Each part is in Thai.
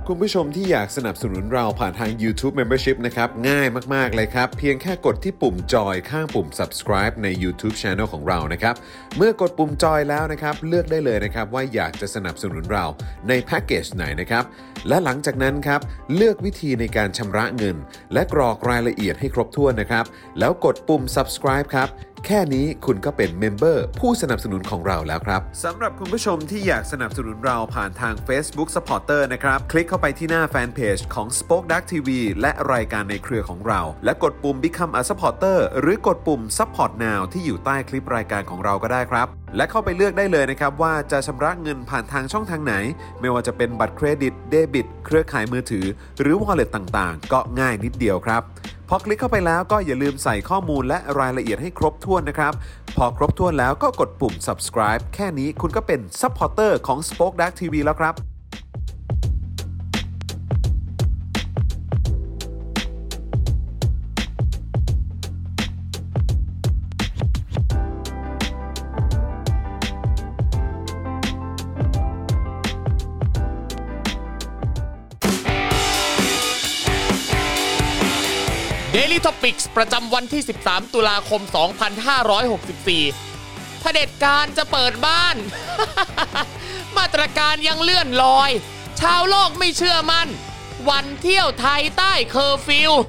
คุณผู้ชมที่อยากสนับสนุนเราผ่านทาง YouTube Membership นะครับง่ายมากๆเลยครับเพียงแค่กดที่ปุ่มจอยข้างปุ่ม subscribe ใน YouTube Channel ของเรานะครับเมื่อกดปุ่มจอยแล้วนะครับเลือกได้เลยนะครับว่าอยากจะสนับสนุนเราในแพ็กเกจไหนนะครับและหลังจากนั้นครับเลือกวิธีในการชำระเงินและกรอกรายละเอียดให้ครบถ้วนนะครับแล้วกดปุ่ม subscribe ครับแค่นี้คุณก็เป็นเมมเบอร์ผู้สนับสนุนของเราแล้วครับสำหรับคุณผู้ชมที่อยากสนับสนุนเราผ่านทาง Facebook Supporter นะครับคลิกเข้าไปที่หน้าแฟนเพจของ Spoke Dark TV และรายการในเครือของเราและกดปุ่ม Become a Supporter หรือกดปุ่ม Support Now ที่อยู่ใต้คลิปรายการของเราก็ได้ครับและเข้าไปเลือกได้เลยนะครับว่าจะชำระเงินผ่านทางช่องทางไหนไม่ว่าจะเป็นบัตรเครดิตเดบิตเครือข่ายมือถือหรือ Wallet ต่างๆก็ง่ายนิดเดียวครับพอคลิกเข้าไปแล้วก็อย่าลืมใส่ข้อมูลและรายละเอียดให้ครบถ้วนนะครับพอครบถ้วนแล้วก็กดปุ่ม subscribe แค่นี้คุณก็เป็น supporter ของ Spoke Dark TV แล้วครับ Daily Topics ประจำวันที่13ตุลาคม2564เผด็จการจะเปิดบ้าน มาตรการยังเลื่อนลอยชาวโลกไม่เชื่อมั่นวันเที่ยวไทยใต้เคอร์ฟิว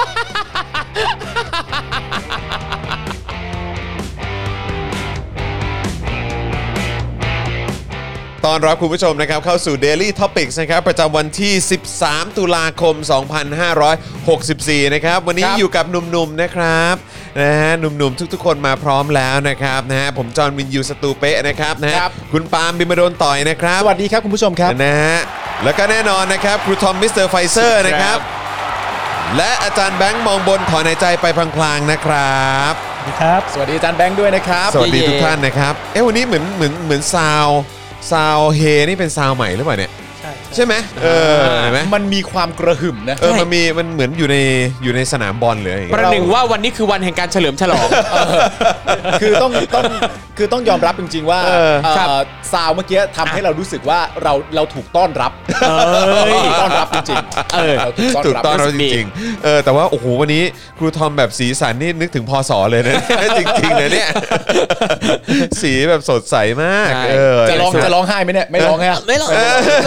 ต้อนรับคุณผู้ชมนะครับเข้าสู่ Daily Topics นะครับประจำวันที่13ตุลาคม2564นะครับวันนี้อยู่กับหนุ่มๆนะครับนะฮะหนุ่มๆทุกๆคนมาพร้อมแล้วนะครับนะฮะผมจอห์นวินยูสตูเป๊ะนะครับนะฮะคุณปาล์มบิมโดนต่อยนะครับสวัสดีครับคุณผู้ชมครับนะฮะแล้วก็แน่นอนนะครับครูทอมมิสเตอร์ไฟเซอร์นะครับและอาจารย์แบงค์มองบนถอนหายใจไปพลางๆนะครับครับสวัสดีอาจารย์แบงค์ด้วยนะครับสวัสดีทุกท่านนะครับวันนี้เหมือนซาวเฮนี่เป็นซาวใหม่หรือเปล่าเนี่ยใช่ไหมเห็นไหมมันมีความกระหึ่มนะมันเหมือนอยู่ในสนามบอลเลยประหนึ่งว่าวันนี้คือวันแห่งการเฉลิมฉลองคือต้องยอมรับจริงๆว่าซาวเมื่อกี้ทำให้เรารู้สึกว่าเราถูกต้อนรับต้อนรับจริงๆถูกต้อนรับจริงๆแต่ว่าโอ้โหวันนี้ครูทอมแบบสีสันนี่นึกถึงพศเลยนะจริงๆเลยเนี่ยสีแบบสดใสมากจะร้องไห้ไหมเนี่ยไม่ร้องฮะไม่ร้อง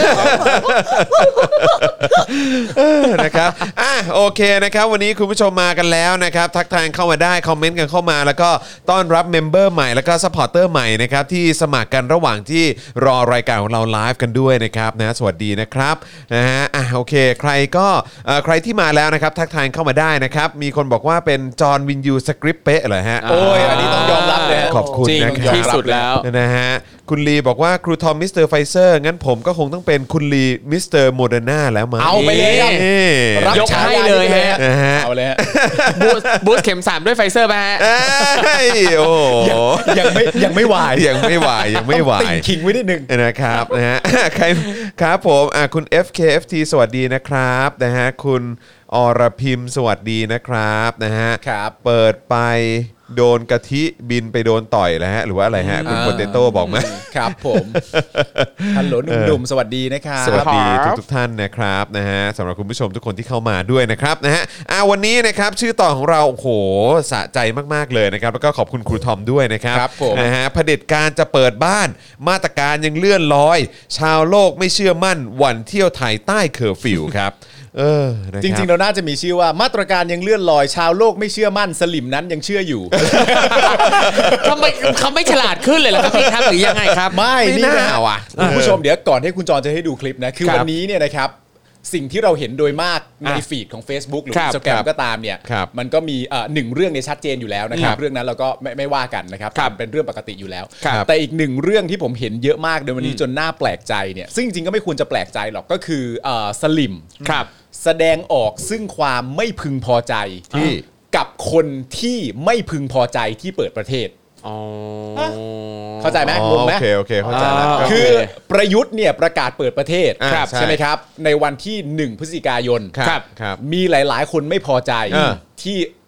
นะครับโอเคนะครับวันนี้คุณผู้ชมมากันแล้วนะครับทักทายเข้ามาได้คอมเมนต์กันเข้ามาแล้วก็ต้อนรับเมมเบอร์ใหม่แล้วก็ซัพพอร์ตเตอร์ใหม่นะครับที่สมัครกันระหว่างที่รอรายการของเราไลฟ์กันด้วยนะครับนะสวัสดีนะครับนะฮะโอเคใครที่มาแล้วนะครับทักทายเข้ามาได้นะครับมีคนบอกว่าเป็นจอห์นวินยูสคริปต์เป๊ะเหรอฮะโอ้ยอันนี้ต้องยอมรับเลยขอบคุณนะครับที่สุดแล้วนะฮะคุณลีบอกว่าครูทอมมิสเตอร์ไฟเซอร์งั้นผมก็คงต้องเป็นคุณลีมิสเตอร์โมเดอร์นาแล้วมั้งเอาไปเลยรับใช้เลยฮะเอาเลยฮะบูสเข็ม3ด้วยไฟเซอร์ป่ะฮะโอ้ยังไม่ไหวยังไม่ไหวติ่งคิงไว้นิดนึงนะครับนะฮะใครครับผมคุณ FKFT สวัสดีนะครับนะฮะคุณอรพิมพ์สวัสดีนะครับนะฮะเปิดไปโดนกะทิบินไปโดนต่อยแล้วฮะหรือว่าอะไรฮะคุณโปเตโต้บอกมาครับผมฮัลโหลหนุ่มๆสวัสดีนะครับสวัสดีทุกท่านนะครับนะฮะสำหรับคุณผู้ชมทุกคนที่เข้ามาด้วยนะครับนะฮะวันนี้นะครับชื่อต่อของเราโอ้โหสะใจมากๆเลยนะครับแล้วก็ขอบคุณครูทอมด้วยนะครับนะฮะเผด็จการจะเปิดบ้านมาตรการยังเลื่อนลอยชาวโลกไม่เชื่อมั่นวันเที่ยวไทยใต้เคอร์ฟิวครับจริงๆเราน่าจะมีชื่อว่ามาตรการยังเลื่อนลอยชาวโลกไม่เชื่อมั่นสลิมนั้นยังเชื่ออยู่ทำไมเขาไม่ฉลาดขึ้นเลยล่ะครับพี่ครับหรือยังไงครับไม่นี่นะคุณผู้ชมเดี๋ยวก่อนให้คุณจรจะให้ดูคลิปนะคือวันนี้เนี่ยนะครับสิ่งที่เราเห็นโดยมากในฟีดของ Facebook หรือ Instagram ก็ตามเนี่ยมันก็มี1เรื่องเนี่ยชัดเจนอยู่แล้วนะครับเรื่องนั้นเราก็ไม่ว่ากันนะครับเป็นเรื่องปกติอยู่แล้วแต่อีก1เรื่องที่ผมเห็นเยอะมากในวันนี้จนน่าแปลกใจเนี่ยซึ่งจริงๆก็ไม่ควรจะแปลกใจหรอกก็คือสลิมแสดงออกซึ่งความไม่พึงพอใจกับคนที่ไม่พึงพอใจที่เปิดประเทศเข้าใจไหมงงไหมโอเคเข้าใจแล้วคือประยุทธ์เนี่ยประกาศเปิดประเทศใช่ไหมครับในวันที่1พฤศจิกายนมีหลายๆคนไม่พอใจที่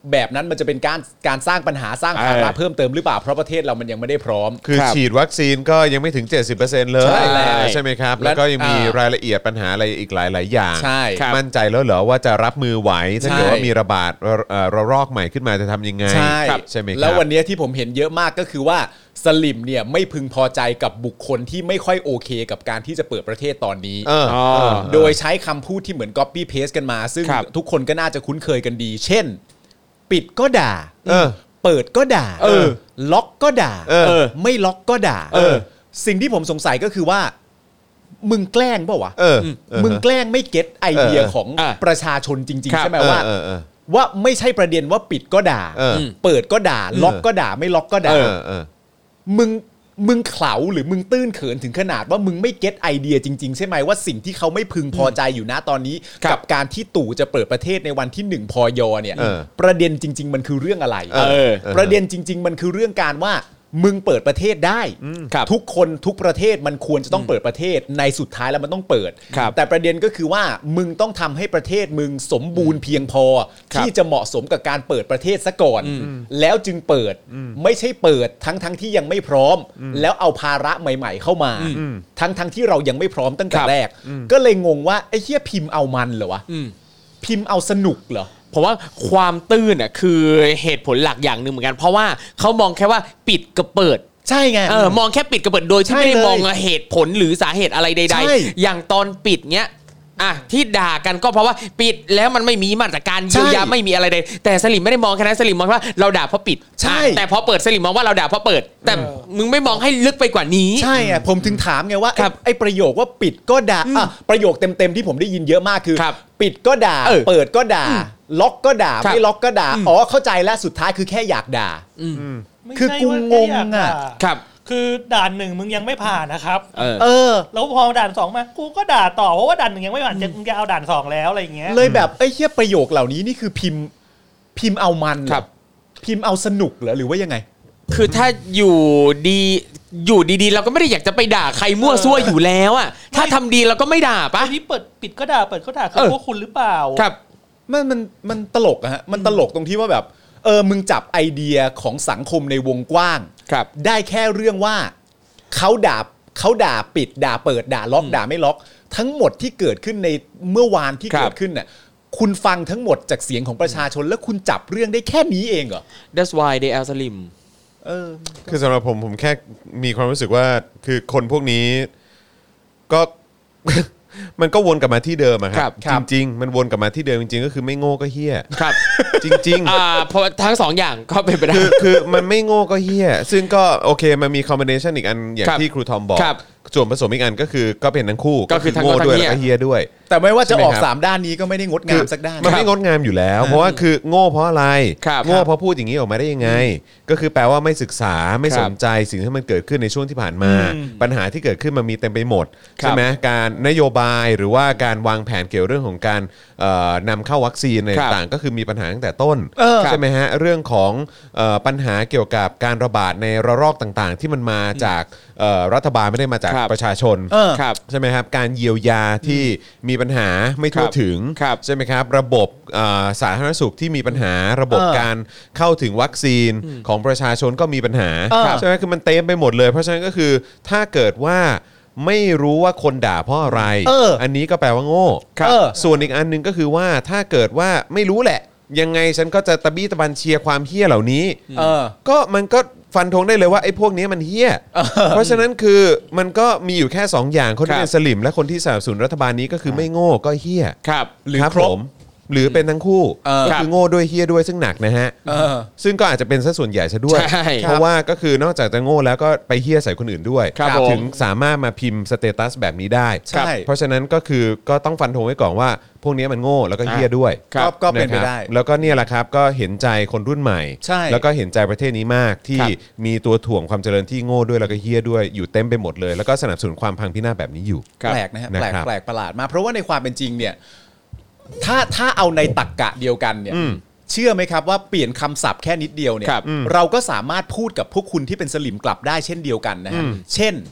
แบบนั้นมันจะเป็นการสร้างปัญหาสร้างภาระเพิ่มเติมหรือเปล่าเพราะประเทศเรามันยังไม่ได้พร้อมคือฉีดวัคซีนก็ยังไม่ถึง 70% เลยใช่ไหมครับแล้วก็ยังมีรายละเอียดปัญหาอะไรอีกหลายๆอย่างมั่นใจแล้วเหรอว่าจะรับมือไหวถ้าเกิดว่ามีระบาดระลอกใหม่ขึ้นมาจะทำยังไงใช่ไหมครับแล้ววันนี้ที่ผมเห็นเยอะมากก็คือว่าสลิมเนี่ยไม่พึงพอใจกับบุคคลที่ไม่ค่อยโอเคกับการที่จะเปิดประเทศตอนนี้โดยใช้คำพูดที่เหมือน copy paste กันมาซึ่งทุกคนก็น่าจะคุ้นเคยกันดีเช่นปิดก็ด่าเปิดก็ด่าล็อกก็ด่าไม่ล็อกก็ด่าสิ่งที่ผมสงสัยก็คือว่ามึงแกล้งเปล่าวะมึงแกล้งไม่เก็ตไอเดียของประชาชนจริงๆใช่ไหมว่าไม่ใช่ประเด็นว่าปิดก็ด่าเปิดก็ด่าล็อกก็ด่าไม่ล็อกก็ด่ามึงเขลาหรือมึงตื้นเขินถึงขนาดว่ามึงไม่เก็ตไอเดียจริงๆใช่ไหมว่าสิ่งที่เขาไม่พึงพอใจอยู่นะตอนนี้กับการที่ตู่จะเปิดประเทศในวันที่1 พย.เนี่ยประเด็นจริงๆมันคือเรื่องอะไรประเด็นจริงๆมันคือเรื่องการว่ามึงเปิดประเทศได้ทุกคนทุกประเทศมันควรจะต้องเปิดประเทศในสุดท้ายแล้วมันต้องเปิดแต่ประเด็นก็คือว่ามึงต้องทำให้ประเทศมึงสมบูรณ์เพียงพอที่จะเหมาะสมกับการเปิดประเทศซะก่อนแล้วจึงเปิดไม่ใช่เปิดทั้งที่ยังไม่พร้อมแล้วเอาภาระใหม่ๆเข้ามาทั้งที่เรายังไม่พร้อมตั้งแต่แรกก็เลยงงว่าไอ้เหี้ยพิมพ์เอามันเหรอวะพิมพ์เอาสนุกเหรอผมว่าความตื้นคือเหตุผลหลักอย่างหนึ่งเหมือนกันเพราะว่าเขามองแค่ว่าปิดกับเปิดใช่ไงมองแค่ปิดกับเปิดโดยที่ไม่ได้มองเหตุผลหรือสาเหตุอะไรใดๆอย่างตอนปิดเนี้ยที่ด่ากันก็เพราะว่าปิดแล้วมันไม่มีมาตรการเยียวยาไม่มีอะไรใดแต่สลิมไม่ได้มองแค่นั้นสลิมมองว่าเราด่าเพราะปิดใช่แต่พอเปิดสลิมมองว่าเราด่าเพราะเปิดแต่มึงไม่มองให้ลึกไปกว่านี้ใช่ไงผมถึงถามไงว่าไอ้ประโยคว่าปิดก็ด่าประโยคเต็มๆที่ผมได้ยินเยอะมากคือปิดก็ด่าเปิดก็ด่าล็อกก็ด่าไม่ล็อกก็ด่าเข้าใจแล้วสุดท้ายคือแค่อยากด่าคือกูงงครับคือด่าน1มึงยังไม่ผ่านนะครับแล้วพอด่าน2มากูก็ด่าต่อเพราะว่าด่าน1ยังไม่ผ่านมึงจะเอาด่าน2แล้วอะไรอย่างเงี้ยเลยแบบไอ้เหี้ยประโยคเหล่านี้นี่คือพิมพ์เอามันพิมพ์เอาสนุกเหรอหรือว่ายังไงคือถ้าอยู่ดีเราก็ไม่ได้อยากจะไปด่าใครมั่วซั่วอยู่แล้วอ่ะถ้าทำดีเราก็ไม่ด่าปะที่ปิดก็ด่าเปิดก็ด่าคือพวกคุณหรือเปล่าครับมันตลกอะฮะมันตลกตรงที่ว่าแบบมึงจับไอเดียของสังคมในวงกว้างได้แค่เรื่องว่าเขาด่าปิดด่าเปิดด่าล็อกด่าไม่ล็อกทั้งหมดที่เกิดขึ้นในเมื่อวานที่เกิดขึ้นน่ะคุณฟังทั้งหมดจากเสียงของประชาชนแล้วคุณจับเรื่องได้แค่นี้เองเหรอ That's why they are slim คือสำหรับผมแค่มีความรู้สึกว่าคือคนพวกนี้ก็ มันก็วนกลับมาที่เดิมอะครับจริงๆมันวนกลับมาที่เดิมจริงๆก็คือไม่โง่ก็เหี้ยครับจริงๆเพราะทั้ง2อย่างก็เป็นไปได้คือมันไม่โง่ก็เหี้ยซึ่งก็โอเคมันมีคอมบิเนชันอีกอันอย่างที่ครูทอมบอกส่วนผสมอีกอันก็คือก็เป็นทั้งคู่ก็คือโง่ด้วยแล้วก็เหี้ยด้วยแต่ไม่ว่าจะออก3ด้านนี้ก็ไม่ได้งดงามสักด้านมันไม่งดงามอยู่แล้วเพราะว่าคือโง่เพราะอะไรโง่เพราะพูดอย่างนี้ออกมาได้ยังไงก็คือแปลว่าไม่ศึกษาไม่สนใจสิ่งที่มันเกิดขึ้นในช่วงที่ผ่านมาปัญหาที่เกิดขึ้นมันมีเต็มไปหมดใช่ไหมการนโยบายหรือว่าการวางแผนเกี่ยวเรื่องของการนำเข้าวัคซีนอะไรต่างๆก็คือมีปัญหาตั้งแต่ต้นใช่ไหมฮะเรื่องของปัญหาเกี่ยวกับการระบาดในระลอกต่างๆที่มันมาจากรัฐบาลไม่ได้มาจากประชาชนใช่ไหมครับการเยียวยาที่มีปัญหาไม่ทั่วถึงใช่ไหมครับระบบสาธารณสุขที่มีปัญหาระบบการเข้าถึงวัคซีนของประชาชนก็มีปัญหาใช่ไหมคือมันเต็มไปหมดเลยเพราะฉะนั้นก็คือถ้าเกิดว่าไม่รู้ว่าคนด่าเพราะอะไรอันนี้ก็แปลว่าโง่ส่วนอีกอันนึงก็คือว่าถ้าเกิดว่าไม่รู้แหละยังไงฉันก็จะตะบี้ตะบันเชียร์ความเหี้ยเหล่านี้ก็มันก็ฟันธงได้เลยว่าไอ้พวกนี้มันเหี้ยเพราะฉะนั้นคือมันก็มีอยู่แค่2อย่างคนที่เป็นสลิมและคนที่สนับสนุนรัฐบาลนี้ก็คือไม่โง่ก็เหี้ยหรือครบหรือเป็นทั้งคู่ก็คือโง่ด้วยเฮี้ยด้วยซึ่งหนักนะฮะซึ่งก็อาจจะเป็นซะส่วนใหญ่ซะด้วยเพราะว่าก็คือนอกจากจะโง่แล้วก็ไปเฮี้ยใส่คนอื่นด้วยถึงสามารถมาพิมพ์สเตตัสแบบนี้ได้เพราะฉะนั้นก็คือก็ต้องฟันธงไว้ก่อนว่าพวกนี้มันโง่แล้วก็เฮี้ยด้วยก็เป็นไปได้แล้วก็เนี่ยแหละครับก็เห็นใจคนรุ่นใหม่แล้วก็เห็นใจประเทศนี้มากที่มีตัวถ่วงความเจริญที่โง่ด้วยแล้วก็เฮี้ยด้วยอยู่เต็มไปหมดเลยแล้วก็สนับสนุนความพังพินาศแบบนี้อยู่แปลกนะฮะแปลกประหลาดมากเพราะว่าในความเป็นจริงเนี่ยถ้าเอาในตรรกะเดียวกันเนี่ยเชื่อไหมครับว่าเปลี่ยนคำศัพท์แค่นิดเดียวเนี่ยเราก็สามารถพูดกับพวกคุณที่เป็นสลิมกลับได้เช่นเดียวกันนะฮะเช่น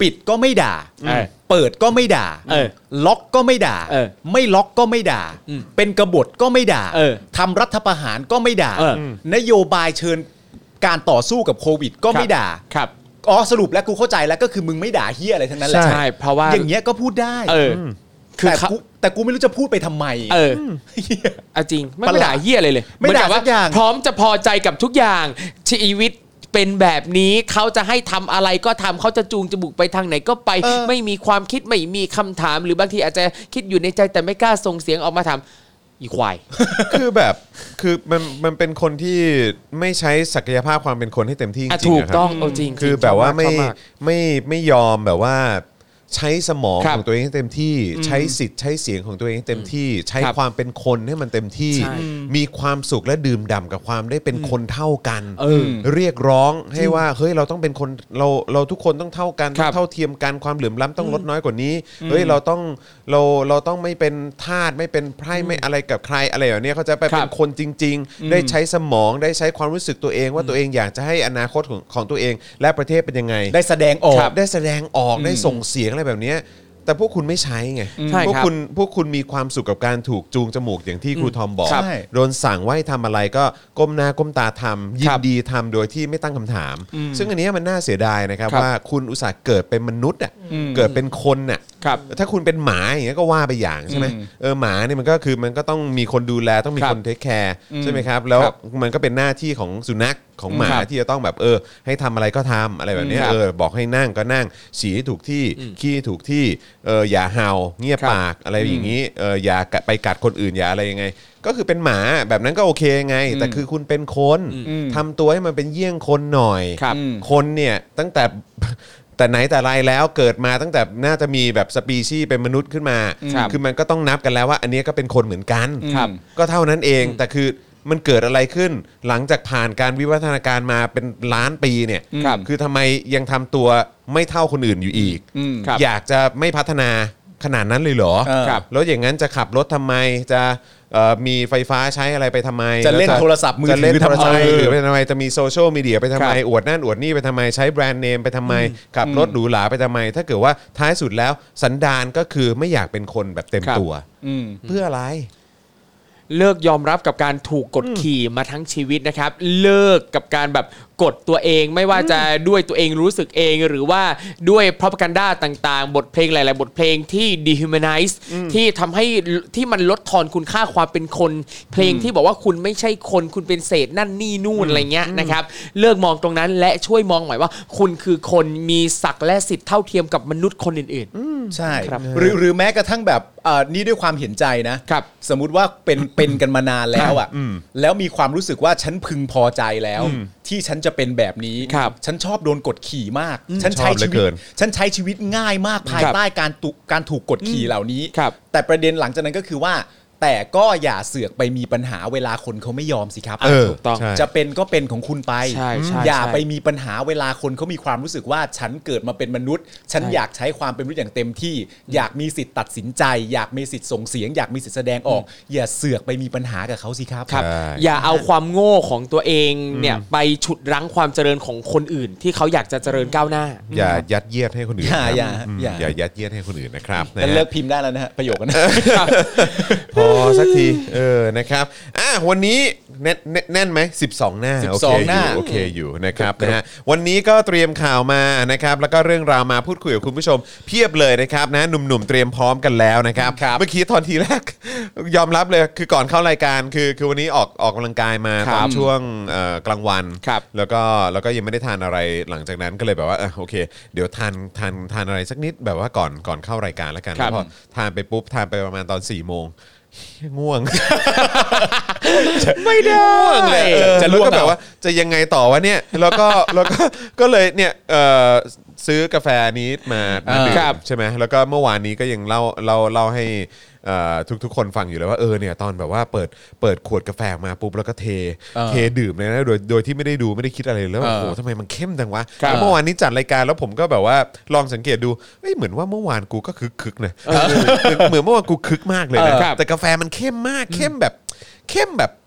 ปิดก็ไม่ด่า เปิดก็ไม่ด่า ล็อกก็ไม่ด่า ไม่ล็อกก็ไม่ด่า เป็นกบฏก็ไม่ด่าทำรัฐประหารก็ไม่ด่านโยบายเชิญการต่อสู้กับโควิดก็ไม่ด่าครับอ๋อสรุปแล้วกูเข้าใจแล้วก็คือมึงไม่ด่าเฮียอะไรทั้งนั้นแหละใช่เพราะว่าอย่างเงี้ยก็พูดได้แต่กูไม่รู้จะพูดไปทำไมจริงไม่ด่าเฮียอะไรเลยไม่ด่าสักอย่างพร้อมจะพอใจกับทุกอย่างชีวิตเป็นแบบนี้เขาจะให้ทำอะไรก็ทำเขาจะจูงจมูกไปทางไหนก็ไปไม่มีความคิดไม่มีคำถามหรือบางทีอาจจะคิดอยู่ในใจแต่ไม่กล้าส่งเสียงออกมาถามอีควายคือแบบคือมันเป็นคนที่ไม่ใช้ศักยภาพความเป็นคนให้เต็มที่จริงๆถูกต้องจริงคือแบบว่าไม่ยอมแบบว่าใช้สมองของตัวเองให้เต็มที่ใช้สิทธิ์ใช้เสียงของตัวเองให้เต็มที่ใช้ความเป็นคนให้มันเต็มที่มีความสุขและดื่มด่ำกับความได้เป็นคนเท่ากันเรียกร้องให้ว่าเฮ้ยเราต้องเป็นคนเราทุกคนต้องเท่ากันเท่าเทียมกันความเหลื่อมล้ำต้องลดน้อยกว่านี้เฮ้ยเราต้องไม่เป็นทาสไม่เป็นไพร่ไม่อะไรกับใครอะไรอย่างนี้เขาจะไปเป็นคนจริงๆได้ใช้สมองได้ใช้ความรู้สึกตัวเองว่าตัวเองอยากจะให้อนาคตของตัวเองและประเทศเป็นยังไงได้แสดงออกได้ส่งเสียงอะไรแบบนี้แต่พวกคุณไม่ใช้ไงพวกคุณมีความสุขกับการถูกจูงจมูกอย่างที่ครูทอมบอกโดนสั่งว่าให้ทำอะไรก็ก้มหน้าก้มตาทำยินดีทำโดยที่ไม่ตั้งคำถามซึ่งอันนี้มันน่าเสียดายนะครับว่าคุณอุตส่าห์เกิดเป็นมนุษย์เกิดเป็นคนน่ะถ้าคุณเป็นหมาอย่างเงี้ยก็ว่าไปอย่างใช่ไหมหมาเนี่ยมันก็ต้องมีคนดูแลต้องมีคนเทคแคร์ใช่ไหมครับแล้วมันก็เป็นหน้าที่ของสุนัขของหมาที่จะต้องแบบให้ทำอะไรก็ทำอะไรแบบนี้บอกให้นั่งก็นั่งฉี่ให้ถูกที่ขี้ถูกที่อย่าเห่าเงียบปากอะไรอย่างนี้อย่าไปกัดคนอื่นอย่าอะไรยังไงก็คือเป็นหมาแบบนั้นก็โอเคไงแต่คือคุณเป็นคนทำตัวให้มันเป็นเยี่ยงคนหน่อยคนเนี่ยตั้งแต่ไหนแต่ไรแล้วเกิดมาตั้งแต่น่าจะมีแบบสปีชีส์เป็นมนุษย์ขึ้นมาคือมันก็ต้องนับกันแล้วว่าอันนี้ก็เป็นคนเหมือนกันก็เท่านั้นเองแต่คือมันเกิดอะไรขึ้นหลังจากผ่านการวิวัฒนาการมาเป็นล้านปีเนี่ยคือทำไมยังทำตัวไม่เท่าคนอื่นอยู่อีกอยากจะไม่พัฒนาขนาดนั้นเลยเหรอแล้วอย่างนั้นจะขับรถทำไมจะมีไฟฟ้าใช้อะไรไปทำไมจะเล่นโทรศัพท์มือถือทำไมหรือไปทำไมจะมีโซเชียลมีเดียไปทำไมอวดนั่นอวดนี่ไปทำไมใช้แบรนด์เนมไปทำไมขับรถหรูหราไปทำไมถ้าเกิดว่าท้ายสุดแล้วสันดานก็คือไม่อยากเป็นคนแบบเต็มตัวเพื่ออะไรเลิกยอมรับกับการถูกกดขี่มาทั้งชีวิตนะครับเลิกกับการแบบกดตัวเองไม่ว่าจะด้วยตัวเองรู้สึกเองหรือว่าด้วย propaganda ต่างๆบทเพลงหลายๆบทเพลงที่ dehumanize ที่ทำให้ที่มันลดทอนคุณค่าความเป็นคนเพลงที่บอกว่าคุณไม่ใช่คนคุณเป็นเศษนั่นนี่นู่นอะไรเงี้ยนะครับเลิกมองตรงนั้นและช่วยมองใหม่ว่าคุณคือคนมีศักดิ์และสิทธิ์เท่าเทียมกับมนุษย์คนอื่นๆใช่หรือแม้กระทั่งแบบนี่ด้วยความเห็นใจนะสมมุติว่าเป็นกันมานานแล้วอ่ะแล้วมีความรู้สึกว่าฉันพึงพอใจแล้วที่ฉันจะเป็นแบบนี้ฉันชอบโดนกดขี่มากฉันใช้ชีวิตง่ายมากภายใต้การถูกกดขี่เหล่านี้แต่ประเด็นหลังจากนั้นก็คือว่าแต่ก็อย่าเสือกไปมีปัญหาเวลาคนเขาไม่ยอมสิครับถูกต้องจะเป็นก็เป็นของคุณไปอย่าไปมีปัญหาเวลาคนเขามีความรู้สึกว่าฉันเกิดมาเป็นมนุษย์ฉันอยากใช้ความเป็นมนุษย์อย่างเต็มที่อยากมีสิทธิ์ตัดสินใจอยากมีสิทธิ์ส่งเสียงอยากมีสิทธิ์แสดงออกอย่าเสือกไปมีปัญหากับเขาสิครับอย่าเอาความโง่ของตัวเองเนี่ยไปฉุดรั้งความเจริญของคนอื่นที่เขาอยากจะเจริญก้าวหน้าอย่ายัดเยียดให้คนอื่นอย่ายัดเยียดให้คนอื่นนะครับเลิกพิมพ์ได้แล้วนะฮะประโยคนั้นพอสักทีนะครับวันนี้แน่นไหม12 หน้าโอเคอยู่นะครับนะฮะวันนี้ก็เตรียมข่าวมานะครับแล้วก็เรื่องราวมาพูดคุยกับคุณผู้ชมเพียบเลยนะครับนะหนุ่มๆเตรียมพร้อมกันแล้วนะครับเมื่อกี้ตอนทีแรกยอมรับเลยคือก่อนเข้ารายการคือวันนี้ออกกำลังกายมาตอนช่วงกลางวันแล้วก็ยังไม่ได้ทานอะไรหลังจากนั้นก็เลยแบบว่าโอเคเดี๋ยวทานอะไรสักนิดแบบว่าก่อนเข้ารายการแล้วกันแล้วพอทานไปปุ๊บทานไปประมาณตอน4 โมงง่วงไม่ได้ง่วงเลยจะรู้ก็แบบว่าจะยังไงต่อวะเนี่ยแล้วก็เลยเนี่ยซื้อกาแฟนี้มาดื่มใช่ไหมแล้วก็เมื่อวานนี้ก็ยังเล่าให้ทุกคนฟังอยู่เลยว่าเนี่ยตอนแบบว่าเปิดขวดกาแฟมาปุ๊บแล้วก็เทดื่มเลยนะโดยที่ไม่ได้คิดอะไรแล้วโอ้โหทำไมมันเข้มจังวะเมื่อวานนี้จัดรายการแล้วผมก็แบบว่าลองสังเกตดูเหมือนว่าเมื่อวานกูก็คึกนะเหมือนเมื่อวานกูคึกมากเลยนะแต่กาแฟมันเข้มมากเข้มแบบ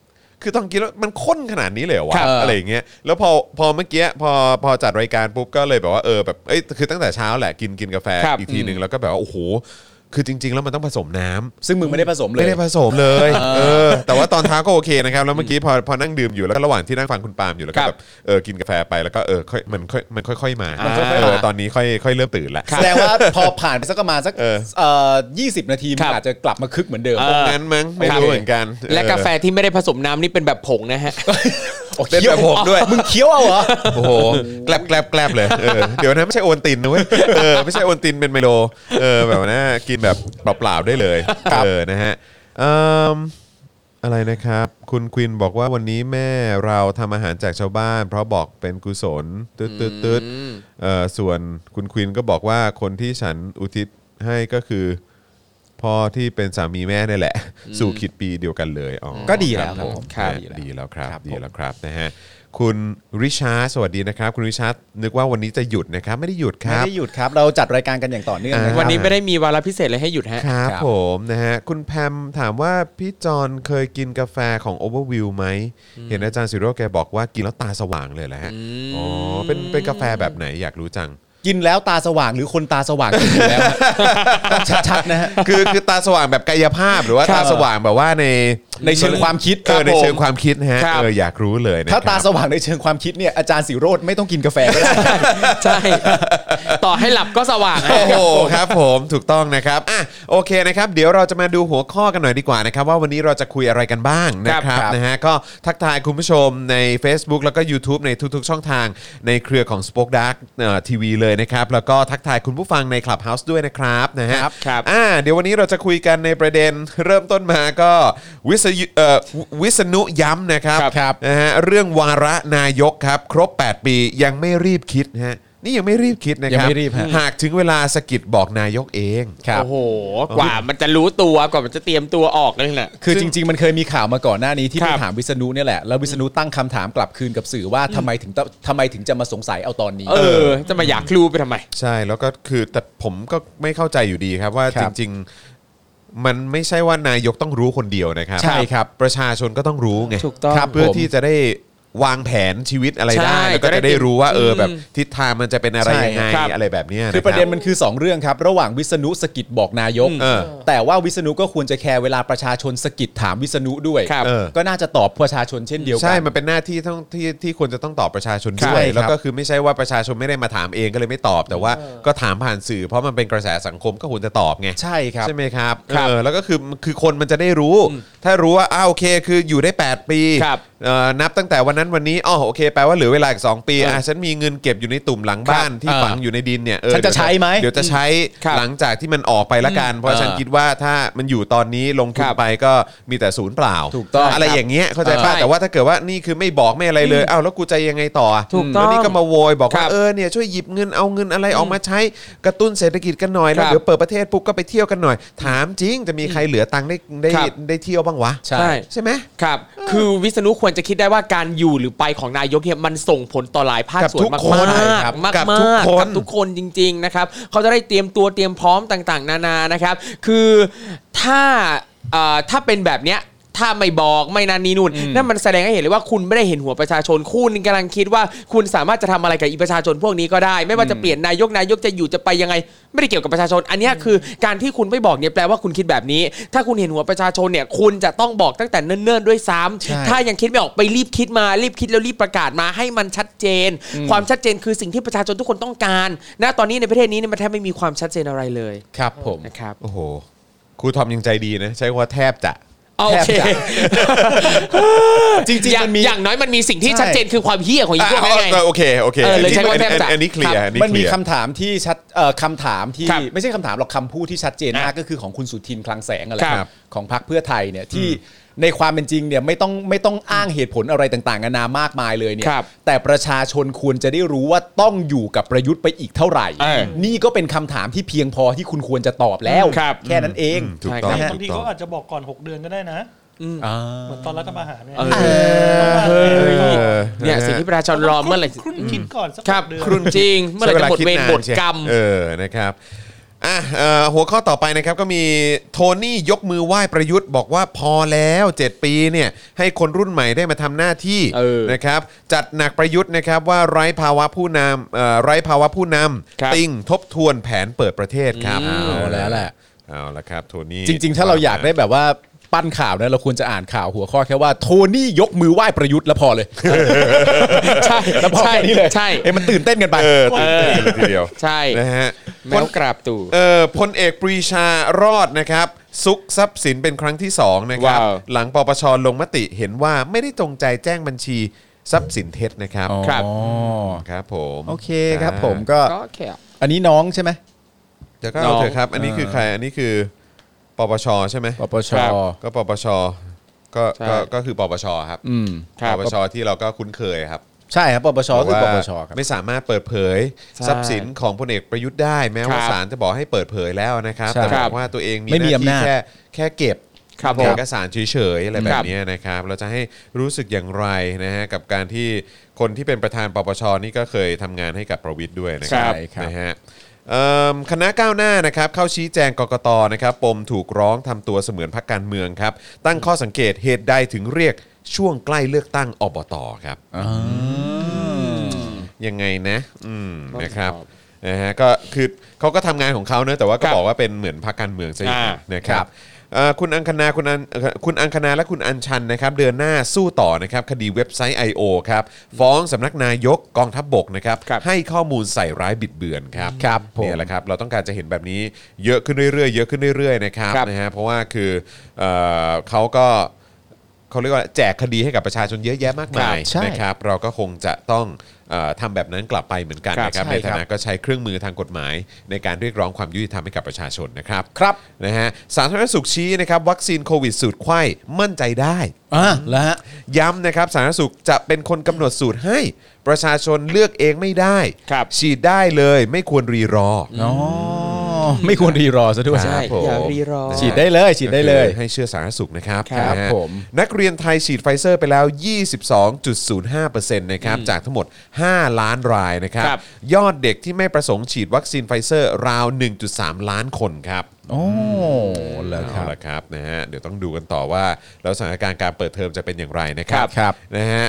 คือต้องกินแล้วมันข้นขนาดนี้เลยเหรอวะอะไรอย่างเงี้ยแล้วพอเมื่อกี้พอจัดรายการปุ๊บก็เลยแบบว่าแบบคือตั้งแต่เช้าแหละกินกาแฟอีกทีนึงแล้วก็แบบว่าโอ้โหคือจริงๆแล้วมันต้องผสมน้ำซึ่งมึงไม่ได้ผสมเลยไม่ได้ผสมเลยแต่ว่าตอนเช้าก็โอเคนะครับแล้วเมื่อกี้พอนั่งดื่มอยู่แล้วก็ระหว่างที่นั่งฟังคุณปาล์มอยู่แล้วก็แบบกินกาแฟไปแล้วก็มันค่อยมาตอนนี้ค่อยเริ่มตื่นแล้วแสดงว่าพอผ่านไปสักประมาณสัก20 นาทีมันอาจจะกลับมาคึกเหมือนเดิมงั้นมั้งไม่รู้เหมือนกันและกาแฟที่ไม่ได้ผสมน้ำนี่เป็นแบบผงนะฮะเป็นแบบผงด้วยมึงเคี้ยวเอาเหรอโอ้โหแกลบเลยเดี๋ยวนะไม่ใช่โอนตินนะเว้ยไม่ใช่โอนตินเป็นไมโลแบบนั้นกินแบบเปล่าๆได้เลยนะฮะอะไรนะครับคุณควินบอกว่าวันนี้แม่เราทำอาหารจากชาวบ้านเพราะบอกเป็นกุศลตืดส่วนคุณควินก็บอกว่าคนที่ฉันอุทิศให้ก็คือพ่อที่เป็นสามีแม่นี่แหละสู่คิดปีเดียวกันเลยก็ดีแล้วดีแล้วครับนะฮะคุณริชาร์ดสวัสดีนะครับคุณริชาร์ดนึกว่าวันนี้จะหยุดนะครับไม่ได้หยุดครับไม่ได้หยุดครับเราจัดรายการกันอย่างต่อเนื่องวันนี้ไม่ได้มีวาระพิเศษเลยให้หยุดฮะครับผมนะฮะคุณแพมถามว่าพี่จอนเคยกินกาแฟของ Overview ไหมเห็นอาจารย์สิโรจน์แกบอกว่ากินแล้วตาสว่างเลยแหละฮะเป็นกาแฟแบบไหนอยากรู้จังกินแล้วตาสว่างหรือคนตาสว่างกินแล้วชัดๆนะฮะคือตาสว่างแบบกายภาพหรือว่าตาสว่างแบบว่าในเชิงความคิดในเชิงความคิดนะฮะอยากรู้เลยนะถ้าตาสว่างในเชิงความคิดเนี่ยอาจารย์สิโรจน์ไม่ต้องกินกาแฟก็ได้ใช่ต่อให้หลับก็สว่างโอ้โหครับผมถูกต้องนะครับโอเคนะครับเดี๋ยวเราจะมาดูหัวข้อกันหน่อยดีกว่านะครับว่าวันนี้เราจะคุยอะไรกันบ้างนะครับนะฮะก็ทักทายคุณผู้ชมใน Facebook แล้วก็ YouTube ในทุกๆช่องทางในเครือของ Spoke Dark TV เลยนะครับแล้วก็ทักทายคุณผู้ฟังใน Clubhouse ด้วยนะครับนะฮะเดี๋ยววันนี้เราจะคุยกันในประเด็นเริ่มต้นมาก็วิษณุย้ำนะครับนะฮะเรื่องวาระนายกครับครบ8ปียังไม่รีบคิดฮะนี่ยังไม่รีบคิดนะครับหากถึงเวลาสกิดบอกนายกเองโอ้โหกว่ามันจะรู้ตัวกว่ามันจะเตรียมตัวออกนั่นแหละคือจริงๆมันเคยมีข่าวมาก่อนหน้านี้ที่ไปถามวิษณุเนี่ยแหละแล้ววิษณุตั้งคำถามกลับคืนกับสื่อว่าทำไมถึงจะมาสงสัยเอาตอนนี้จะมาอยากรู้ไปทำไมใช่แล้วก็คือแต่ผมก็ไม่เข้าใจอยู่ดีครับว่าจริงๆมันไม่ใช่ว่านายกต้องรู้คนเดียวนะครับใช่ครับประชาชนก็ต้องรู้ไงถูกต้องเพื่อที่จะได้วางแผนชีวิตอะไรได้แล้วก็จะได้รู้ว่าแบบทิศทางมันจะเป็นอะไรยังไงอะไรแบบนี้คือประเด็นมันคือ2เรื่องครับระหว่างวิษณุสกิดบอกนายกแต่ว่าวิษณุก็ควรจะแคร์เวลาประชาชนสกิดถามวิษณุด้วยก็น่าจะตอบประชาชนเช่นเดียวกันใช่มันเป็นหน้าที่ที่ควรจะต้องตอบประชาชนด้วยแล้วก็คือไม่ใช่ว่าประชาชนไม่ได้มาถามเองก็เลยไม่ตอบแต่ว่าก็ถามผ่านสื่อเพราะมันเป็นกระแสสังคมก็ควรจะตอบไงใช่ครับใช่ไหมครับแล้วก็คือคนมันจะได้รู้ถ้ารู้ว่าโอเคคืออยู่ได้8ปีนับตั้งแต่วันนั้นวันนี้โอเคแปลว่าเหลือเวลาอีก2ปีฉันมีเงินเก็บอยู่ในตุ่มหลังบ้านที่ฝังอยู่ในดินเนี่ยฉันจะใช้ไหมเดี๋ยวจะใช้หลังจากที่มันออกไปละกันเพราะฉันคิดว่าถ้ามันอยู่ตอนนี้ลงทุนไปก็มีแต่ศูนย์เปล่าถูกต้องอะไรอย่างเงี้ยเข้าใจป่ะแต่ว่าถ้าเกิดว่านี่คือไม่บอกไม่อะไรเลยแล้วกูจะยังไงต่อแล้วนี่ก็มาโวยบอกว่าเนี่ยช่วยหยิบเงินเอาเงินอะไรออกมาใช้กระตุ้นเศรษฐกิจกันหน่อยแล้วเดี๋ยวเปิดประเทศปุ๊บก็ไปเที่ยวกันหน่อยถามจริงจะมีใครเหลือตังค์ได้เที่ยวบ้างวะใช่ไหมครับคือวิษณุควรจะคิดได้ว่าการอยู่หรือไปของนายกเนี่ยมันส่งผลต่อหลายภาคส่วนมากกับทุกคนจริงๆนะครับเขาจะได้เตรียมตัวเตรียมพร้อมต่างๆนานานะครับคือถ้าเป็นแบบเนี้ยถ้าไม่บอกไม่นานนี้นู่นนั่นมันแสดงให้เห็นเลยว่าคุณไม่ได้เห็นหัวประชาชนคุณกำลังคิดว่าคุณสามารถจะทำอะไรกับประชาชนพวกนี้ก็ได้ไม่ว่าจะเปลี่ยนนายกจะอยู่จะไปยังไงไม่ได้เกี่ยวกับประชาชนอันนี้คือการที่คุณไม่บอกเนี่ยแปลว่าคุณคิดแบบนี้ถ้าคุณเห็นหัวประชาชนเนี่ยคุณจะต้องบอกตั้งแต่เนิ่นๆด้วยซ้ำถ้ายังคิดไม่ออกไปรีบคิดมารีบคิดแล้วรีบประกาศมาให้มันชัดเจนความชัดเจนคือสิ่งที่ประชาชนทุกคนต้องการณตอนนี้ในประเทศนี้มันแทบไม่มีความชัดเจนอะไรเลยครับผมนะครับโอ้โหครูทอมยังใจดีนะใช้ว่าแทบจะโอเคจริงๆมันมีอย่างน้อยมันมีสิ่งที่ชัดเจนคือความเหี้ยของอีกพวกนั้นไงโอเคเลยใช้ว่าแทบจะอันนี้เคลียร์มันมีคำถามที่ชัดคำถามที่ไม่ใช่คำถามหรอกคำพูดที่ชัดเจนมากก็คือของคุณสุทินคลังแสงอะไรของพรรคเพื่อไทยเนี่ยที่ในความเป็นจริงเนี่ยไม่ต้องอ้างเหตุผลอะไรต่างๆนานามากมายเลยเนี่ยแต่ประชาชนควรจะได้รู้ว่าต้องอยู่กับประยุทธ์ไปอีกเท่าไหร่นี่ก็เป็นคำถามที่เพียงพอที่คุณควรจะตอบแล้วแค่นั้นเองถูกต้องบางทีเขาอาจจะบอกก่อน6 เดือนก็ได้นะเหมือนตอนรัฐประหารเนี่ยเนี่ยสิ่งที่ประชาชนรอเมื่อไหร่คุณคิดก่อนสักเดือนคุณจริงเมื่อไหร่จะหมดเวรหมดกรรมนะครับหัวข้อต่อไปนะครับก็มีโทนี่ยกมือไหว้ประยุทธ์บอกว่าพอแล้ว7ปีเนี่ยให้คนรุ่นใหม่ได้มาทำหน้าที่นะครับจัดหนักประยุทธ์นะครับว่าไร้ภาวะผู้นำติ่งทบทวนแผนเปิดประเทศครับเอาแล้วแหละเอาละครับโทนี่จริงๆถ้าเราอยากได้แบบว่าปั้นข่าวนะเราควรจะอ่านข่าวหัวข้อแค่ว่าโทนี่ยกมือไหว้ประยุทธ์แล้วพอเลยใช่แล้วพอแค่นี้เลยใช่มันตื่นเต้นกันไปตื่นเต้นเลยทีเดียวใช่นะฮะแมวกราบตู่พลเอกปรีชารอดนะครับซุกทรัพย์สินเป็นครั้งที่2นะครับหลังปปชลงมติเห็นว่าไม่ได้จงใจแจ้งบัญชีทรัพย์สินเท็จนะครับครับผมโอเคครับผมก็อันนี้น้องใช่ไหมเดี๋ยวก็เอาเถอะครับอันนี้คือใครอันนี้คือปปชใช่ไหมปปชก็ปปชก็คือปปชครับปปชที่เราก็คุ้นเคยครับใช่ครับปปชคือปปชครับไม่สามารถเปิดเผยทรัพย์สินของพลเอกประยุทธ์ได้แม้ว่าศาลจะบอกให้เปิดเผยแล้วนะครับแต่บอกว่าตัวเองมีหน้าที่แค่เก็บเอกสารเฉยๆอะไรแบบนี้นะครับเราจะให้รู้สึกอย่างไรนะฮะกับการที่คนที่เป็นประธานปปชนี่ก็เคยทำงานให้กับประวิตรด้วยนะครับนะฮะคณะก้าวหน้านะครับเข้าชี้แจงกกตนะครับปมถูกร้องทำตัวเสมือนพรรคการเมืองครับตั้งข้อสังเกตเหตุใดถึงเรียกช่วงใกล้เลือกตั้งอบต.ครับยังไงนะนะครับนะฮะก็คือเขาก็ทำงานของเขาเนอะแต่ว่าก็บอกว่าเป็นเหมือนพรรคการเมืองซะอีกนะครับคุณอังคณาและคุณอัญชันนะครับเดินหน้าสู้ต่อนะครับคดีเว็บไซต์ I.O. ครับฟ้องสำนักนายกกองทัพบกนะครับให้ข้อมูลใส่ร้ายบิดเบือนครับนี่แหละครับเราต้องการจะเห็นแบบนี้เยอะขึ้นเรื่อยๆนะครับนะฮะเพราะว่าคือเขาเรียกว่าแจกคดีให้กับประชาชนเยอะแยะมากมายนะครับเราก็คงจะต้องทำแบบนั้นกลับไปเหมือนกันนะครับในฐานะก็ใช้เครื่องมือทางกฎหมายในการเรียกร้องความยุติธรรมให้กับประชาชนนะครับนะฮะสาธารณสุขชี้นะครับวัคซีนโควิดสูตรไข้มั่นใจได้แล้วย้ำนะครับสาธารณสุขจะเป็นคนกำหนดสูตรให้ประชาชนเลือกเองไม่ได้ฉีดได้เลยไม่ควรรีรอไม่ควรรีรอซะด้วยอย่ารีรอฉีดได้เลยให้เชื่อสาธารณสุขนะครับผมนักเรียนไทยฉีดไฟเซอร์ไปแล้ว 22.05% นะครับจากทั้งหมด5ล้านรายนะครับยอดเด็กที่ไม่ประสงค์ฉีดวัคซีนไฟเซอร์ราว 1.3 ล้านคนครับแล้วครับนะฮะเดี๋ยวต้องดูกันต่อว่าแล้วสถานการณ์การเปิดเทอมจะเป็นอย่างไรนะครับนะฮะ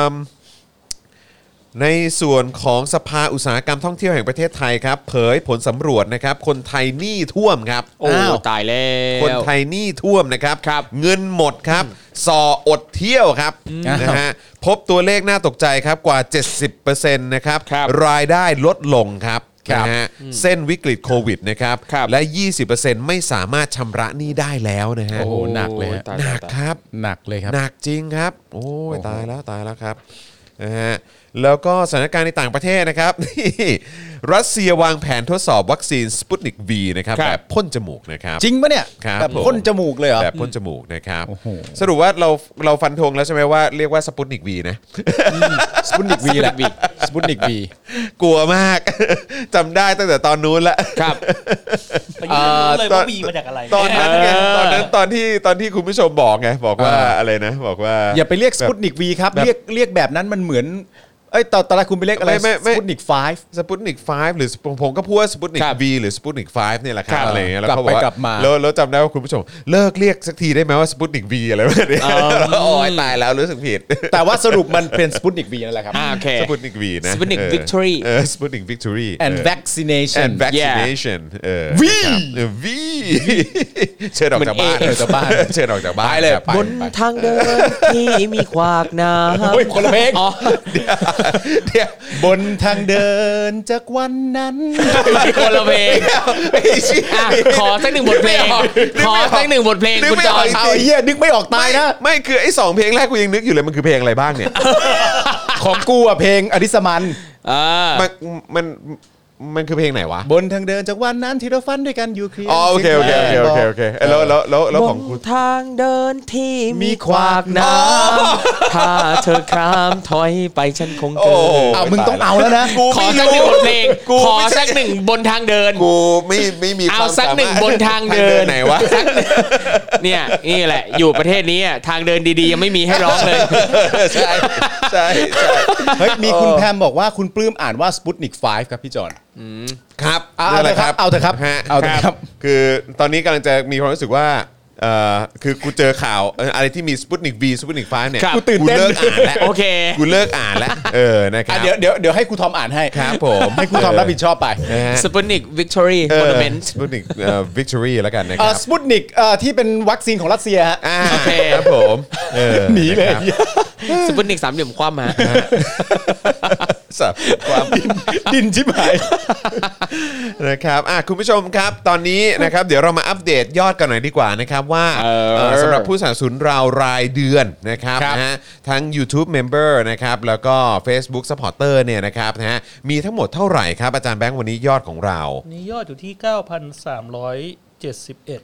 ในส่วนของสภาอุตสาหกรรมท่องเที่ยวแห่งประเทศไทยครับเผยผลสำรวจนะครับคนไทยหนี้ท่วมครับตายแล้วคนไทยหนี้ท่วมนะครับเงินหมดครับส่ออดเที่ยวครับนะฮะพบตัวเลขน่าตกใจครับกว่า 70% นะครับรายได้ลดลงครับนะฮะเส้นวิกฤตโควิดนะครับและ 20% ไม่สามารถชำระหนี้ได้แล้วนะฮะโอ้หนักเลยหนักครับหนักเลยครับหนักจริงครับโอ้ยตายแล้วครับนะฮะแล้วก็สถานการณ์ในต่างประเทศนะครับรัสเซียวางแผนทดสอบวัคซีนสปุตนิก V นะครับแบบพ่นจมูกนะครับจริงปะเนี่ยแบบพ่นจมูกเลยเหรอแบบพ่นจมูกนะครับสรุปว่าเราฟันธงแล้วใช่ไหมว่าเรียกว่าสปุตนิก V นะสปุตนิก V แหละสปุตนิก V กลัวมากจำได้ตั้งแต่ตอนนู้นแล้วครับเลยว่า V มาจากอะไรตอนนั้นตอนที่คุณผู้ชมบอกไงบอกว่าอะไรนะบอกว่าอย่าไปเรียกสปุตนิก V ครับเรียกแบบนั้นมันเหมือนตอนแรกคุณไปเรียกอะไรสปุตนิก5 สปุตนิก5หรือผมก็พูดว่าสปุตนิก V หรือสปุตนิก5เนี่ยแหละครับอะไรเงี้ยแล้วเขาบอกว่าแล้วจำได้ว่าคุณผู้ชมเลิกเรียกสักทีได้ไหมว่าสปุตนิก V อะไรแบบนี้โอ้ยตายแล้วรู้สึกผิดแต่ว่าสรุปมันเป็นสปุตนิก V นั่นแหละครับสปุตนิก V นะสปุตนิก Victory สปุตนิก Victory and vaccination V เชิญออกจากบ้านเชิญออกจากบ้านเลยบนทางเดินที่มีขวากน้ำคนละเพลงบนทางเดินจากวันนั้นคนละเพลงขอสักหนึ่งบทเพลงคุณจอยเอาเหี้ยนึกไม่ออกตายนะไม่คือไอ้2เพลงแรกกูยังนึกอยู่เลยมันคือเพลงอะไรบ้างเนี่ยของกูอ่ะเพลงอดิสมันมันคือเพลงไหนวะบนทางเดินจากวันนั้นที่เราฝันด้วยกันอยู่เคียงโอเคแล้วของคุณทางเดินที่มีขวากน้ำถ้าเธอข้ามถอยไปฉันคงเกินมึงต้องเอาแล้วนะขอสักหนึ่งบทเพลงขอสักหนึ่งบนทางเดินกูไม่มีเอาสักหนึ่งบนทางเดินไหนวะเนี่ยนี่แหละอยู่ประเทศนี้ทางเดินดีๆยังไม่มีให้ร้องเลยใช่เฮ้ยมีคุณแพมบอกว่าคุณปลื้มอ่านว่าสปุตนิก5ครับพี่จอนครับเอาเถอะครับเอาเถอะครับฮะเอาเถอะครับคือตอนนี้กำลังจะมีความรู้สึกว่าคือกูเจอข่าวอะไรที่มี Sputnik V Sputnik 5เนี่ยกูตื่นเต้นเลิกอ่านแล้วโอเคกูเลิกอ่านแล้วนะครับเดี๋ยวให้ครูทอมอ่านให้ครับผมให้ครูทอมรับผิดชอบไปนะฮะ Sputnik Victory เออ Monument Sputnik Victory แล้วกันนะครับสปุตนิกที่เป็นวัคซีนของรัสเซียฮะโอเคครับผมหนีเลยนะครับ Sputnik 3 เหลี่ยมคว่ำฮะสับความดินชิบหายนะครับคุณผู้ชมครับตอนนี้นะครับเดี๋ยวเรามาอัปเดตยอดกันหน่อยดีกว่านะครับว่าสำหรับผู้สนับสนุนเรารายเดือนนะครับนะฮะทั้ง YouTube Member นะครับแล้วก็ Facebook Supporter เนี่ยนะครับนะฮะมีทั้งหมดเท่าไหร่ครับอาจารย์แบงค์วันนี้ยอดของเรานี่ยอดอยู่ที่ 9,371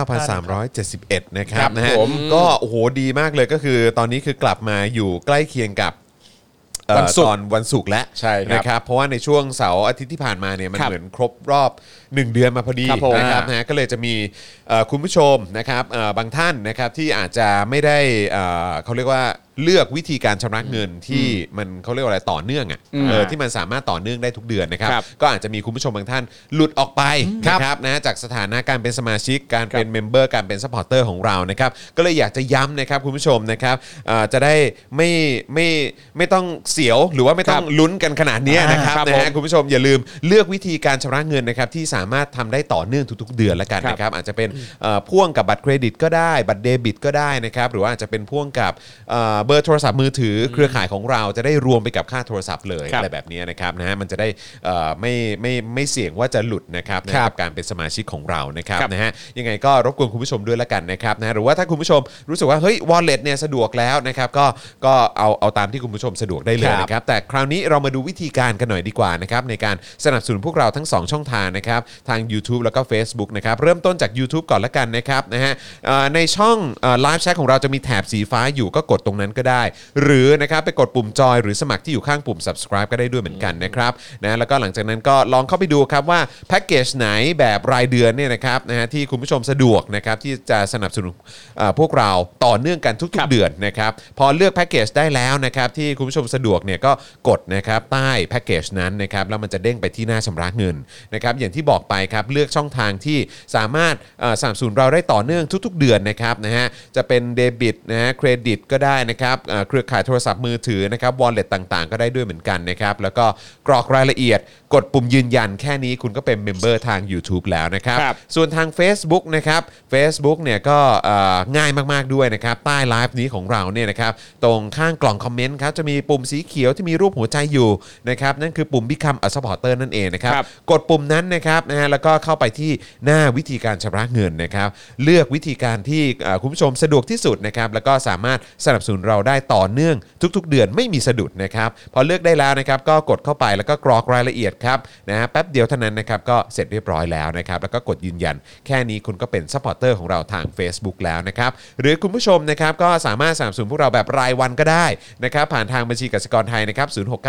9,371 นะคครัรับบ นะฮะผมก็โอ้โหดีมากเลยก็คือตอนนี้คือกลับมาอยู่ใกล้เคียงกับวันศุกร์ตอนวันศุกร์แล้วใช่ครับนะครับเพราะว่าในช่วงเสาร์อาทิตย์ที่ผ่านมาเนี่ยมันครับเหมือนครบรอบ 1 เดือนมาพอดีครับผมนะครับนะก็เลยจะมีคุณผู้ชมนะครับบางท่านนะครับที่อาจจะไม่ได้เขาเรียกว่าเลือกวิธีการชำระเงินที่มันเขาเรียกว่าอะไรต่อเนื่องที่มันสามารถต่อเนื่องได้ทุกเดือนนะครับครับก็อาจจะมีคุณผู้ชมบางท่านหลุดออกไปนะครับนะจากสถานะการเป็นสมาชิกการเป็นเมมเบอร์การเป็นซัพพอร์เตอร์ของเรานะครับก็เลยอยากจะย้ำนะครับคุณผู้ชมนะครับจะได้ไม่ต้องเสียวหรือว่าไม่ต้องลุ้นกันขนาดนี้นะครับครับนะฮะผมคุณผู้ชมอย่าลืมเลือกวิธีการชำระเงินนะครับที่สามารถทำได้ต่อเนื่องทุกๆเดือนละกันนะครับอาจจะเป็นพ่วงกับบัตรเครดิตก็ได้บัตรเดบิตก็ได้นะครับหรือว่าอาจจะเป็นพ่วงกับเบอร์โทรศัพท์มือถือเครือข่ายของเราจะได้รวมไปกับค่าโทรศัพท์เลยครับอะไรแบบนี้นะครับนะฮะมันจะได้ไม่เสี่ยงว่าจะหลุดนะครับนะกับการเป็นสมาชิกของเรานะครับครับนะฮะยังไงก็รบกวนคุณผู้ชมด้วยละกันนะครับนะหรือว่าถ้าคุณผู้ชมรู้สึกว่าเฮ้ย wallet เนี่ยสะดวกแล้วนะครับก็เอาตามที่คุณผู้ชมสะดวกได้เลยนะครับแต่คราวนี้เรามาดูวิธีการกันหน่อยดีกว่านะครับในการสนับสนุนพวกเราทั้ง2ช่องทางนะครับทาง YouTube แล้วก็ Facebook นะครับเริ่มต้นจาก YouTube ก่อนละกันนะครับนะฮะในช่องไลฟ์แชทของเราจะมีแถบสีฟ้าอยู่ก็กดตรงนั้นก็ได้หรือนะครับไปกดปุ่มจอยหรือสมัครที่อยู่ข้างปุ่ม subscribe ก็ได้ด้วยเหมือนกันนะครับนะแล้วก็หลังจากนั้นก็ลองเข้าไปดูครับว่าแพ็กเกจไหนแบบรายเดือนเนี่ยนะครับนะฮะที่คุณผู้ชมสะดวกนะครับที่จะสนับสนุนพวกเราต่อเนื่องกันทุกๆเดือนนะครับพอเลือกแพ็กเกจได้แล้วนะครับที่คุณผู้ชมสะดวกเนี่ยก็กดนะครับใต้แพ็กเกจนั้นนะครับแล้วมันจะเด้งไปที่หน้าชำระเงินนะครับอย่างที่บอกไปครับเลือกช่องทางที่สามารถสนับสนุนเราได้ต่อเนื่องทุกๆเดือนนะครับนะฮะจะเป็นเดบิตนะฮะเครดิตก็ได้นะครับเครือข่ายโทรศัพท์มือถือนะครับวอลเล็ตต่างๆก็ได้ด้วยเหมือนกันนะครับแล้วก็กรอกรายละเอียดกดปุ่มยืนยันแค่นี้คุณก็เป็นเมมเบอร์ทาง YouTube แล้วนะครับครับส่วนทาง Facebook นะครับ Facebook เนี่ยก็ง่ายมากๆด้วยนะครับใต้ไลฟ์นี้ของเราเนี่ยนะครับตรงข้างกล่องคอมเมนต์ครับจะมีปุ่มสีเขียวที่มีรูปหัวใจอยู่นะครับนั่นคือปุ่ม Become a Supporter นั่นเองนะครับครับกดปุ่มนั้นนะครับนะฮะแล้วก็เข้าไปที่หน้าวิธีการชำระเงินนะครับเลือกวิธีการที่คุณผู้ชมสะดวกที่สุดนะครับแล้วก็สามารถสนับสนุนเราได้ต่อเนื่องทุกๆเดือนไม่มีสะดุดนะครับพอเลือกได้แล้วนะครับก็กดเข้าไปแล้วก็กรอกรายละเอียดครับนะฮะแป๊บเดียวเท่านั้นนะครับก็เสร็จเรียบร้อยแล้วนะครับแล้วก็กดยืนยันแค่นี้คุณก็เป็นซัพพอร์เตอร์ของเราทาง Facebook แล้วนะครับหรือคุณผู้ชมนะครับก็สามารถสนับสนุนพวกเราแบบรายวันก็ได้นะครับผ่านทางบัญชีกสิกรไทยนะครับ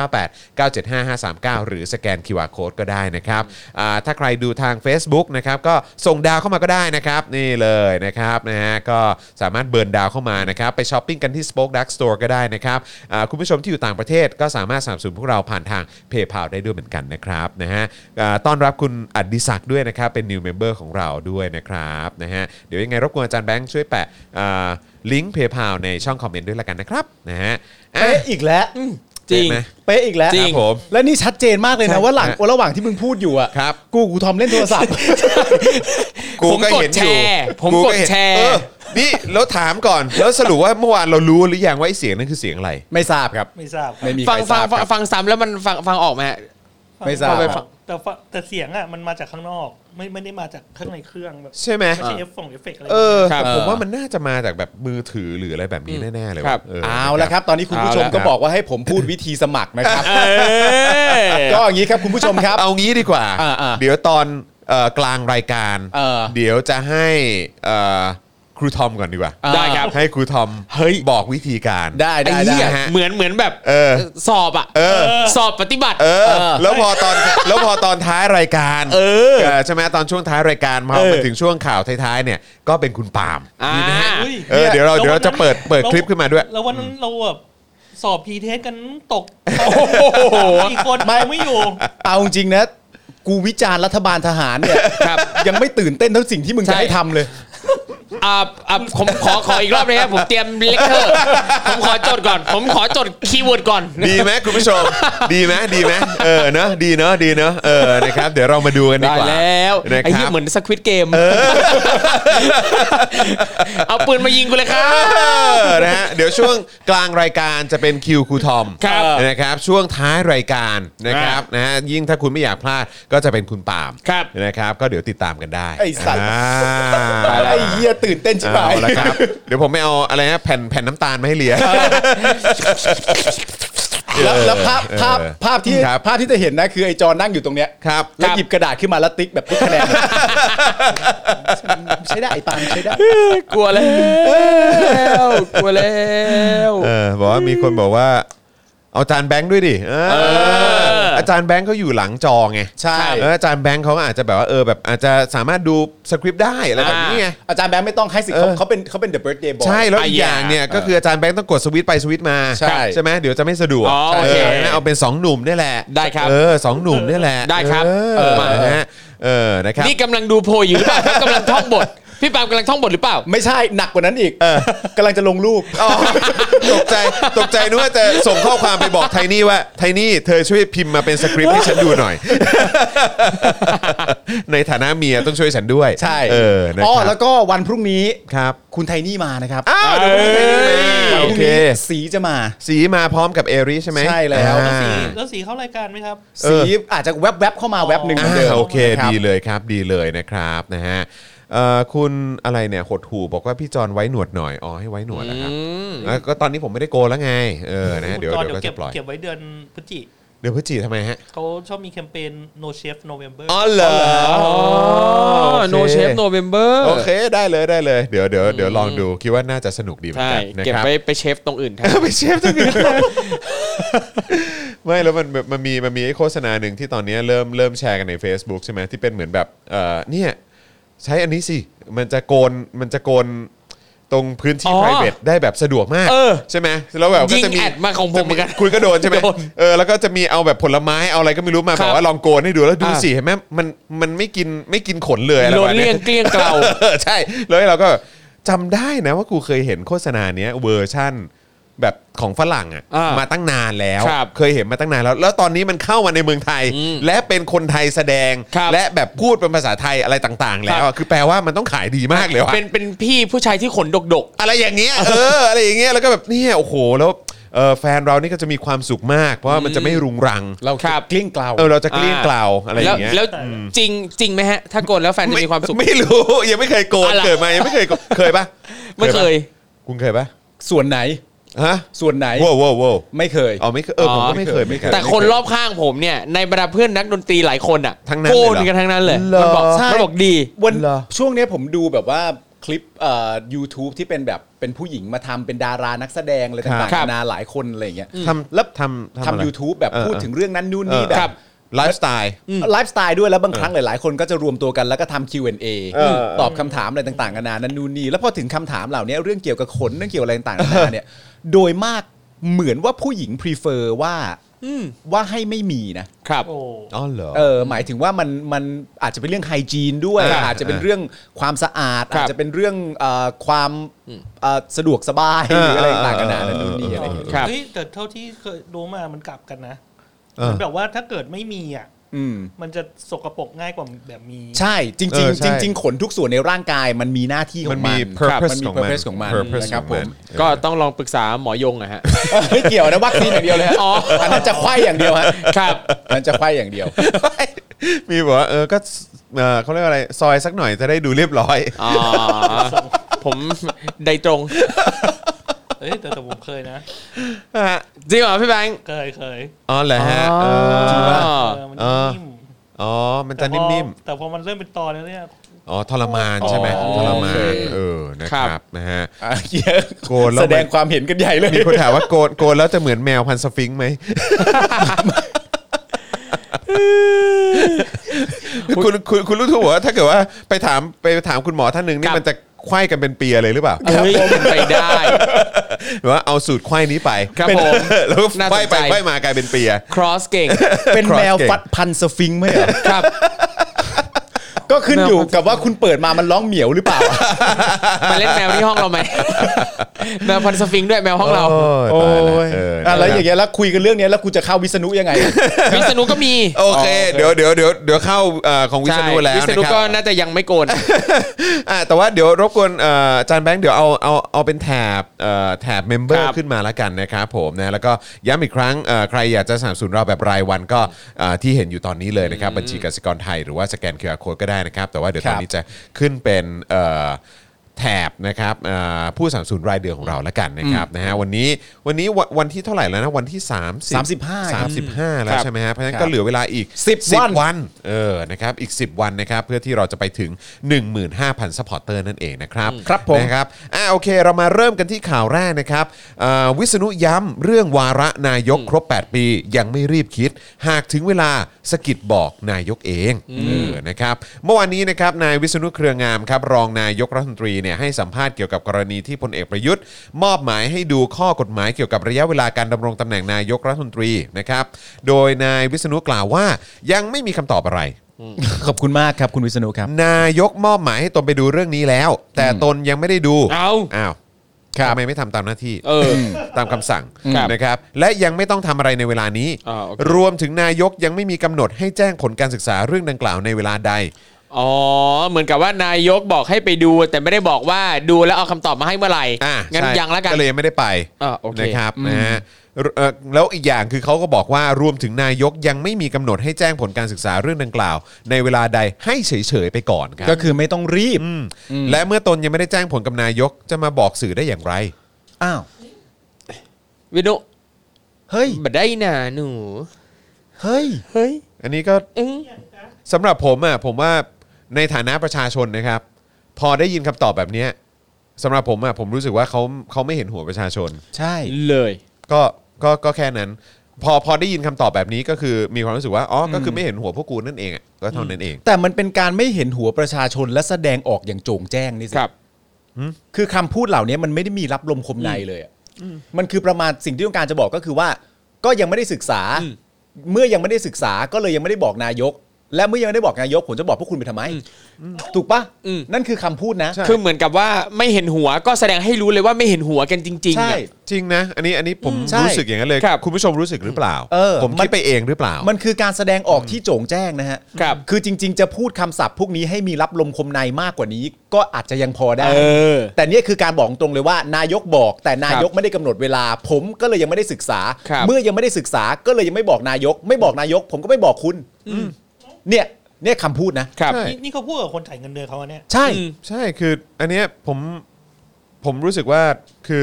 0698975539หรือสแกน QR Code ก็ได้นะครับถ้าใครดูทาง Facebook นะครับก็ส่งดาวเข้ามาก็ได้นะครับนี่เลยนะครับนะฮะก็สามารถเบิร์นดาวเข้ามานะครับไปช้อปปิ้งกันที่ Spoke Dark Store ก็ได้นะครับคุณผู้ชมที่อยู่ต่างประเทศก็สามารถสนับสนุนพวกเราผ่านทาง PayPal ได้ด้วยเหมือนกันนะครับนะฮะต้อนรับคุณอดิศักดิ์ด้วยนะครับเป็น New Member ของเราด้วยนะครับนะฮะเดี๋ยวยังไงรบกวนอาจารย์แบงค์ช่วยแปะลิงก์ PayPal ในช่องคอมเมนต์ด้วยละกันนะครับนะฮะเป๊ะอีกแล้วจริงเป๊ะไหมเป๊ะอีกแล้วจริงครับผมและนี่ชัดเจนมากเลยใช่นะว่าระหว่างที่มึงพูดอยู่อ่ะครับกูทอมเล่นโทรศัพท์กูก็เห็นอยู่ผมกดแชร์นี่แล้วถามก่อนแล้วสรุปว่าเมื่อวานเรารู้หรือยังว่าไอ้เสียงนั้นคือเสียงอะไรไม่ทราบครับไม่ทราบครับไม่มีใคฟัรง ทราบครับฟังซ้ำแล้วมันฟังออกไหมฮะไม่ทราบไปคฟัรับงแต่เสียงอ่ะมันมาจากข้างนอกไม่ได้มาจากข้างในเครื่องแบบใช่ไหมไม่ใช่เอฟเฟกต์อะไรครับผมว่ามันน่าจะมาจากแบบมือถือหรืออะไรแบบนี้แน่ๆเลยครับว่ะเอาละครับ ตอนนี้คุณผู้ชมเอาละก็บอกว่าให้ผมพูดวิธีสมัครนะครับเออก็อย่างนี้ครับคุณผู้ชมครับเอางี้ดีกว่า เดี๋ยวตอนกลางรายการ เดี๋ยวจะให้ครูทอมก่อนดีกว่าได้ครับให้ครูทอมเฮ้ยบอกวิธีการได้ไอ้ได้เหี้ยได้ฮะเหมือนแบบ สอบอ่ะสอบปฏิบัติแล้วพอตอนท้ายรายการใช่ไหมตอนช่วงท้ายรายการมาถึงช่วงข่าวท้ายๆเนี่ยก็เป็นคุณปาล์มดีไหมฮะฮ้ยเดี๋ยวเราจะเปิดคลิปขึ้นมาด้วยแล้ววันนั้นเราแบบสอบพีเทสกันตกโอ้โหกี่คนไม่อยู่เอาจริงๆนะกูวิจารณ์รัฐบาลทหารเนี่ยยังไม่ตื่นเต้นเท่าสิ่งที่มึงจะให้ทำเลยผมขออีกรอบเลยครับผมเตรียมเลคเชอร์ผมขอจดก่อนผมขอจดคีย์เวิร์ดก่อนดีไหมคุณผู้ชมดีไหมเนอะดีเนอะนะครับเดี๋ยวเรามาดูกันดีกว่าแล้วไอ้เหี้ยเหมือนสควิดเกมเอาปืนมายิงกูเลยครับนะฮะเดี๋ยวช่วงกลางรายการจะเป็นคิวครูทอมนะครับช่วงท้ายรายการนะครับนะฮะยิ่งถ้าคุณไม่อยากพลาดก็จะเป็นคุณปาล์มนะครับก็เดี๋ยวติดตามกันได้ไอ้สัตว์ไอ้เหี้ยตื่นเต้นชิบหายแล้วครับเดี๋ยวผมไม่เอาอะไรนะแผ่นน้ำตาลมาให้เลียแล้วภาพที่จะเห็นนะคือไอ้จอนั่งอยู่ตรงเนี้ยแล้วหยิบกระดาษขึ้นมาแล้วติ๊กแบบติ๊กคะแนนใช้ได้ไอ้ปาล์มใช้ได้กลัวแล้วบอกว่ามีคนบอกว่าเอาอาจารย์แบงค์ด้วยดิอาจารย์แบงค์เขาอยู่หลังจอไงใช่อาจารย์แบงค์เขาอาจจะแบบว่าแบบอาจจะสามารถดูสคริปต์ได้อะไรแบบนี้ไงอาจารย์แบงค์ไม่ต้องให้สิเขาเป็น The Birthday Boy ใช่แล้วอีกอย่างเนี่ยก็คืออาจารย์แบงค์ต้องกดสวิตช์ไปสวิตช์มาใช่ไหมเดี๋ยวจะไม่สะดวกเอาเป็น2หนุ่มนี่แหละได้ครับ 2หนุ่มนี่แหละได้ครับมาฮะนะครับนี่กำลังดูโพยอยู่หรือเปล่าครับกำลังท่องบทพี่ปาล์มกำลังท่องบทหรือเปล่าไม่ใช่หนักกว่านั้นอีกกำลังจะลงรูปตกใจนึกว่าจะส่งข้อความไปบอกไทนี่ว่าไทนี่เธอช่วยพิมพ์มาเป็นสคริปต์ให้ฉันดูหน่อยในฐานะเมียต้องช่วยฉันด้วยใช่แล้วก็วันพรุ่งนี้ครับคุณไทนี่มานะครับโอเคสีจะมาสีมาพร้อมกับเอริใช่ไหมใช่แล้วสีเข้ารายการไหมครับสีอาจจะแวบๆเข้ามาแวบนึงโอเคดีเลยครับดีเลยนะครับนะฮะคุณอะไรเนี่ยหดหูบอกว่าพี่จอนไว้หนวดหน่อยให้ไว้หนวดนะครับก็ตอนนี้ผมไม่ได้โกนแล้วไงนะเดี๋ยวก็จะปล่อยเก็บไว้เดือนพฤศจิกเดือนพฤศจิกทำไมฮะเขาชอบมีแคมเปญ No Chef November เหรอ No Chef November โอเคได้เลยเดี๋ยวลองดูคิดว่าน่าจะสนุกดีเหมือนกันนะครับเก็บไปเชฟตรงอื่นแทนไปเชฟตรงอื่นไม่แล้วมันมีไอ้โฆษณาหนึ่งที่ตอนนี้เริ่มแชร์กันใน Facebook ใช่ไหมที่เป็นเหมือนแบบเนี่ยใช้อันนี้สิมันจะโกนตรงพื้นที่ private ได้แบบสะดวกมากใช่ไหมแล้วแบบก็จะมีแอดมาของผมเหมือนกันคุณก็โดนใช่ไหมแล้วก็จะมีเอาแบบผลไม้เอาอะไรก็ไม่รู้มาแบบว่าลองโกนให้ดูแล้วดูสิเห็นไหมมันไม่กินขนเลยอะไรแบบนี้เกลี้ยงเกลาใช่แล้วเราก็จำได้นะว่ากูเคยเห็นโฆษณาเนี้ยเวอร์ชั่นแบบของฝรั่งมาตั้งนานแล้วเคยเห็นมาตั้งนานแล้วตอนนี้มันเข้ามาในเมืองไทยและเป็นคนไทยแสดงและแบบพูดเป็นภาษาไทยอะไรต่างๆแล้วคือแปลว่ามันต้องขายดีมากเลยว่ะเป็นพี่ผู้ชายที่ขนดกๆอะไรอย่างเงี้ยอะไรอย่างเงี้ยแล้วก็แบบเนี่ยโอ้โหแล้วแฟนเรานี่ก็จะมีความสุขมากเพราะว่ามันจะไม่รุงรังเราเกลี้ยงเกลาเราจะเกลี้ยงเกลาอะไรอย่างเงี้ยแล้วจริงไหมฮะถ้าโกนแล้วแฟนจะมีความสุขไม่รู้ยังไม่เคยโกนเกิดมายังไม่เคยปะไม่เคยคุณเคยปะส่วนไหนส่วนไหนว้ไม่เคยไม่เคยผมก็ไม่เคยแต่คนรอบข้างผมเนี่ยในบรรดาเพื่อนนักดนตรีหลายคนอ่ะโกนกันทั้งนั้นเลยมันบอกดีช่วงนี้ผมดูแบบว่าคลิปYouTube ที่เป็นแบบเป็นผู้หญิงมาทำเป็นดารานักแสดงอะไรต่างๆนานาหลายคนอะไรอย่างเงี้ยทำ YouTube แบบพูดถึงเรื่องนั้นนู่นนี่แบบไลฟ์สไตล์ด้วยแล้วบางครั้งหลายๆคนก็จะรวมตัวกันแล้วก็ทำ Q&A ตอบคำถามอะไรต่างๆนานานั่นนู่นนี่แล้วพอถึงคำถามเหล่านี้เรื่องเกี่ยวกับขนเรื่องเกี่ยวอะไรต่างๆนานาเนี่ยโดยมากเหมือนว่าผู้หญิง prefer ว่าให้ไม่มีนะครับเหรอหมายถึงว่ามันอาจจะเป็นเรื่องไฮจีนด้วยอาจจะเป็นเรื่องความสะอาดอาจจะเป็นเรื่องความสะดวกสบายหรืออะไรต่างๆนานานั่นนู่นนี่อะไรอย่างเงี้ยแต่เท่าที่เคยรู้มามันกลับกันนะมันแบบว่าถ้าเกิดไม่มีมันจะสกปรกง่ายกว่าแบบมีใช่จริงขนทุกส่วนในร่างกายมันมีหน้าที่ของมันมี purpose ของมันนะครับผมก็ต้องลองปรึกษาหมอยงฮะไม่เกี่ยวนะวัคซีนอย่างเดียวเลยฮะอันนั้นจะไข้อย่างเดียวฮะครับมันจะไข้อย่างเดียวมีบอกว่าก็เขาเรียกอะไรซอยสักหน่อยจะได้ดูเรียบร้อยผมได้ตรงแต่ผมเคยนะจริงเหรอพี่แบงค์เคยเหรอฮะจริงป่ะมันนิ่มมันจะนิ่มๆแต่พอมันเริ่มเป็นตอนแล้วเนี่ยทรมานใช่ไหมทรมานนะครับนะฮะโกนแสดงความเห็นกันใหญ่เลยมีคนถามว่าโกนแล้วจะเหมือนแมวพันธุ์สฟิงค์ไหมคุณรู้ถูกว่าถ้าเกิดว่าไปถามคุณหมอท่านหนึ่งนี่มันจะไขว้กันเป็นเปียเลยหรือเปล่าเฮ้ยเป็นไปได้หรือว่าเอาสูตรไขว้นี้ไปครับผมแล้วก็น่าไขว้สนไปใจไขว้มากลายเป็นเปีย cross เก่งเป็นแมว Cross เก่งฟัดพันสฟิงค์ไหมเหรอครับก็ขึ้นอยู่กับว่าคุณเปิดมามันร้องเหมียวหรือเปล่ามาเล่นแมวที่ห้องเราไหมแมวพันธุ์สฟิงค์ด้วยแมวห้องเราโอ้ตายละยนั่นแหละแล้วอย่างเงี้ยแล้วคุยกันเรื่องเนี้ยแล้วกูจะเข้าวิษณุยังไงวิษณุก็มีโอเคเดี๋ยวเข้าของวิษณุแล้ววิษนะณุคก็รับน่าจะยังไม่โกนแต่ว่าเดี๋ยวรบกวนอาจารย์แบงค์เดี๋ยวเอาเป็นแถบเมมเบอคร์รับขึ้นมาแล้วกันนะครับผมนะแล้วก็ย้ำอีกครั้งใครอยากจะสนับสนุนเราแบบรายวันก็ที่เห็นอยู่ตอนนี้เลยนะครับบัญชีกสิกรไทยหรือว่าสแกน QR Code ก็ได้นะครับแต่ว่าเดี๋ยวตอนนี้จะขึ้นเป็นแถบนะครับผู้สนับสนุนรายเดือนของเราแล้วกันนะครับนะฮะวันนี้วันที่เท่าไหร่แล้วนะวันที่35แล้วใช่ไหมฮะเพราะฉะนั้นก็เหลือเวลาอีก10 วันนะครับอีก10 วันนะครับเพื่อที่เราจะไปถึง 15,000 ซัพพอร์เตอร์นั่นเองนะครับครับผมนะครับโอเคเรามาเริ่มกันที่ข่าวแรกนะครับวิษณุย้ำเรื่องวาระนายกครบ8 ปียังไม่รีบคิดหากถึงเวลาสะกิดบอกนายกเองนะครับเมื่อวานนี้นะครับนายวิษณุเครืองามครับรองนายกรัฐมนตรีเนี่ยให้สัมภาษณ์เกี่ยวกับกรณีที่พลเอกประยุทธ์มอบหมายให้ดูข้อกฎหมายเกี่ยวกับระยะเวลาการดำรงตำแหน่งนายกรัฐมนตรีนะครับโดยนายวิษณุกล่าวว่ายังไม่มีคำตอบอะไรขอบคุณมากครับคุณวิษณุครับนายกมอบหมายให้ตนไปดูเรื่องนี้แล้ว แต่ตนยังไม่ได้ดูเอาอ้าวทำไมไม่ทำตามหน้าที่ ตามคำสั่งครับนะครับและยังไม่ต้องทำอะไรในเวลานี้โอเครวมถึงนายกยังไม่มีกำหนดให้แจ้งผลการศึกษาเรื่องดังกล่าวในเวลาใดอ๋อเหมือนกับว่านายกบอกให้ไปดูแต่ไม่ได้บอกว่าดูแล้วเอาคำตอบมาให้เมื่อไหร่งั้นใช่ยังแล้วกันก็เลยยังไม่ได้ไปโอเคนะครับนะฮะแล้วอีกอย่างคือเขาก็บอกว่ารวมถึงนายกยังไม่มีกำหนดให้แจ้งผลการศึกษาเรื่องดังกล่าว ในเวลาใดให้เฉยๆไปก่อนครับก็คือไม่ต้องรีบและเมื่อตนยังไม่ได้แจ้งผลกับนายกจะมาบอกสื่อได้อย่างไรอ้าววิษณุเฮ้ยบัดได้น่ะหนูเฮ้ยอันนี้ก็สำหรับผมว่าในฐานะประชาชนนะครับ พอได้ยินคำตอบแบบนี้สำหรับผมรู้สึกว่าเขาไม่เห็นหัวประชาชนใช่เลยก็แค่นั้น พอได้ยินคำตอบแบบนี้ก็คือมีความรู้สึกว่าก็คือไม่เห็นหัวพวกกูนั่นเองก็เท่านั้นเองแต่มันเป็นการไม่เห็นหัวประชาชนและแสดงออกอย่างโจ่งแจ้งนี่สิครับคือคำพูดเหล่านี้มันไม่ได้มีรับลมคมในเลยอะมันคือประมาณสิ่งที่ต้องการจะบอกก็คือว่า ก็ยังไม่ได้ศึกษา เมื่อยังไม่ได้ศึกษาก็เลยยังไม่ได้บอกนายก และเมื่อยังไม่ได้บอกนายกผมจะบอกพวกคุณไปทำไม ถูกปะนั่นคือคำพูดนะคือเหมือนกับว่าไม่เห็นหัวก็แสดงให้รู้เลยว่าไม่เห็นหัวกันจริงๆใช่อะจริงนะอันนี้ผมใช่รู้สึกอย่างนั้นเลยครับคุณผู้ชมรู้สึกหรือเปล่า ผมมัคิดนไปเองหรือเปล่ามันคือการแสดงออกที่โจ่งแจ้งนะฮะครับคือจริง ๆ จะพูดคำศัพท์พวกนี้ให้มีรับลมคมในมากกว่านี้ ก็อาจจะยังพอได้อแต่เนี่ยคือการบอกตรงเลยว่านายกบอกแต่นายกไม่ได้กำหนดเวลา ผมก็เลยยังไม่ได้ศึกษาครับเมื่อยังไม่ได้ศึกษาก็เลยยังไม่บอกนายก ไม่บอกนายก ผมก็ไม่บอกคุณเนี่ยคำพูดนะครับใช่นี่เขาพูดกับคนจ่ายเงินเดือนเขาอะเนี่ยใช่ใช่คืออันเนี้ยผมรู้สึกว่า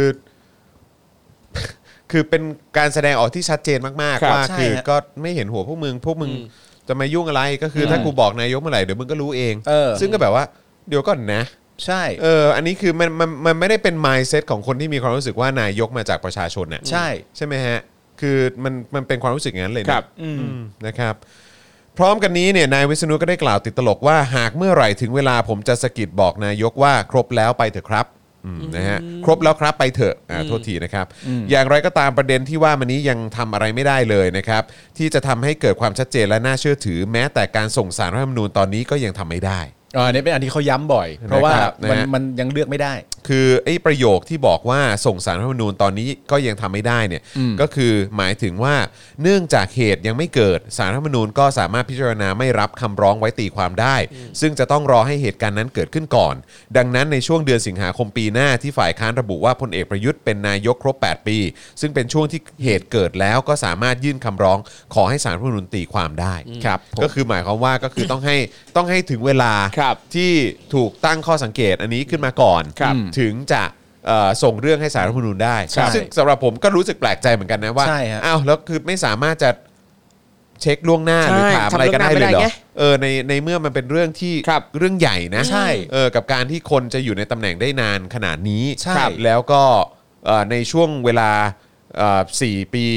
คือเป็นการแสดงออกที่ชัดเจนมากครับๆว่าใช่คือฮะก็ไม่เห็นหัวพวกมึงจะมายุ่งอะไรก็คือถ้ากูบอกนายกเมื่อไหร่เดี๋ยวมึงก็รู้เอง ซึ่งก็แบบว่าเดี๋ยวก่อนนะใช่อันนี้คือมันไม่ได้เป็น mindset ของคนที่มีความรู้สึกว่านายกมาจากประชาชนน่ะใช่ใช่ไหมฮะคือมันเป็นความรู้สึกอย่างนั้นเลยคนะรับนะครับพร้อมกันนี้เนี่ยนายวิษณุก็ได้กล่าวติดตลกว่าหากเมื่อไหร่ถึงเวลาผมจะสะกิดบอกนายกว่าครบแล้วไปเถอะครับนะฮะครบแล้วครับไปเถอะโทษทีนะครับอย่างไรก็ตามประเด็นที่ว่ามันนี้ยังทำอะไรไม่ได้เลยนะครับที่จะทำให้เกิดความชัดเจนและน่าเชื่อถือแม้แต่การส่งสารรัฐธรรมนูญตอนนี้ก็ยังทำไม่ได้อันนี้เป็นอันที่เขาย้ำบ่อย เพราะว่านะครับมันยังเลือกไม่ได้คือไอ้ประโยคที่บอกว่าส่งสารรัฐธรรมนูญตอนนี้ก็ยังทำไม่ได้เนี่ยก็คือหมายถึงว่าเนื่องจากเหตุยังไม่เกิดสารรัฐธรรมนูญก็สามารถพิจารณาไม่รับคำร้องไว้ตีความได้ ซึ่งจะต้องรอให้เหตุการณ์นั้นเกิดขึ้นก่อน ดังนั้นในช่วงเดือนสิงหาคมปีหน้าที่ฝ่ายค้านระบุว่าพลเอกประยุทธ์เป็นนายกครบ8 ปี ซึ่งเป็นช่วงที่เหตุเกิดแล้วก็สามารถยื่นคำร้องขอให้สารรัฐธรรมนูญตีความได้ครับผมก็คือหมายความว่าก็คือต้องให้ถึงเวลาครับที่ถูกตั้งข้อสังเกตอันนี้ขึ้นมาก่อนครับถึงจะส่งเรื่องให้ศาลรัฐธรรมนูญได้ใช่ซึ่งสำหรับผมก็รู้สึกแปลกใจเหมือนกันนะว่าใช่ฮะอ้าวแล้วคือไม่สามารถจะเช็คล่วงหน้าใช่หรือถามอะไรกันได้เลยเหรทำล่วงหน้าไม่ได้ไงอในเมื่อมันเป็นเรื่องที่ครับเรื่องใหญ่นะใช่กับการที่คนจะอยู่ในตำแหน่งได้นานขนาดนี้ใช่แล้วก็ในช่วงเวลา 4 ปี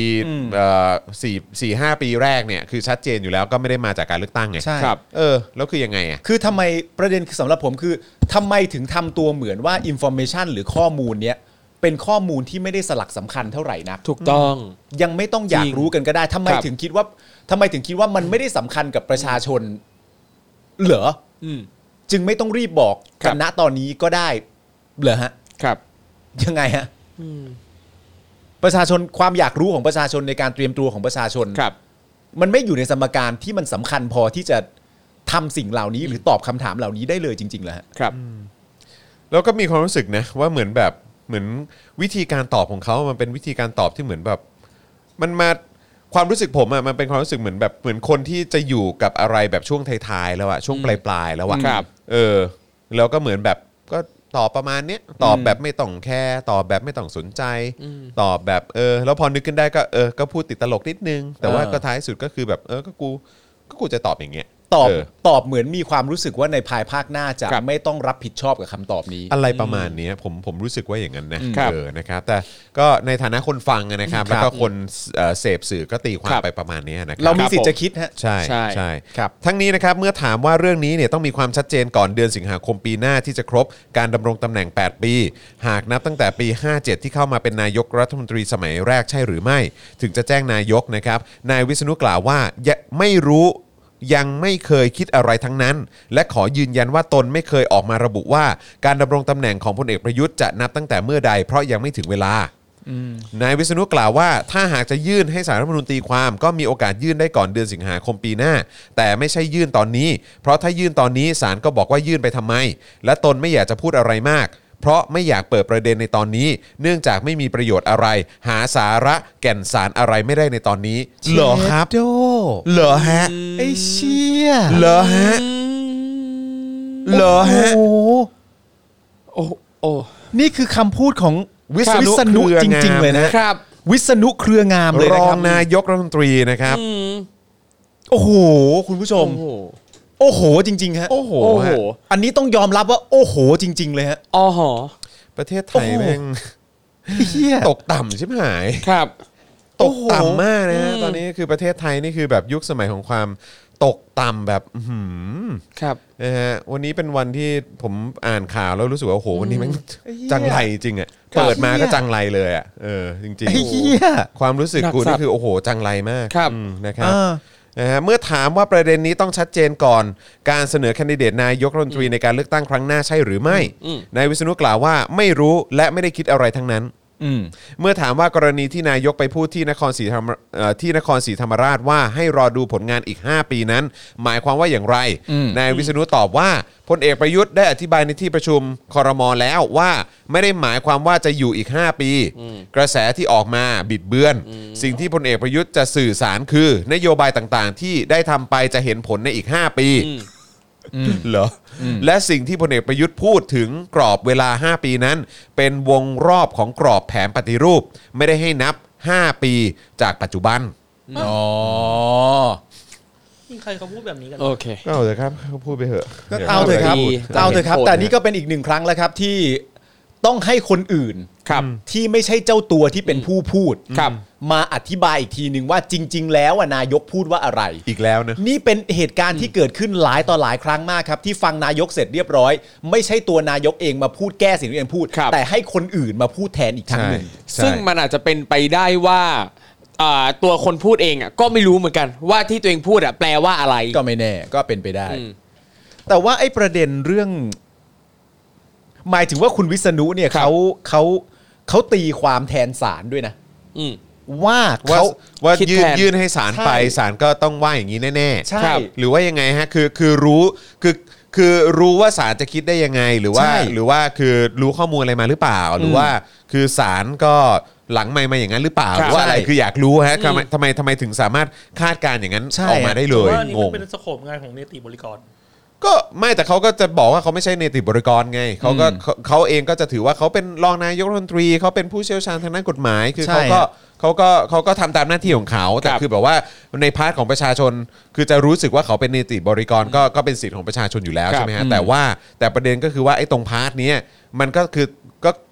4-5 ปีแรกเนี่ยคือชัดเจนอยู่แล้วก็ไม่ได้มาจากการเลือกตั้งไงใช่แล้วคือยังไงอ่ะคือทำไมประเด็นคือสำหรับผมคือทำไมถึงทำตัวเหมือนว่า information หรือข้อมูลเนี้ยเป็นข้อมูลที่ไม่ได้สลักสำคัญเท่าไหร่นักถูกต้องยังไม่ต้องอยากรู้กันก็ได้ทำไมถึงคิดว่ามันไม่ได้สำคัญกับประชาชนเหรอจึงไม่ต้องรีบบอกกันณตอนนี้ก็ได้เหรอฮะครับยังไงฮะประชาชนความอยากรู้ของประชาชนในการเตรียมตัวของประชาชนมันไม่อยู่ในสมการที่มันสำคัญพอที่จะทำสิ่งเหล่านี้หรือตอบคำถามเหล่านี้ได้เลยจริงๆเหรอฮะครับแล้วก็มีความรู้สึกนะว่าเหมือนวิธีการตอบของเขามันเป็นวิธีการตอบที่เหมือนแบบมันมาความรู้สึกผมอ่ะมันเป็นความรู้สึกเหมือนคนที่จะอยู่กับอะไรแบบช่วงท้ายๆแล้วอะช่วงปลายๆแล้วอะแล้วก็เหมือนแบบก็ตอบประมาณเนี้ยตอบแบบไม่ต้องแคร์ตอบแบบไม่ต้องสนใจตอบแบบแล้วพอนึกขึ้นได้ก็พูดติดตลกนิดนึงแต่ว่าก็ท้ายสุดก็คือแบบก็กูจะตอบอย่างเงี้ยตอบเหมือนมีความรู้สึกว่าในภายภาคหน้าจะไม่ต้องรับผิดชอบกับคำตอบนี้อะไรประมาณนี้ผมรู้สึกว่าอย่างนั้นนะนะครับแต่ก็ในฐานะคนฟังนะครับแล้วก็คนเสพสื่อก็ตีความไปประมาณนี้นะครับเรามีสิทธิ์จะคิดฮะใช่ครับทั้งนี้นะครับเมื่อถามว่าเรื่องนี้เนี่ยต้องมีความชัดเจนก่อนเดือนสิงหาคมปีหน้าที่จะครบการดำรงตำแหน่ง8ปีหากนับตั้งแต่ปี57ที่เข้ามาเป็นนายกรัฐมนตรีสมัยแรกใช่หรือไม่ถึงจะแจ้งนายกนะครับนายวิษณุกล่าวว่าไม่รู้ยังไม่เคยคิดอะไรทั้งนั้นและขอยืนยันว่าตนไม่เคยออกมาระบุว่าการดำรงตำแหน่งของพลเอกประยุทธ์จะนับตั้งแต่เมื่อใดเพราะยังไม่ถึงเวลานายวิษณุกล่าวว่าถ้าหากจะยื่นให้ศาลรัฐธรรมนูญตีความก็มีโอกาสยื่นได้ก่อนเดือนสิงหาคมปีหน้าแต่ไม่ใช่ยื่นตอนนี้เพราะถ้ายื่นตอนนี้ศาลก็บอกว่ายื่นไปทำไมและตนไม่อยากจะพูดอะไรมากเพราะไม่อยากเปิดประเด็นในตอนนี้เนื่องจากไม่มีประโยชน์อะไรหาสาระแก่นสารอะไรไม่ได้ในตอนนี้เหรอครับเหรอฮะไอ้เชี่ยเหรอฮะโอ้นี่คือคำพูดของวิษณุจริงๆเลยนะครับวิษณุเครืองามเลยนะครับรองนายกรัฐมนตรีนะครับโอ้โหคุณผู้ชมโอ้โหจริงๆฮะโอ้โหอันนี้ต้องยอมรับว่าโอ้โหจริงๆเลยฮะอ๋อหอประเทศไทยแม่งตกต่ำชิบหายครับตกต่ำมากนะฮะตอนนี้คือประเทศไทยนี่คือแบบยุคสมัยของความตกต่ำแบบครับนะฮะวันนี้เป็นวันที่ผมอ่านข่าวแล้วรู้สึกว่าโอ้โหวันนี้แม่งจังไรจริงอ่ะเปิดมาก็จังไรเลยอ่ะจริงๆความรู้สึกกูนี่คือโอ้โหจังไรมากนะครับเมื่อถามว่าประเด็นนี้ต้องชัดเจนก่อนการเสนอแคนดิเดตนายกรัฐมนตรีในการเลือกตั้งครั้งหน้าใช่หรือไม่นายวิษณุกล่าวว่าไม่รู้และไม่ได้คิดอะไรทั้งนั้นเมื่อถามว่ากรณีที่นายกไปพูดที่นครศรีธรรมราชว่าให้รอดูผลงานอีก5ปีนั้นหมายความว่าอย่างไรนายวิษณุตอบว่าพลเอกประยุทธ์ได้อธิบายในที่ประชุมครม.แล้วว่าไม่ได้หมายความว่าจะอยู่อีก5ปีกระแสที่ออกมาบิดเบือนสิ่งที่พลเอกประยุทธ์จะสื่อสารคือนโยบายต่างๆที่ได้ทำไปจะเห็นผลในอีก5ปีเหรอและสิ่งที่พลเอกประยุทธ์พูดถึงกรอบเวลา5ปีนั้นเป็นวงรอบของกรอบแผนปฏิรูปไม่ได้ให้นับ5ปีจากปัจจุบันมีใครเขาพูดแบบนี้กันโอเคเอาเถอะครับเขาพูดไปเถอะเอาเถอะครับแต่นี่ก็เป็นอีกหนึ่งครั้งแล้วครับที่ต้องให้คนอื่นที่ไม่ใช่เจ้าตัวที่เป็นผู้พูดมาอธิบายอีกทีนึงว่าจริงๆแล้วนายกพูดว่าอะไรอีกแล้วนะนี่เป็นเหตุการณ์ที่เกิดขึ้นหลายต่อหลายครั้งมากครับที่ฟังนายกเสร็จเรียบร้อยไม่ใช่ตัวนายกเองมาพูดแก้สิ่งที่ตัวเองพูดแต่ให้คนอื่นมาพูดแทนอีกครั้งหนึ่งซึ่งมันอาจจะเป็นไปได้ว่าตัวคนพูดเองก็ไม่รู้เหมือนกันว่าที่ตัวเองพูดแปลว่าอะไรก็ไม่แน่ก็เป็นไปได้แต่ว่าไอ้ประเด็นเรื่องหมายถึงว่าคุณวิษณุเนี่ยเขาตีความแทนศาลด้วยนะว่ายื่นให้ศาลไปศาลก็ต้องว่าอย่างนี้แน่ๆใช่หรือว่ายังไงฮะคือรู้ว่าศาลจะคิดได้ยังไงหรือว่าคือรู้ข้อมูลอะไรมาหรือเปล่าหรือว่าคือศาลก็หลังไม่มาอย่างนั้นหรือเปล่าหรือว่าอะไรคืออยากรู้ฮะทำไมถึงสามารถคาดการณ์อย่างนั้นออกมาได้เลยงงเป็นสโคปงานของเนติบริกรก็ไม่แต่เขาก็จะบอกว่าเขาไม่ใช่เนติบริกรไงเขาเองก็จะถือว่าเขาเป็นรองนายกรัฐมนตรีเขาเป็นผู้เชี่ยวชาญทางด้านกฎหมายคือเขาก็ทำตามหน้าที่ของเขาแต่คือแบบว่าในพาร์ทของประชาชนคือจะรู้สึกว่าเขาเป็นเนติบริกรก็เป็นสิทธิ์ของประชาชนอยู่แล้วใช่ไหมฮะแต่ประเด็นก็คือว่าไอ้ตรงพาร์ทนี้มันก็คือก็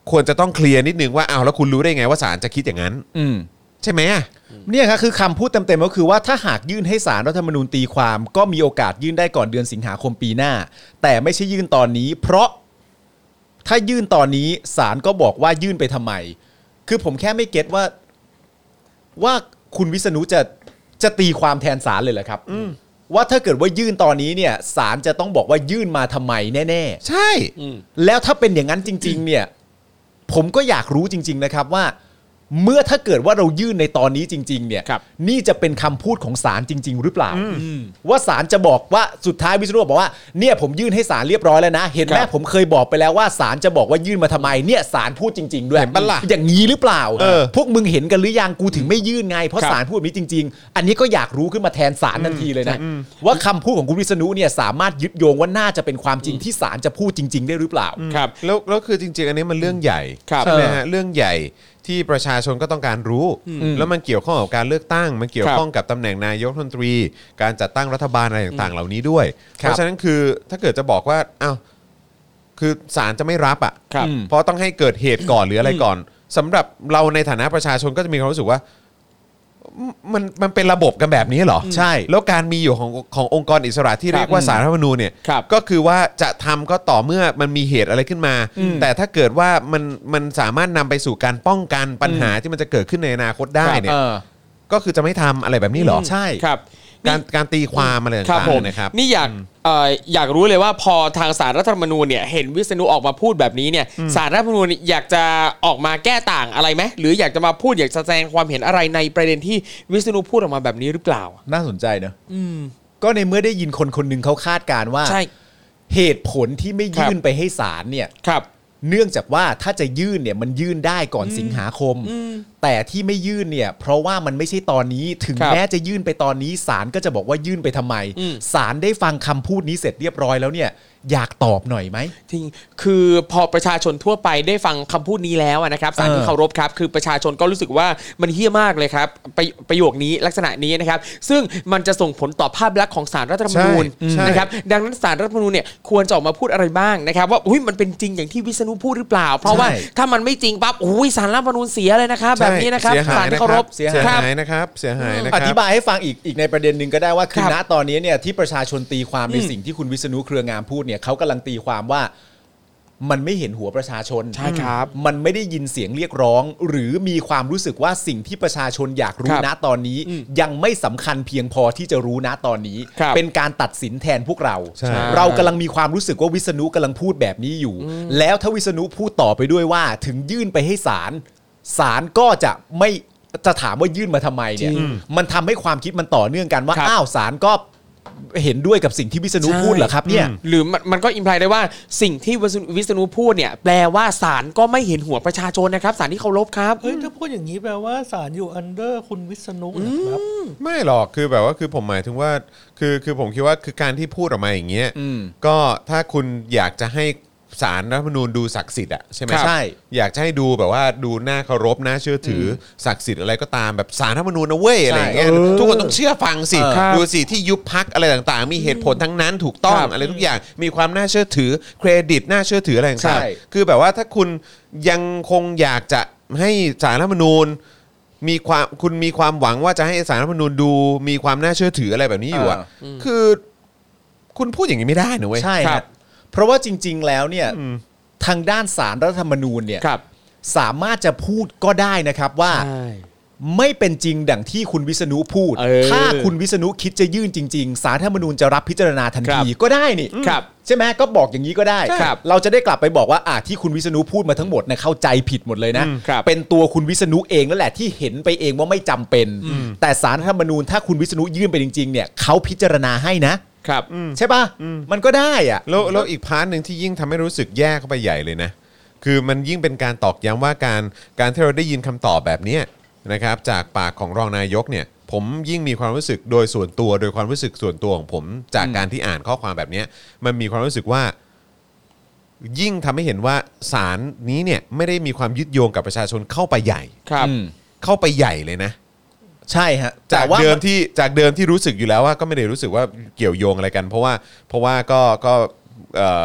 ควรจะต้องเคลียร์นิดนึงว่าอ้าวแล้วคุณรู้ได้ไงว่าศาลจะคิดอย่างนั้นใช่ไหมเนี่ยครับคือคำพูดเต็มๆก็คือว่าถ้าหากยื่นให้ศาลรัฐธรรมนูญตีความก็มีโอกาสยื่นได้ก่อนเดือนสิงหาคมปีหน้าแต่ไม่ใช่ยื่นตอนนี้เพราะถ้ายื่นตอนนี้ศาลก็บอกว่ายื่นไปทำไมคือผมแค่ไม่เก็ตว่าคุณวิษณุจะตีความแทนศาลเลยเหรอครับว่าถ้าเกิดว่ายื่นตอนนี้เนี่ยศาลจะต้องบอกว่ายื่นมาทำไมแน่ๆใช่แล้วถ้าเป็นอย่างนั้นจริงๆเนี่ยผมก็อยากรู้จริงๆนะครับว่าเมื่อถ้าเกิดว่าเรายื่นในตอนนี้จริงๆเนี่ยนี่จะเป็นคำพูดของศาลจริงๆหรือเปล่าว่าศาลจะบอกว่าสุดท้ายวิษณุบอกว่าเนี่ยผมยื่นให้ศาลเรียบร้อยแล้วนะเห็นไหมผมเคยบอกไปแล้วว่าศาลจะบอกว่ายื่นมาทำไมเนี่ยศาลพูดจริงๆด้วยอย่างนี้หรือเปล่าพวกมึงเห็นกันหรือยังกูถึงไม่ยื่นไงเพราะศาลพูดแบบนี้จริงๆอันนี้ก็อยากรู้ขึ้นมาแทนศาลทันทีเลยนะว่าคำพูดของคุณวิษณุเนี่ยสามารถยึดโยงว่าน่าจะเป็นความจริงที่ศาลจะพูดจริงๆได้หรือเปล่าครับแล้วคือจริงๆอันนี้มันเรื่องใหญ่ใช่ไหมฮะเรื่องใหญ่ที่ประชาชนก็ต้องการรู้แล้วมันเกี่ยวข้องกับการเลือกตั้งมันเกี่ยวข้องกับตำแหน่งนายกรัฐมนตรีการจัดตั้งรัฐบาลอะไรต่างๆเหล่านี้ด้วยเพราะฉะนั้นคือถ้าเกิดจะบอกว่าอ้าวคือศาลจะไม่รับอ่ะเพราะต้องให้เกิดเหตุก่อนหรืออะไรก่อนสำหรับเราในฐานะประชาชนก็จะมีความรู้สึกว่ามันเป็นระบบกันแบบนี้เหรอใช่แล้วการมีอยู่ขององค์กรอิสระที่เรียกว่าศาลรัฐธรรมนูญเนี่ยก็คือว่าจะทำก็ต่อเมื่อมันมีเหตุอะไรขึ้นมาแต่ถ้าเกิดว่ามันสามารถนำไปสู่การป้องกันปัญหาที่มันจะเกิดขึ้นในอนาคตได้เนี่ยก็คือจะไม่ทำอะไรแบบนี้เหรอใช่ครับการตีความอะไรต่างๆนะครับนี่อยากรู้เลยว่าพอทางศาลรัฐธรรมนูญเนี่ยเห็นวิษณุออกมาพูดแบบนี้เนี่ยศาลรัฐธรรมนูญอยากจะออกมาแก้ต่างอะไรไหมหรืออยากจะมาพูดอยากแสดงความเห็นอะไรในประเด็นที่วิษณุพูดออกมาแบบนี้หรือเปล่าน่าสนใจเนอะก็ในเมื่อได้ยินคนหนึ่งเขาคาดการณ์ว่าเหตุผลที่ไม่ยื่นไปให้ศาลเนี่ยเนื่องจากว่าถ้าจะยื่นเนี่ยมันยื่นได้ก่อนสิงหาคมแต่ที่ไม่ยื่นเนี่ยเพราะว่ามันไม่ใช่ตอนนี้ถึงแม้จะยื่นไปตอนนี้ศาลก็จะบอกว่ายื่นไปทำไมศาลได้ฟังคำพูดนี้เสร็จเรียบร้อยแล้วเนี่ยอยากตอบหน่อยไหมจริงคือพอประชาชนทั่วไปได้ฟังคำพูดนี้แล้วนะครับศาลที่เคารพครับคือประชาชนก็รู้สึกว่ามันเหี้ยมากเลยครับประโยคนี้ลักษณะนี้นะครับซึ่งมันจะส่งผลต่อภาพลักษณ์ของศาลรัฐธรรมนูญนะครับดังนั้นศาลรัฐธรรมนูญเนี่ยควรจะออกมาพูดอะไรบ้างนะครับว่าอุ้ยมันเป็นจริงอย่างที่วิษณุพูดหรือเปล่าเพราะว่าถ้ามันไม่จริงปั๊บอุ้ยศาลรัฐธรรมนูญเสียเลยนะครับแบบนี้นะครับศาลที่เคารพเสียหายนะครับเสียหายนะครับอธิบายให้ฟังอีกในประเด็นนึงก็ได้ว่าคือณตอนนี้เนี่ยที่ประชาชนตีความในสิ่งที่คุณวิษณุเครืองามพูดเนี่ยเขากำลังตีความว่ามันไม่เห็นหัวประชาชนใช่ครับมันไม่ได้ยินเสียงเรียกร้องหรือมีความรู้สึกว่าสิ่งที่ประชาชนอยากรู้ณตอนนี้ยังไม่สำคัญเพียงพอที่จะรู้ณตอนนี้เป็นการตัดสินแทนพวกเราเรากำลังมีความรู้สึกว่าวิษณุกำลังพูดแบบนี้อยู่แล้วถ้าวิษณุพูดต่อไปด้วยว่าถึงยื่นไปให้ศาลก็จะไม่จะถามว่ายื่นมาทำไมเนี่ยมันทำให้ความคิดมันต่อเนื่องกันว่าอ้าวศาลก็เห็นด้วยกับสิ่งที่วิษณุพูดเหรอครับเนี่ยหรือมันก็อิมพลายได้ว่าสิ่งที่วิษณุพูดเนี่ยแปลว่าศาลก็ไม่เห็นหัวประชาชนนะครับศาลที่เคารพครับถ้าพูดอย่างนี้แปลว่าศาลอยู่อันเดอร์คุณวิษณุนะครับไม่หรอกคือแบบว่าคือผมหมายถึงว่าคือผมคิดว่าคือการที่พูดออกมาอย่างเงี้ยก็ถ้าคุณอยากจะให้ศาลรัฐธรรมนูญดูศักดิ์สิทธิ์อ่ะใช่ไหมใช่อยากจะให้ดูแบบว่าดูน่าเคารพน่าเชื่อถือศักดิ์สิทธิ์อะไรก็ตามแบบศาลรัฐธรรมนูญนะเว้ยอะไรอย่างเงี้ยทุกคนต้องเชื่อฟังสิดูสิที่ยุบพรรคอะไรต่างๆมีเหตุผลทั้งนั้นถูกต้องอะไรทุกอย่างมีความน่าเชื่อถือเครดิตน่าเชื่อถืออะไรต่างๆคือแบบว่าถ้าคุณยังคงอยากจะให้ศาลรัฐธรรมนูญคุณมีความหวังว่าจะให้ศาลรัฐธรรมนูญดูมีความน่าเชื่อถืออะไรแบบนี้อยู่อ่ะคือคุณพูดอย่างนี้ไม่ได้นะเว้ยใช่ครับเพราะว่าจริงๆแล้วเนี่ยทางด้านศาลรัฐธรรมนูญเนี่ยสามารถจะพูดก็ได้นะครับว่าไม่เป็นจริงดังที่คุณวิษณุพูดถ้าคุณวิษณุคิดจะยื่นจริงๆศาลรัฐธรรมนูญจะรับพิจารณาทันทีก็ได้นี่ใช่ไหมก็บอกอย่างนี้ก็ได้เราจะได้กลับไปบอกว่าที่คุณวิษณุพูดมาทั้งหมดนะเข้าใจผิดหมดเลยนะเป็นตัวคุณวิษณุเองนั่นแหละที่เห็นไปเองว่าไม่จำเป็นแต่ศาลรัฐธรรมนูญถ้าคุณวิษณุยื่นไปจริงๆเนี่ยเขาพิจารณาให้นะครับใช่ป่ะมันก็ได้อะแล้วอีกพาร์ทนึงที่ยิ่งทำให้รู้สึกแย่เข้าไปใหญ่เลยนะคือมันยิ่งเป็นการตอกย้ำว่าการที่เราได้ยินคำตอบแบบนี้นะครับจากปากของรองนายกเนี่ยผมยิ่งมีความรู้สึกโดยส่วนตัวโดยความรู้สึกส่วนตัวของผมจากการที่อ่านข้อความแบบนี้มันมีความรู้สึกว่ายิ่งทำให้เห็นว่าศาลนี้เนี่ยไม่ได้มีความยึดโยงกับประชาชนเข้าไปใหญ่เข้าไปใหญ่เลยนะใช่ฮะจากเดิมที่รู้สึกอยู่แล้วว่าก็ไม่ได้รู้สึกว่าเกี่ยวโยงอะไรกันเพราะว่าก็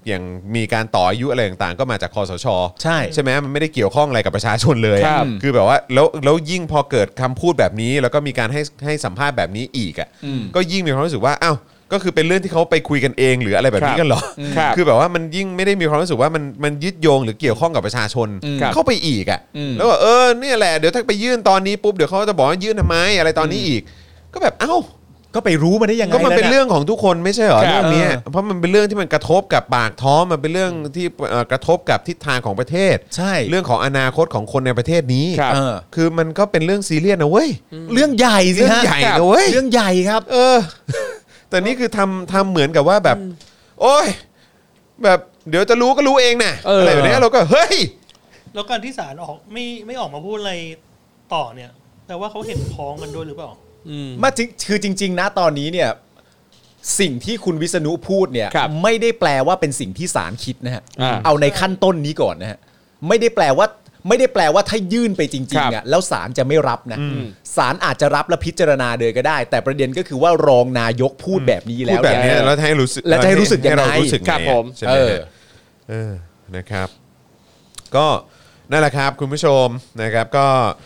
อย่างมีการต่ออายุอะไรต่างๆก็มาจากคสช. ใช่ไหมมันไม่ได้เกี่ยวข้องอะไรกับประชาชนเลยครับคือแบบว่าแล้วยิ่งพอเกิดคำพูดแบบนี้แล้วก็มีการให้สัมภาษณ์แบบนี้อีกอ่ะก็ยิ่งมีความรู้สึกว่าอ้าวก็คือเป็นเรื่องที่เขาไปคุยกันเองหรืออะไรแบบนี้กันเหรอครับคือแบบว่ามันยิ่งไม่ได้มีความรู้สึกว่ามันยึดโยงหรือเกี่ยวข้องกับประชาชนเข้าไปอีกอ่ะแล้วก็เนี่ยแหละเดี๋ยวถ้าไปยื่นตอนนี้ปุ๊บเดี๋ยวเขาจะบอกว่ายื่นทำไมอะไรตอนนี้อีกก็แบบเอ้าก็ไปรู้มาได้ยังไงก็มันเป็นเรื่องของทุกคนไม่ใช่เหรอครับเรื่องนี้เพราะมันเป็นเรื่องที่มันกระทบกับปากท้องมันเป็นเรื่องที่กระทบกับทิศทางของประเทศใช่เรื่องของอนาคตของคนในประเทศนี้ครับคือมันก็เป็นเรื่องซีเรียสนะเว้ยเรื่องใหญ่สิเรื่องฮะใหญ่นะเว้ยเรื่องใหญ่ครับแต่นี่คือทำเหมือนกับว่าแบบ โอ้ยแบบเดี๋ยวจะรู้ก็รู้เองนะอะไรแบบนี้เราก็เฮ้ยแล้วการที่ศาลไม่ออกมาพูดอะไรต่อเนี่ยแต่ว่าเขาเห็นพ้องกันด้วยหรือเปล่ามาคือจริงๆนะตอนนี้เนี่ยสิ่งที่คุณวิษณุพูดเนี่ยครับไม่ได้แปลว่าเป็นสิ่งที่ศาลคิดนะฮะอ่าเอาในขั้นต้นนี้ก่อนนะฮะไม่ได้แปลว่าถ้ายื่นไปจริงๆอ่ะแล้วศาลจะไม่รับนะศาลอาจจะรับและพิจารณาเลยก็ได้ แต่ประเด็นก็คือว่ารองนายกพูดแบบนี้พูแล้ดวแบบนี้เนี่ยแล้วจะให้รู้สึกแล้วจะให้รู้สึกยังไงเรารู้สึกไงครับผมใช่ไหมนะครับ ก็นั่นแหละครับคุณผู้ชมนะครับก็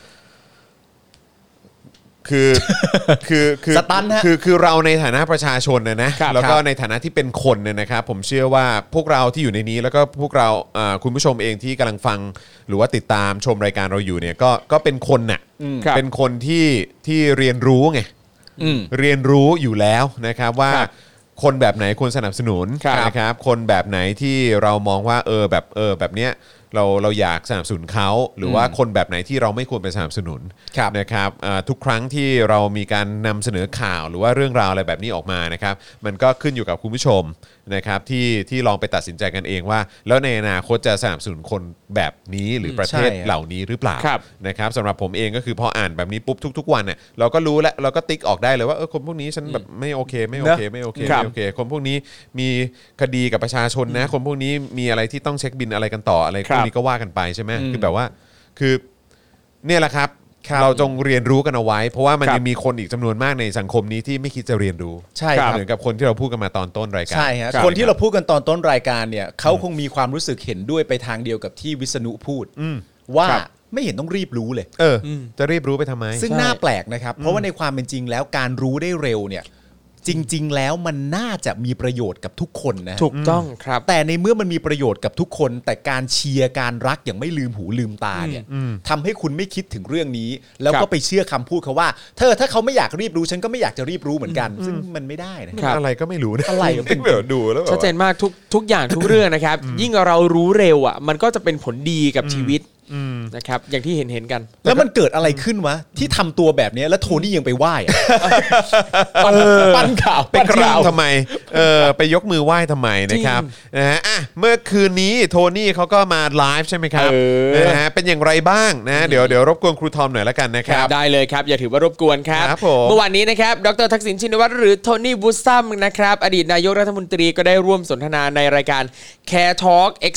คือสตันฮะคือเราในฐานะประชาชนนะครับ แล้วก็ในฐานะที่เป็นคนเนี่ยนะครับ ผมเชื่อว่าพวกเราที่อยู่ในนี้แล้วก็พวกเราคุณผู้ชมเองที่กำลังฟังหรือว่าติดตามชมรายการเราอยู่เนี่ยก็เป็นคนน่ะครับเป็นคนที่เรียนรู้ไงเรียนรู้อยู่แล้วนะครับว่าครับคนแบบไหนควรสนับสนุนครับนะครับคนแบบไหนที่เรามองว่าแบบเนี้ยเราอยากสนับสนุนเขาหรือว่าคนแบบไหนที่เราไม่ควรไปสนับสนุนครับนะครับทุกครั้งที่เรามีการนำเสนอข่าวหรือว่าเรื่องราวอะไรแบบนี้ออกมานะครับมันก็ขึ้นอยู่กับคุณผู้ชมนะครับที่ลองไปตัดสินใจกันเองว่า แล้วในอนาคตจะสนับสนุนคนแบบนี้หรือประเทศใช่เหล่านี้หรือเปล่าครับนะครับสำหรับผมเองก็คือพออ่านแบบนี้ปุ๊บทุกๆวันเนี่ยเราก็รู้แล้วเราก็ติ๊กออกได้เลยว่าคนพวกนี้ฉันแบบไม่โอเคไม่โอเคไม่โอเคครับไม่โอเคคนพวกนี้มีคดีกับประชาชนนะคนพวกนี้มีอะไรที่ต้องเช็คบินอะไรกันต่ออะไรพวกนี้ก็ว่ากันไปใช่ไหมคือแบบว่าคือเนี่ยแหละครับเราจงเรียนรู้กันเอาไว้ เพราะว่ามันครับยังมีคนอีกจำนวนมากในสังคมนี้ที่ไม่คิดจะเรียนรู้ใช่ครับเหมือนกับคนที่เราพูดกันมาตอนต้นรายการใช่ฮะคนที่เราพูดกันตอนต้นรายการเนี่ยเขาคงมีความรู้สึกเห็นด้วยไปทางเดียวกับที่วิษณุพูดว่าครับไม่เห็นต้องรีบรู้เลยจะรีบรู้ไปทำไมซึ่งน่าแปลกนะครับ เพราะว่าในความเป็นจริงแล้วการรู้ได้เร็วเนี่ยจริง ๆ แล้วมันน่าจะมีประโยชน์กับทุกคนนะถูกต้องครับแต่ในเมื่อมันมีประโยชน์กับทุกคน แต่การเชียร์การรักอย่างไม่ลืมหูลืมตาเนี่ยทำให้คุณไม่คิดถึงเรื่องนี้ แล้วครัก็บไปเชื่อคำพูดเขาว่าถ้าเขาไม่อยากรีบรู้ฉันก็ไม่อยากจะรีบรู้เหมือนกัน ซึ่งมันไม่ได้นะครับอะไรก็ไม่รู้นะอะไรก็เป็นแบบดูแล้วแบบชัดเจนมากทุกอย่างทุกเรื่องนะครับ ยิ่งเรารู้เร็วอ่ะมันก็จะเป็นผลดีกับชีวิตนะครับอย่างที่เห็นกันแล้วมันเกิดอะไรขึ้นวะที่ทำตัวแบบนี้แล้วโทนี่ยังไปไหว้อะปั้นข่าวไปกราบทำไมไปยกมือไหว้ทำไมนะครับนะฮะอ่ะเมื่อคืนนี้โทนี่เขาก็มาไลฟ์ใช่ไหมครับนะฮะเป็นอย่างไรบ้างนะเดี๋ยวรบกวนครูทอมหน่อยละกันนะครับได้เลยครับ อย่าถือว่ารบกวนครับครับผมเมื่อวานนี้นะครับดรทักษิณชินวัตรหรือโทนี่วูดซัมนะครับอดีตนายกรัฐมนตรีก็ได้ร่วมสนทนาในรายการ Care Talk X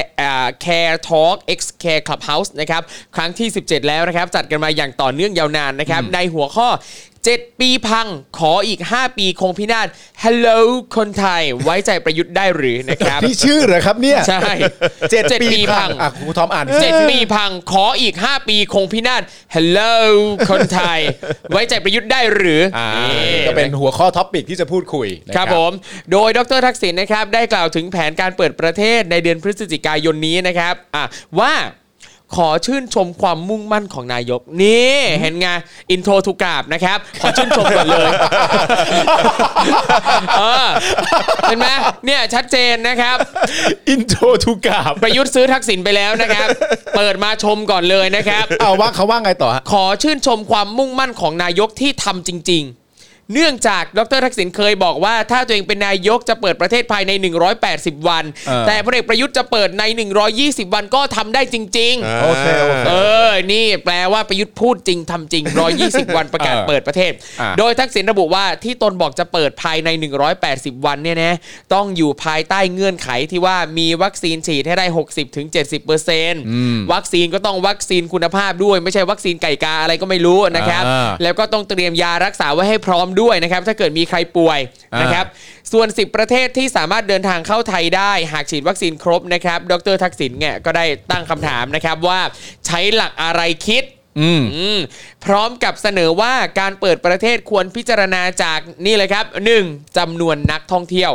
Care Talk X Care Clubhouse นะครับครั้งที่ 17 แล้วนะครับจัดกันมาอย่างต่อเนื่องยาวนานนะครับในหัวข้อ 7 ปีพังขออีก 5 ปีคงพินาศ Hello คนไทยไว้ใจประยุทธ์ได้หรือนะครับพี่ชื่อเหรอครับเนี่ยใช่ 7 ปีพังอ่ะครูทอมอ่านสิ 7 ปีพังขออีก 5 ปีคงพินาศ Hello คนไทย ไว้ใจประยุทธ์ได้หรือนี่ก็เป็นหัวข้อท็อปปิกที่จะพูดคุยนะคครัรับบ ผมโดยดรทักษิณนะครับได้กล่าวถึงแผนการเปิดประเทศในเดือนพฤศจิกายนนี้นะครับว่าขอชื่นชมความมุ่งมั่นของนายกนี่เห็นไงอินโทรทูกราบนะครับขอชื่นชมก่อนเลยเห็นไหมเนี่ยชัดเจนนะครับอินโทรทูกราบประยุทธ์ซื้อทักษิณไปแล้วนะครับ เปิดมาชมก่อนเลยนะครับเอาว่าเขาว่าไงต่อฮะขอชื่นชมความมุ่งมั่นของนายกที่ทำจริง ๆ เนื่องจากดรทักษิณเคยบอกว่าถ้าตัวเองเป็นนายกจะเปิดประเทศภายใน180วันแต่พลเอกประยุทธ์จะเปิดใน120วันก็ทำได้จริงๆโอเคนี่แปลว่าประยุทธ์พูดจริงทำจริง120วันประกาศเปิดประเทศ โดยทักษิณระบุว่าที่ตนบอกจะเปิดภายใน180วันเนี่ยนะต้องอยู่ภายใต้เงื่อนไขที่ว่ามีวัคซีนฉีดให้ได้ 60-70% วัคซีนก็ต้องวัคซีนคุณภาพด้วยไม่ใช่วัคซีนไก่กาอะไรก็ไม่รู้นะครับแล้วก็ต้องเตรียมยารักษาไว้ให้พร้อมด้วยนะครับถ้าเกิดมีใครป่วยนะครับส่วน10ประเทศที่สามารถเดินทางเข้าไทยได้หากฉีดวัคซีนครบนะครับดร.ทักษิณเนี่ยก็ได้ตั้งคำถามนะครับว่าใช้หลักอะไรคิดพร้อมกับเสนอว่าการเปิดประเทศควรพิจารณาจากนี่เลยครับ 1. จำนวนนักท่องเที่ยว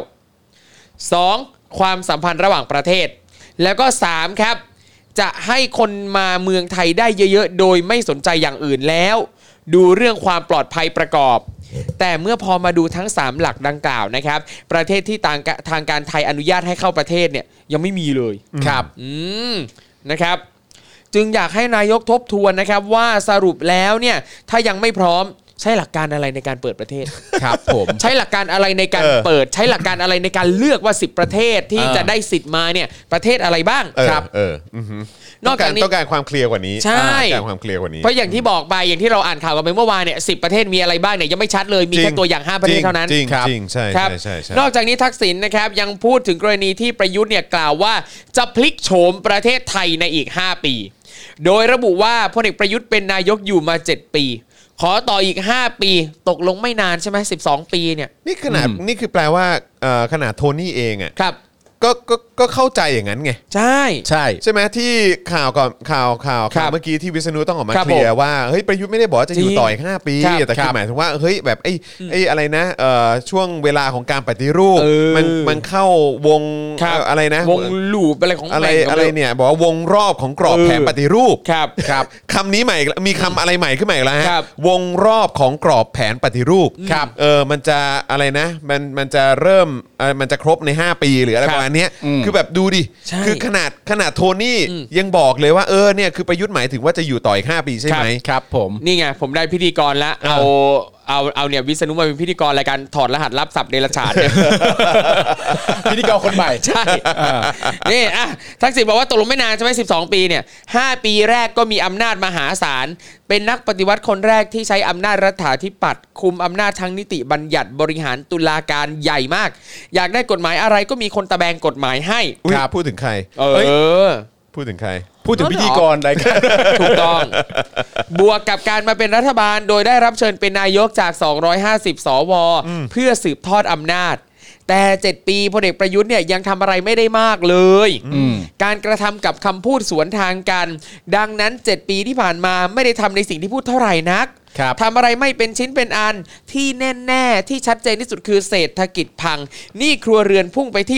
2. ความสัมพันธ์ระหว่างประเทศแล้วก็ 3. ครับจะให้คนมาเมืองไทยได้เยอะๆโดยไม่สนใจอย่างอื่นแล้วดูเรื่องความปลอดภัยประกอบแต่เมื่อพอมาดูทั้ง3หลักดังกล่าวนะครับประเทศที่ทางการไทยอนุญาตให้เข้าประเทศเนี่ยยังไม่มีเลยครับนะครับจึงอยากให้นายกทบทวนนะครับว่าสรุปแล้วเนี่ยถ้ายังไม่พร้อมใช้หลักการอะไรในการเปิดประเทศครับผมใช้หลักการอะไรในการเปิดใช้หลักการอะไรในการเลือกว่า10ประเทศที่จะได้สิทธิ์มาเนี่ยประเทศอะไรบ้างครับนอกจากนี้ต้องการความเคลียร์กว่านี้ใช่การความเคลียร์กว่านี้เพราะอย่างที่บอกไปอย่างที่เราอ่านข่าวกันไปเมื่อวานเนี่ย10ประเทศมีอะไรบ้างเนี่ยยังไม่ชัดเลยมีแค่ตัวอย่าง5ประเทศเท่านั้นจริงใช่นอกจากนี้ทักษิณนะครับยังพูดถึงกรณีที่ประยุทธ์เนี่ยกล่าวว่าจะพลิกโฉมประเทศไทยในอีก5ปีโดยระบุว่าพลเอกประยุทธ์เป็นนายกอยู่มา7ปีขอต่ออีก5ปีตกลงไม่นานใช่ไหม12ปีเนี่ยนี่ขนาดนี่คือแปลว่าขนาดโทนี่เองอ่ะครับก็เข้าใจอย่างนั้นไงใช่ไหมที่ข่าวเมื่อกี้ที่วิษณุต้องออกมาเคลียร์ว่าเฮ้ยประยุทธ์ไม่ได้บอกจะอยู่ต่ออีก5ปีแต่คือหมายถึงว่าเฮ้ยแบบไอ้อะไรนะช่วงเวลาของการปฏิรูปมันเข้าวงอะไรนะวงลูปอะไรของอะไรเนี่ยบอกว่าวงรอบของกรอบแผนปฏิรูปครับคำนี้ใหม่มีคำอะไรใหม่ขึ้นมาอีกแล้วฮะวงรอบของกรอบแผนปฏิรูปมันจะอะไรนะมันจะเริ่มมันจะครบใน5ปีหรืออะไรประมาณนี้คือแบบดูดิคือขนาดโทนี่ยังบอกเลยว่าเนี่ยคือประยุทธ์หมายถึงว่าจะอยู่ต่ออีก5ปีใช่ไหมครับผมนี่ไงผมได้พิธีกรแล้วเอาเนี่ยวิษณุมาเป็นพิธีกรรายการถอดรหัสรับศัพท์เดรัจฉานพิธีกรคนใหม่ใช่นี่ทักษิณบอกว่าตกลงไม่นานใช่ไหม12ปีเนี่ย5ปีแรกก็มีอำนาจมหาศาลเป็นนักปฏิวัติคนแรกที่ใช้อำนาจรัฐาธิปัตย์คุมอำนาจทั้งนิติบัญญัติบริหารตุลาการใหญ่มากอยากได้กฎหมายอะไรก็มีคนตะแบงกฎหมายให้พูดถึงใครพูดถึงใครพูดถึงพิธีกรรายการถูกต้องบวกกับการมาเป็นรัฐบาลโดยได้รับเชิญเป็นนายกจาก250สวเพื่อสืบทอดอำนาจแต่7ปีพลเอกประยุทธ์เนี่ยยังทำอะไรไม่ได้มากเลยการกระทำกับคำพูดสวนทางกันดังนั้น7ปีที่ผ่านมาไม่ได้ทำในสิ่งที่พูดเท่าไหร่นักทำอะไรไม่เป็นชิ้นเป็นอันที่แน่ๆที่ชัดเจนที่สุดคือเศรษฐกิจพังหนี้ครัวเรือนพุ่งไปที่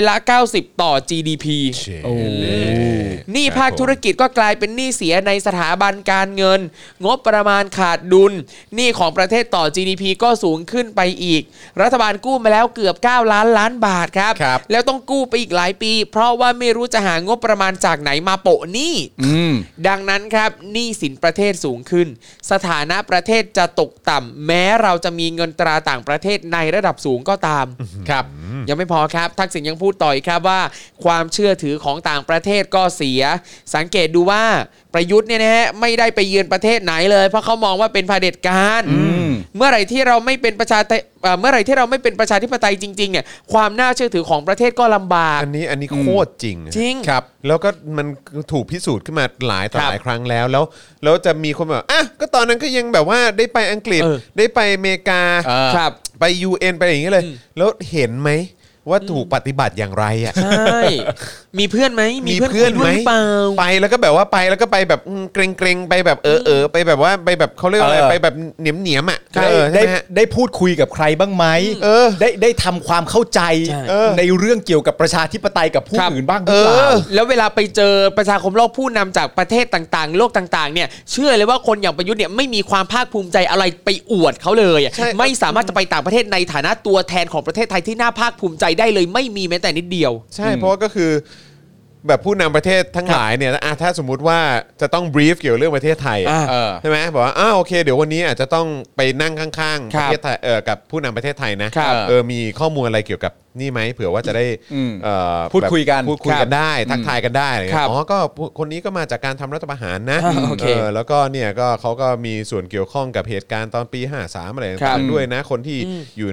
90%ต่อ GDP หนี้ภาคธุรกิจก็กลายเป็นหนี้เสียในสถาบันการเงินงบประมาณขาดดุลหนี้ของประเทศต่อ GDP ก็สูงขึ้นไปอีกรัฐบาลกู้มาแล้วเกือบ9ล้านล้านบาทครับแล้วต้องกู้ไปอีกหลายปีเพราะว่าไม่รู้จะหางบประมาณจากไหนมาโปะหนี้ดังนั้นครับหนี้สินประเทศสูงขึ้นสถานะประเทศจะตกต่ำแม้เราจะมีเงินตราต่างประเทศในระดับสูงก็ตามครับยังไม่พอครับทักษิณยังพูดต่ออีกครับว่าความเชื่อถือของต่างประเทศก็เสียสังเกตดูว่าประยุทธ์เนี่ยนะฮะไม่ได้ไปเยือนประเทศไหนเลยเพราะเขามองว่าเป็นเผด็จการเมื่อไหร่ที่เราไม่เป็นประชาธิปไตยจริงๆเนี่ยความน่าเชื่อถือของประเทศก็ลำบากอันนี้โคตรจริงครับแล้วก็มันถูกพิสูจน์ขึ้นมาหลายต่อหลายครั้งแล้วจะมีคนแบบก็ตอนนั้นก็ยังแบบว่าได้ไปอังกฤษได้ไปอเมริกาไป UN ไปอย่างเงี้ยเลยแล้วเห็นไหมว่าถูกปฏิบัติอย่างไรอ่ะใช่มีเพื่อนไหมมีเพื่อนไหมไปแล้วก็แบบว่าไปแล้วก็ไปแบบเกรงๆไปแบบไปแบบว่าไปแบบเขาเรียกอะไรไปแบบเหนียมๆอ่ะได้พูดคุยกับใครบ้างไหมได้ทำความเข้าใจในเรื่องเกี่ยวกับประชาธิปไตยกับผู้อื่นบ้างหรือเปล่าแล้วเวลาไปเจอประชาคมโลกผู้นำจากประเทศต่างๆโลกต่างๆเนี่ยเชื่อเลยว่าคนอย่างประยุทธ์เนี่ยไม่มีความภาคภูมิใจอะไรไปอวดเขาเลยไม่สามารถจะไปต่างประเทศในฐานะตัวแทนของประเทศไทยที่น่าภาคภูมิใจได้เลยไม่มีแม้แต่นิดเดียวใช่เพราะก็คือแบบผู้นำประเทศทั้งหลายเนี่ยถ้าสมมุติว่าจะต้องบรีฟเกี่ยวเรื่องประเทศไทยใช่ไหมบอกว่าโอเคเดี๋ยววันนี้อาจจะต้องไปนั่งข้างๆประเทศไทยกับผู้นำประเทศไทยนะมีข้อมูลอะไรเกี่ยวกับนี่ไหมเผื่อว่าจะได้พูดคุยกันได้ทักทายกันได้ก็คนนี้ก็มาจากการทำรัฐประหารนะแล้วก็เนี่ยก็เขาก็มีส่วนเกี่ยวข้องกับเหตุการณ์ตอนปี53อะไรต่างๆด้วยนะคนที่อยู่ใน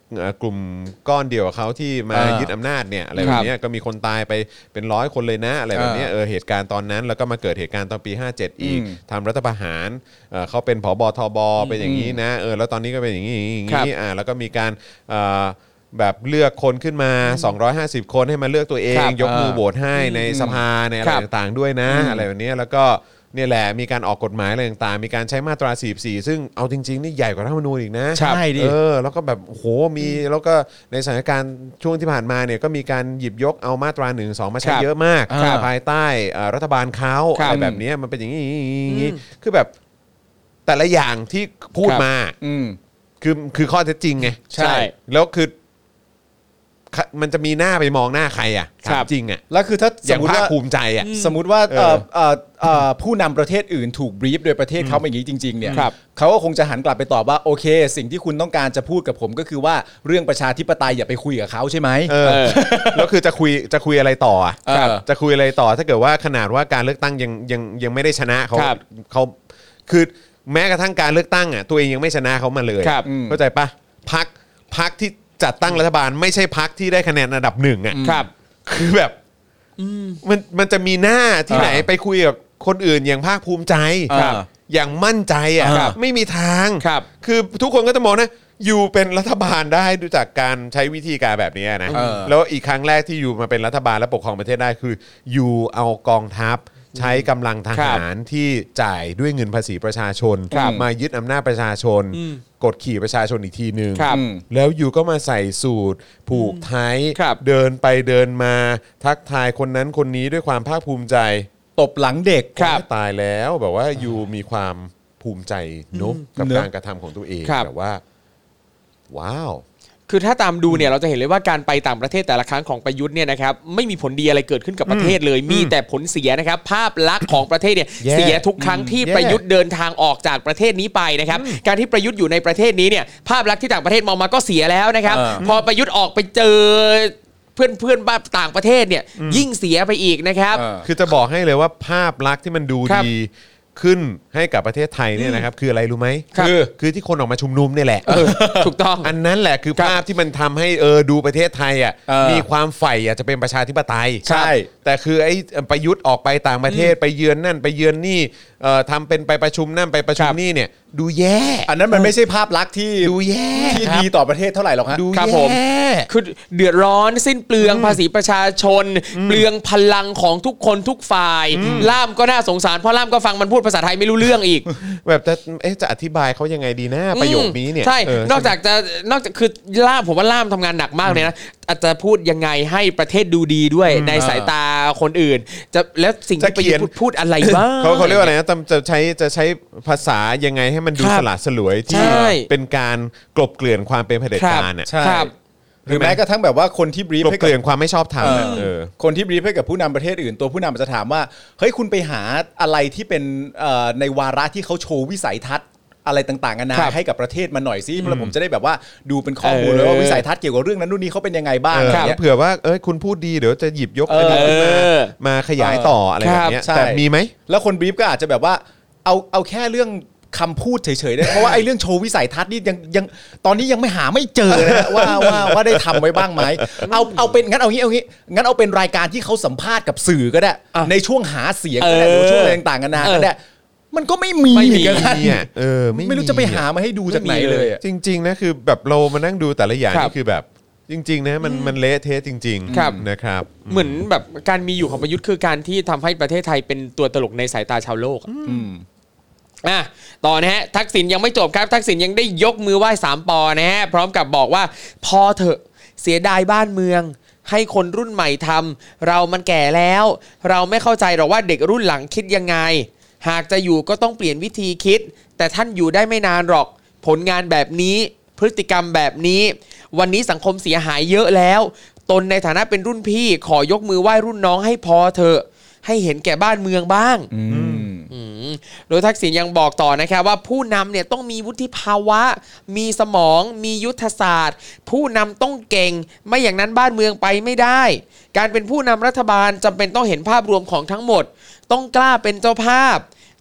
กลุ่มก้อนเดียวกับเขาที่มายึดอำนาจเนี่ยอะไรแบบนี้ก็มีคนตายไปเป็น100 คนเลยนะอะไรแบบนี้เหตุการณ์ตอนนั้นแล้วก็มาเกิดเหตุการณ์ตอนปี57อีกทำรัฐประหารเขาเป็นผบทบเป็นอย่างนี้นะแล้วตอนนี้ก็เป็นอย่างนี้แล้วก็มีการแบบเลือกคนขึ้นมา250 คนให้มาเลือกตัวเองยกมือโหวตให้ในสภาในอะไรต่างๆด้วยนะอะไรแบบนี้แล้วก็เนี่ยแหละมีการออกกฎหมายอะไรต่างๆมีการใช้มาตรา44ซึ่งเอาจริงๆนี่ใหญ่กว่ารัฐธรรมนูญอีกนะใช่ดิแล้วก็แบบโหมีแล้วก็ในสถานการณ์ช่วงที่ผ่านมาเนี่ยก็มีการหยิบยกเอามาตรา1 2มาใช้เยอะมากภายใต้รัฐบาลเขาอะไรแบบนี้มันเป็นอย่างนี้คือแบบแต่ละอย่างที่พูดมาคือข้อเท็จจริงไงใช่แล้วคือมันจะมีหน้าไปมองหน้าใครอ่ะจริงอ่ะแล้วคือถ้าสมมติว่าภูมิใจอ่ะสมมติว่าผู้นำประเทศอื่นถูกบรีฟโดยประเทศเขาอย่างนี้จริงๆเนี่ยเขาก็คงจะหันกลับไปตอบว่าโอเคสิ่งที่คุณต้องการจะพูดกับผมก็คือว่าเรื่องประชาธิปไตยอย่าไปคุยกับเขาใช่ไหมแล้วคือจะคุยอะไรต่ออ่ะจะคุยอะไรต่อถ้าเกิดว่าขนาดว่าการเลือกตั้งยังไม่ได้ชนะเขาคือแม้กระทั่งการเลือกตั้งอ่ะตัวเองยังไม่ชนะเขามาเลยเข้าใจปะพรรคที่จัดตั้งรัฐบาลไม่ใช่พรรคที่ได้คะแนนอันดับ1อ่ะคือแบบมันจะมีหน้าที่ไหนไปคุยกับคนอื่นอย่างภาคภูมิใจอย่างมั่นใจอ่ะไม่มีทางคือทุกคนก็จะมองนะอยู่เป็นรัฐบาลได้ดูจากการใช้วิธีการแบบนี้นะแล้วอีกครั้งแรกที่อยู่มาเป็นรัฐบาลและปกครองประเทศได้คืออยู่เอากองทัพใช้กำลังทหารที่จ่ายด้วยเงินภาษีประชาชนมายึดอำนาจประชาชนกดขี่ประชาชนอีกทีนึงแล้วอยู่ก็มาใส่สูตรผูกไทยเดินไปเดินมาทักทายคนนั้นคนนี้ด้วยความภาคภูมิใจตบหลังเด็กตายแล้วแบบว่าอยู่มีความภูมิใจเนอะกับการกระทำของตัวเองแต่ว่าว้าวคือถ้าตามดูเนี่ยเราจะเห็นเลยว่าการไปต่างประเทศแต่ละครั้งของประยุทธ์เนี่ยนะครับไม่มีผลดีอะไรเกิดขึ้นกับประเทศเลยมีแต่ผลเสียนะครับภาพลักษณ์ของประเทศเนี่ยเสียทุกครั้งที่ประยุทธ์เดินทางออกจากประเทศนี้ไปนะครับการที่ประยุทธ์อยู่ในประเทศนี้เนี่ยภาพลักษณ์ที่ต่างประเทศมองมาก็เสียแล้วนะครับพอประยุทธ์ออกไปเจอเพื่อนบ้านต่างประเทศเนี่ยยิ่งเสียไปอีกนะครับคือจะบอกให้เลยว่าภาพลักษณ์ที่มันดูดีขึ้นให้กับประเทศไทยเนี่ยนะครับคืออะไรรู้ไหมคือที่คนออกมาชุมนุมนี่แหละถูกต้องอันนั้นแหละคือภาพที่มันทำให้ดูประเทศไทยอ่ะมีความใฝ่อยากจะเป็นประชาธิปไตยใช่แต่คือไอ้ประยุทธ์ออกไปต่างประเทศไปเยือนนั่นไปเยือนนี่ทำเป็นไปประชุมนั่นไปประชุมนี่เนี่ยดูแย่อันนั้นมันไม่ใช่ภาพลักษณ์ที่ดูแย่ที่ดีต่อประเทศเท่าไหร่หรอกฮะดูแย่คือเดือดร้อนสิ้นเปลืองภาษีประชาชนเปลืองพลังของทุกคนทุกฝ่ายล่ามก็น่าสงสารเพราะล่ามก็ฟังมันพูดภาษาไทยไม่รู้เรื่องอีกแบบจะอธิบายเขายังไงดีนะประโยคนี้เนี่ยใช่นอกจากคือล่ามผมว่าล่ามทำงานหนักมากเลยนะอาจจะพูดยังไงให้ประเทศดูดีด้วยในสายตาคนอื่นจะแล้วสิ่งที่ประยุทธ์พูดอะไรบ้างเขาเรียกว่าอะไรนะจะใช้ภาษายังไงให้มันดูสละสลวยที่เป็นการกลบเกลื่อนความเป็นเผด็จการอ่ะใช่หรือแม้กระทั่งแบบว่าคนที่บรีฟให้เกลื่อนความไม่ชอบธรรมคนที่บรีฟให้กับผู้นำประเทศอื่นตัวผู้นำจะถามว่าเฮ้ยคุณไปหาอะไรที่เป็นในวาระที่เขาโชว์วิสัยทัศน์อะไรต่างๆกันาให้กับประเทศมาหน่อยซิเพื่อผมจะได้แบบว่าดูเป็นข้อมูลเลยว่าวิสัยทัศน์เกี่ยวกับเรื่องนั้นนู่นนี่เขาเป็นยังไงบ้างเผื่อว่าคุณพูดดีเดี๋ยวจะหยิบยกมาขยายต่ออะไรแบบนี้แต่มีไหมแล้วคนบรีฟก็อาจจะแบบว่าเอาแค่เรื่องคำพูดเฉยๆได้เพราะว่าไอ้เรื่องโชว์วิสัยทัศน์นี่ยังตอนนี้ยังไม่เจอนะว่าได้ทำไว้บ้างไหมเอาเป็นงั้นเอางี้งั้นเอาเป็นรายการที่เขาสัมภาษณ์กับสื่อก็ได้ในช่วงหาเสียงก็ได้หรือช่วงอะไรต่างๆกันาก็ได้มันก็ไม่มีกันเนี่ยไม่รู้จะไปหามาให้ดูจากไหนเลยจริงๆนะคือแบบเรามานั่งดูแต่ละอย่างนี่คือแบบจริงๆนะมันเละเทะจริงๆนะครับเหมือนแบบการมีอยู่ของประยุทธ์คือการที่ทำให้ประเทศไทยเป็นตัวตลกในสายตาชาวโลกต่อนะฮะทักษิณยังไม่จบครับทักษิณยังได้ยกมือไหว้3 ปอนะฮะพร้อมกับบอกว่าพอเถอะเสียดายบ้านเมืองให้คนรุ่นใหม่ทำเรามันแก่แล้วเราไม่เข้าใจหรอกว่าเด็กรุ่นหลังคิดยังไงหากจะอยู่ก็ต้องเปลี่ยนวิธีคิดแต่ท่านอยู่ได้ไม่นานหรอกผลงานแบบนี้พฤติกรรมแบบนี้วันนี้สังคมเสียหายเยอะแล้วตนในฐานะเป็นรุ่นพี่ขอยกมือไหว้รุ่นน้องให้พอเถอะให้เห็นแก่บ้านเมืองบ้างโดยทักษิณยังบอกต่อนะครับว่าผู้นำเนี่ยต้องมีวุฒิภาวะมีสมองมียุทธศาสตร์ผู้นำต้องเก่งไม่อย่างนั้นบ้านเมืองไปไม่ได้การเป็นผู้นำรัฐบาลจำเป็นต้องเห็นภาพรวมของทั้งหมดต้องกล้าเป็นเจ้าภาพ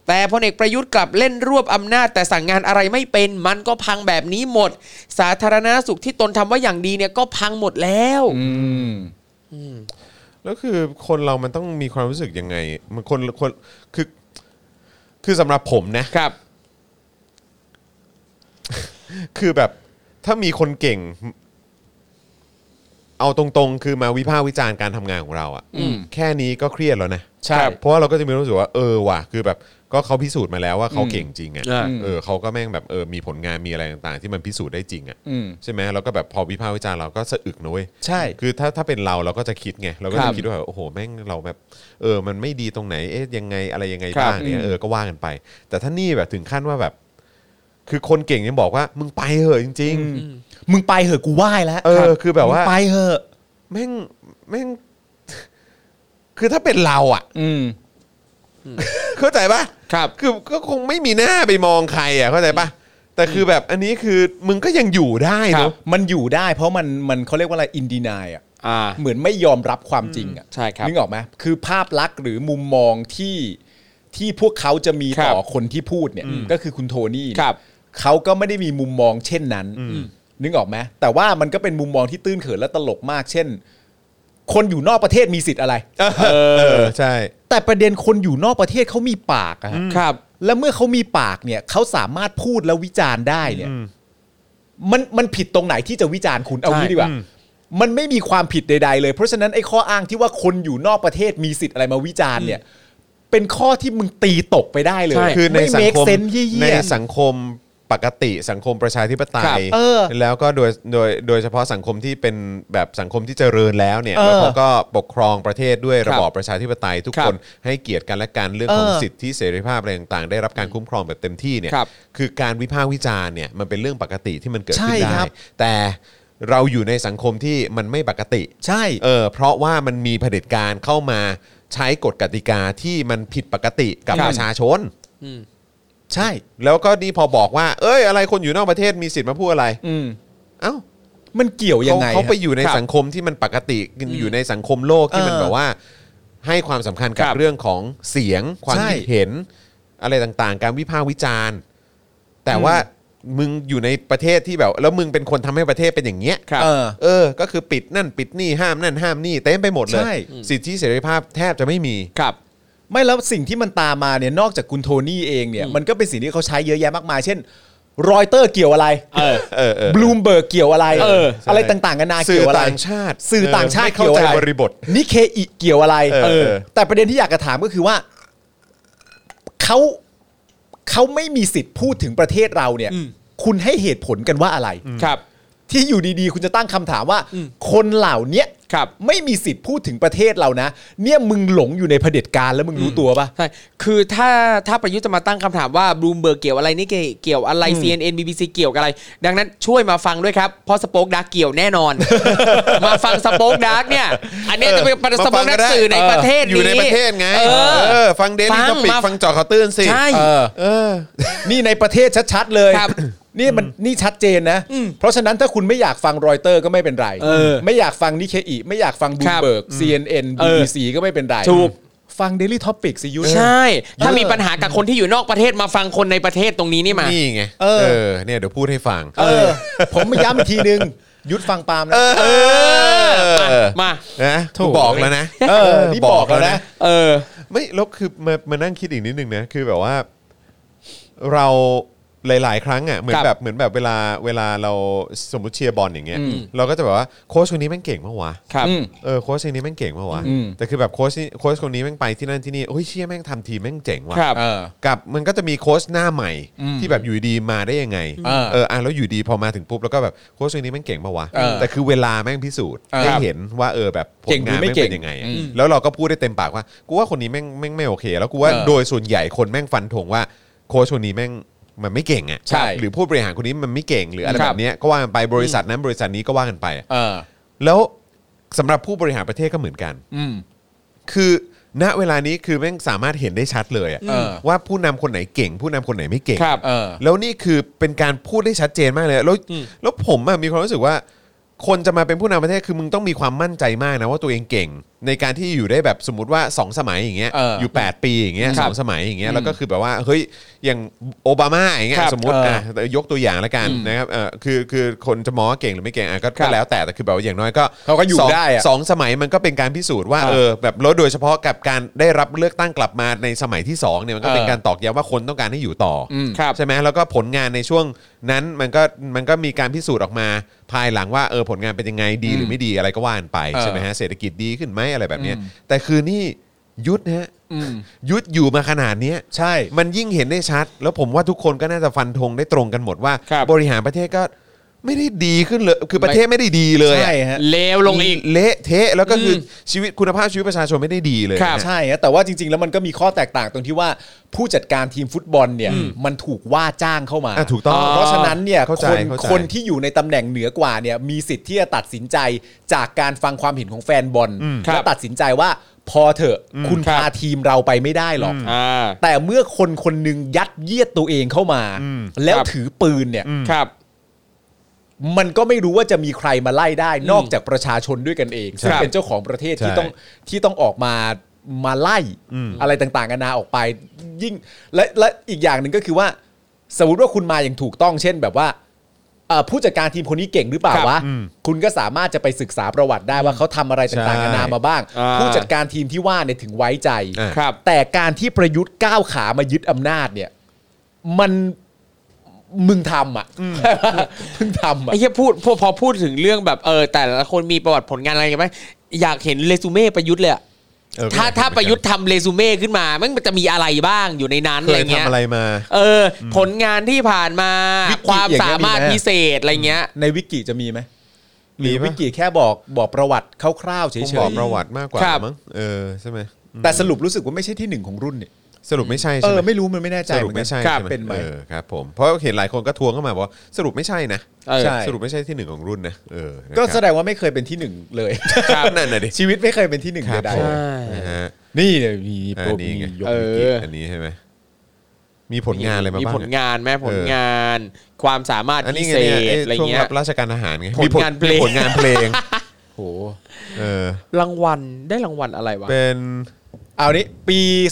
แต่พลเอกประยุทธ์กลับเล่นรวบอำนาจแต่สั่งงานอะไรไม่เป็นมันก็พังแบบนี้หมดสาธารณสุขที่ตนทำว่าอย่างดีเนี่ยก็พังหมดแล้วแล้วคือคนเรามันต้องมีความรู้สึกยังไงมันคนคือสำหรับผมนะครับ คือแบบถ้ามีคนเก่งเอาตรงๆคือมาวิพากษ์วิจารณ์การทำงานของเราอ่ะแค่นี้ก็เครียดแล้วนะใช่เพราะว่าเราก็จะมีรู้สึกว่าว่ะคือแบบก็เขาพิสูจน์มาแล้วว่าเขาเก่งจริงอ่ะเขาก็แม่งแบบมีผลงานมีอะไรต่างๆที่มันพิสูจน์ได้จริงอ่ะใช่ไหมแล้วก็แบบพอวิพากษ์วิจารณ์เราก็สะอึกนะเว้ยใช่คือถ้าเป็นเราก็จะคิดไงเราก็จะคิดว่าโอ้โหแม่งเราแบบมันไม่ดีตรงไหนยังไงอะไรยังไงบ้างเนี่ยก็ว่ากันไปแต่ถ้านี่แบบถึงขั้นว่าแบบคือคนเก่งยังบอกว่ามึงไปเหอะจริงๆมึงไปเหอะกูไหว้แล้วคือแบบว่าไปเหอะแม่งคือถ้าเป็นเราอ่ะเข้าใจป่ะครับคือก็คงไม่มีหน้าไปมองใครอ่ะเข้าใจป่ะแต่คือแบบอันนี้คือมึงก็ยังอยู่ได้เนาะมันอยู่ได้เพราะมันเขาเรียกว่าอะไรอินดีนายอ่ะเหมือนไม่ยอมรับความจริงอ่ะใช่ครับนึกออกไหมคือภาพลักษณ์หรือมุมมองที่พวกเขาจะมีต่อคนที่พูดเนี่ยก็คือคุณโทนี่เขาก็ไม่ได้มีมุมมองเช่นนั้นนึกออกไหมแต่ว่ามันก็เป็นมุมมองที่ตื้นเขินและตลกมากเช่นคนอยู่นอกประเทศมีสิทธิ์อะไรใช่แต่ประเด็นคนอยู่นอกประเทศเขามีปากครับแล้วเมื่อเขามีปากเนี่ยเขาสามารถพูดแล้ววิจารณ์ได้เนี่ยมันผิดตรงไหนที่จะวิจารณ์คุณเอางี้ดีกว่ามันไม่มีความผิดใดๆเลยเพราะฉะนั้นไอ้ข้ออ้างที่ว่าคนอยู่นอกประเทศมีสิทธิ์อะไรมาวิจารณ์เนี่ยเป็นข้อที่มึงตีตกไปได้เลยคือในสังคมในสังคมปกติสังคมประชาธิปไตยแล้วก็โดยเฉพาะสังคมที่เป็นแบบสังคมที่เจริญแล้วเนี่ยแล้วเขาก็ปกครองประเทศด้วยระบอบประชาธิปไตยทุกคนให้เกียรติกันและกันเรื่องของสิทธิเสรีภาพอะไรต่างๆได้รับการคุ้มครองแบบเต็มที่เนี่ยคือการวิพากษ์วิจารณ์เนี่ยมันเป็นเรื่องปกติที่มันเกิดขึ้นได้แต่เราอยู่ในสังคมที่มันไม่ปกติใช่เพราะว่ามันมีเผด็จการเข้ามาใช้กฎกติกาที่มันผิดปกติกับประชาชนใช่แล้วก็นี่พอบอกว่าอะไรคนอยู่นอกประเทศมีสิทธิ์มาพูดอะไรเอ้ามันเกี่ยวยังไงเขาไปอยู่ในสังคมที่มันปกติอยู่ในสังคมโลกที่มันแบบว่าให้ความสำคัญกับเรื่องของเสียงความคิดเห็นอะไรต่างๆการวิพากษ์วิจารณ์แต่ว่ามึงอยู่ในประเทศที่แบบแล้วมึงเป็นคนทำให้ประเทศเป็นอย่างเงี้ยก็คือปิดนั่นปิดนี่ห้ามนั่นห้ามนี่เต็มไปหมดเลยสิทธิเสรีภาพแทบจะไม่มีไม่แล้วสิ่งที่มันตามมาเนี่ยนอกจากคุณโทนี่เองเนี่ยมันก็เป็นสิ่งที่เขาใช้เยอะแยะมากมายเช่นรอยเตอร์เกี่ยวอะไรบลูมเบิร์กเกี่ยวอะไรอะไรต่างๆกันานาเกี่ยวอะไรสื่อต่างชาติเกี่ยวอะไรบริบทนิเคอิเกี่ยวอะไรแต่ประเด็นที่อยากจะถามก็คือว่าเขาไม่มีสิทธิ์พูดถึงประเทศเราเนี่ยคุณให้เหตุผลกันว่าอะไรครับที่อยู่ดีๆคุณจะตั้งคำถามว่าคนเหล่านี้ไม่มีสิทธิ์พูดถึงประเทศเรานะเนี่ยมึงหลงอยู่ในเผด็จการแล้วมึงรู้ตัวป่ะใช่คือถ้าประยุทธ์จะมาตั้งคำถามว่าบลูมเบิร์กเกี่ยวอะไรนี่เกี่ยวอะไร CNN BBC เกี่ยวกับอะไรดังนั้นช่วยมาฟังด้วยครับเพราะสป็อคดาร์กเกี่ยวแน่นอน มาฟังสป็อคดาร์กเนี่ยอันนี้จะเป็นสป็อคนักสื่อในประเทศนี้อยู่ในประเทศไงฟังเดลี่ท็อปิกฟังเจาะข่าวตื้นสิใช่นี่ในประเทศชัดๆเลยนี่ชัดเจนนะเพราะฉะนั้นถ้าคุณไม่อยากฟังรอยเตอร์ก็ไม่เป็นไรไม่อยากฟังนิเคอิไม่อยากฟังบลูมเบิร์ก CNN BBC ก็ไม่เป็นไรถูกฟัง Daily Topic สิยุทธใช่ถ้ามีปัญหากับคนที่อยู่นอกประเทศมาฟังคนในประเทศตรงนี้นี่มานี่ไงเนี่ยเดี๋ยวพูดให้ฟังผมมาย้ำอีกทีนึงยุทธฟังปาล์มนะมานะถูกบอกแล้วนะนี่บอกแล้วนะไม่ลบคือมานั่งคิดอีกนิดนึงนะคือแบบว่าเราหลายๆครั้งอ่ะเหมือนแบบเวลาเราสมมุติเชียร์บอลอย่างเงี้ยเราก็จะแบบว่าโค้ชคนนี้แม่งเก่งมากวะโค้ชคนนี้แม่งเก่งมากวะแต่คือแบบโค้ชคนนี้แม่งไปที่นั่นที่นี่โอ้ยเชียร์แม่งทำทีมแม่งเจ๋งว่ะกับมันก็จะมีโค้ชหน้าใหม่ที่แบบอยู่ดีมาได้ยังไงแล้วอยู่ดีพอมาถึงปุ๊บแล้วก็แบบโค้ชคนนี้แม่งเก่งมากวะแต่คือเวลาแม่งพิสูจน์ให้เห็นว่าแบบผลงานแม่งเป็นยังไงแล้วเราก็พูดได้เต็มปากว่ากูว่าคนนี้แม่งไม่โอเคแล้วกูว่าโดยส่วนใหญ่คนแม่งฟันธงว่าโค้ชคนนี้แม่งมันไม่เก่งอ่ะหรือผู้บริหารคนนี้มันไม่เก่งหรืออะไรแบบนี้ก็ว่ากันไปบริษัทนั้นบริษัทนี้ก็ว่ากันไปแล้วสำหรับผู้บริหารประเทศก็เหมือนกันคือณเวลานี้คือแม่งสามารถเห็นได้ชัดเลยว่าผู้นำคนไหนเก่งผู้นำคนไหนไม่เก่งแล้วนี่คือเป็นการพูดได้ชัดเจนมากเลยแล้วผมมีความรู้สึกว่าคนจะมาเป็นผู้นำประเทศคือมึงต้องมีความมั่นใจมากนะว่าตัวเองเก่งในการที่อยู่ได้แบบสมมติว่า2สมัยอย่างเงี้ยอยู่8ปีอย่างเงี้ย2สมัยอย่างเงี้ยแล้วก็คือแบบว่าเฮ้ยอย่างโอบามาอย่างเงี้ยสมมติยกตัวอย่างแล้วกันนะครับคือคนจะมองว่าเก่งหรือไม่เก่งก็แล้วแต่คือแบบอย่างน้อยก็เขาก็อยู่ได้ 2สมัยมันก็เป็นการพิสูจน์ว่าแบบแล้วโดยเฉพาะกับการได้รับเลือกตั้งกลับมาในสมัยที่2เนี่ยมันก็เป็นการตอกย้ำว่าคนต้องการให้อยู่ต่อใช่ไหมแล้วก็ผลงานในช่วงนั้นมันก็มีการพิสูจน์ออกมาภายหลังว่าผลงานเป็นยังไงดีหรือไม่ดีอะไรก็ว่ากันไปใช่ไหมฮะเศรษฐกิจดีขึ้นไหมอะไรแบบนี้แต่คือนี่ยุทธฮะยุทธอยู่มาขนาดนี้ใช่มันยิ่งเห็นได้ชัดแล้วผมว่าทุกคนก็น่าจะฟันธงได้ตรงกันหมดว่าบริหารประเทศก็ไม่ได้ดีขึ้นเลยคือประเทศไม่ได้ดีเลยใช่ฮะเลวลงอีกเละเทะแล้วก็คือชีวิตคุณภาพชีวิตประชาชนไม่ได้ดีเลยใช่ฮะแต่ว่าจริงๆแล้วมันก็มีข้อแตกต่างตรงที่ว่าผู้จัดการทีมฟุตบอลเนี่ยมันถูกว่าจ้างเข้ามาถูกต้องเพราะฉะนั้นเนี่ยคนที่อยู่ในตำแหน่งเหนือกว่าเนี่ยมีสิทธิ์ที่จะตัดสินใจจากการฟังความเห็นของแฟนบอลและตัดสินใจว่าพอเถอะคุณพาทีมเราไปไม่ได้หรอกแต่เมื่อคนนึงยัดเยียดตัวเองเข้ามาแล้วถือปืนเนี่ยมันก็ไม่รู้ว่าจะมีใครมาไล่ได้นอกจากประชาชนด้วยกันเองซึ่งเป็นเจ้าของประเทศที่ต้องออกมาไล่อะไรต่างๆกันานาออกไปยิ่งและอีกอย่างหนึ่งก็คือว่าสมมติว่าคุณมาอย่างถูกต้องเช่นแบบว่าผู้จัดการทีมคนนี้เก่งหรือเปล่าวะคุณก็สามารถจะไปศึกษาประวัติได้ว่าเขาทำอะไรต่างๆกันานามาบ้างผู้จัดการทีมที่ว่าเนี่ยถึงไว้ใจแต่การที่ประยุทธ์ก้าวขามายึดอำนาจเนี่ยมึงทำอ่ะมึงทำอ่ะไอ้เหี้ยพอพูดถึงเรื่องแบบแต่ละคนมีประวัติผลงานอะไรกันไหมอยากเห็นเรซูเม่ประยุทธ์เลยถ้าประยุทธ์ทำเรซูเม่ขึ้นมามันจะมีอะไรบ้างอยู่ในนั้นอะไรเงี้ยทำอะไรมาผลงานที่ผ่านมาความสามารถพิเศษอะไรเงี้ยในวิกิจะมีไหมมีวิกิแค่บอกประวัติคร่าวๆเฉยๆบอกประวัติมากกว่ามั้งใช่ไหมแต่สรุปรู้สึกว่าไม่ใช่ที่1ของรุ่นเนี่ยสรุปไม่ใช่ใช่ไหมไม่รู้มันไม่แน่ใจสรุปไม่ใช่เป็นไหมครับผมเพราะเห็นหลายคนก็ทวงเข้ามาบอกว่าสรุปไม่ใช่นะสรุปไม่ใช่ที่1ของรุ่นนะก็แสดงว่าไม่เคยเป็นที่1เลยนั่นน่ะดิชีวิตไม่เคยเป็นที่1ใดๆนี่มีโปรมียกอันนี้ใช่ไหมมีผลงานอะไรมาบ้างมีผลงานแม่ผลงานความสามารถพิเศษอะไรเงี้ยราชการทหารไงมีผลงานเพลงโหรางวัลได้รางวัลอะไรวะเป็นเอานี้ปี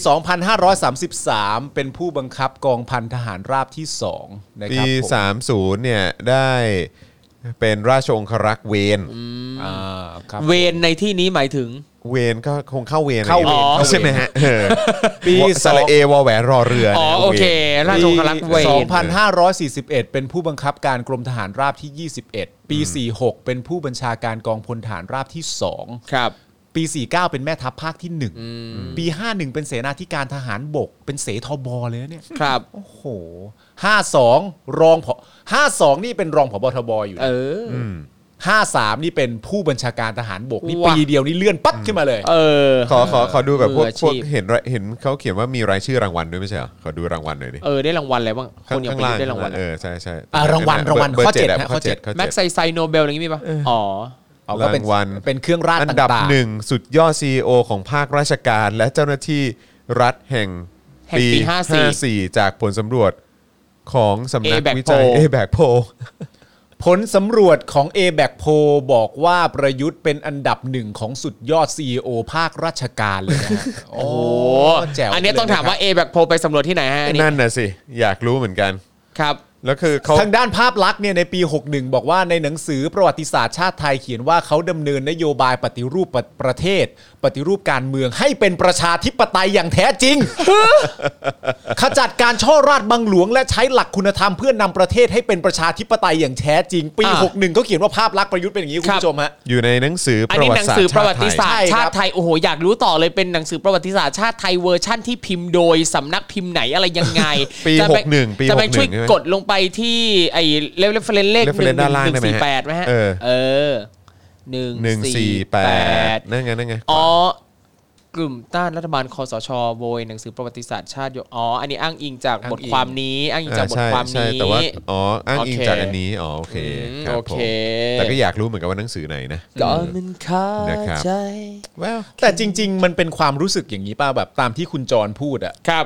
2533 เป็นผู้บังคับกองพันทหารราบที่2นะครับปี 30 เนี่ยได้เป็นราชองครักษ์เวรเวรในที่นี้หมายถึงเวรก็คงเข้าเวรใช่ไหมฮะปีสระเอวแหวนรอเรือโอเคราชองครักษ์เวร 2541 เป็นผู้บังคับการกรมทหารราบที่ 21 ปี 46 เป็นผู้บัญชาการกองพลทหารราบที่2 ครับปี 49 เป็นแม่ทัพภาคที่1ปี 51 เป็นเสนาธิการทหารบกเป็นเสทบเลยเนี่ยครับโอ้โห52รองผ52นี่เป็นรองผบทบอยู่53นี่เป็นผู้บัญชาการทหารบกนี่ปีเดียวนี่เลื่อนปั๊บขึ้นมาเลยขอดูแบบพวกเห็นเขาเขียนว่ามีรายชื่อรางวัลด้วยไม่ใช่เหรอขอดูรางวัลหน่อยดิได้รางวัลอะไรบ้างคนอย่างไปได้รางวัลใช่รางวัลข้อ7ข้อ 7แม็กไซโนเบลอะไรอย่างงี้มีป่ะรางวัลเป็นเครื่องราชต่างๆอันดับ1สุดยอด CEO ของภาคราชการและเจ้าหน้าที่รัฐแห่งปี54จากผลสำรวจของสำนักวิจัย ABAC Poll ผลสำรวจของ ABAC Poll บอกว่าประยุทธ์เป็นอันดับ1ของสุดยอด CEO ภาคราชการเลยนะโอ้แจ๋วอันนี้ต้องถามว่า ABAC Poll ไปสำรวจที่ไหนฮะนั่นน่ะสิอยากรู้เหมือนกันครับแล้วคือทางด้านภาพลักษณ์เนี่ยในปี61บอกว่าในหนังสือประวัติศาสตร์ชาติไทยเขียนว่าเขาดำเนินนโยบายปฏิรูปประเทศปฏิรูปการเมืองให้เป็นประชาธิปไตยอย่างแท้จริง ขจัดการช่อราชบังหลวงและใช้หลักคุณธรรมเพื่อนำประเทศให้เป็นประชาธิปไตยอย่างแท้จริงปี61เขาเขียนว่าภาพลักษณ์ประยุทธ์เป็นอย่างนี้คุณผู้ชมฮะอยู่ในหนังสือประวัติศาสตร์ชาติไทยโอ้โหอยากรู้ต่อเลยเป็นหนังสือประวัติศาสตร์ชาติไทยเวอร์ชั่นที่พิมพ์โดยสำนักพิมพ์ไหนอะไรยังไงปี61ปีจะไปช่วยกดลงไปที่ไอ้เรฟเฟรนซ์เลข148ไหมฮะ148 นั่นไงกลุ่มต้านรัฐบาลคสช.โวยหนังสือประวัติศาสตร์ชาติอันนี้อ้างอิงจากบทความนี้อ้างอิงจากบทความนี้แต่ว่าอ้างอิงจากอันนี้โอเคครับผมแต่ก็อยากรู้เหมือนกันว่าหนังสือไหนนะก็มันเข้าใจแต่จริงๆมันเป็นความรู้สึกอย่างนี้ป่ะแบบตามที่คุณจรพูดอะครับ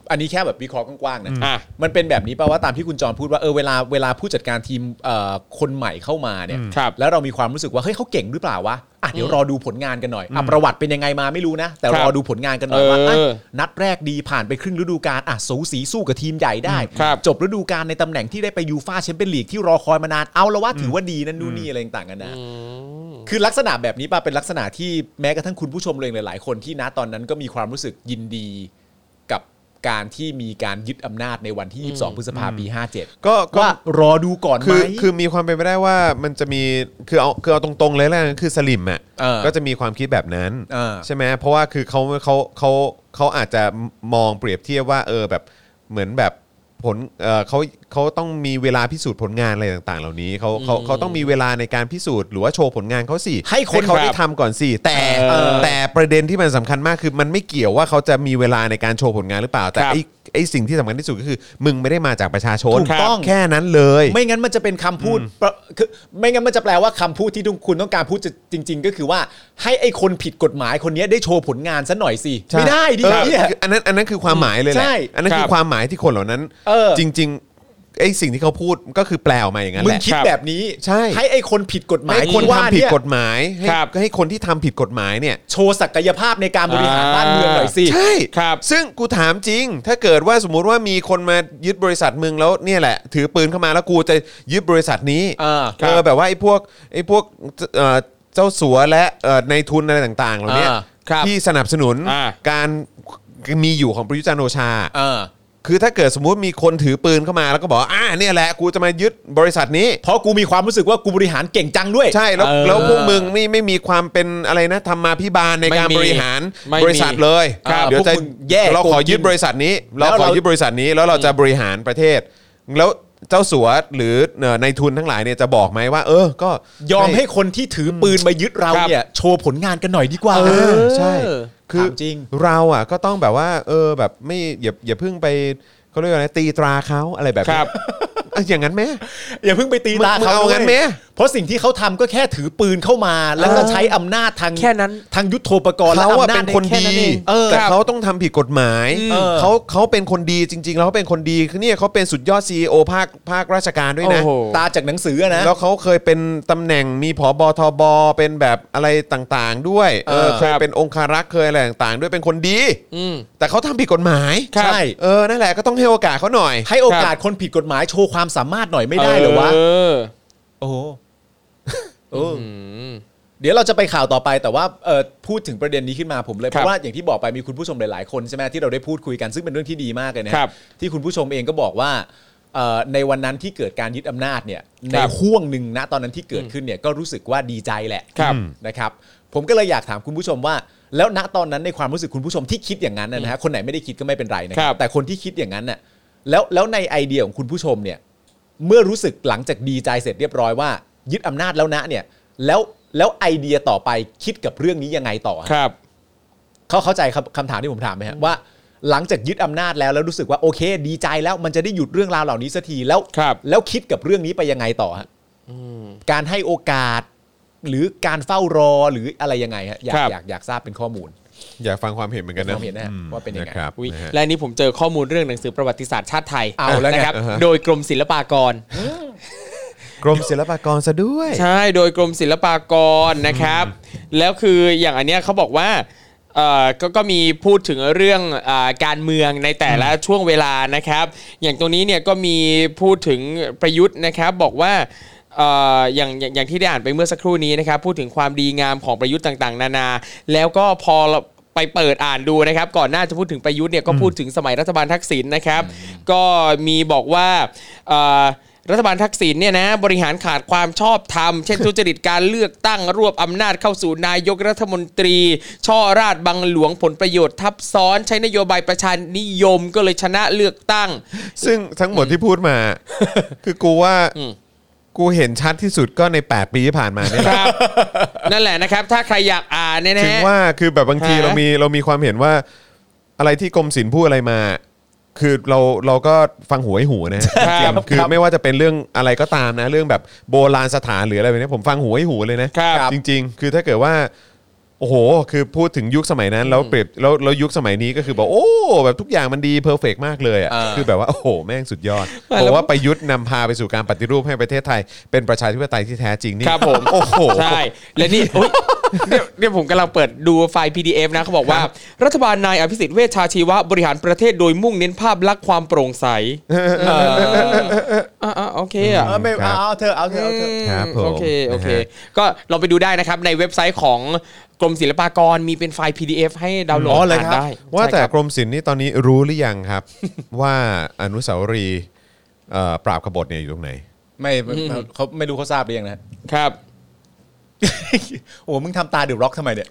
อันนี้แค่แบบวิเคราะห์กว้างๆนะมันเป็นแบบนี้ป่ะว่าตามที่คุณจรพูดว่าเวลาผู้จัดการทีมคนใหม่เข้ามาเนี่ยแล้วเรามีความรู้สึกว่าเฮ้ยเขาเก่งหรือเปล่าวะเดี๋ยวรอดูผลงานกันหน่อยประวัติเป็นยังไงมาไม่รู้นะแต่รอดูผลงานกันหน่อยว่านัดแรกดีผ่านไปครึ่งฤดูกาลสูสีสู้กับทีมใหญ่ได้จบฤดูกาลในตำแหน่งที่ได้ไปยูฟ่าแชมเปี้ยนลีกที่รอคอยมานานเอาละว่าถือว่าดีนั่นนู่นนี่อะไรต่างกันนะคือลักษณะแบบนี้ป่ะเป็นลักษณะที่แม้กระทั่งคุณผู้ชมเลยหลายๆคนที่ณตอนนั้นก็มีความรู้สึกยินดีกับการที่มีการยึดอำนาจในวันที่22พฤษภาคมปี57ก็ว่ารอดูก่อนไหมคือมีความเป็นไปได้ว่ามันจะมีคือเอาตรงๆเลยแหละคือสลิมอ่ะก็จะมีความคิดแบบนั้นใช่ไหมเพราะว่าคือเขาอาจจะมองเปรียบเทียบว่าแบบเหมือนแบบผลเขาต้องมีเวลาพิสูจน์ผลงานอะไรต่างๆเหล่านี้เขาต้องมีเวลาในการพิสูจน์หรือว่าโชว์ผลงานเขาสิให้เขาได้ทำก่อนสิแต่ประเด็นที่มันสำคัญมากคือมันไม่เกี่ยวว่าเขาจะมีเวลาในการโชว์ผลงานหรือเปล่าแต่ไอ้สิ่งที่สำคัญที่สุดก็คือมึงไม่ได้มาจากประชาชนถูกต้องแค่นั้นเลยไม่งั้นมันจะเป็นคำพูดคือไม่งั้นมันจะแปลว่าคำพูดที่คุณต้องการพูดจริงๆก็คือว่าให้ไอ้คนผิดกฎหมายคนนี้ได้โชว์ผลงานซะหน่อยสิไม่ได้ดิอันนั้นคือความหมายเลยแหละอันนั้นคือความหมายที่คนเหล่านั้นจริงไอ้สิ่งที่เขาพูดก็คือแปลออกมาอย่างนั้นแหละมึงคิดแบบนี้ใช่ให้ไอ้คนผิดกฎหมายให้คนทำผิดกฎหมายให้คนที่ทำผิดกฎหมายเนี่ยโชว์ศักยภาพในการบริหารบ้านเมืองหน่อยสิใช่ซึ่งกูถามจริงถ้าเกิดว่าสมมุติว่ามีคนมายึดบริษัทมึงแล้วเนี่ยแหละถือปืนเข้ามาแล้วกูจะยึดบริษัทนี้แบบว่าไอ้พวกเจ้าสัวและในทุนอะไรต่างๆเหล่านี้ที่สนับสนุนการมีอยู่ของประยุทธ์จันทร์โอชาคือถ้าเกิดสมมุติมีคนถือปืนเข้ามาแล้วก็บอกเนี่ยแหละกูจะมายึดบริษัทนี้เพราะกูมีความรู้สึกว่ากูบริหารเก่งจังด้วยใช่แล้วพวกมึงไม่มีความเป็นอะไรนะธรรมาภิบาลในการบริหารบริษัทเลยเดี๋ยวจะเราขอยึดบริษัทนี้เราขอยึดบริษัทนี้แล้วเราจะบริหารประเทศแล้วเจ้าสัวหรือในทุนทั้งหลายเนี่ยจะบอกไหมว่าก็ยอมให้คนที่ถือปืนมายึดเราเนี่ยโชว์ผลงานกันหน่อยดีกว่าใช่คือจริงเราก็ต้องแบบว่าแบบไม่อย่าเพิ่งไปเขาเรียกว่าอะไรตีตราเขาอะไรแบบนี้อย่างนั้นไหมอย่าเพิ่งไปตีตราเขาเอางั้นไหมเพราะสิ่งที่เขาทำก็แค่ถือปืนเข้ามาแล้วก็ใช้อำนาจทางแค่นั้นทางยุทโธปกรณ์และอำนาจเป็นคนดีแต่เขาต้องทำผิดกฎหมายเขาเป็นคนดีจริงๆแล้วเขาเป็นคนดีคือเนี่ยเขาเป็นสุดยอด CEO ภาคราชการด้วยนะตาจากหนังสือนะแล้วเขาเคยเป็นตำแหน่งมีผบทบเป็นแบบอะไรต่างๆด้วยเคยเป็นองคารักษ์เคยอะไรต่างๆด้วยเป็นคนดีแต่เขาทำผิดกฎหมายใช่นั่นแหละก็ต้องให้โอกาสเขาหน่อยให้โอกาสคนผิดกฎหมายโชว์ความสามารถหน่อยไม่ได้เหรอวะโอ้เดี๋ยวเราจะไปข่าวต่อไปแต่ว่าพูดถึงประเด็นนี้ขึ้นมาผมเลยเพราะว่าอย่างที่บอกไปมีคุณผู้ชมหลายๆคนใช่ไหมที่เราได้พูดคุยกันซึ่งเป็นเรื่องที่ดีมากเลยนะครับที่คุณผู้ชมเองก็บอกว่าในวันนั้นที่เกิดการยึดอำนาจเนี่ยในห่วงหนึ่งณตอนนั้นที่เกิดขึ้นเนี่ยก็รู้สึกว่าดีใจแหละนะครับผมก็เลยอยากถามคุณผู้ชมว่าแล้วณตอนนั้นในความรู้สึกคุณผู้ชมที่คิดอย่างนั้นนะฮะคนไหนไม่ได้คิดก็ไม่เป็นไรนะครับแต่คนที่คิดอย่างนั้นน่ะแล้วในไอเดียของคุณผู้ชมเนี่ยเมื่อรู้สึกหลังจากดีใจเสร็จเรียบร้อยว่ายึดอำนาจแล้วนะเนี่ยแล้วไอเดียต่อไปคิดกับเรื่องนี้ยังไงต่อครับเข้าใจคำถามที่ผมถามไหมฮะว่าหลังจากยึดอำนาจแล้วรู้สึกว่าโอเคดีใจแล้วมันจะได้หยุดเรื่องราวเหล่านี้สักทีแล้วคิดกับเรื่องนี้ไปยังไงต่อฮะการให้โอกาสหรือการเฝ้ารอหรืออะไรยังไงฮะอยากทราบเป็นข้อมูลอยากฟังความเห็นเหมือนกันนะว่าเป็นยังไงและนี้ผมเจอข้อมูลเรื่องหนังสือประวัติศาสตร์ชาติไทยนะครับโดยกรมศิลปากรกรมศิลปากรซะด้วยใช่โดยกรมศิลปากรนะครับแล้วคืออย่างอันเนี้ยเขาบอกว่าก็มีพูดถึงเรื่องการเมืองในแต่ละช่วงเวลานะครับอย่างตรงนี้เนี่ยก็มีพูดถึงประยุทธ์นะครับบอกว่าอย่างที่ได้อ่านไปเมื่อสักครู่นี้นะครับพูดถึงความดีงามของประยุทธ์ต่างๆนานาแล้วก็พอไปเปิดอ่านดูนะครับก่อนหน้าจะพูดถึงประยุทธ์เนี่ยก็พูดถึงสมัยรัฐบาลทักษิณนะครับก็มีบอกว่ารัฐบาลทักษิณเนี่ยนะบริหารขาดความชอบธรรมเช่นทุจริตการเลือกตั้งรวบอำนาจเข้าสู่นายกรัฐมนตรีช่อราชบังหลวงผลประโยชน์ทับซ้อนใช้นโยบายประชานิยมก็เลยชนะเลือกตั้งซึ่งทั้งหมดที่พูดมาคือกูว่ากูเห็นชัดที่สุดก็ใน8ปีที่ผ่านมาเนี่ยครับนั่นแหละนะครับถ้าใครอยากอ่านเนี่ยนะถึงว่าคือแบบบางทีเรามีความเห็นว่าอะไรที่กรมศิลป์พูดอะไรมาคือเราก็ฟังหูไอ้หูนะคือไม่ว่าจะเป็นเรื่องอะไรก็ตามนะเรื่องแบบโบราณสถานหรืออะไรแบบนี้ผมฟังหูไอ้หูเลยนะจริงๆคือถ้าเกิดว่าโอ้โหคือพูดถึงยุคสมัยนั้นแล้วเปรียบแล้วยุคสมัยนี้ก็คือบอกโอ้แบบทุกอย่างมันดีเพอร์เฟกต์มากเลยอ่ะคือแบบว่าโอ้โหแม่งสุดยอดบอกว่าประยุทธ์นำพาไปสู่การปฏิรูปให้ประเทศไทยเป็นประชาธิปไตยที่แท้จริงนี่ครับผมโอ้โหใช่และนี่เนี่ยผมกำลังเปิดดูไฟล์ PDF นะเขาบอกว่ารัฐบาลนายอภิสิทธิ์เวชชาชีวะบริหารประเทศโดยมุ่งเน้นภาพลักษณ์ความโปร่งใสโอเคอ่ะไม่เอาเธอครับผมโอเคก็ลองไปดูได้นะครับในเว็บไซต์ของกรมศิลปากรมีเป็นไฟล์ PDF ให้ดาวน์โหลดอ่านได้ว่าแต่กรมศิลป์นี่ตอนนี้รู้หรือยังครับ ว่าอนุสาวรีย์ปราบกบฏเนี่ยอยู่ตรงไหนไม่เขาไม่รู้เขาทราบหรือยังครับโอ้มึงทำตาเดือดร็อกทำไมเนี่ย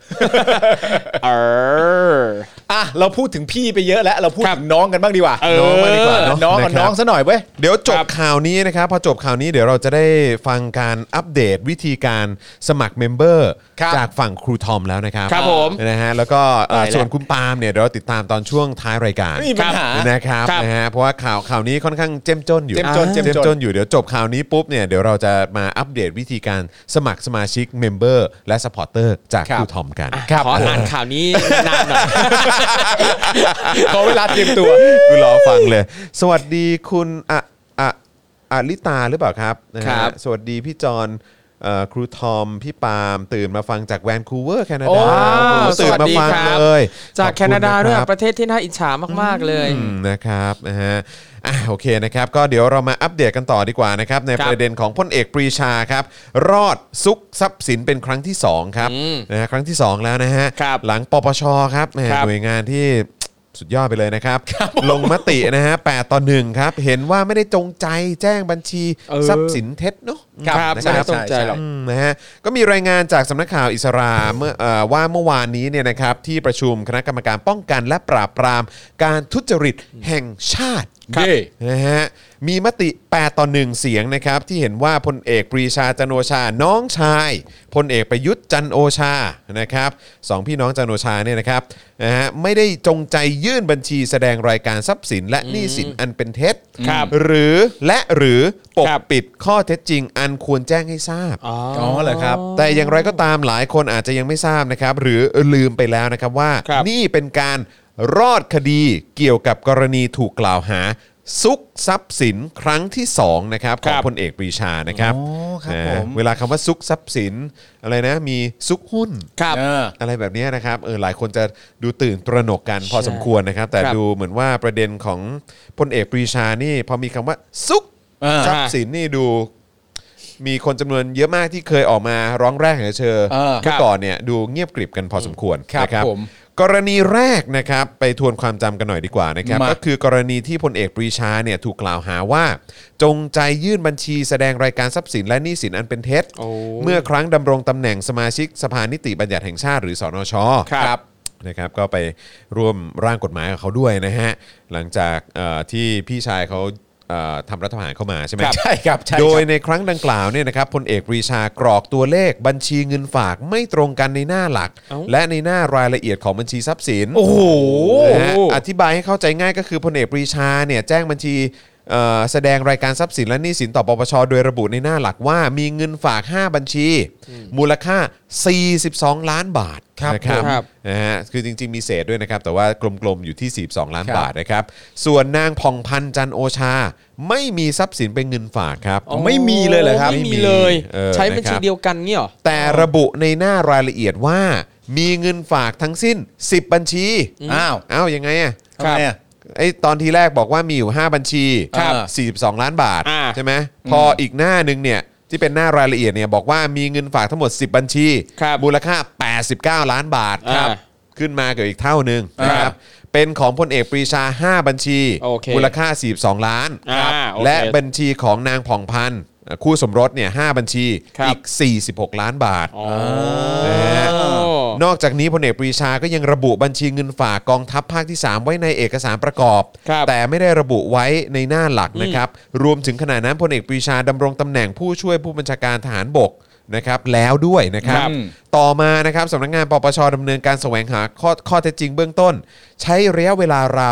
เราพูดถึงพี่ไปเยอะแล้วเราพูดถึงน้องกันบ้างดีกว่าน้องมาดีกว่าน้องซะหน่อยเว้ยเดี๋ยวจบข่าวนี้นะครับพอจบข่าวนี้เดี๋ยวเราจะได้ฟังการอัปเดตวิธีการสมัครเมมเบอร์จากฝั่งครูทอมแล้วนะครับครับผมนะฮะแล้วก็ส่วนคุณปาล์มเนี่ยเดี๋ยวเราติดตามตอนช่วงท้ายรายการนะครับนะฮะเพราะว่าข่าวนี้ค่อนข้างเจ้มจนอยู่อยู่เดี๋ยวจบข่าวนี้ปุ๊บเนี่ยเดี๋ยวเราจะมาอัปเดตวิธีการสมัครสมาชิกเมมเบอร์และซัพพอร์เตอร์จากครูทอมกันขออ่านข่าวนี้นานหน่อยขอเวลาเตรียมตัวกูรอฟังเลยสวัสดีคุณอลิตาหรือเปล่าครับสวัสดีพี่จอนครูทอมพี่ปาล์มตื่นมาฟังจากแวนคูเวอร์แคนาดาตื่นมาฟังเลยจากแคนาดาด้วยประเทศที่น่าอิจฉามากๆเลยนะครับนะฮะโอเคนะครับก็เดี๋ยวเรามาอัปเดตกันต่อดีกว่านะครับในประเด็นของพลเอกปรีชาครับรอดซุกทรัพย์สินเป็นครั้งที่2ครับนะฮะครั้งที่2แล้วนะฮะหลังปปชครับหน่วยงานที่สุดยอดไปเลยนะครับลงมตินะฮะ8-1ครับเห็นว่าไม่ได้จงใจแจ้งบัญชีทรัพย์สินเท็จเนาะครับไม่ได้จงใจหรอกนะฮะก็มีรายงานจากสำนักข่าวอิสราว่าเมื่อวานนี้เนี่ยนะครับที่ประชุมคณะกรรมการป้องกันและปราบปรามการทุจริตแห่งชาตินะฮะมีมติ8-1เสียงนะครับที่เห็นว่าพลเอกปรีชาจันโอชาน้องชายพลเอกประยุทธ์จันโอชานะครับ2พี่น้องจันโอชาเนี่ยนะครับนะฮะไม่ได้จงใจยื่นบัญชีแสดงรายการทรัพย์สินและหนี้สินอันเป็นเท็จหรือปกปิดข้อเท็จจริงอันควรแจ้งให้ทราบเหรอครับแต่อย่างไรก็ตามหลายคนอาจจะยังไม่ทราบนะครับหรือลืมไปแล้วนะครับว่านี่เป็นการรอดคดีเกี่ยวกับกรณีถูกกล่าวหาซุกทรัพย์สินครั้งที่2นะครับของพลเอกปรีชานะครับเวลาคำว่าซุกทรัพย์สินอะไรนะมีซุกหุ้นอะไรแบบนี้นะครับหลายคนจะดูตื่นตระหนกกันพอสมควรนะครับแต่ดูเหมือนว่าประเด็นของพลเอกปรีชานี่พอมีคำว่าซุกทรัพย์สินนี่ดูมีคนจำนวนเยอะมากที่เคยออกมาร้องแรกของเมื่อก่อนเนี่ยดูเงียบกริบกันพอสมควรนะครับกรณีแรกนะครับไปทวนความจำกันหน่อยดีกว่านะครับก็คือกรณีที่พลเอกปรีชาเนี่ยถูกกล่าวหาว่าจงใจยื่นบัญชีแสดงรายการทรัพย์สินและหนี้สินอันเป็นเท็จเมื่อครั้งดำรงตำแหน่งสมาชิกสภานิติบัญญัติแห่งชาติหรือสนช. ครับนะครับก็ไปร่วมร่างกฎหมายกับเขาด้วยนะฮะหลังจากที่พี่ชายเขาทำรัฐประหารเข้ามาใช่ไหมใช่ครับโดยในครั้งดังกล่าวเนี่ยนะครับพลเอกปรีชากรอกตัวเลขบัญชีเงินฝากไม่ตรงกันในหน้าหลักและในหน้ารายละเอียดของบัญชีทรัพย์สินโอ้โหอธิบายให้เข้าใจง่ายก็คือพลเอกปรีชาเนี่ยแจ้งบัญชีแสดงรายการทรัพย์สินและหนี้สินต่อปปชโดยระบุในหน้าหลักว่ามีเงินฝาก5บัญชีมูลค่า42ล้านบาทนะครับนะฮะคือจริงๆมีเศษด้วยนะครับแต่ว่ากลมๆอยู่ที่42ล้านบาทนะครับส่วนนางผ่องพันธ์จันโอชาไม่มีทรัพย์สินเป็นเงินฝากครับไม่มีเลยเหรอครับไม่มีเลยใช้บัญชีเดียวกันเงี้ยหรอแต่ระบุในหน้ารายละเอียดว่ามีเงินฝากทั้งสิ้น10บัญชีอ้าวยังไงอ่ะไอ้ตอนทีแรกบอกว่ามีอยู่5บัญชี42ล้านบาทใช่ไหมพออีกหน้านึงเนี่ยที่เป็นหน้ารายละเอียดเนี่ยบอกว่ามีเงินฝากทั้งหมด10บัญชีมูลค่า89ล้านบาทขึ้นมาเกือบอีกเท่านึงนะครับเป็นของพลเอกปรีชา5บัญชีมูลค่า42ล้านและบัญชีของนางผ่องพันธ์คู่สมรสเนี่ย5บัญชีอีก46ล้านบาทนอกจากนี้พลเอกปรีชาก็ยังระบุบัญชีเงินฝากกองทัพภาคที่3ไว้ในเอกสารประกอบแต่ไม่ได้ระบุไว้ในหน้าหลักนะครับรวมถึงขณะนั้นพลเอกปรีชาดำรงตำแหน่งผู้ช่วยผู้บัญชาการทหารบกนะครับแล้วด้วยนะครับต่อมานะครับสำนักงานปปชดำเนินการแสวงหาข้อเท็จจริงเบื้องต้นใช้ระยะเวลาราว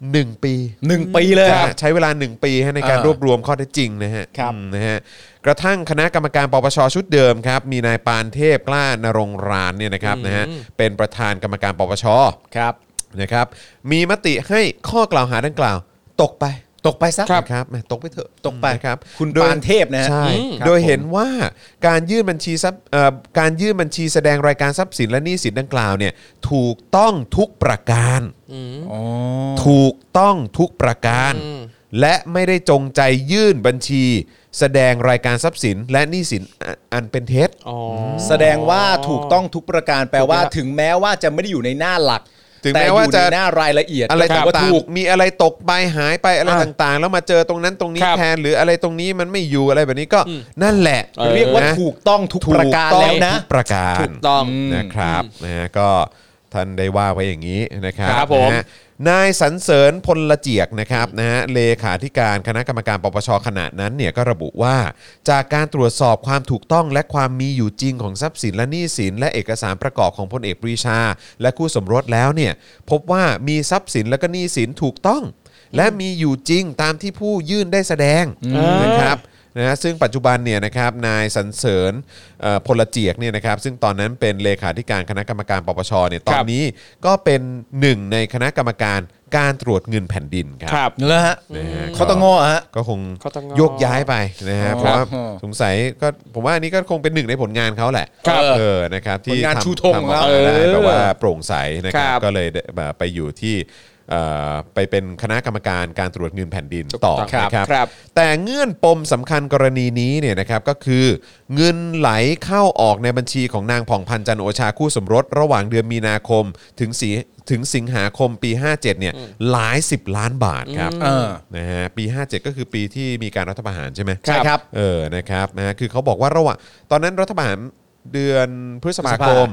1 ปี 1 ปีเลยครับใช้เวลา1 ปีในการรวบรวมข้อเท็จจริงนะฮะครับนะฮะกระทั่งคณะกรรมการปปชชุดเดิมครับมีนายปานเทพกล้านรงค์รานเนี่ยนะครับนะฮะเป็นประธานกรรมการปปชครับนะครับมีมติให้ข้อกล่าวหาดังกล่าวตกไปตกไปซะนะครับแหมตกไปเถอะตกไปนะครับคุณโดยปานเทพนะฮะใช่ครับโดยเห็นว่าการยื่นบัญชีทรัพย์การยื่นบัญชีแสดงรายการทรัพย์สินและหนี้สินดังกล่าวเนี่ยถูกต้องทุกประการอ๋อถูกต้องทุกประการ และไม่ได้จงใจยื่นบัญชีแสดงรายการทรัพย์สินและหนี้สินอันเป็นเท็จแสดงว่าถูกต้องทุกประการแปลว่าถึงแม้ว่าจะไม่ได้อยู่ในหน้าหลักถึงแต่แม้อยู่ว่าจะในหน้ารายละเอียดอะไรก็ถืต่าอว่าถูงกๆมีอะไรตกไปหายไปอะไรต่างๆ แล้วมาเจอตรงนั้นตรงนี้ครับแทนหรืออะไรตรงนี้มันไม่อยู่อะไรแบบนี้ก็นั่นแหละเรียกว่านะถูกต้องทุกประการถูแล้วนะทุกประการถูกต้องนะครับนะฮะก็ท่านได้ว่าไว้อย่างนี้นะครับครับผมนะฮะนายสรรเสริญพลเจียกนะครับนะฮะเลขาธิการคณะกรรมการปปชขณะนั้นเนี่ยก็ระบุว่าจากการตรวจสอบความถูกต้องและความมีอยู่จริงของทรัพย์สินและหนี้สินและเอกสารประกอบของพลเอกปรีชาและคู่สมรสแล้วเนี่ยพบว่ามีทรัพย์สินและก็หนี้สินถูกต้อง และมีอยู่จริงตามที่ผู้ยื่นได้แสดงนะครับนะฮะซึ่งปัจจุบันเนี่ยนะครับนายสรรเสริญพลเจียกเนี่ยนะครับซึ่งตอนนั้นเป็นเลขาธิการคณะกรรมการปปชเนี่ยตอนนี้ก็เป็นหนึ่งในคณะกรรมการการตรวจเงินแผ่นดินครัครับแล้วฮะนะฮะเขาต้องงอฮะก็คงเขาต้องโยกย้ายไปนะฮะอ๋อเพราะว่าครับสงสัยก็ผมว่าอันนี้ก็คงเป็นหนึ่งในผลงานเขาแหละครับนะครับผลงานชูธงของทำอเขาอกมาได้แบบว่าโปร่งใสนะครับครับก็เลยไปอยู่ที่ไปเป็นคณะกรรมการการตรวจเงินแผ่นดินต่อครับนะครับครับแต่เงื่อนปมสำคัญกรณีนี้เนี่ยนะครับก็คือเงินไหลเข้าออกในบัญชีของนางผ่องพันธ์จันทร์โอชาคู่สมรสระหว่างเดือนมีนาคมถึงสิงหาคมปี 57เนี่ยหลาย10 ล้านบาทครับ นะฮะปี 57 ก็คือปีที่มีการรัฐประหารใช่ไหมใช่ครับนะครับนะฮะคือเขาบอกว่าระหว่างตอนนั้นรัฐประหารเดือนพฤษภาคม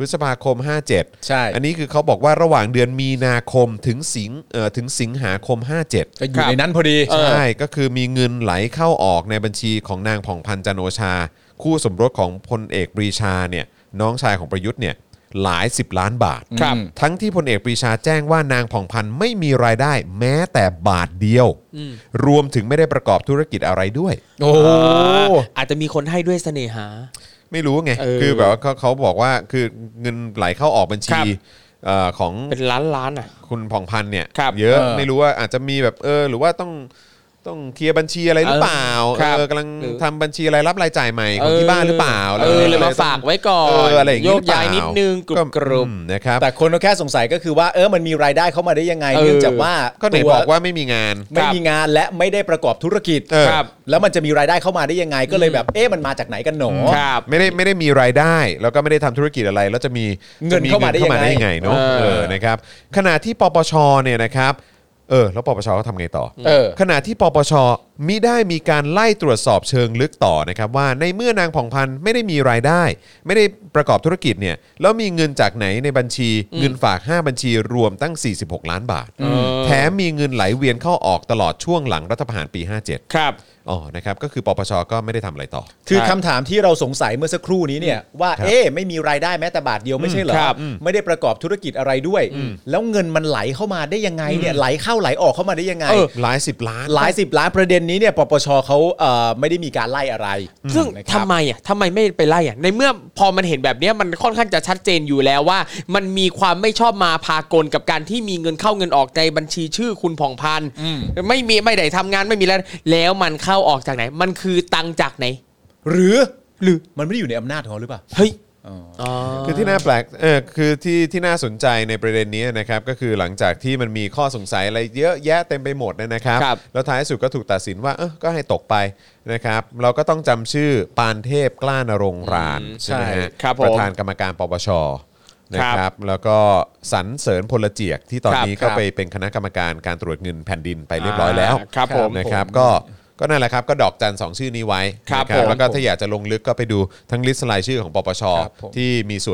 57 ใช่อันนี้คือเขาบอกว่าระหว่างเดือนมีนาคมถึงสิงหาคม 57 ก็อยู่ในนั้นพอดีใช่ก็คือมีเงินไหลเข้าออกในบัญชีของนางผ่องพันธ์จันทร์โอชา คู่สมรสของพลเอกปรีชาเนี่ยน้องชายของประยุทธ์เนี่ยหลาย10 ล้านบาทครับทั้งที่พลเอกปรีชาแจ้งว่านางผ่องพันธ์ไม่มีรายได้แม้แต่บาทเดียว รวมถึงไม่ได้ประกอบธุรกิจอะไรด้วยโอ้อาจจะมีคนให้ด้วยเสน่หาไม่รู้ไงเออคือแบบว่าเขาบอกว่าคือเงินไหลเข้าออกบัญคชีรับของเป็นล้านอ่ะคุณผ่องพันธ์เนี่ยครับเยอะไม่รู้ว่าอาจจะมีแบบหรือว่าต้องเคลียร์บัญชีอะไรหรือเปล่าครับกำลังหรือทำบัญชีรายรับรายจ่ายใหม่ของที่บ้านหรือเปล่าเลยมาฝากไว้ก่อนอะไรอย่างโยงี้กย้ายนิดนึงกรุบกรุบนะครับแต่คนก็แค่สงสัยก็คือว่ามันมีรายได้เข้ามาได้ยังไงเออเนื่องจากว่าก็ไหนตัวบอกว่าไม่มีงานไม่มีงานและไม่ได้ประกอบธุรกิจครับแล้วมันจะมีรายได้เข้ามาได้ยังไงก็เลยแบบมันมาจากไหนกันหนอครับไม่ได้มีรายได้ แล้วก็ไม่ได้ทำธุรกิจอะไรแล้วจะมีเงินเข้ามาได้ยังไงเนาะนะครับขณะที่ปปชเนี่ยนะครับแล้วปปชเขาทำไงต่อ ขณะที่ปปชมิได้มีการไล่ตรวจสอบเชิงลึกต่อนะครับว่าในเมื่อนางผ่องพันธ์ไม่ได้มีรายได้ ไม่ได้ประกอบธุรกิจเนี่ยแล้วมีเงินจากไหนในบัญชีเงินฝาก5บัญชีรวมตั้ง46 ล้านบาทแถมมีเงินไหลเวียนเข้าออกตลอดช่วงหลังรัฐประหารปี 57 ครับนะครับก็คือปปชก็ไม่ได้ทำอะไรต่อคือคำถามที่เราสงสัยเมื่อสักครู่นี้เนี่ยว่าครับไม่มีรายได้แม้แต่บาทเดียวไม่ใช่เหรอครับไม่ได้ประกอบธุรกิจอะไรด้วย แล้วเงินมันไหลเข้ามาได้ยังไงเนี่ยไหลเข้าไหลออกเข้ามาได้ยังไงหลาย10 ล้านหลาย10 ล้านประเด็นนี้เนี่ยปปชเขาไม่ได้มีการไล่อะไรซึ่งนะครับทำไมไม่ไปไล่อ่ะในเมื่อพอมันเห็นแบบเนี้ยมันค่อนข้างจะชัดเจนอยู่แล้วว่า มันมีความไม่ชอบมาพากลกับการที่มีเงินเข้าเงินออกในบัญชีชื่อคุณผ่องพันธ์ไม่ได้ทำงานไม่มีแล้วมันเข้าออกจากไหน มันคือตังค์จากไหนหรือมันไม่ได้อยู่ในอำนาจของเขาหรือเปล่าเฮ้ยคือที่น่าแปลกคือที่น่าสนใจในประเด็นนี้นะครับก็คือหลังจากที่มันมีข้อสงสัยอะไรเยอะแยะเต็มไปหมดนะครับครับแล้วท้ายสุดก็ถูกตัดสินว่าก็ให้ตกไปนะครับเราก็ต้องจำชื่อปานเทพกล้านรงค์รานใช่ไหมฮะครับผมประธานกรรมการปปชนะครับแล้วก็สรรเสริญพลเจียกที่ตอนนี้ครัก็บไปเป็นคณะกรรมการการตรวจเงินแผ่นดินไปเรียบร้อยแล้วครับผมนะครับก็นั่นแหละครับก็ดอกจัน2ชื่อนี้ไว้ครับนะผมแล้วก็ถ้าอยากจะลงลึกก็ไปดูทั้งลิสต์รายชื่อของปปชครับผมที่มีส่วน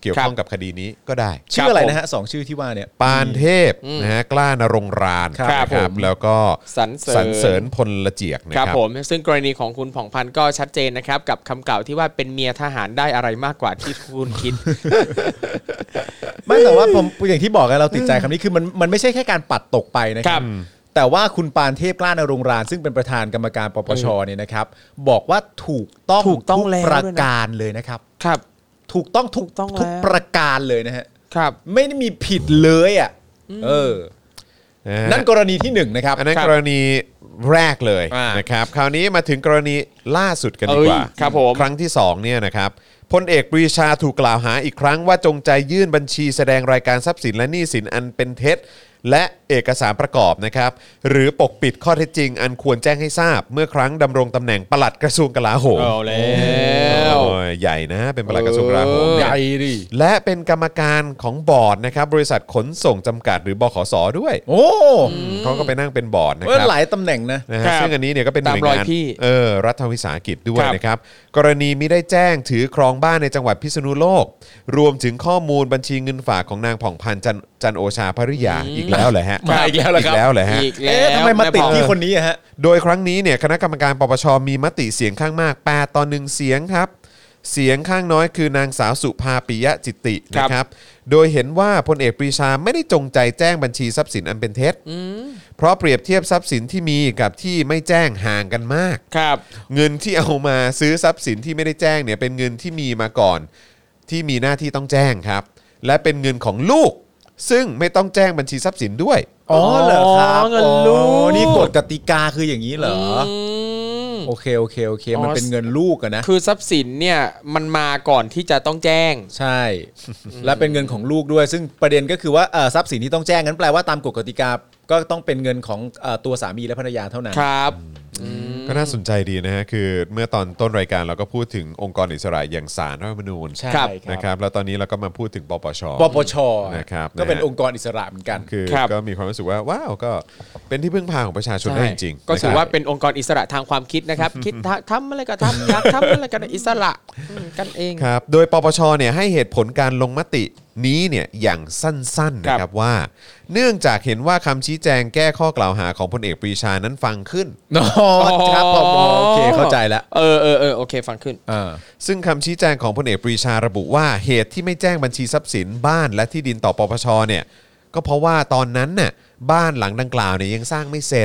เกี่ยวข้องกับคดีนี้ก็ได้ชื่ออะไรนะฮะ2ชื่อที่ว่าเนี่ยปานเทพนะฮะกล้านรงค์ราญนะครับแล้วก็สรรเสริญพลเจียกนะครับผมซึ่งกรณีของคุณผ่องพันธ์ก็ชัดเจนนะครับกับคำกล่าวที่ว่าเป็นเมียทหารได้อะไรมากกว่าที่คุณคิดไม่แต่ว่าผมอย่างที่บอกกันเราติดใจคำนี้คือมันไม่ใช่แค่การปัดตกไปนะครับแต่ว่าคุณปานเทพกล้านรงค์ราญซึ่งเป็นประธานกรรมการปปชเนี่ยนะครับบอกว่าถูกต้องทุกประการเลยนะครับครับถูกต้องทุกประการเลยนะฮะครับไม่ได้มีผิดเลยอ่ะนั่นกรณีที่1นะครับอันนั้นกรณีแรกเลยนะครับคราวนี้มาถึงกรณีล่าสุดกันดีกว่าครับผมครั้งที่2เนี่ยนะครับพลเอกปรีชาถูกกล่าวหาอีกครั้งว่าจงใจยื่นบัญชีแสดงรายการทรัพย์สินและหนี้สินอันเป็นเท็จและเอกสารประกอบนะครับหรือปกปิดข้อเท็จจริงอันควรแจ้งให้ทราบเมื่อครั้งดำรงตำแหน่งปลัดกระทรวงกลาโหมเอาแล้วใหญ่นะเป็นปลัดกระทรวงกลาโหมใหญ่ดิและเป็นกรรมการของบอร์ดนะครับบริษัทขนส่งจำกัดหรือบขส.ด้วยโอ้เขาก็ไปนั่งเป็นบอร์ดนะครับหลายตำแหน่งนะซึ่งอันนี้เนี่ยก็เป็นหน่วยงานรัฐวิสาหกิจด้วยนะครับกรณีมิได้แจ้งถือครองบ้านในจังหวัดพิษณุโลกรวมถึงข้อมูลบัญชีเงินฝากของนางผ่องพันธ์จันโอชาภริยาอีกแล้วเหรอฮะมาอีกแล้วเหรอครับทำไมมาติดที่คนนี้ฮะโดยครั้งนี้เนี่ยคณะกรรมการปปชมีมติเสียงข้างมาก8-1เสียงครับเสียงข้างน้อยคือนางสาวสุภาปิยะจิตตินะครับโดยเห็นว่าพลเอกปรีชาไม่ได้จงใจแจ้งบัญชีทรัพย์สินอันเป็นเท็จเพราะเปรียบเทียบทรัพย์สินที่มีกับที่ไม่แจ้งห่างกันมากเงินที่เอามาซื้อทรัพย์สินที่ไม่ได้แจ้งเนี่ยเป็นเงินที่มีมาก่อนที่มีหน้าที่ต้องแจ้งครับและเป็นเงินของลูกซึ่งไม่ต้องแจ้งบัญชีทรัพย์สินด้วยอ๋อเหรอครับเงินลูกนี่กฎกติกาคืออย่างนี้เหรอโอเคมันเป็นเงินลูกอะนะคือทรัพย์สินเนี่ยมันมาก่อนที่จะต้องแจ้งใช่และเป็นเงินของลูกด้วยซึ่งประเด็นก็คือว่าทรัพย์สินที่ต้องแจ้งนั้นแปลว่าตามกฎกติกาก็ต้องเป็นเงินของตัวสามีและภรรยาเท่านั้นครับก็น่าสนใจดีนะฮะคือเมื่อตอนต้นรายการเราก็พูดถึงองค์กรอิสระอย่างศาลรัฐธรรมนูญนะครับแล้วตอนนี้เราก็มาพูดถึงปปชนะครับก็เป็นองค์กรอิสระเหมือนกันคือก็มีความรู้สึกว่าว้าวก็เป็นที่พึ่งพาของประชาชนได้จริงๆก็ถือว่าเป็นองค์กรอิสระทางความคิดนะครับคิดทำอะไรก็ทำอยากทำอะไรก็อิสระกันเองครับโดยปปชเนี่ยให้เหตุผลการลงมตินี้เนี่ยอย่างสั้นๆนะครับว่าเนื่องจากเห็นว่าคำชี้แจงแก้ข้อกล่าวหาของพลเอกปรีชานั้นฟังขึ้นครับโอเคเข้าใจแล้วโอเคฟังขึ้นซึ่งคำชี้แจงของพลเอกปรีชาระบุว่าเหตุที่ไม่แจ้งบัญชีทรัพย์สินบ้านและที่ดินต่อปปชเนี่ยก็เพราะว่าตอนนั้นน่ะบ้านหลังดังกล่าวเนี่ยยังสร้างไม่เสร็จ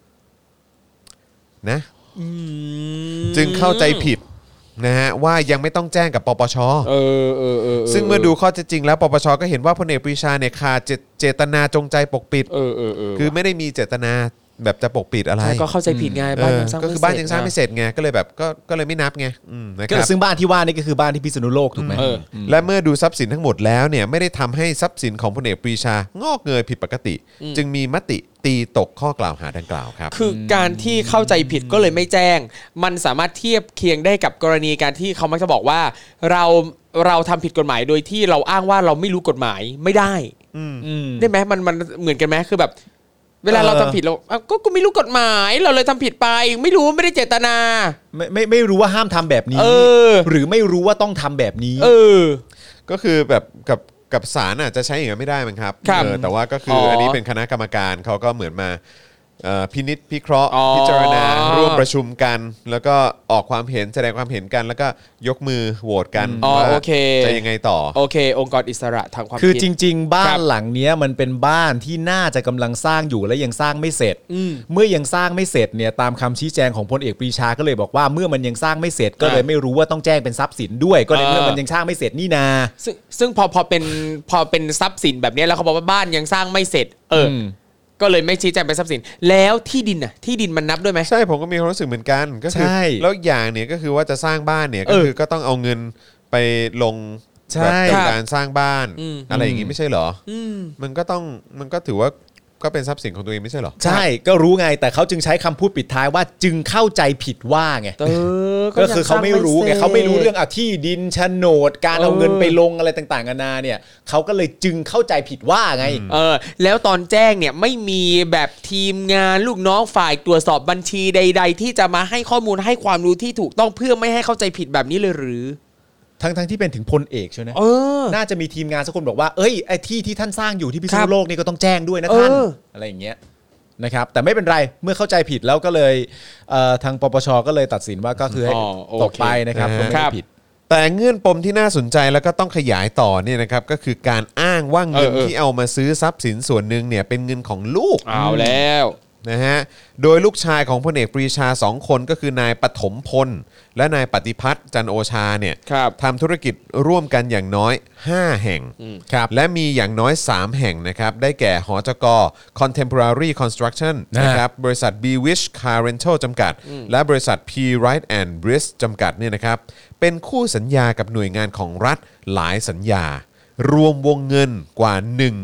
นะจึงเข้าใจผิดนะฮะว่ายังไม่ต้องแจ้งกับปปชซึ่งเมื่อดูข้อเท็จจริงแล้วปปชก็เห็นว่าพลเอกปรีชาเนี่ยขาดเจตนาจงใจปกปิดคือไม่ได้มีเจตนาแบบจะปกปิดอะไรก็เข้าใจผิดไงบ้านยังสร้างก็คือบ้านยังสร้างไม่เสร็จไงก็เลยแบบก็เลยไม่นับไงนะครับซึ่งบ้านที่ว่านี่ก็คือบ้านที่พิษณุโลกถูกไหมและเมื่อดูทรัพย์สินทั้งหมดแล้วเนี่ยไม่ได้ทำให้ทรัพย์สินของพลเอกปรีชางอกเงยผิดปกติจึงมีมติตีตกข้อกล่าวหาดังกล่าวครับคือการที่เข้าใจผิดก็เลยไม่แจ้งมันสามารถเทียบเคียงได้กับกรณีการที่เขามักจะบอกว่าเราทำผิดกฎหมายโดยที่เราอ้างว่าเราไม่รู้กฎหมายไม่ได้ได้ไหมมันเหมือนกันไหมคือแบบเวลาเราทำผิดเราก็ไม่รู้กฎหมายเราเลยทำผิดไปไม่รู้ไม่ได้เจตนาไม่รู้ว่าห้ามทำแบบนี้หรือไม่รู้ว่าต้องทำแบบนี้ก็คือแบบกับศาลอาจจะใช้อย่างนั้นไม่ได้มั้งครับแต่ว่าก็คืออันนี้เป็นคณะกรรมการเขาก็เหมือนมาพินิจพิเคราะห์พิจารณาร่วมประชุมกันแล้วก็ออกความเห็นแสดงความเห็นกันแล้วก็ยกมือโหวตกันว่าจะยังไงต่อโอเคองค์กรอิสระทางความคิดคือจริงๆบ้านหลังนี้มันเป็นบ้านที่น่าจะกำลังสร้างอยู่และยังสร้างไม่เสร็จเมื่อยังสร้างไม่เสร็จเนี่ยตามคำชี้แจงของพลเอกปรีชาก็เลยบอกว่าเมื่อมันยังสร้างไม่เสร็จก็เลยไม่รู้ว่าต้องแจ้งเป็นทรัพย์สินด้วยก็ในเมื่อมันยังสร้างไม่เสร็จนี่นาซึ่งพอเป็นทรัพย์สินแบบนี้แล้วเขาบอกว่าบ้านยังสร้างไม่เสร็จก็เลยไม่ชี้แจงเป็นทรัพย์สินแล้วที่ดินน่ะที่ดินมันนับด้วยไหมใช่ผมก็มีความรู้สึกเหมือนกันก็คือแล้วอย่างเนี่ยก็คือว่าจะสร้างบ้านเนี่ยก็คือก็ต้องเอาเงินไปลงแบบการสร้างบ้านอะไรอย่างงี้ไม่ใช่เหรอมันก็ถือว่าก็เป็นทรัพย์สินของตัวเองไม่ใช่หรอใช่ก็รู้ไงแต่เขาจึงใช้คำพูดปิดท้ายว่าจึงเข้าใจผิดว่าไงก็คือเขาไม่รู้ไงเขาไม่รู้เรื่องที่ดินโฉนดการเอาเงินไปลงอะไรต่างๆนานาเนี่ยเขาก็เลยจึงเข้าใจผิดว่าไงแล้วตอนแจ้งเนี่ยไม่มีแบบทีมงานลูกน้องฝ่ายตรวจสอบบัญชีใดๆที่จะมาให้ข้อมูลให้ความรู้ที่ถูกต้องเพื่อไม่ให้เข้าใจผิดแบบนี้เลยหรือทั้งที่เป็นถึงพลเอกใช่ไหม น่าจะมีทีมงานสักคนบอกว่าเอ้ยไอ้ที่ท่านสร้างอยู่ที่พิษณุโลกนี่ก็ต้องแจ้งด้วยนะท่านอะไรอย่างเงี้ยนะครับแต่ไม่เป็นไรเมื่อเข้าใจผิดแล้วก็เลยทางปปชก็เลยตัดสินว่าก็คือให้ตกไปนะครับก็ไม่ได้ผิดแต่เงื่อนปมที่น่าสนใจแล้วก็ต้องขยายต่อเนี่ยนะครับก็คือการอ้างว่าเงินที่เอามาซื้อทรัพย์สินส่วนหนึ่งเนี่ยเป็นเงินของลูกเอาแล้วนะฮะโดยลูกชายของพลเอกปรีชา2คนก็คือนายปฐมพลและนายปฏิพัฒน์จันโอชาเนี่ยทำธุรกิจร่วมกันอย่างน้อย5แห่งและมีอย่างน้อย3แห่งนะครับได้แก่หจก. Contemporary Construction นะครับบริษัท B-Wish Car Rental จำกัดและบริษัท P. Wright and Brice จำกัดเนี่ยนะครับเป็นคู่สัญญากับหน่วยงานของรัฐหลายสัญญารวมวงเงินกว่า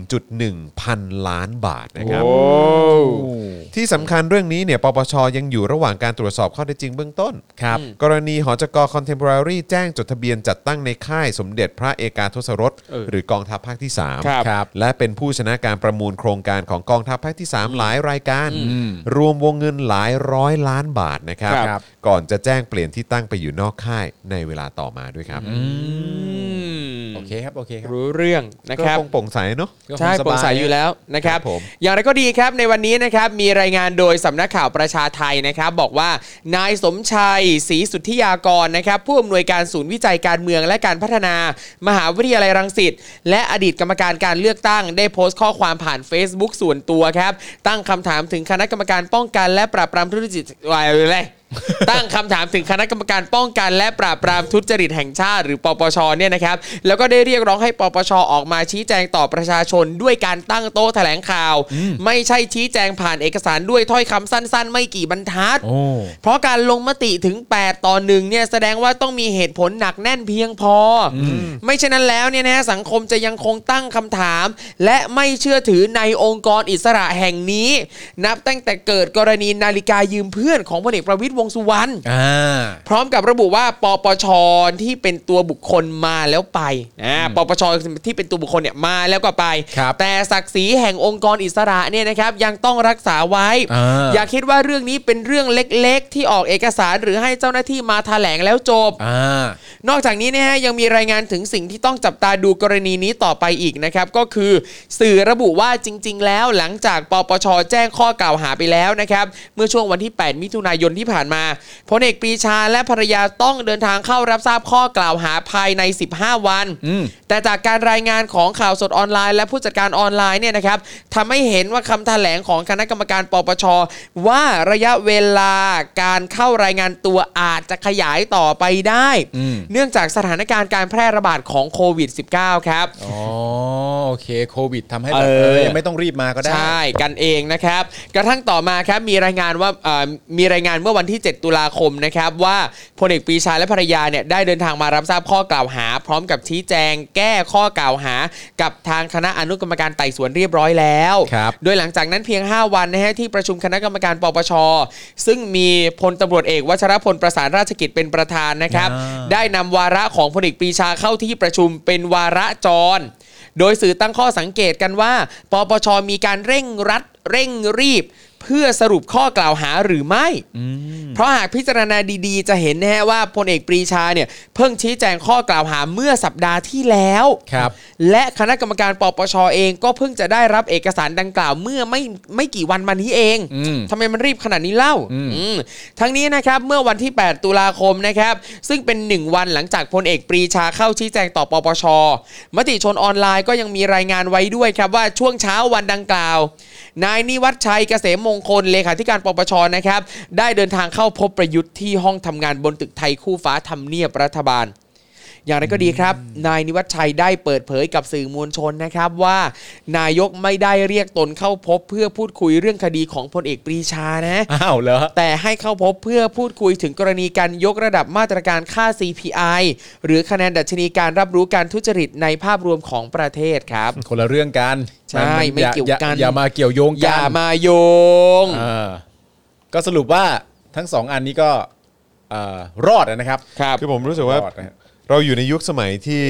1.1 พันล้านบาทนะครับที่สำคัญเรื่องนี้เนี่ยปปชยังอยู่ระหว่างการตรวจสอบข้อเท็จจริงเบื้องต้นกรณีหจก. Contemporary แจ้งจดทะเบียนจัดตั้งในค่ายสมเด็จพระเอกาทศรสหรือกองทัพภาคที่3และเป็นผู้ชนะการประมูลโครงการของกองทัพภาคที่3หลายรายการรวมวงเงินหลายร้อยล้านบาทนะครับก่อนจะแจ้งเปลี่ยนที่ตั้งไปอยู่นอกค่ายในเวลาต่อมาด้วยครับโอเคครับรู้เรื่องนะครับก็โปร่งใสเนาะใช่โปร่งใสอยู่แล้วนะครับอย่างไรก็ดีครับในวันนี้นะครับมีรายงานโดยสำนักข่าวประชาไทยนะครับบอกว่านายสมชัยศรีสุทธิยากรนะครับผู้อำนวยการศูนย์วิจัยการเมืองและการพัฒนามหาวิทยาลัยรังสิตและอดีตกรรมการการเลือกตั้งได้โพสต์ข้อความผ่าน Facebook ส่วนตัวครับตั้งคำถามถึงคณะกรรมการป้องกันและปราบปรามทุจริตตั้งคำถามถึงคณะกรรมการป้องกันและปราบปรามทุจริตแห่งชาติหรือปปชเนี่ยนะครับแล้วก็ได้เรียกร้องให้ปปชออกมาชี้แจงต่อประชาชนด้วยการตั้งโต๊ะแถลงข่าวไม่ใช่ชี้แจงผ่านเอกสารด้วยถ้อยคำสั้นๆไม่กี่บรรทัดเพราะการลงมติถึง8-1เนี่ยแสดงว่าต้องมีเหตุผลหนักแน่นเพียงพอไม่เช่นนั้นแล้วเนี่ยนะสังคมจะยังคงตั้งคำถามและไม่เชื่อถือในองค์กรอิสระแห่งนี้นับตั้งแต่เกิดกรณีนาฬิกายืมเพื่อนของพลเอกประวิตรวงษ์สุวรรณพร้อมกับระบุว่าปปชที่เป็นตัวบุคคลมาแล้วไปปปชที่เป็นตัวบุคคลเนี่ยมาแล้วก็ไปแต่ศักดิ์ศรีแห่งองค์กรอิสระเนี่ยนะครับยังต้องรักษาไว้อย่าคิดว่าเรื่องนี้เป็นเรื่องเล็กๆที่ออกเอกสารหรือให้เจ้าหน้าที่มาแถลงแล้วจบนอกจากนี้นะฮะยังมีรายงานถึงสิ่งที่ต้องจับตาดูกรณีนี้ต่อไปอีกนะครับก็คือสื่อระบุว่าจริงๆแล้วหลังจากปปชแจ้งข้อกล่าวหาไปแล้วนะครับเมื่อช่วงวันที่8มิถุนายนที่ผ่านมาพลเอกปรีชาและภรรยาต้องเดินทางเข้ารับทราบข้อกล่าวหาภายใน15วันแต่จากการรายงานของข่าวสดออนไลน์และผู้จัดการออนไลน์เนี่ยนะครับทำให้เห็นว่าคำแถลงของคณะกรรมการปปชว่าระยะเวลาการเข้ารายงานตัวอาจจะขยายต่อไปได้เนื่องจากสถานการณ์การแพร่ระบาดของโควิด -19 ครับโอเคโควิดทำให้แบบยังไม่ต้องรีบมาก็ได้ใช่กันเองนะครับกระทั่งต่อมาครับมีรายงานว่ามีรายงานเมื่อวันที่7ตุลาคมนะครับว่าพลเอกปรีชาและภรรยาเนี่ยได้เดินทางมารับทราบข้อกล่าวหาพร้อมกับชี้แจงแก้ข้อกล่าวหากับทางคณะอนุกรรมการไต่สวนเรียบร้อยแล้วโดยหลังจากนั้นเพียง5วันนะฮะที่ประชุมคณะกรรมการปปชซึ่งมีพลตำรวจเอกวชรพลประสานราชกิจเป็นประธานนะครับได้นำวาระของพลเอกปรีชาเข้าที่ประชุมเป็นวาระจรโดยสื่อตั้งข้อสังเกตกันว่าปปชมีการเร่งรัดเร่งรีบเพื่อสรุปข้อกล่าวหาหรือไม่เพราะหากพิจารณาดีๆจะเห็นนะฮะว่าพลเอกปรีชาเนี่ยเพิ่งชี้แจงข้อกล่าวหาเมื่อสัปดาห์ที่แล้วและคณะกรรมการปปชเองก็เพิ่งจะได้รับเอกสารดังกล่าวเมื่อไม่กี่วันมานี้เองทำไมมันรีบขนาดนี้เล่าทั้งนี้นะครับเมื่อวันที่8ตุลาคมนะครับซึ่งเป็น1วันหลังจากพลเอกปรีชาเข้าชี้แจงต่อปปชมติชนออนไลน์ก็ยังมีรายงานไว้ด้วยครับว่าช่วงเช้าวันดังกล่าวนายนิวัฒน์ชัยเกษมมงคลเลขาธิการปปชนะครับได้เดินทางเข้าพบประยุทธ์ที่ห้องทำงานบนตึกไทยคู่ฟ้าทำเนียบรัฐบาลอย่างไรก็ดีครับนายนิวัฒน์ชัยได้เปิดเผยกับสื่อมวลชนนะครับว่านายกไม่ได้เรียกตนเข้าพบเพื่อพูดคุยเรื่องคดีของพลเอกปรีชานะอ้าวเหรอแต่ให้เข้าพบเพื่อพูดคุยถึงกรณีการยกระดับมาตรการค่า CPI หรือคะแนนดัชนีการรับรู้การทุจริตในภาพรวมของประเทศครับคนละเรื่องกันใช่ไม่เกี่ยวกันอย่ามาเกี่ยวโยงกันอย่ามาโยงก็สรุปว่าทั้ง2อันนี้ก็รอดนะครับคือผมรู้สึกว่าเราอยู่ในยุคสมัยที่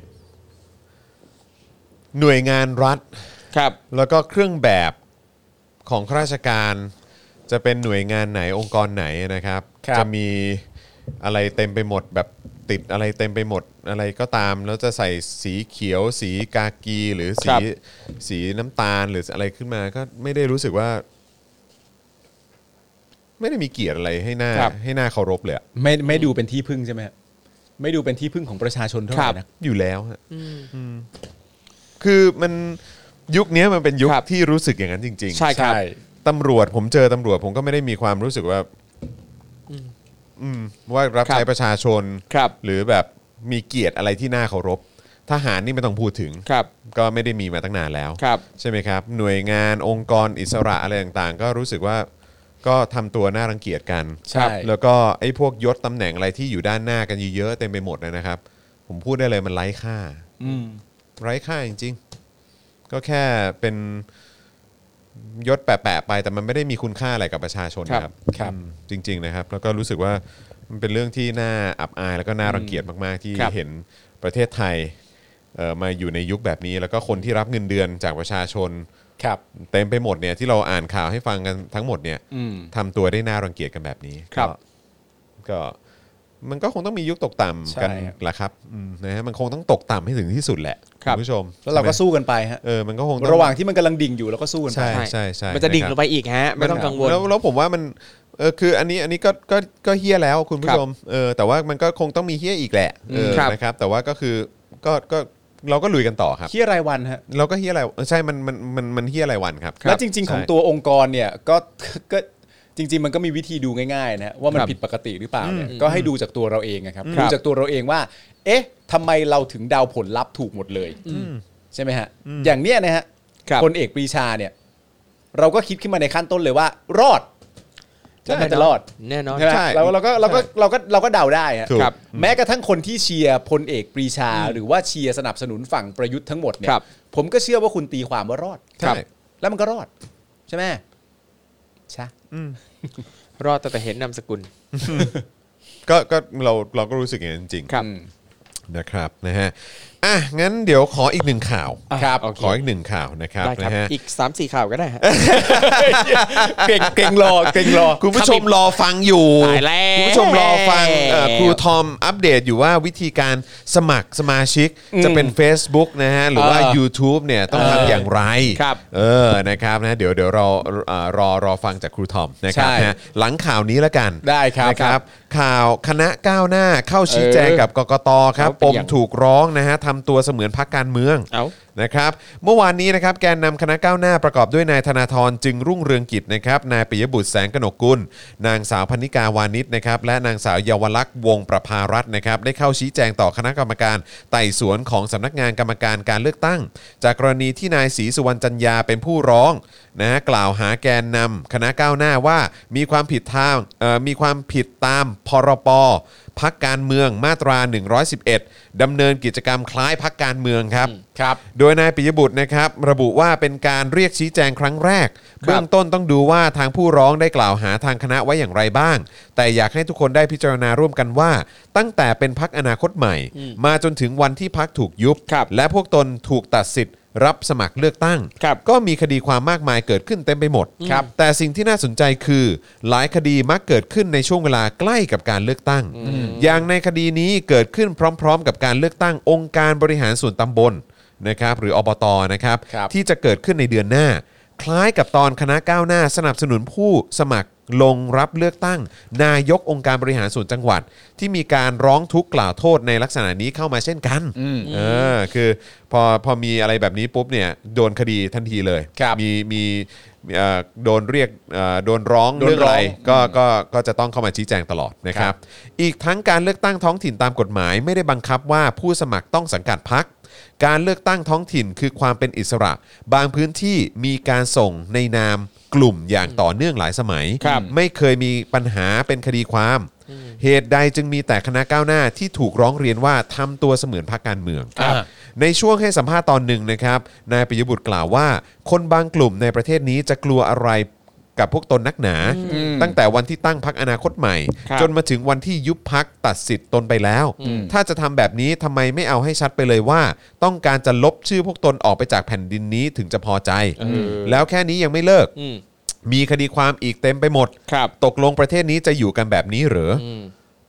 หน่วยงานรัฐแล้วก็เครื่องแบบของข้าราชการจะเป็นหน่วยงานไหนองค์กรไหนนะครับจะมีอะไรเต็มไปหมดแบบติดอะไรเต็มไปหมดอะไรก็ตามแล้วจะใส่สีเขียวสีกากีหรือสีน้ำตาลหรืออะไรขึ้นมาก็ไม่ได้รู้สึกว่าไม่ได้มีเกียรติอะไรให้หน้าเคารพเลยไม่ดูเป็นที่พึ่งใช่ไหมไม่ดูเป็นที่พึ่งของประชาชนเท่าไหร่นะอยู่แล้วฮะคือมันยุคนี้มันเป็นยุคที่รู้สึกอย่างนั้นจริงๆใช่ครับตำรวจผมเจอตำรวจผมก็ไม่ได้มีความรู้สึกว่าว่ารับใช้ประชาชนหรือแบบมีเกียรติอะไรที่น่าเคารพทหารนี่ไม่ต้องพูดถึงก็ไม่ได้มีมาตั้งนานแล้วใช่ไหมครับหน่วยงานองค์กรอิสระอะไรต่างๆก็รู้สึกว่าก็ทำตัวน่ารังเกียจกันแล้วก็ไอ้พวกยศตำแหน่งอะไรที่อยู่ด้านหน้ากันเยอะๆเต็มไปหมดนะครับผมพูดได้เลยมันไร้ค่าไร้ค่าจริงๆก็แค่เป็นยศแปะๆไปแต่มันไม่ได้มีคุณค่าอะไรกับประชาชนครับจริงๆนะครับแล้วก็รู้สึกว่ามันเป็นเรื่องที่น่าอับอายแล้วก็น่ารังเกียจมากๆที่เห็นประเทศไทยมาอยู่ในยุคแบบนี้แล้วก็คนที่รับเงินเดือนจากประชาชนเต็มไปหมดเนี่ยที่เราอ่านข่าวให้ฟังกันทั้งหมดเนี่ยทำตัวได้น่ารังเกียจกันแบบนี้ก็มันก็คงต้องมียุคตกต่ำกันแหละครับนะฮะมันคงต้องตกต่ำให้ถึงที่สุดแหละคุณผู้ชมแล้วเราก็สู้กันไปฮะมันก็คงระหว่างที่มันกำลังดิ่งอยู่เราก็สู้กันไปใช่มันจะดิ่งลงไปอีกฮะไม่ต้องกังวลแล้วผมว่ามันคืออันนี้ก็เฮี้ยแล้วคุณผู้ชมแต่ว่ามันก็คงต้องมีเฮี้ยอีกแหละนะครับแต่ว่าก็คือก็เราก็ลุยกันต่อครับเฮี้ยรายวันฮะเราก็เฮี้ยรายใช่มันเฮี้ยรายวันครับแล้วจริงๆของตัวองค์กรเนี่ยก็จริงๆมันก็มีวิธีดูง่ายๆนะว่ามันผิดปกติหรือเปล่าเนี่ยก็ให้ดูจากตัวเราเองนะครับดูจากตัวเราเองว่าเอ๊ะทำไมเราถึงเดาผลลัพธ์ถูกหมดเลยใช่ไหมฮะอย่างเนี้ยนะฮะพลเอกปรีชาเนี่ยเราก็คิดขึ้นมาในขั้นต้นเลยว่ารอดน่าจะรอดแน่นอนใช่เราก็เดาได้ครับแม้กระทั่งคนที่เชียร์พลเอกปรีชาหรือว่าเชียร์สนับสนุนฝั่งประยุทธ์ทั้งหมดเนี่ยผมก็เชื่อว่าคุณตีความว่ารอดแล้วมันก็รอดใช่ไหมใช่รอดแต่เห็นนามสกุลก็เราก็รู้สึกอย่างนั้นจริงๆนะครับนะฮะงั้นเดี๋ยวขออีกหนึ่งข่าวขออีกหนึ่งข่าวนะครับนะฮะอีก 3-4 ข่าวก็ได้ฮะเก่งรอคุณผู้ชมรอฟังอยู่คุณผู้ชมรอฟังครูทอมอัปเดตอยู่ว่าวิธีการสมัครสมาชิกจะเป็น Facebook นะฮะหรือว่า YouTube เนี่ยต้องทำอย่างไรนะครับนะเดี๋ยวเรารอฟังจากครูทอมนะครับนะหลังข่าวนี้แล้วกันได้ครับนะครับข่าวคณะก้าวหน้าเข้าชี้แจงกับกกต.ครับปมถูกร้องนะฮะทำตัวเสมือนพรรคการเมืองนะครับเมื่อวานนี้นะครับแกนนำคณะก้าวหน้าประกอบด้วยนายธนาธรจึงรุ่งเรืองกิจนะครับนายปิยบุตรแสงกนกกุลนางสาวพนิกาวานิชนะครับและนางสาวเยาวลักษณ์วงประภารัตน์นะครับได้เข้าชี้แจงต่อคณะกรรมการไต่สวนของสำนักงานกรรมการการเลือกตั้งจากกรณีที่นายศรีสุวรรณจันยาเป็นผู้ร้องนะกล่าวหาแกนนำคณะก้าวหน้าว่ามีความผิดตามพรบพรรคการเมืองมาตรา111ดำเนินกิจกรรมคล้ายพรรคการเมืองครับโดยนายปิยบุตรนะครับระบุว่าเป็นการเรียกชี้แจงครั้งแรกเบื้องต้นต้องดูว่าทางผู้ร้องได้กล่าวหาทางคณะไว้อย่างไรบ้างแต่อยากให้ทุกคนได้พิจารณาร่วมกันว่าตั้งแต่เป็นพรรคอนาคตใหม่มาจนถึงวันที่พรรคถูกยุบและพวกตนถูกตัดสิทธิ์รับสมัครเลือกตั้งก็มีคดีความมากมายเกิดขึ้นเต็มไปหมดแต่สิ่งที่น่าสนใจคือหลายคดีมักเกิดขึ้นในช่วงเวลาใกล้กับการเลือกตั้งอย่างในคดีนี้เกิดขึ้นพร้อมๆกับการเลือกตั้งองค์การบริหารส่วนตำบลนะครับหรืออบตนะครับที่จะเกิดขึ้นในเดือนหน้าคล้ายกับตอนคณะก้าวหน้าสนับสนุนผู้สมัครลงรับเลือกตั้งนายกองค์การบริหารส่วนจังหวัดที่มีการร้องทุกข์กล่าวโทษในลักษณะนี้เข้ามาเช่นกันคือพอมีอะไรแบบนี้ปุ๊บเนี่ยโดนคดีทันทีเลยมีโดนเรียกโดนร้องเรื่องอะไรก็จะต้องเข้ามาชี้แจงตลอดนะครับอีกทั้งการเลือกตั้งท้องถิ่นตามกฎหมายไม่ได้บังคับว่าผู้สมัครต้องสังกัดพรรคการเลือกตั้งท้องถิ่นคือความเป็นอิสระบางพื้นที่มีการส่งในนามกลุ่มอย่างต่อเนื่องหลายสมัยไม่เคยมีปัญหาเป็นคดีความเหตุใดจึงมีแต่คณะก้าวหน้าที่ถูกร้องเรียนว่าทำตัวเสมือนพรรคการเมืองในช่วงให้สัมภาษณ์ตอนหนึ่งนะครับนายปิยบุตรกล่าวว่าคนบางกลุ่มในประเทศนี้จะกลัวอะไรกับพวกตนนักหนาตั้งแต่วันที่ตั้งพรรคอนาคตใหม่จนมาถึงวันที่ยุบพรรคตัดสิทธิ์ตนไปแล้วถ้าจะทำแบบนี้ทำไมไม่เอาให้ชัดไปเลยว่าต้องการจะลบชื่อพวกตนออกไปจากแผ่นดินนี้ถึงจะพอใจแล้วแค่นี้ยังไม่เลิกมีคดีความอีกเต็มไปหมดตกลงประเทศนี้จะอยู่กันแบบนี้เหรอใ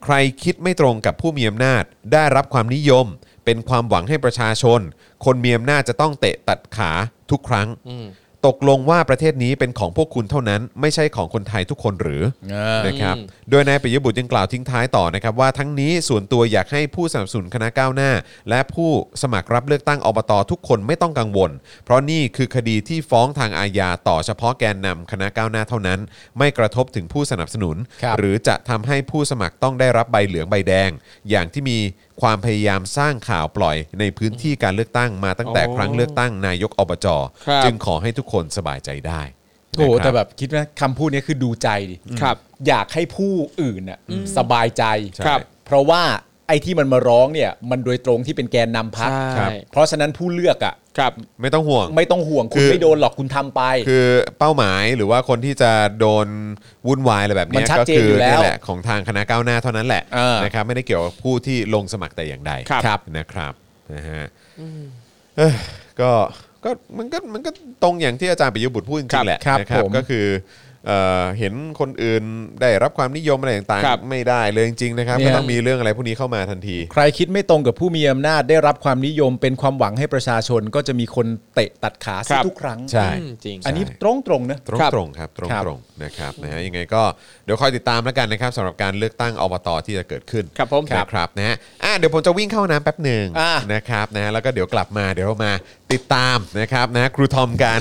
ใครคิดไม่ตรงกับผู้มีอำนาจได้รับความนิยมเป็นความหวังให้ประชาชนคนมีอำนาจจะต้องเตะตัดขาทุกครั้งตกลงว่าประเทศนี้เป็นของพวกคุณเท่านั้นไม่ใช่ของคนไทยทุกคนหรือนะครับโดยนายปิยบุตรยังกล่าวทิ้งท้ายต่อนะครับว่าทั้งนี้ส่วนตัวอยากให้ผู้สนับสนุนคณะก้าวหน้าและผู้สมัครรับเลือกตั้งอบต.ทุกคนไม่ต้องกังวลเพราะนี่คือคดีที่ฟ้องทางอาญาต่อเฉพาะแกนนำคณะก้าวหน้าเท่านั้นไม่กระทบถึงผู้สนับสนุนหรือจะทำให้ผู้สมัครต้องได้รับใบเหลืองใบแดงอย่างที่มีความพยายามสร้างข่าวปล่อยในพื้นที่การเลือกตั้งมาตั้งแต่ครั้งเลือกตั้งนายกอบจ.จึงขอให้ทุกคนสบายใจได้โอ้แต่แบบคิดว่าคำพูดนี้คือดูใจดิอยากให้ผู้อื่นน่ะสบายใจเพราะว่าไอ้ที่มันมาร้องเนี่ยมันโดยตรงที่เป็นแกนนำพรรคเพราะฉะนั้นผู้เลือกอ่ะไม่ต้องห่วงคุณไม่โดนหรอกคุณทำไปคือเป้าหมายหรือว่าคนที่จะโดนวุ่นวายอะไรแบบนี้ก็คือนี่แหละของทางคณะก้าวหน้าเท่านั้นแหละนะครับไม่ได้เกี่ยวกับผู้ที่ลงสมัครแต่อย่างใดนะครับนะฮะก็มันก็ตรงอย่างที่อาจารย์ปิยบุตรพูดจริงๆแหละนะครับก็คือเห็นคนอื่นได้รับความนิยมอะไรต่างๆไม่ได้เลยจริงๆนะครับก็ต้องมีเรื่องอะไรพวกนี้เข้ามาทันทีใครคิดไม่ตรงกับผู้มีอำนาจได้รับความนิยมเป็นความหวังให้ประชาชนก็จะมีคนเตะตัดขาทุกครั้งใช่จริงอันนี้ตรงๆนะตรงครับตรงนะครับนะฮะยังไงก็เดี๋ยวคอยติดตามแล้วกันนะครับสำหรับการเลือกตั้งอบต.ที่จะเกิดขึ้นครับผมนะครับนะฮะเดี๋ยวผมจะวิ่งเข้าน้ำแป๊บหนึ่งนะครับนะแล้วก็เดี๋ยวกลับมาเดี๋ยวเรามาติดตามนะครับนะครูทอมกัน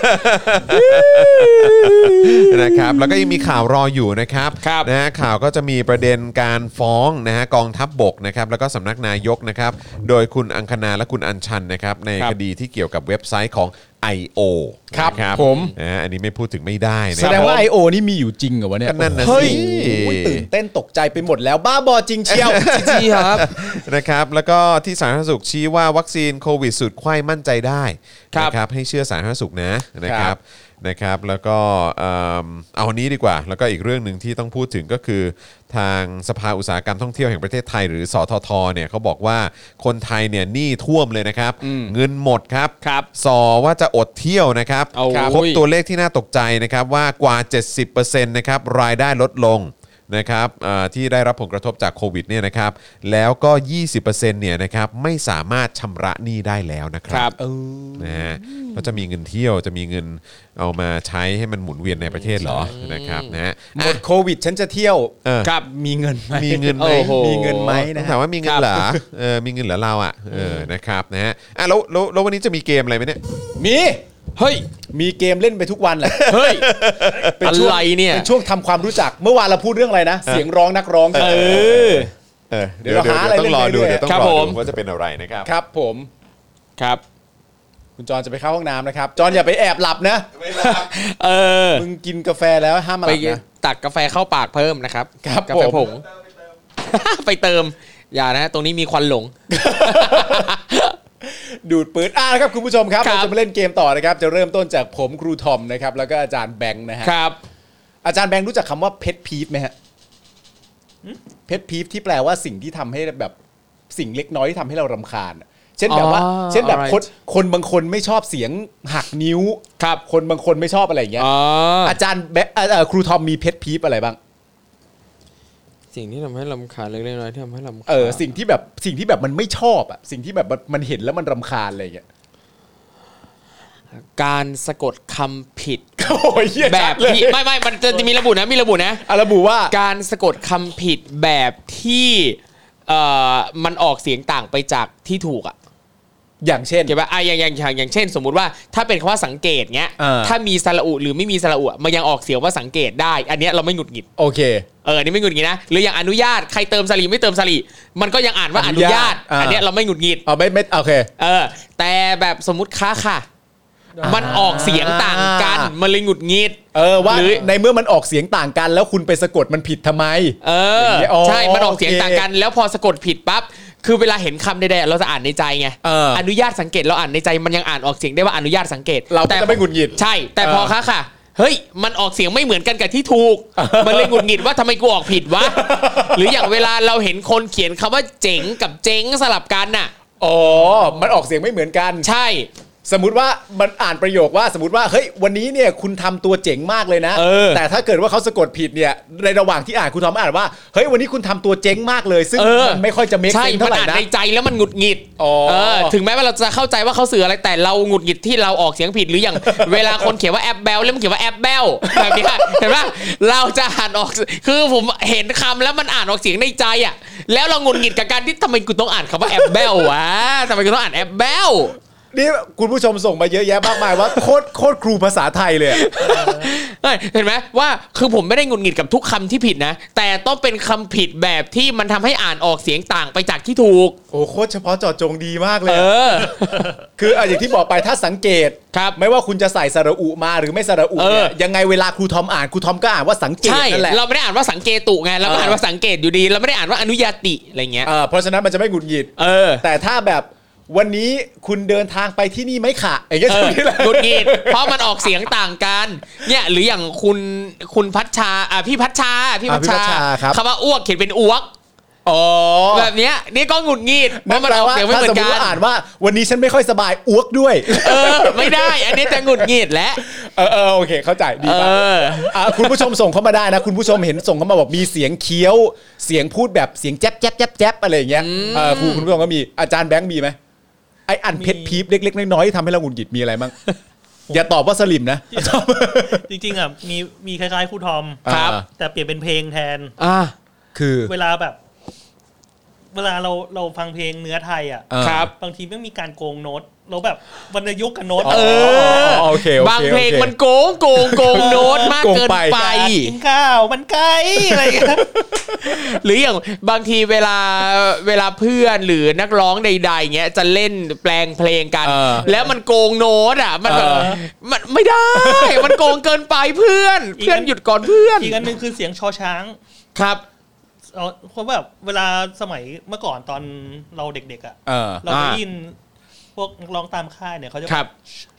นะครับแล้วก็ยังมีข่าวรออยู่นะครับนะฮะข่าวก็จะมีประเด็นการฟ้องนะฮะกองทัพบกนะครับแล้วก็สำนักนายกนะครับโดยคุณอังคณาและคุณอัญชันนะครับในคดีที่เกี่ยวกับเว็บไซต์ของ I.O. ครับผมอันนี้ไม่พูดถึงไม่ได้นะแสดงว่า I.O. นี่มีอยู่จริงเหรอวะเนี่ยนั่นนะสิตื่นเต้นตกใจไปหมดแล้วบ้าบอจริงเชียวจริงครับนะครับแล้วก็ที่สาธารณสุขชี้ว่าวัคซีนโควิดสุดไข้มั่นใจได้นะครับให้เชื่อสาธารณสุขนะครับแล้วก็เอาอันนี้ดีกว่าแล้วก็อีกเรื่องหนึ่งที่ต้องพูดถึงก็คือทางสภาอุตสาหกรรมท่องเที่ยวแห่งประเทศไทยหรือสททเนี่ยเขาบอกว่าคนไทยเนี่ยหนี้ท่วมเลยนะครับเงินหมดครับว่าจะอดเที่ยวนะครับพบตัวเลขที่น่าตกใจนะครับว่ากว่า 70% นะครับรายได้ลดลงนะครับที่ได้รับผลกระทบจากโควิดเนี่ยนะครับแล้วก็ 20% เนี่ยนะครับไม่สามารถชำระหนี้ได้แล้วนะครับนะฮะก็จะมีเงินเที่ยวจะมีเงินเอามาใช้ให้มันหมุนเวียนในประเทศเหรอนะครับนะหมดโควิดฉันจะเที่ยวครับมีเงินไหมมีเงินไหมนะถามว่ามีเงินเหรอมีเงินเหรอเราอ่ะนะครับนะฮะแล้ววันนี้จะมีเกมอะไรไหมเนี่ยมีเฮ้ยมีเกมเล่นไปทุกวันแหละเฮ้ยเป็นอะไรเนี่ยเป็นช่วงทำความรู้จักเมื่อวานเราพูดเรื่องอะไรนะเสียงร้องนักร้องเดี๋ยวหาอะไรต้องรอดูว่าจะเป็นอะไรนะครับครับผมครับคุณจอนจะไปเข้าห้องน้ำนะครับจอนอย่าไปแอบหลับนะไม่หลับมึงกินกาแฟแล้วห้ามมาหลับนะตักกาแฟเข้าปากเพิ่มนะครับกาแฟผงไปเติมอย่านะตรงนี้มีควันหลงดูดปืนครับคุณผู้ชมครับเราจะมาเล่นเกมต่อนะครับจะเริ่มต้นจากผมครูทอมนะครับแล้วก็อาจารย์แบงค์นะฮะครับอาจารย์แบงค์รู้จักคำว่าเพชรพีฟไหมฮะเพชรพีฟที่แปลว่าสิ่งที่ทำให้แบบสิ่งเล็กน้อยที่ทำให้เรารำคาญเช่นแบบคนบางคนไม่ชอบเสียงหักนิ้วคนบางคนไม่ชอบอะไรอย่างเงี้ยอาจารย์ครูทอมมีเพชรพีฟอะไรบ้างสิ่งที่ทำให้รำคาญเล็กน้อยที่ทำให้รำคาญสิ่งที่แบบมันไม่ชอบอ่ะสิ่งที่แบบมันเห็นแล้วมันรำคาญอะไรอย่างเงี้ยการสะกดคำผิดแบบที่ไม่มันจะมีระบุนะระบุว่าการสะกดคำผิดแบบที่มันออกเสียงต่างไปจากที่ถูกอ่ะอย่างเช่นเก็บว่าอย่างเช่นสมมุติว่าถ้าเป็นคำว่าสังเกตเงี้ยถ้ามีสระอุหรือไม่มีสระอุมันยังออกเสียงว่าสังเกตได้อันเนี้ยเราไม่หงุดหงิดโอเคอันนี้ไม่หงุดหงิดนะหรืออย่างอนุญาตใครเติมสระไม่เติมสระมันก็ยังอ่านว่าอนุญาตอันเนี้ยเราไม่หงุดหงิดไม่โอเคแต่แบบสมมุติค่ะมันออกเสียงต่างกันมันเลยหงุดหงิดว่าในเมื่อมันออกเสียงต่างกันแล้วคุณไปสะกดมันผิดทำไมใช่มันออกเสียงต่างกันแล้วพอสะกดผิดปั๊บคือเวลาเห็นคำใดๆเราจะอ่านในใจไงอนุญาตสังเกตเราอ่านในใจมันยังอ่านออกเสียงได้ว่าอนุญาตสังเกตเราจะไม่หงุดหงิดใช่แต่พอค่ะเฮ้ยมันออกเสียงไม่เหมือนกันกับที่ถูกมันเลยหงุดหงิดว่าทำไมกูออกผิดวะหรืออย่างเวลาเราเห็นคนเขียนคำว่าเจ๋งกับเจ๊งสลับกันน่ะมันออกเสียงไม่เหมือนกันใช่สมมติว่ามันอ่านประโยคว่าสมมติว่าเฮ้ยวันนี้เนี่ยคุณทำตัวเจ๋งมากเลยนะแต่ถ้าเกิดว่าเขาสะกดผิดเนี่ยในระหว่างที่อ่านคุณทอมอ่านว่าเฮ้ยวันนี้คุณทำตัวเจ๋งมากเลยซึ่งมันไม่ค่อยจะเมคเซนส์เท่าไหร่นะใช่มันอ่านในใจแล้วมันหงุดหงิดถึงแม้ว่าเราจะเข้าใจว่าเขาสื่ออะไรแต่เราหงุดหงิดที่เราออกเสียงผิดหรืออย่าง เวลาคนเขียนว่าแอปแบลแล้วมันเขียนว่าแอปแบลแบบนี้เห็นป่ะเราจะอ่านออกคือผมเห็นคำแล้วมันอ่านออกเสียงในใจอ่ะแล้วเราหงุดหงิดกับการที่ทำไมกูต้องอ่านคำว่าแอปแบลวะทำไมกูต้องอ่านแอปแบลนี่คุณผู้ชมส่งมาเยอะแยะมากมายว่าโคตรครูภาษาไทยเลยเห็นไหมว่าคือผมไม่ได้หงุดหงิดกับทุกคำที่ผิดนะแต่ต้องเป็นคำผิดแบบที่มันทำให้อ่านออกเสียงต่างไปจากที่ถูกโอ้โคตรเฉพาะเจาะจงดีมากเลยคืออย่างที่บอกไปถ้าสังเกตไม่ว่าคุณจะใส่สระอุมาหรือไม่สระอุเนี่ยยังไงเวลาครูทอมอ่านครูทอมก็อ่านว่าสังเกตนั่นแหละเราไม่ได้อ่านว่าสังเกตุไงเราก็อ่านว่าสังเกตอยู่ดีเราไม่ได้อ่านว่าอนุญาติอะไรเงี้ยเพราะฉะนั้นมันจะไม่หงุดหงิดแต่ถ้าแบบวันนี้คุณเดินทางไปที่นี่ไหมคะอย่างเงี้ยหงุดหงิดเพราะมันออกเสียงต่างกันเนี่ยหรืออย่างคุณพัชชาพี่พัชชาคำว่าอ้วกเขียนเป็นอ้วกแบบเนี้ยนี่ก็หงุดหงิดเพราะมันออกเสียงไม่เหมือนกันถ้าสมมติว่าอ่านว่าวันนี้ฉันไม่ค่อยสบายอ้วกด้วยไม่ได้อันนี้จะหงุดหงิดและโอเคเข้าใจดีมากคุณผู้ชมส่งเข้ามาได้นะคุณผู้ชมเห็นส่งเข้ามาบอกมีเสียงเคี้ยวเสียงพูดแบบเสียงแจ๊บแจ๊บแจ๊บแจ๊บอะไรอย่างเงี้ยคุณผู้ชมก็มีอาจารย์แบงค์มีไหมไออันเพชรพีบเล็กๆน้อยๆที่ทำให้เราหงุดหงิดมีอะไรบ้างอย่าตอบว่าสลิมนะจริงๆอ่ะมีคล้ายๆครูทอมแต่เปลี่ยนเป็นเพลงแทนคือเวลาเราฟังเพลงเนื้อไทยอ่ะบางทีไม่มีการโกงโน้ตเราแบบวรรณยุกต์กับโน้ตโอเคบางเพลงมันโกงโน้ตมากเกินไปกินข้าวมันไกลอะไรอย่างเงี้ยหรืออย่างบางทีเวลาเพื่อนหรือนักร้องใดๆเงี้ยจะเล่นแปลงเพลงกันแล้วมันโกงโน้ตอ่ะมันแบบมันไม่ได้มันโกงเกินไปเพื่อนหยุดก่อนเพื่อนอีกอันนึงคือเสียงชอช้างครับเพราะแบบเวลาสมัยเมื่อก่อนตอนเราเด็กๆอ่ะเราได้ยินพวกนักร้องตามค่ายเนี่ยเขาจะครับ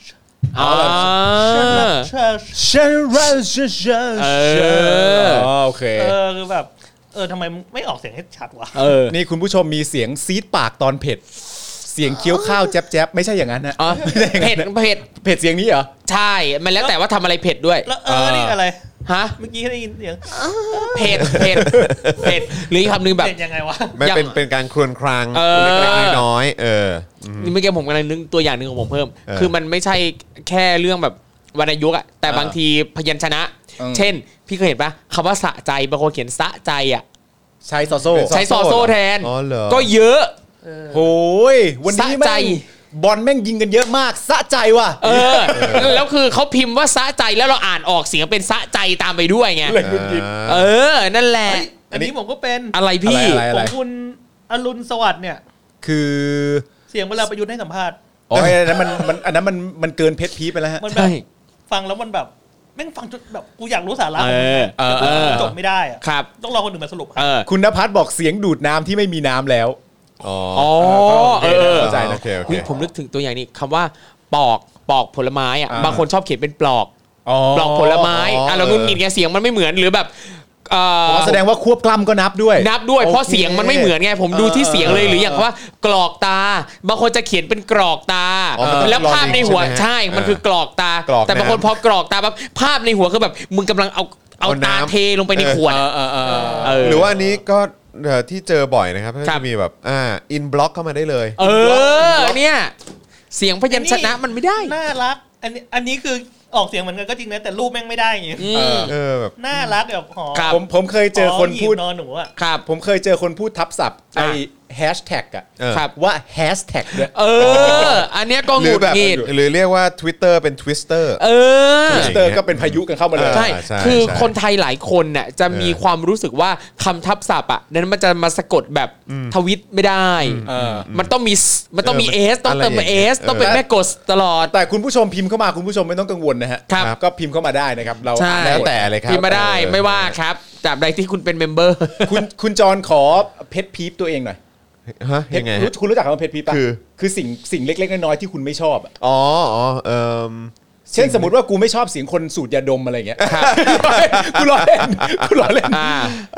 โอเคคือแบบทำไมไม่ออกเสียงให้ชัดวะนี่คุณผู้ชมมีเสียงซีดปากตอนเผ็ดเสียงเคี้ยวข้าวแจ๊บไม่ใช่อย่างนั้นนะเผ็ดเสียงนี้เหรอใช่มันแล้วแต่ว่าทำอะไรเผ็ดด้วยแล้วนี่อะไรฮะเมื่อกี้ได้ยินเสียงเผ็ดหรือคำนึงแบบยังไงวะไม่เป็นการครวญครางเล็กๆน้อยนี่เมื่อกี้ผมกำลังนึกตัวอย่างนึงของผมเพิ่มคือมันไม่ใช่แค่เรื่องแบบวรรณยุกต์อะแต่บางทีพยัญชนะเช่นพี่เคยเห็นปะคำว่าสะใจบางคนเขียนสะใจอะใช้ซอโซ่แทนก็เยอะโหยวันนี้แม่งบอลแม่งยิงกันเยอะมากสะใจว่ะแล้วคือเขาพิมพ์ว่าสะใจแล้วเราอ่านออกเสียงเป็นสะใจตามไปด้วยไงนั่นแหละอันนี้ผมก็เป็นอะไรพี่ของคุณอรุณสวัสดิ์เนี่ยคือเสียงเวลาประยุทธ์ให้สัมภาษณ์อันนั้นมันเกินเพชรพีไปแล้วฮะมันแบบฟังแล้วมันแบบแม่งฟังจนแบบกูอยากรู้สาระจบไม่ได้อะต้องรอคนอื่นมาสรุปคุณณภัทรบอกเสียงดูดน้ำที่ไม่มีน้ำแล้วเข้าใจนะผมนึกถึงตัวอย่างนี้คำว่าปอกผลไม้อ่ะบางคนชอบเขียนเป็นปลอกผลไม้เรางุนงิดไงเสียงมันไม่เหมือนหรือแบบแสดงว่าควบกล้ำก็นับด้วยเพราะเสียงมันไม่เหมือนไงผมดูที่เสียงเลยหรืออย่างว่ากรอกตาบางคนจะเขียนเป็นกรอกตาแล้วภาพในหัวใช่มันคือกรอกตาแต่บางคนพอกรอกตาปั๊บภาพในหัวคือแบบมึงกำลังเอาตาเทลงไปในขวดหรือว่าอันนี้ก็ที่เจอบ่อยนะครับถ้าจะมีแบบอินบล็อกเข้ามาได้เลยเนี่ยเสียงพยัญชนะมันไม่ได้น่ารักอันนี้คือออกเสียงเหมือนกันก็จริงนะแต่รูปแม่งไม่ได้อย่างเงี้ยแบบน่ารักแบบผมเคยเจอคนพูดนอนหนูอ่ะผมเคยเจอคนพูดทับศัพท์ไอ้แฮชแท็กอ่ะว่าแฮชแท็กเนี่ยอันนี้ก็งูหงิดหรือเรียกว่า Twitter เป็น Twister Twister ก็เป็นพายุกันเข้ามาเลยใช่คือคนไทยหลายคนน่ะจะมีความรู้สึกว่าคำทับศัพท์อ่ะนั้นมันจะมาสะกดแบบทวิตไม่ได้มันต้องมีเอสต้องเติมเอสต้องเป็นแม่กดตลอดแต่คุณผู้ชมพิมพ์เข้ามาคุณผู้ชมไม่ต้องกังวลนะฮะก็พิมพ์เข้ามาได้นะครับเราแล้วแต่เลยครับพิมพ์มาได้ไม่ว่าครับจากใดที่คุณเป็นเมมเบอร์คุณจรขอเพชรพีฟตัวเองหน่อยยังไงคุณรู้จักคำว่าเพชรพีป่ะคือสิ่งเล็กๆน้อยๆที่คุณไม่ชอบเช่นสมมติว่ากูไม่ชอบเสียงคนสูดยาดมอะไรเงี้ยกูล้อเล่น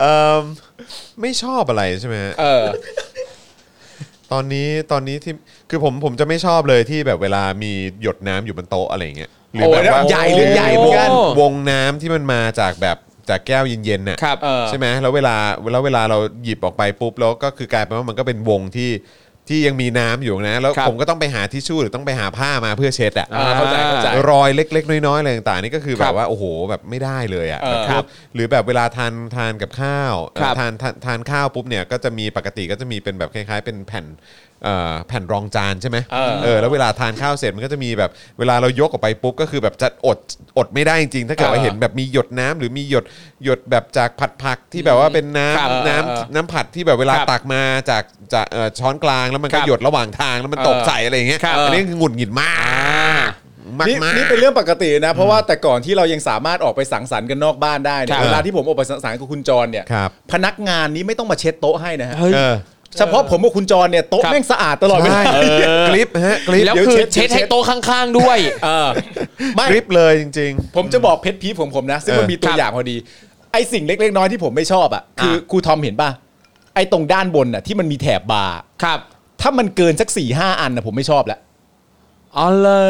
ไม่ชอบอะไรใช่ไหมตอนนี้ที่คือผมจะไม่ชอบเลยที่แบบเวลามีหยดน้ำอยู่บนโต๊ะอะไรอย่างเงี้ยหรือโอ้แบยบว่าใหญ่เหมือนกันวงน้ำที่มันมาจากแบบจากแก้วเย็นๆน่ะครับใช่ไหมแล้วเวลาเราหยิบออกไปปุ๊บแล้วก็คือกลายเป็นว่ามันก็เป็นวงที่ยังมีน้ำอยู่นะแล้วครับผมก็ต้องไปหาทิชชู่หรือต้องไปหาผ้ามาเพื่อเช็ดอ่ะเข้าใจรอยเล็กๆน้อยๆอะไรต่างๆนี่ก็คือแบบว่าโอ้โหแบบไม่ได้เลยอ่ะครับหรือแบบเวลาทานกับข้าวครับทานข้าวปุ๊บเนี่ยก็จะมีปกติก็จะมีเป็นแบบคล้ายๆเป็นแผ่นรองจานใช่ไหมแล้วเวลาทานข้าวเสร็จมันก็จะมีแบบเวลาเรายกออกไปปุ๊บก็คือแบบจะอดไม่ได้จริงๆถ้าเกิดว่าเห็นแบบมีหยดน้ำหรือมีหยดแบบจากผัดผักที่แบบว่าเป็นน้ำผัดที่แบบเวลาตักมาจากช้อนกลางแล้วมันก็หยดระหว่างทางแล้วมันตกใส่อะไรอย่างเงี้ยอันนี้คือหงุดหงิดมากนี่เป็นเรื่องปกตินะเพราะว่าแต่ก่อนที่เรายังสามารถออกไปสังสรรค์กันนอกบ้านได้เนี่ยเวลาที่ผมออกไปสังสรรค์กับคุณจรเนี่ยพนักงานนี้ไม่ต้องมาเช็ดโต๊ะให้นะฮะเฉพาะผมกับคุณจรเนี่ยโต๊ะแม่งสะอาดตลอดเวลากริปฮะกริปแล้วคือเช็ดให้โต๊ะข้างๆด้วยไม่กริปเลยจริงๆผมจะบอกเพชรพีของผมนะซึ่งมันมีตัวอย่างพอดีไอ้สิ่งเล็กๆน้อยที่ผมไม่ชอบอ่ะคือครูทอมเห็นป่ะไอ้ตรงด้านบนน่ะที่มันมีแถบบาร์ครับถ้ามันเกินสัก 4-5 อันนะผมไม่ชอบแล้วอ๋อ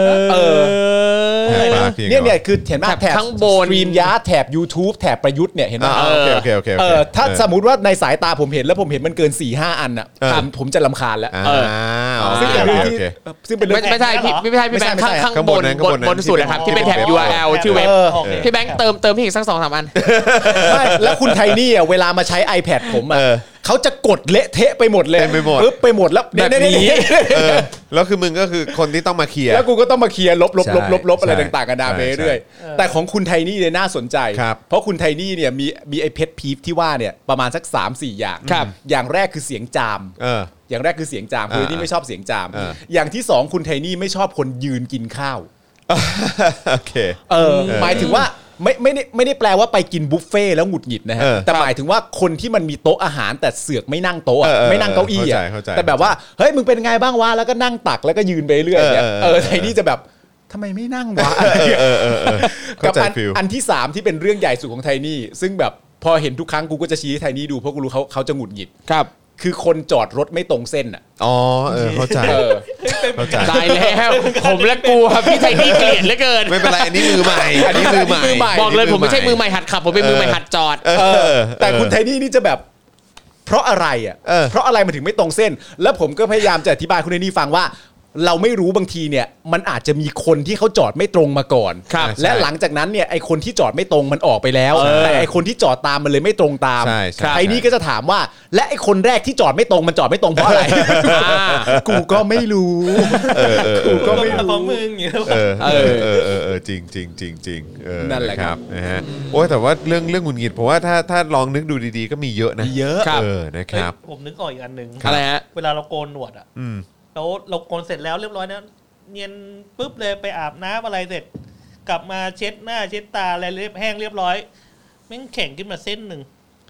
เลยเนี่ยคือเห็นไหมแถบข้างบนสตรีมยาแถบ YouTube แถบประยุทธ์เนี่ยเห็นไหมโอเคถ้าสมมติว่าในสายตาผมเห็นแล้วผมเห็นมันเกิน 4-5 อันอ่ะผมจะรำคาญแล้วซึ่งเป็นเรื่องที่ซึ่งเป็นเรื่องไม่ใช่พี่แบงค์ข้างบนสุดนะครับที่เป็นแถบ URL ชื่อเว็บพี่แบงค์เติมพี่อีกสัก 2-3 อันไม่แล้วคุณไทนี่อ่ะเวลามาใช้ iPad ผมอ่ะเขาจะกดเละเทะไปหมดเลยปึ๊บไปหมดแล้วแบบนี้แล้วคือมึงก็คือคนที่ต้องมาเคลียร์แล้วกูก็ต้องมาเคลียร์ลบอะไรต่างๆกันดาไปเรื่อยแต่ของคุณไทนี่เนี่ยน่าสนใจเพราะคุณไทนี่เนี่ยมีไอ้เพชรพีฟที่ว่าเนี่ยประมาณสัก 3-4 อย่างอย่างแรกคือเสียงจามอย่างแรกคือเสียงจามคือที่ไม่ชอบเสียงจามอย่างที่2คุณไทนี่ไม่ชอบคนยืนกินข้าวโอเคหมายถึงว่าไม่ได้แปลว่าไปกินบุฟเฟ่แล้วหงุดหงิดนะฮะแต่หมายถึงว่าคนที่มันมีโต๊ะอาหารแต่เสือกไม่นั่งโต๊ะไม่นั่งเก้าอี้อ่ะแต่แบบว่าเฮ้ยมึงเป็นไงบ้างวะแล้วก็นั่งตักแล้วก็ยืนไปเรื่อยเนี่ยไทนี่จะแบบทำไมไม่นั่งวะกับอันที่3ที่เป็นเรื่องใหญ่สุดของไทนี่ซึ่งแบบพอเห็นทุกครั้งกูก็จะชี้ให้ไทนี่ดูเพราะกูรู้เขาจะหงุดหงิดครับคือคนจอดรถไม่ตรงเส้นอ่ะอ๋อเข้าใจตายแล้วผมและกูครับพี่ไทนี่เกลียดเหลือเกินไม่เป็นไรอันนี้มือใหม่บอกเลยผมไม่ใช่มือใหม่หัดขับผมเป็นมือใหม่หัดจอดแต่คุณไทนี่นี่จะแบบเพราะอะไรอ่ะเพราะอะไรมันถึงไม่ตรงเส้นแล้วผมก็พยายามจะอธิบายคุณไทนี่ฟังว่าเราไม่รู้บางทีเนี่ยมันอาจจะมีคนที่เขาจอดไม่ตรงมาก่อนและหลังจากนั้นเนี่ยไอคนที่จอดไม่ตรงมันออกไปแล้วแต่ไอคนที่จอดตามมันเลยไม่ตรงตามไอ้นี่ก็จะถามว่าและไอคนแรกที่จอดไม่ตรงมันจอดไม่ตรงเพราะอะไรกูก็ไม่รู้กูก็ไม่รู้ของมึงอย่างเงี้ยจริงนั่นแหละครับนะฮะโอ้แต่ว่าเรื่องหงุดหงิดผมว่าถ้าลองนึกดูดีๆก็มีเยอะนะเยอะนะครับผมนึกออกอีกอันนึงอะไรฮะเวลาเราโกนหนวดอ่ะแล้วเราโกนเสร็จแล้วเรียบร้อยนะเนียนปุ๊บเลยไปอาบน้ำอะไรเสร็จกลับมาเช็ดหน้าเช็ดตาอะไรเรียบแห้งเรียบร้อยแม่งแข็งขึ้นมาเส้นหนึ่ง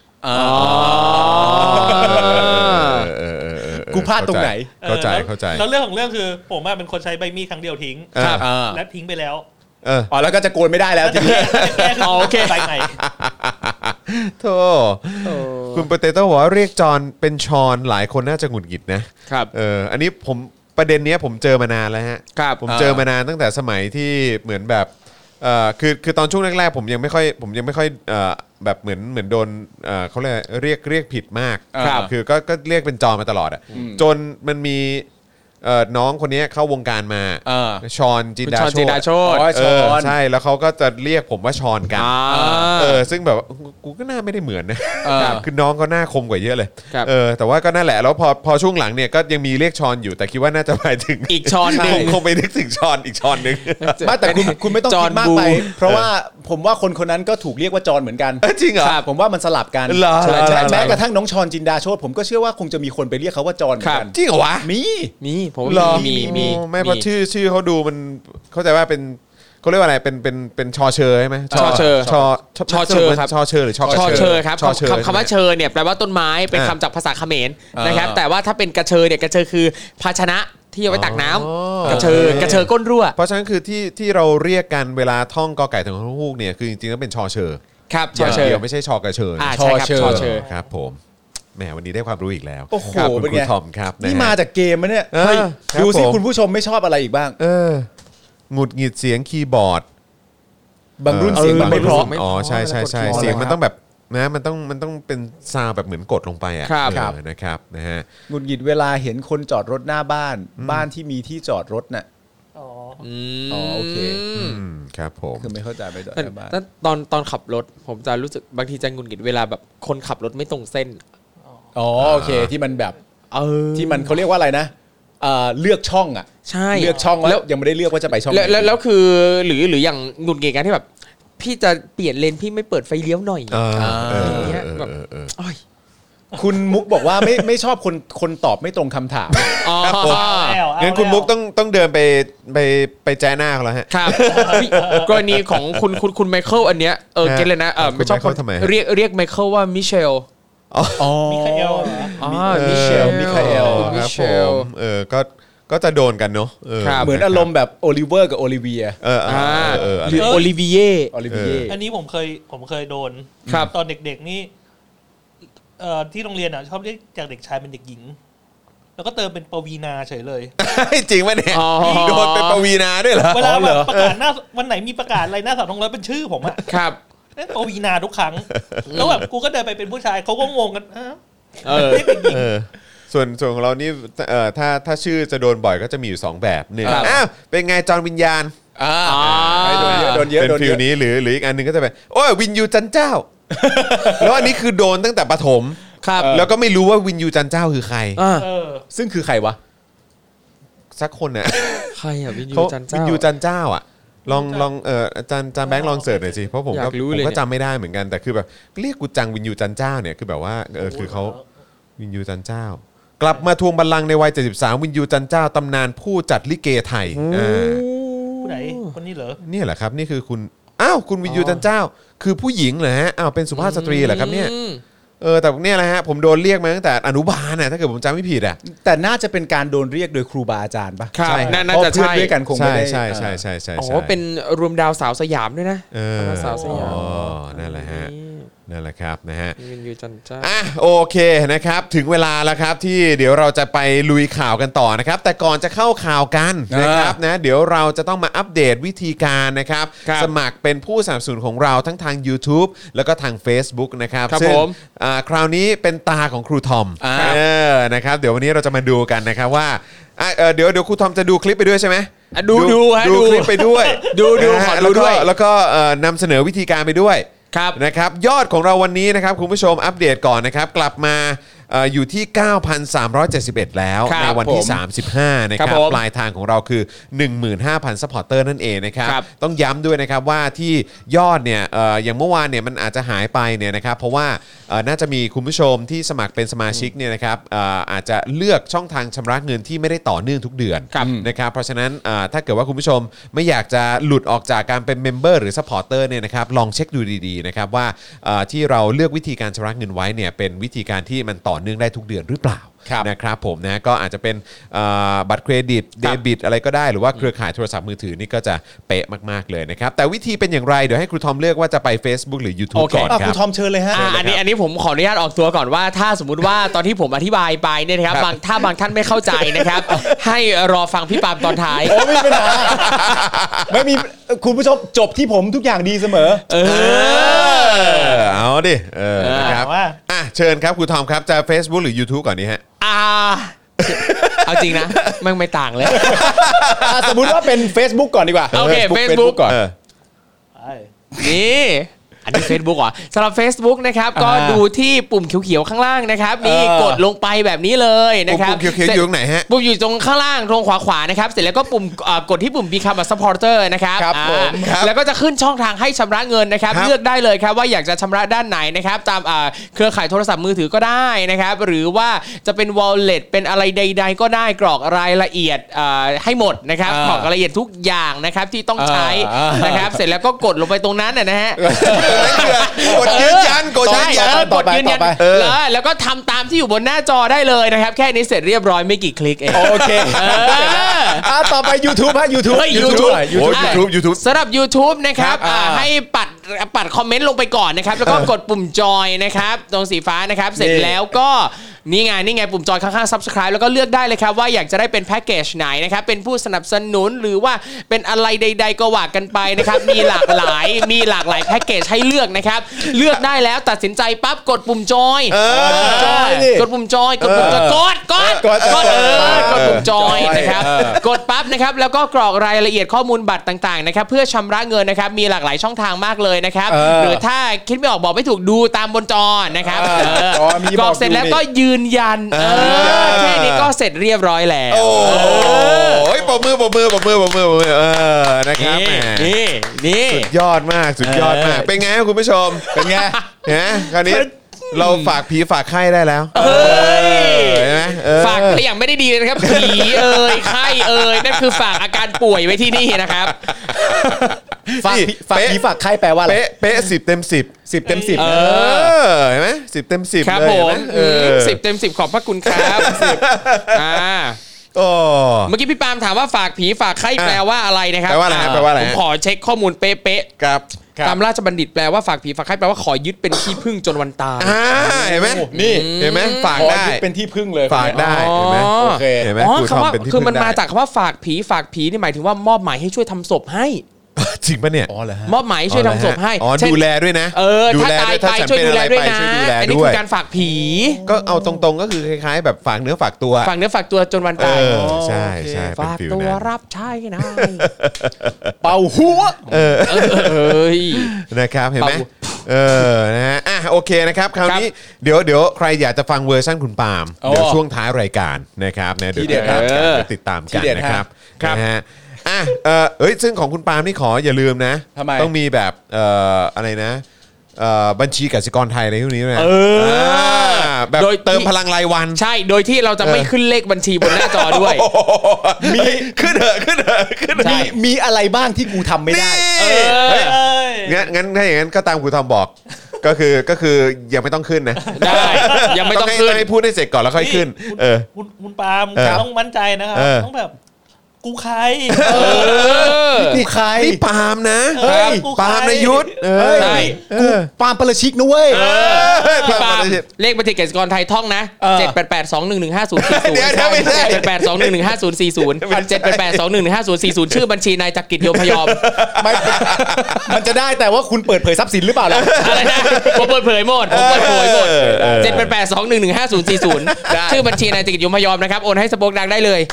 กูพลาดตรงไหนเข้าใจแล้วเรื่องของเรื่องคือผมเป็นคนใช้ใบมีดครั้งเดียวทิ้งและทิ้งไปแล้วแล้วก็จะโกนไม่ได้แล้วทีนี้โอเคไปไหนโธ่คุณโปเตโต้บอกว่าเรียกจอนเป็นชอนหลายคนน่าจะหงุดหงิดนะครับอันนี้ผมประเด็นนี้ผมเจอมานานแล้วฮะผมเจอมานานตั้งแต่สมัยที่เหมือนแบบคือตอนช่วงแรกๆผมยังไม่ค่อยแบบเหมือนโดนเขาเรียกผิดมากคือก็เรียกเป็นจอนมาตลอดจนมันมีน้องคนนี้เข้าวงการมาชอนจินดาโชตใช่แล้วเขาก็จะเรียกผมว่าชอนกันซึ่งแบบกูก็น่าไม่ได้เหมือนนะคือน้องก็หน้าคมกว่าเยอะเลยแต่ว่าก็นั่นแหละแล้วพอช่วงหลังเนี่ยก็ยังมีเรียกชอนอยู่แต่คิดว่าน่าจะหมายถึงอีกชอนนึงคงไปนึกถึงชอนอีกชอนนึงไม่แต่คุณไม่ต้องคิดมากไปเพราะว่าผมว่าคนนั้นก็ถูกเรียกว่าจอนเหมือนกันจริงเหรอผมว่ามันสลับกันแม้กระทั่งน้องชอนจินดาโชตผมก็เชื่อว่าคงจะมีคนไปเรียกเขาว่าจอนเหมือนกันจริงเหรอวะมีผมมีไม่เพราะชื่อเขาดูมันเข้าใจว่าเป็นเขาเรียกว่าอะไรเป็นชอเชอใช่ไหมชอเชอครับชอเชอหรือชอเชอครับคำว่าเชอเนี่ยแปลว่าต้นไม้เป็นคำจากภาษาเขมรนะครับแต่ว่าถ้าเป็นกระเชอเนี่ยกระเชอคือภาชนะที่เอาไว้ตักน้ำกระเชอก้นรั่วเพราะฉะนั้นคือที่เราเรียกกันเวลาท่องกอไก่ถึงฮูกเนี่ยคือจริงๆแล้วเป็นชอเชอครับชอเชอไม่ใช่ชอกระเชอชอเชอครับผมแหมวันนี้ได้ความรู้อีกแล้วโอ้โหครับคุณเป็นครูไงทอมครับะนี่ฮะมาจากเกมมั้ยเนี่ยเฮ้ยดูสิรับผมคุณผู้ชมไม่ชอบอะไรอีกบ้างหงุดหงิดเสียงคีย์บอร์ดบางรุ่นเสียงมันไม่เพราะอ๋อใช่ใช่ใช่ไม่เพราะเสียงมันต้องแบบนะมันต้องเป็นซาวด์แบบเหมือนกดลงไปอ่ะครับนะครับนะฮะหงุดหงิดเวลาเห็นคนจอดรถหน้าบ้านบ้านที่มีที่จอดรถน่ะอ๋ออ๋อโอเคครับผมคือไม่เข้าใจไปจอดหแต่น้าบ้านตอนขับรถผมจะรู้สึกบางทีจะหงุดหงิดเวลาแบบคนขับรถไม่ตรงเส้นอ๋อโอเคที่มันแบบที่ที่มันเขาเรียกว่าอะไรนะเลือกช่องอ่ะใช่เลือกช่องแล้แล้ว วยังไม่ได้เลือกว่าจะไปช่องไหนแล้วคือหรืออย่างหงุดหงิดกันที่แบบ พี่จะเปลี่ยนเลนพี่ไม่เปิดไฟเลี้ยวหน่อย อย่างเงี้ยแบบโอ้ยคุณมุกบอกว่าไม่ชอบคนตอบไม่ตรงคำถามอ๋องั้นคุณมุกต้องเดินไปแจ้หน้าเขาแล้วฮะครับกรณีของคุณไมเคิลอันเนี้ยเก็ตเลยนะคุณไม่ชอบคน Michael ทำไมฮะเรียกไมเคิลว่ามิเชลมิคาเอลเหรอมิเชลมิคาเอลครับมิเชผลมก็จะโดนกันเนาะครับเหมือนอารมณ์แบบโอลิเวอร์กับโอลิเวียหรือโอลิเวียโอลิเวียอันนี้ผมเคยโดนครับตอนเด็กๆนี่ที่โรงเรียนอ่ะชอบเรียกจากเด็กชายเป็นเด็กหญิง แล้วก็เติมเป็นปวีนาเฉยเลยจริงป่ะเนี่ยอ๋อโดนเป็นปวีนาด้วยเหรอเวลาแบบประกาศหน้าวันไหนมีประกาศอะไรหน้าเสาธงร้อยเป็นชื่อผมอะครับปวีนาทุกครั้งแล้วแบบกูก็เดินไปเป็นผู้ชายเขาก็งงกันเรียกเด็กหญิงส่วนของเรานี่ถ้าชื่อจะโดนบ่อยก็จะมีอยู่2แบบหนึ่งครับอ้าวเป็นไงจอห์นวิญญาณโดนเยอะเป็นฟิลนี้หรืออีกอันหนึงก็จะเป็นโอ้ยวินยูจันเจ้า แล้วอันนี้คือโดนตั้งแต่ประถมครับแล้วก็ไม่รู้ว่าวินยูจันเจ้าคือใครซึ่งคือใครวะสักคนน่ะใครอ่ะวินยูเขาจันเจ้าวินยูจันเจ้าอ่ะลองอาจารย์แบงค์ลองเสิร์ชหน่อยสิเพราะผมอยาก็กรู้ผมเลยก็เนี่ยจำไม่ได้เหมือนกันแต่คือแบบเรียกกูจังวินยูจันเจ้าเนี่ยคือแบบว่าคือเขาวินยูจันเจ้า กลับมาทวงบัลลังก์ในวัย73วินยูจันเจ้าตำนานผู้จัดลิเกไทยผู้ไหนคนนี้เหรอนี่แหละครับนี่คือคุณวินยูจันเจ้า คือผู้หญิงเหรอฮะอ้าวเป็นสุภาพสตรีเหรอครับเนี่ยแต่เนี่ยแหละฮะผมโดนเรียกมาตั้งแต่อนุบาลน่ะถ้าเกิดผมจำไม่ผิดอ่ะแต่น่าจะเป็นการโดนเรียกโดยครูบาอาจารย์ปะครับใช่น่าจะเพราะเพื่อนใช่ด้วยกันคงไม่ใช่ได้ใช่อ๋อเป็นรวมดาวสาวสยามด้วยนะ สาวสยามนั่นแหละฮะนั่นแหละครับนะฮะวินยูจันเจ้าโอเคนะครับถึงเวลาแล้วครับที่เดี๋ยวเราจะไปลุยข่าวกันต่อนะครับแต่ก่อนจะเข้าข่าวกันนะครับนะเดี๋ยวเราจะต้องมาอัปเดตวิธีการนะครับครับสมัครเป็นผู้สนับสนุนของเราทั้งทาง YouTube แล้วก็ทาง Facebook นะครับครับซึ่งผมคราวนี้เป็นตาของครูทอมนะครับเดี๋ยววันนี้เราจะมาดูกันนะครับว่าเดี๋ยวครูทอมจะดูคลิปไปด้วยใช่ไหมดูคลิปไปด้วยดูนะฮะขอดูด้วยแล้วก็นำเสนอวิธีการไปด้วยครับนะครับยอดของเราวันนี้นะครับคุณผู้ชมอัปเดตก่อนนะครับกลับมาอยู่ที่ 9,371 แล้วครับในวันที่ผม 35 นะคครัรับบผมปลายทางของเราคือ 15,000 ซัพพอร์เตอร์นั่นเองนะครับครับต้องย้ำด้วยนะครับว่าที่ยอดเนี่ยอย่างเมื่อวานเนี่ยมันอาจจะหายไปเนี่ยนะครับเพราะว่าน่าจะมีคุณผู้ชมที่สมัครเป็นสมาชิกเนี่ยนะครับอาจจะเลือกช่องทางชำระเงินที่ไม่ได้ต่อเนื่องทุกเดือนครับนะครับเพราะฉะนั้นถ้าเกิดว่าคุณผู้ชมไม่อยากจะหลุดออกจากการเป็นเมมเบอร์หรือซัพพอร์เตอร์เนี่ยนะครับลองเช็คดูดีๆนะครับว่าที่เราเลือกวิธีการชำระเงินไว้เนี่ยเป็นวิธีการที่มันต่อเนื่องได้ทุกเดือนหรือเปล่านะครับผมนะก็อาจจะเป็นบัตรเครดิตเดบิตอะไรก็ได้หรือว่าเครือข่ายโทรศัพท์มือถือนี่ก็จะเป๊ะมากๆเลยนะครับแต่วิธีเป็นอย่างไรเดี๋ยวให้ครูทอมเลือกว่าจะไป Facebook หรือ YouTube โอเคก่อนคครูรับทอมเชิญเลยฮะอันนี้ผมขออนุญาตออกตัวก่อนว่าถ้าสมมุติว่าตอนที่ผมอธิบายไปเนี่ยนะครับถ้าบางท่านไม่เข้าใจนะครับ ให้รอฟังพี่ปาล์มตอนท้ายโอ้ไม่มีปัญหาไม่มีคุณผู้ชมจบที่ผมทุกอย่างดีเสมอเอาดินะครับว่าเชิญครับครูทอมครับจะ Facebook หรือ YouTube ก่อนนี้ฮะเอาจริงนะมันไม่ต่างเลยสมมุติว่าเป็น Facebook ก่อนดีกว่าโอเค Facebook ก่อนนี่อันนี้ Facebook เหรอสำหรับ Facebook นะครับก็ดูที่ปุ่มเขียวๆข้างล่างนะครับนี่กดลงไปแบบนี้เลยนะครับปุ่มเขียวๆอยู่ตรงไหนฮะปุ่มอยู่ตรงข้างล่างตรงขวาๆนะครับเสร็จแล้วก็ปุ่มกดที่ปุ่ม Become a supporter นะครับครับผมครับแล้วก็จะขึ้นช่องทางให้ชำระเงินนะครับครับเลือกได้เลยครับว่าอยากจะชำระด้านไหนนะครับตามเครือข่ายโทรศัพท์มือถือก็ได้นะครับหรือว่าจะเป็น wallet เป็นอะไรใดๆก็ได้กรอกรายละเอียดให้หมดนะครับกรอกรายละเอียดทุกอย่างนะครับที่ต้องใช้นะครับเสร็จแล้วก็กดลงไปตรงนั้นนะฮะกดยืนยันกดยืนยันกดยืนยันแล้วก็ทำตามที่อยู่บนหน้าจอได้เลยนะครับแค่นี้เสร็จเรียบร้อยไม่กี่คลิกเองโอเคต่อไป YouTube ฮะ YouTube เฮ้ย YouTube โอ้ YouTube สำหรับ YouTube นะครับให้ปัดปัดคอมเมนต์ลงไปก่อนนะครับแล้วก็กดปุ่มจอยนะครับตรงสีฟ้านะครับเสร็จแล้วก็นี่ไงปุ่มจอยข้างๆ Subscribe แล้วก็เลือกได้เลยครับว่าอยากจะได้เป็นแพ็กเกจไหนนะครับเป็นผู้สนับสนุนหรือว่าเป็นอะไรใดๆก็ว่ากันไปนะครับมีหลากหลายแพ็กเกจให้เลือกนะครับเลือกได้แล้วตัดสินใจปั๊บกดปุ่มจอยกดปุ่มจอยกดปุ่มจอยนะครับกดปั๊บนะครับแล้วก็กรอกรายละเอียดข้อมูลบัตรต่างๆนะครับเพื่อชำระเงินนะครับมีหลากหลายช่องทางมากเลยนะครับหรือถ้าคิดไม่ออกบอกไม่ถูกดูตามบนจอนะครับกรอกเสร็จแล้วก็ยืนยันแค่นี้ก็เสร็จเรียบร้อยแล้วโอ้ยปรบมือนะครับนี่สุดยอดมากเป็นไงคุณผู้ชมเป็นไงคราวนี้เราฝากผีฝากไข้ได้แล้วเห็นไหมฝากอย่างไม่ได้ดีเลยนะครับผีไข้นั่นคือฝากอาการป่วยไว้ที่นี่นะครับฝากผีฝากไข้แปลว่าอะไรเป๊ะ10 เต็ม 10 เต็ม 10เห็นไหม10 เต็ม 10 ครับผม10 เต็ม 10ขอบพระคุณครับเมื่อกี้พี่ปาล์มถามว่าฝากผีฝากไข้แปลว่าอะไรนะครับแปลว่าอะไรผมขอเช็คข้อมูลเป๊ะๆครับตามราชบัณฑิตแปลว่าฝากผีฝากไข้แปลว่าขอยึดเป็นที่พึ่งจนวันตายเห็นไหมนี่เห็นไหมฝากได้เป็นที่พึ่งเลยฝากได้เห็นไหมโอเคเห็นไหมคือมันมาจากคำว่าฝากผีนี่หมายถึงว่ามอบหมายให้ช่วยทำศพให้จริงปะเนี่ยมอบหมายช่วยทำศพให้ดูแลด้วยนะถ้าตายไปช่วยดูแลด้วยนะอันนี้คือการฝากผีก็เอาตรงๆก็คือคล้ายๆแบบฝากเนื้อฝากตัวจนวันตายใช่ฝากตัวรับใช้นะเป่าหัวนะครับเห็นไหมนะฮะโอเคนะครับคราวนี้เดี๋ยวใครอยากจะฟังเวอร์ชันคุณปาล์มเดี๋ยวช่วงท้ายรายการนะครับเดี๋ยวติดตามกันนะครับนะฮะซึ่งของคุณปาล์มนี่ขออย่าลืมนะต้องมีแบบอะไรนะบัญชีกสิกรไทยอะไรพวกนี้นะแบบเติมพลังรายวันใช่โดยที่เราจะไม่ขึ้นเลขบัญชีบนหน้าจอด้วยมีขึ้นเถอะมีอะไรบ้างที่กูทำไม่ได้งั้นถ้าอย่างนั้นก็ตามครูทอมบอกก็คือยังไม่ต้องขึ้นนะได้ยังไม่ต้องขึ้นให้พูดให้เสร็จก่อนแล้วค่อยขึ้นคุณปาล์มต้องมั่นใจนะครับต้องแบบกูใครนี่ใครนี่ปาล์มนะปาล์มนยุทธใช่กูปาล์มปรชิกนุ้ยพี่ปาล์มเลขบัญชีกสิกรไทยท่องนะ788211040 788211040 788211040ชื่อบัญชีนายจักริดโยมพยอมมันจะได้แต่ว่าคุณเปิดเผยทรัพย์สินหรือเปล่าล่ะอะไรนะผมเปิดเผยหมด788211040ชื่อบัญชีนายจักริดโยมพยอมนะครับโอนให้สป็อคดังได้เลย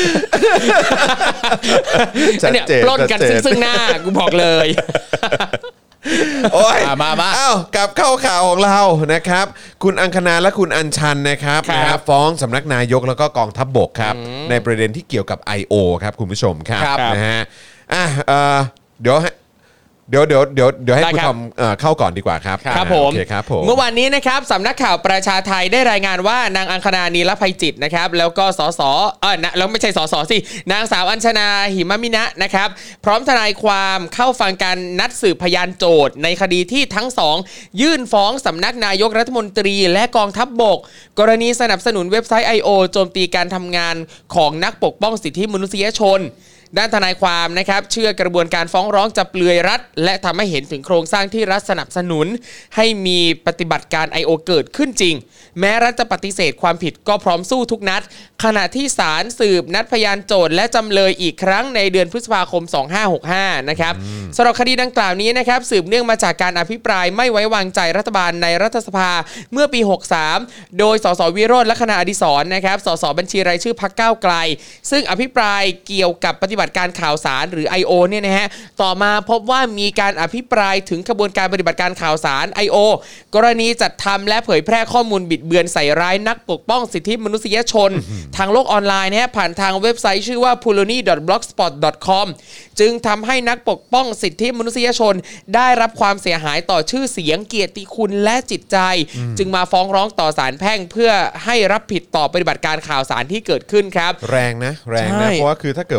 เนี่ยปล้นกันซึ่งหน้ากูบอกเลยโอ้ยมากับเข้าข่าวของเรานะครับคุณอังคณาและคุณอัญชันนะครับฟ้องสำนักนายกแล้วก็กองทัพบกครับในประเด็นที่เกี่ยวกับ I.O. ครับคุณผู้ชมครับนะฮะเดี๋ยวให้คุณทอมเข้าก่อนดีกว่าครับครับผมเมื่อวานนี้นะครับสำนักข่าวประชาไทยได้รายงานว่านางอังคณา นีรภัยจิตนะครับแล้วก็แล้วไม่ใช่สสสินางสาวอัญชนาหิมมินะนะครับพร้อมทนายความเข้าฟังการนัดสืบพยานโจทย์ในคดีที่ทั้งสองยื่นฟ้องสำนักนายกรัฐมนตรีและกองทัพบกกรณีสนับสนุนเว็บไซต์ I.O. โจมตีการทำงานของนักปกป้องสิทธิมนุษยชนด้านทนายความนะครับเชื่อกระบวนการฟ้องร้องจะเปลือยรัฐและทำให้เห็นถึงโครงสร้างที่รัฐสนับสนุนให้มีปฏิบัติการ I.O. เกิดขึ้นจริงแม้รัฐจะปฏิเสธความผิดก็พร้อมสู้ทุกนัดขณะที่ศาลสืบนัดพยานโจทย์และจำเลยอีกครั้งในเดือนพฤษภาคม2565นะครับสำหรับคดีดังกล่าวนี้นะครับสืบเนื่องมาจากการอภิปรายไม่ไว้วางใจรัฐบาลในรัฐสภาเมื่อปี63โดยสสวิโรจน์ลัคนาอดิศรนะครับสสบัญชีรายชื่อพรรคก้าวไกลซึ่งอภิปรายเกี่ยวกับปฏิบัติการข่าวสารหรือ I.O. เนี่ยนะฮะต่อมาพบว่ามีการอภิปรายถึงกระบวนการปฏิบัติการข่าวสาร I.O. กรณีจัดทำและเผยแพร่ข้อมูลบิดเบือนใส่ร้ายนักปกป้องสิทธิมนุษยชนทางโลกออนไลน์นะฮะผ่านทางเว็บไซต์ชื่อว่า puloni.blogspot.com จึงทำให้นักปกป้องสิทธิมนุษยชนได้รับความเสียหายต่อชื่อเสียงเกียรติคุณและจิตใจจึงมาฟ้องร้องต่อศาลแพ่งเพื่อให้รับผิดต่อปฏิบัติการข่าวสารที่เกิดขึ้นครับแรงนะเพราะว่าคือถ้าเกิดว่าตอนนั้น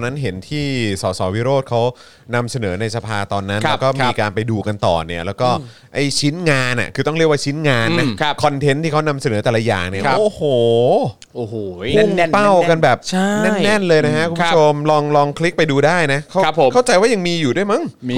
นั้นเห็นที่สสวิโรจน์เขานำเสนอในสภาตอนนั้นครับแล้วก็มีการไปดูกันต่อเนี่ยแล้วก็ไอชิ้นงานอ่ะคือต้องเรียกว่าชิ้นงานนะครับ คอนเทนต์ที่เขานำเสนอแต่ละอย่างเนี่ยครับโอ้โหโอ้โหพุ่งเป้ากันแบบใช่แน่นๆเลยนะฮะคุณผู้ชมลองคลิกไปดูได้นะครับผมเข้าใจว่ายังมีอยู่ด้วยมั้งมี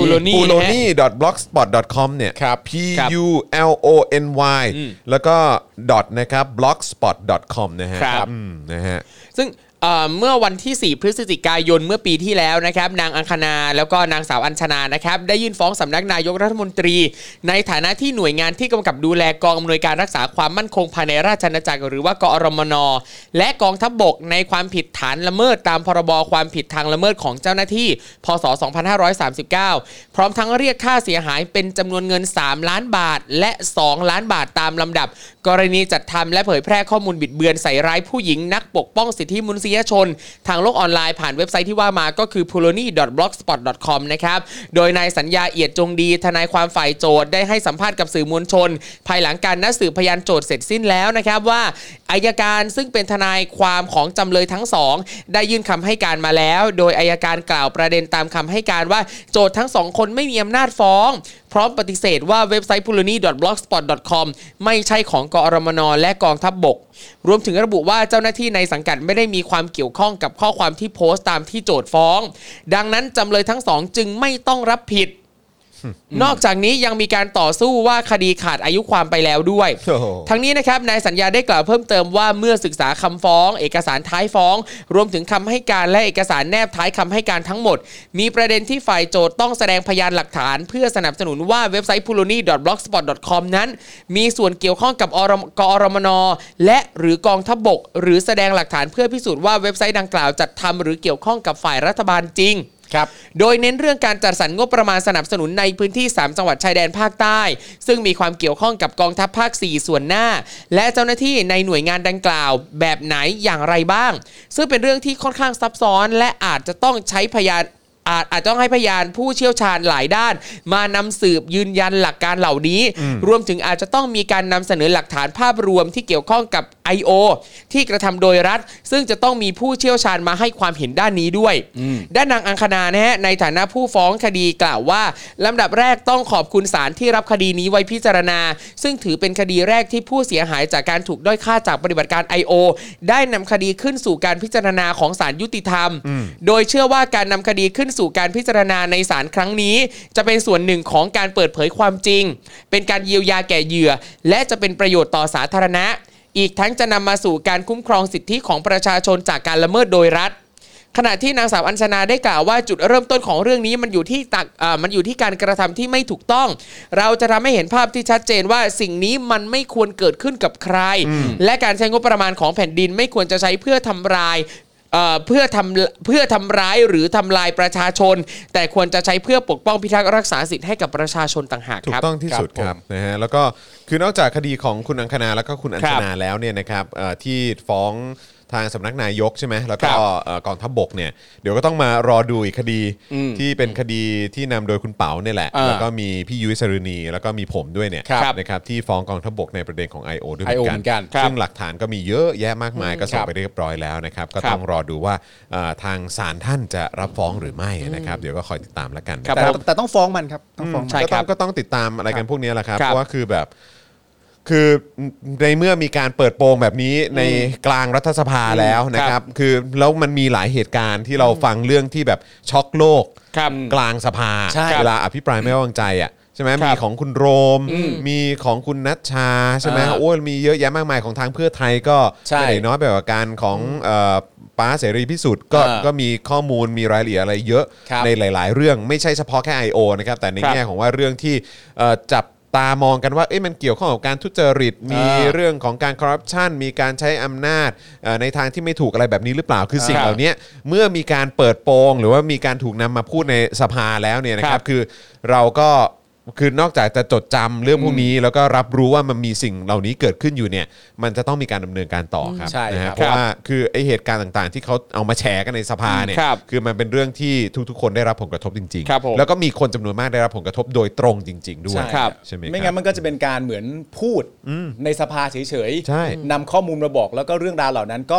pulony.blogspot.com เนี่ยครับ p u l o n y แล้วก็ dot นะครับ blogspot.com นะฮะครับนะฮะซึ่งเมื่อวันที่ 4 พฤศจิกายนเมื่อปีที่แล้วนะครับนางอังคณาแล้วก็นางสาวอัญชนานะครับได้ยื่นฟ้องสำนักนายกรัฐมนตรีในฐานะที่หน่วยงานที่กำกับดูแลกองอำนวยการรักษาความมั่นคงภายในราชอาณาจักรหรือว่ากอรมนและกองทัพบกในความผิดฐานละเมิดตามพรบความผิดทางละเมิดของเจ้าหน้าที่พ.ศ. 2539 พร้อมทั้งเรียกค่าเสียหายเป็นจำนวนเงิน3 ล้านบาทและ2 ล้านบาทตามลำดับกรณีจัดทำและเผยแพร่ข้อมูลบิดเบือนใส่ร้ายผู้หญิงนักปกป้องสิทธิมนุษยชนทางโลกออนไลน์ผ่านเว็บไซต์ที่ว่ามาก็คือ pulony.blogspot.com นะครับโดยนายสัญญาเอียดจงดีทนายความฝ่ายโจทย์ได้ให้สัมภาษณ์กับสื่อมวลชนภายหลังการนัดสืบพยานโจทย์เสร็จสิ้นแล้วนะครับว่าอัยการซึ่งเป็นทนายความของจำเลยทั้งสองได้ยื่นคำให้การมาแล้วโดยอัยการกล่าวประเด็นตามคำให้การว่าโจทย์ทั้งสองคนไม่มีอำนาจฟ้องพร้อมปฏิเสธว่าเว็บไซต์ pulony.blogspot.com ไม่ใช่ของกอรมนและกองทัพบกรวมถึงระบุว่าเจ้าหน้าที่ในสังกัดไม่ได้มีความเกี่ยวข้องกับข้อความที่โพสต์ตามที่โจทก์ฟ้องดังนั้นจำเลยทั้งสองจึงไม่ต้องรับผิดนอกจากนี้ยังมีการต่อสู้ว่าคดีขาดอายุความไปแล้วด้วย ทั้งนี้นะครับนายสัญญาได้กล่าวเพิ่มเติมว่าเมื่อศึกษาคำฟ้องเอกสารท้ายฟ้องรวมถึงคำให้การและเอกสารแนบท้ายคำให้การทั้งหมดมีประเด็นที่ฝ่ายโจทก์ต้องแสดงพยานหลักฐานเพื่อสนับสนุนว่าเว็บไซต์ pulony.blogspot.com นั้นมีส่วนเกี่ยวข้องกับกอรมนและหรือกองทัพบกหรือแสดงหลักฐานเพื่อพิสูจน์ว่าเว็บไซต์ดังกล่าวจัดทำหรือเกี่ยวข้องกับฝ่ายรัฐบาลจริงโดยเน้นเรื่องการจัดสรรงบประมาณสนับสนุนในพื้นที่3จังหวัดชายแดนภาคใต้ซึ่งมีความเกี่ยวข้องกับกองทัพภาค4ส่วนหน้าและเจ้าหน้าที่ในหน่วยงานดังกล่าวแบบไหนอย่างไรบ้างซึ่งเป็นเรื่องที่ค่อนข้างซับซ้อนและอาจจะต้องใช้พยานอาจต้องให้พยานผู้เชี่ยวชาญหลายด้านมานำสืบยืนยันหลักการเหล่านี้รวมถึงอาจจะต้องมีการนำเสนอหลักฐานภาพรวมที่เกี่ยวข้องกับ I.O. ที่กระทำโดยรัฐซึ่งจะต้องมีผู้เชี่ยวชาญมาให้ความเห็นด้านนี้ด้วยด้านนางอังคณานะฮะในฐานะผู้ฟ้องคดีกล่าวว่าลำดับแรกต้องขอบคุณศาลที่รับคดีนี้ไว้พิจารณาซึ่งถือเป็นคดีแรกที่ผู้เสียหายจากการถูกด้อยค่าจากปฏิบัติการ I.O. ได้นำคดีขึ้นสู่การพิจารณาของศาลยุติธรรมโดยเชื่อว่าการนำคดีขึ้นสู่การพิจารณาในศาลครั้งนี้จะเป็นส่วนหนึ่งของการเปิดเผยความจริงเป็นการเยียวยาแก่เหยื่อและจะเป็นประโยชน์ต่อสาธารณะอีกทั้งจะนำมาสู่การคุ้มครองสิทธิของประชาชนจากการละเมิดโดยรัฐขณะที่นางสาวอัญชนาได้กล่าวว่าจุดเริ่มต้นของเรื่องนี้มันอยู่ที่การกระทำที่ไม่ถูกต้องเราจะทำให้เห็นภาพที่ชัดเจนว่าสิ่งนี้มันไม่ควรเกิดขึ้นกับใครและการใช้งบประมาณของแผ่นดินไม่ควรจะใช้เพื่อทำร้ายหรือทำลายประชาชนแต่ควรจะใช้เพื่อปกป้องพิทักษ์รักษาสิทธิให้กับประชาชนต่างหากครับถูกต้องที่สุดครับนะฮะแล้วก็คือนอกจากคดีของคุณอังคณาแล้วก็คุณอัญชนาแล้วเนี่ยนะครับที่ฟ้องทางสำนักนายกใช่ไหมแล้วก็กองทัพบกเนี่ยเดี๋ยวก็ต้องมารอดูอีกคดีที่เป็นคดีที่นำโดยคุณเป๋าเนี่ยแหละแล้วก็มีพี่ยุ้ยสรุณีแล้วก็มีผมด้วยเนี่ยนะครับที่ฟ้องกองทัพบกในประเด็นของ I.O. ด้วยเหมือนกันซึ่งหลักฐานก็มีเยอะแยะมากมายก็ส่งไปเรียบร้อยแล้วนะครับก็ต้องรอดูว่าทางศาลท่านจะรับฟ้องหรือไม่นะครับเดี๋ยวก็คอยติดตามแล้วกันแต่ต้องฟ้องมันครับต้องฟ้องก็ต้องติดตามอะไรกันพวกนี้แหละครับเพราะว่าคือในเมื่อมีการเปิดโปงแบบนี้ในกลางรัฐสภาแล้วนะครับคือแล้วมันมีหลายเหตุการณ์ที่เราฟังเรื่องที่แบบช็อกโลกกลางสภาเวลาอภิปรายไม่ไว้วางใจอ่ะใช่ไหมมีของคุณโรมมีของคุณนัชชาใช่ไหมโอ้มีเยอะแยะมากมายของทางเพื่อไทยก็ไม่ได้น้อยไปกว่าการของป้าเสรีพิสุทธิ์ก็มีข้อมูลมีรายละเอียดอะไรเยอะในหลายๆเรื่องไม่ใช่เฉพาะแค่ I.O. นะครับแต่ในแง่ของว่าเรื่องที่จับตามองกันว่ามันเกี่ยวข้องกับการทุจริตมีเรื่องของการคอร์รัปชันมีการใช้อำนาจในทางที่ไม่ถูกอะไรแบบนี้หรือเปล่าคือสิ่งเหล่านี้เมื่อมีการเปิดโปงหรือว่ามีการถูกนำมาพูดในสภาแล้วเนี่ยนะครับคือเราก็คือนอกจากจะจดจำเรื่องพวกนี้แล้วก็รับรู้ว่ามันมีสิ่งเหล่านี้เกิดขึ้นอยู่เนี่ยมันจะต้องมีการดำเนินการต่อครับนะฮะเพราะว่าคือไอเหตุการณ์ต่างๆที่เขาเอามาแชร์กันในสภาเนี่ยคือมันเป็นเรื่องที่ทุกๆคนได้รับผลกระทบจริงๆแล้วก็มีคนจำนวนมากได้รับผลกระทบโดยตรงจริงๆด้วยใช่ไหมไม่งั้นมันก็จะเป็นการเหมือนพูดในสภาเฉยๆนำข้อมูลมาบอกแล้วก็เรื่องราวเหล่านั้นก็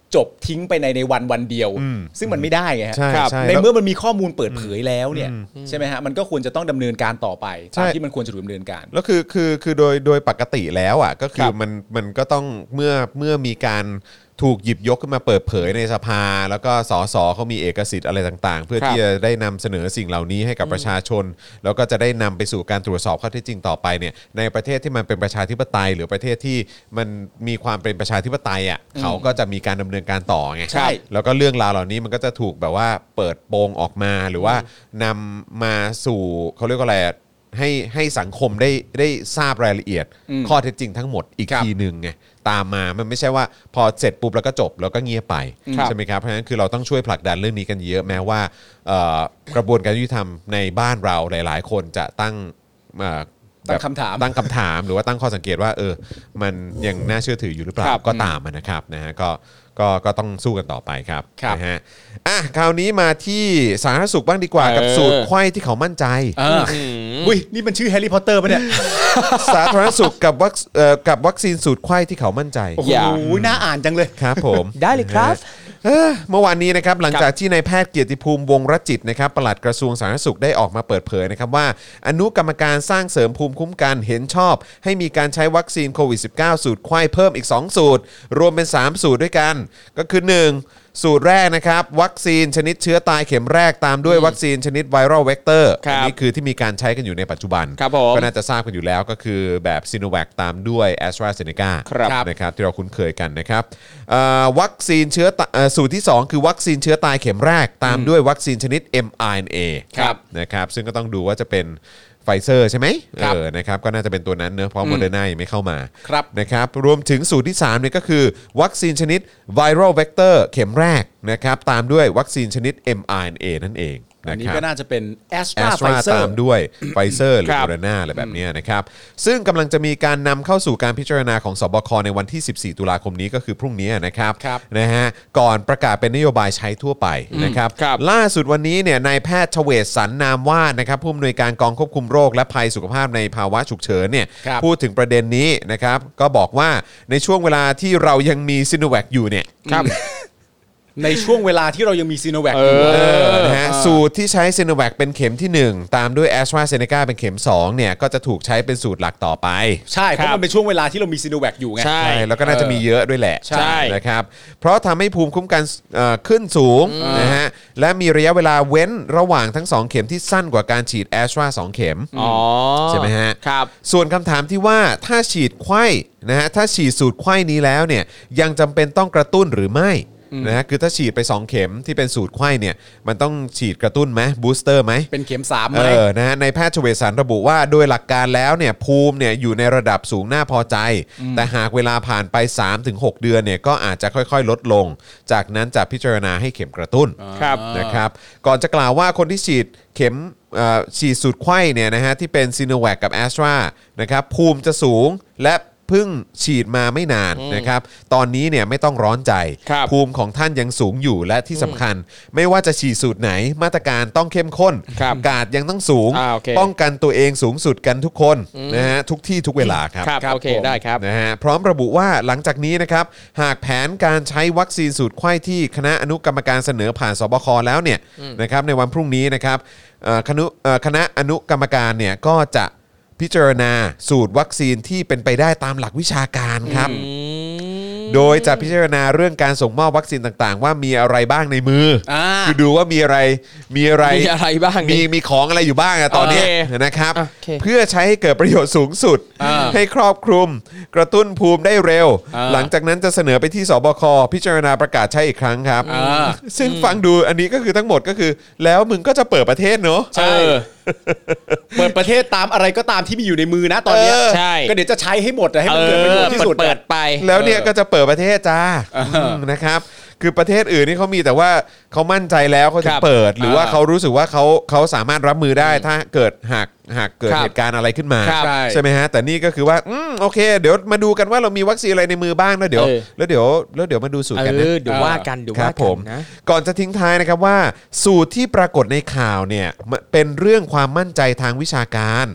จบทิ้งไปในวันเดียวซึ่งมันไม่ได้ไงฮะใช่ใช่ในเมื่อมันมีข้อมูลเปิดเผยแล้วเนี่ยใช่ไหมฮะมันก็ควรจะต้องดำเนินการต่อไปตามที่มันควรจะถูกดำเนินการแล้วคือโดยปกติแล้วอ่ะก็คือมันก็ต้องเมื่อมีการถูกหยิบยกขึ้นมาเปิดเผยในสภาแล้วก็สสเขามีเอกสิทธิ์อะไรต่างๆเพื่อที่จะได้นำเสนอสิ่งเหล่านี้ให้กับประชาชนแล้วก็จะได้นำไปสู่การตรวจสอบข้อเท็จจริงต่อไปเนี่ยในประเทศที่มันเป็นประชาธิปไตยหรือประเทศที่มันมีความเป็นประชาธิปไตยอ่ะเขาก็จะมีการดำเนินการต่อไงใช่แล้วก็เรื่องราวเหล่านี้มันก็จะถูกแบบว่าเปิดโปงออกมาหรือว่านำมาสู่เขาเรียกว่าอะไรให้สังคมได้ทราบรายละเอียดข้อเท็จจริงทั้งหมดอีกทีหนึ่งไงตามมามันไม่ใช่ว่าพอเสร็จปุ๊บแล้วก็จบแล้วก็เงียบไปใช่ไหมครับเพราะฉะนั้นคือเราต้องช่วยผลักดันเรื่องนี้กันเยอะแม้ว่ากระบวนการยุติธรรมในบ้านเราหลายๆคนจะตั้งคำถามตั้งคำถามหรือว่าตั้งข้อสังเกตว่ามันยังน่าเชื่อถืออยู่หรือเปล่าก็ตามนะครับนะฮะก็ต้องสู้กันต่อไปครับนะฮะคราวนี้มาที่สาธารณสุขบ้างดีกว่ากับสูตรไข้ที่เขามั่นใจอุ้ยนี่มันชื่อแฮร์รี่พอตเตอร์ป่ะเนี่ยสาธารณสุขกับวัคซีนสูตรไข้ที่เขามั่นใจโอ้โหน่าอ่านจังเลยครับผมได้เลยครับเมื่อวานนี้นะครับหลังจากที่นายแพทย์เกียรติภูมิวงศ์รจิตนะครับปลัดกระทรวงสาธารณสุขได้ออกมาเปิดเผยนะครับว่าอนุกรรมการสร้างเสริมภูมิคุ้มกันเห็นชอบให้มีการใช้วัคซีนโควิด -19 สูตรไข้เพิ่มอีก2สูตรรวมเป็น3สูตรด้วยกันก็คือ1สูตรแรกนะครับวัคซีนชนิดเชื้อตายเข็มแรกตามด้วยวัคซีนชนิดไวรัลเวกเตอร์อันนี้คือที่มีการใช้กันอยู่ในปัจจุบันก็น่าจะทราบกันอยู่แล้วก็คือแบบซิโนแวคตามด้วย AstraZeneca นะครับที่เราคุ้นเคยกันนะครับวัคซีนเชื้อสูตรที่2คือวัคซีนเชื้อตายเข็มแรกตามด้วยวัคซีนชนิด mRNA นะครับซึ่งก็ต้องดูว่าจะเป็นไฟเซอร์ใช่ไหมนะครับก็น่าจะเป็นตัวนั้นเนอะเพราะโมเดอร์นายังไม่เข้ามานะครับรวมถึงสูตรที่3เนี่ยก็คือวัคซีนชนิดไวรัลเวกเตอร์เข็มแรกนะครับตามด้วยวัคซีนชนิด mRNA นั่นเองอันนี้ก็น่าจะเป็น Astra ตามด้วยไฟเซอร์หรือโมเดอร์นาอะไรแบบนี้นะครับซึ่งกำลังจะมีการนำเข้าสู่การพิจารณาของสบคในวันที่14ตุลาคมนี้ก็คือพรุ่งนี้นะครับนะฮะก่อนประกาศเป็นนโยบายใช้ทั่วไปนะครับล่าสุดวันนี้เนี่ยนายแพทย์เฉวศสรรนามวาดนะครับผู้อำนวยการกองควบคุมโรคและภัยสุขภาพในภาวะฉุกเฉินเนี่ยพูดถึงประเด็นนี้นะครับก็บอกว่าในช่วงเวลาที่เรายังมีซิโนแวคอยู่เนี่ยในช่วงเวลาที่เรายังมีซีโนแวคอยู่นะฮะสูตรที่ใช้ซีโนแวคเป็นเข็มที่1ตามด้วย AstraZeneca เป็นเข็ม2เนี่ยก็จะถูกใช้เป็นสูตรหลักต่อไปใช่เพราะมันเป็นช่วงเวลาที่เรามีซีโนแวคอยู่ไงใช่แล้วก็น่าจะมีเยอะด้วยแหละนะครับเพราะทำให้ภูมิคุ้มกันขึ้นสูงนะฮะและมีระยะเวลาเว้นระหว่างทั้ง2เข็มที่สั้นกว่าการฉีด Astra 2เข็มใช่ไหมฮะส่วนคำถามที่ว่าถ้าฉีดไข้นะฮะถ้าฉีดสูตรไข้นี้แล้วเนี่ยยังจำเป็นต้องกระตุ้นหรือไม่นะฮะคือถ้าฉีดไป2เข็มที่เป็นสูตรไข้เนี่ยมันต้องฉีดกระตุ้นไหมบูสเตอร์ไหมเป็นเข็ม3ไหมนะฮะในแพทย์เฉวศสรรระบุว่าโดยหลักการแล้วเนี่ยภูมิเนี่ยอยู่ในระดับสูงน่าพอใจแต่หากเวลาผ่านไป 3-6 เดือนเนี่ยก็อาจจะค่อยๆลดลงจากนั้นจะพิจารณาให้เข็มกระตุ้นนะครับก่อนจะกล่าวว่าคนที่ฉีดเข็มฉีดสูตรไข้เนี่ยนะฮะที่เป็นซีโนแวคกับ Astra นะครับภูมิจะสูงและเพิ่งฉีดมาไม่นานนะครับตอนนี้เนี่ยไม่ต้องร้อนใจภูมิของท่านยังสูงอยู่และที่สำคัญไม่ว่าจะฉีดสูตรไหนมาตรการต้องเข้มข้นกาดยังต้องสูงป้องกันตัวเองสูงสุดกันทุกคนนะฮะทุกที่ทุกเวลาครับโอเคได้ครับนะฮะพร้อมระบุว่าหลังจากนี้นะครับหากแผนการใช้วัคซีนสูตรไข้ที่คณะอนุกรรมการเสนอผ่านสบคแล้วเนี่ยนะครับในวันพรุ่งนี้นะครับคณะอนุกรรมการเนี่ยก็จะพิจารณาสูตรวัคซีนที่เป็นไปได้ตามหลักวิชาการครับโดยจะพิจารณาเรื่องการส่งมอบวัคซีนต่างๆว่ามีอะไรบ้างในมือคือดูว่ามีอะไรบ้างมีของอะไรอยู่บ้างตอนนี้นะครับเพื่อใช้ให้เกิดประโยชน์สูงสุดให้ครอบคลุมกระตุ้นภูมิได้เร็วหลังจากนั้นจะเสนอไปที่สบคพิจารณาประกาศใช้อีกครั้งครับซึ่งฟังดูอันนี้ก็คือทั้งหมดก็คือแล้วมึงก็จะเปิดประเทศเนอะใช่เปิดประเทศตามอะไรก็ตามที่มีอยู่ในมือนะตอนนี้ใช่ก็เดี๋ยวจะใช้ให้หมดให้มันเกิดประโยชน์ที่สุดเปิดไปแล้วเนี่ยก็จะเปิดประเทศจ้านะครับคือประเทศอื่นนี่เขามีแต่ว่าเขามั่นใจแล้วเขาจะเปิดหรือว่าเขารู้สึกว่าเขาสามารถรับมือได้ถ้าเกิดหากเกิดเหตุการณ์อะไรขึ้นมาใช่ไหมฮะแต่นี่ก็คือว่าโอเคเดี๋ยวมาดูกันว่าเรามีวัคซีนอะไรในมือบ้างแล้วเดี๋ยวมาดูสูตรกันนะเดี๋ยวว่ากันครับผมก่อนจะทิ้งท้ายนะครับว่าสูตรที่ปรากฏในข่าวเนี่ยเป็นเรื่องความมั่นใจทางวิชาการ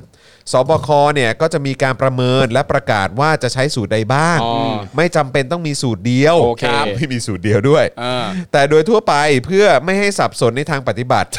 สบคเนี่ยก็จะมีการประเมินและประกาศว่าจะใช้สูตรใดบ้างไม่จำเป็นต้องมีสูตรเดียวโอเคครับไม่มีสูตรเดียวด้วยแต่โดยทั่วไปเพื่อไม่ให้สับสนในทางปฏิบัติ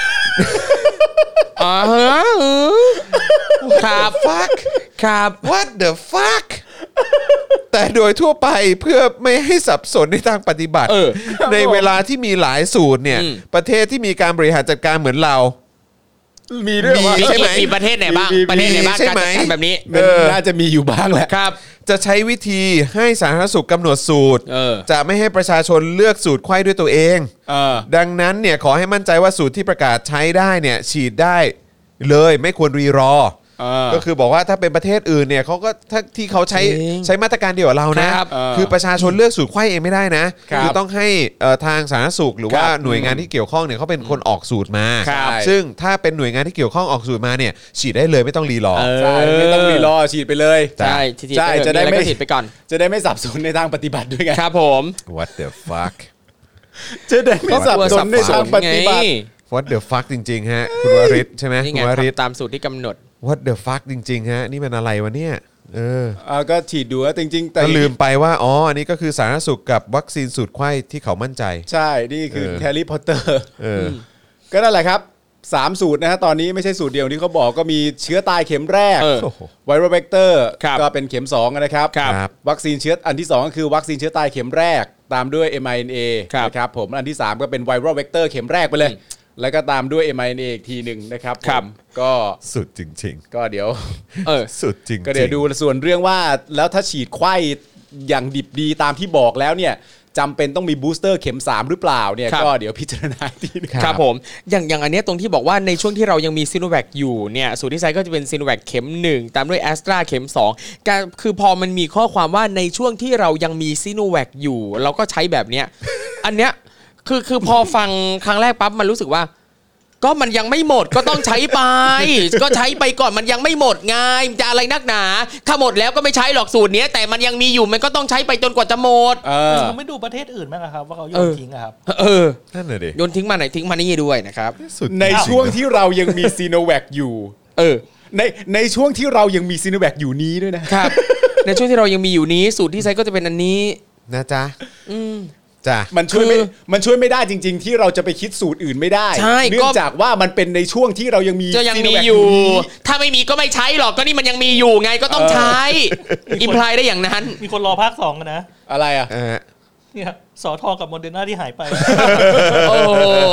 ครับ fuck ครับ what the fuck แต่โดยทั่วไปเพื่อไม่ให้สับสนในทางปฏิบัติในเวลาที่มีหลายสูตรเนี่ยประเทศที่มีการบริหารจัดการเหมือนเรามีด้วยว่าใช่ไหมมีประเทศไหนบ้างประเทศไหนบ้างใช่การไหมจัดการแบบนี้น่าจะมีอยู่บ้างแหละครับจะใช้วิธีให้สาธารณสุขกำหนดสูตร จะไม่ให้ประชาชนเลือกสูตรไข้ด้วยตัวเองดังนั้นเนี่ยขอให้มั่นใจว่าสูตรที่ประกาศใช้ได้เนี่ยฉีดได้เลยไม่ควรรีรอก็คือบอกว่าถ้าเป็นประเทศอื่นเนี่ยเขาก็ถ้าที่เขาใช้มาตรการเดียวกับเรานะคือประชาชนเลือกสูตรไข้เองไม่ได้นะคือต้องให้ทางสาธารณสุขหรือว่าหน่วยงานที่เกี่ยวข้องเนี่ยเขาเป็นคนออกสูตรมาซึ่งถ้าเป็นหน่วยงานที่เกี่ยวข้องออกสูตรมาเนี่ยฉีดได้เลยไม่ต้องรีรอใช่ไม่ต้องรีรอฉีดไปเลยใช่จะได้ไม่ฉีดไปก่อนจะได้ไม่สับสนในทางปฏิบัติด้วยไงครับผม what the fuck จะได้ไม่สับสนในทางปฏิบัติ what the fuck จริงๆฮะคุณวริศใช่ไหมคุณวริศตามสูตรที่กำหนด what the fuck จริงๆฮะนี่มันอะไรวะเนี่ยก็ฉีดดูจริงๆแต่ก็ลืมไปว่าอ๋ออันนี้ก็คือสาธารณสุขกับวัคซีนสูตรไข้ที่เขามั่นใจใช่นี่คือแฮร์รี่พอตเตอร์ก็นั่นแหละครับ3สูตรนะฮะตอนนี้ไม่ใช่สูตรเดียวที่เขาบอกก็มีเชื้อตายเข็มแรกไวรัสเวกเตอร์ก็เป็นเข็ม2นะครับวัคซีนเชื้ออันที่2ก็คือวัคซีนเชื้อตายเข็มแรกตามด้วย mRNA นะครับผมอันที่3ก็เป็นไวรัสเวกเตอร์เข็มแรกไปเลยแล้วก็ตามด้วย mRNA อีกทีหนึ่งนะครับก็สุดจริงๆก็เดี๋ยวสุดจริงก็เดี๋ยวดูส่วนเรื่องว่าแล้วถ้าฉีดไข้อย่างดิบดีตามที่บอกแล้วเนี่ยจำเป็นต้องมีบูสเตอร์เข็ม3หรือเปล่าเนี่ยก็เดี๋ยวพิจารณาทีนึงครับผมอย่างอันนี้ตรงที่บอกว่าในช่วงที่เรายังมีซิโนแวคอยู่เนี่ยสูตรที่ใช้ก็จะเป็นซิโนแวคเข็ม1ตามด้วยแอสตราเข็ม2การคือพอมันมีข้อความว่าในช่วงที่เรายังมีซิโนแวคอยู่เราก็ใช้แบบเนี้ยอันเนี้ยคือพอฟังครั้งแรกปั๊บมันรู้สึกว่าก็มันยังไม่หมดก็ต้องใช้ไปก็ใช้ไปก่อนมันยังไม่หมดไงจะอะไรนักหนาถ้าหมดแล้วก็ไม่ใช้หรอกสูตรนี้แต่มันยังมีอยู่มันก็ต้องใช้ไปจนกว่าจะหมดเขาไม่ดูประเทศอื่นมั้งครับว่าเขาโยนทิ้งครับนั่นเลยดิโยนทิ้งมาไหนทิ้งมานี่ด้วยนะครับในช่วงที่เรายังมีซีโนแวคอยู่ในช่วงที่เรายังมีซีโนแวคอยู่นี้ด้วยนะครับในช่วงที่เรายังมีอยู่นี้สูตรที่ใช้ก็จะเป็นอันนี้นะจ๊ะมันช่วยไม่ได้จริงๆที่เราจะไปคิดสูตรอื่นไม่ได้เนื่องจากว่ามันเป็นในช่วงที่เรายังมีอยู่ถ้าไม่มีก็ไม่ใช้หรอกก็นี่มันยังมีอยู่ไงก็ต้องใช้อิมพลายได้อย่างนั้นมีคนรอภาค2กันนะอะไรอ่ะเนี่ยสทกับโมเดอร์นาที่หายไปโอ้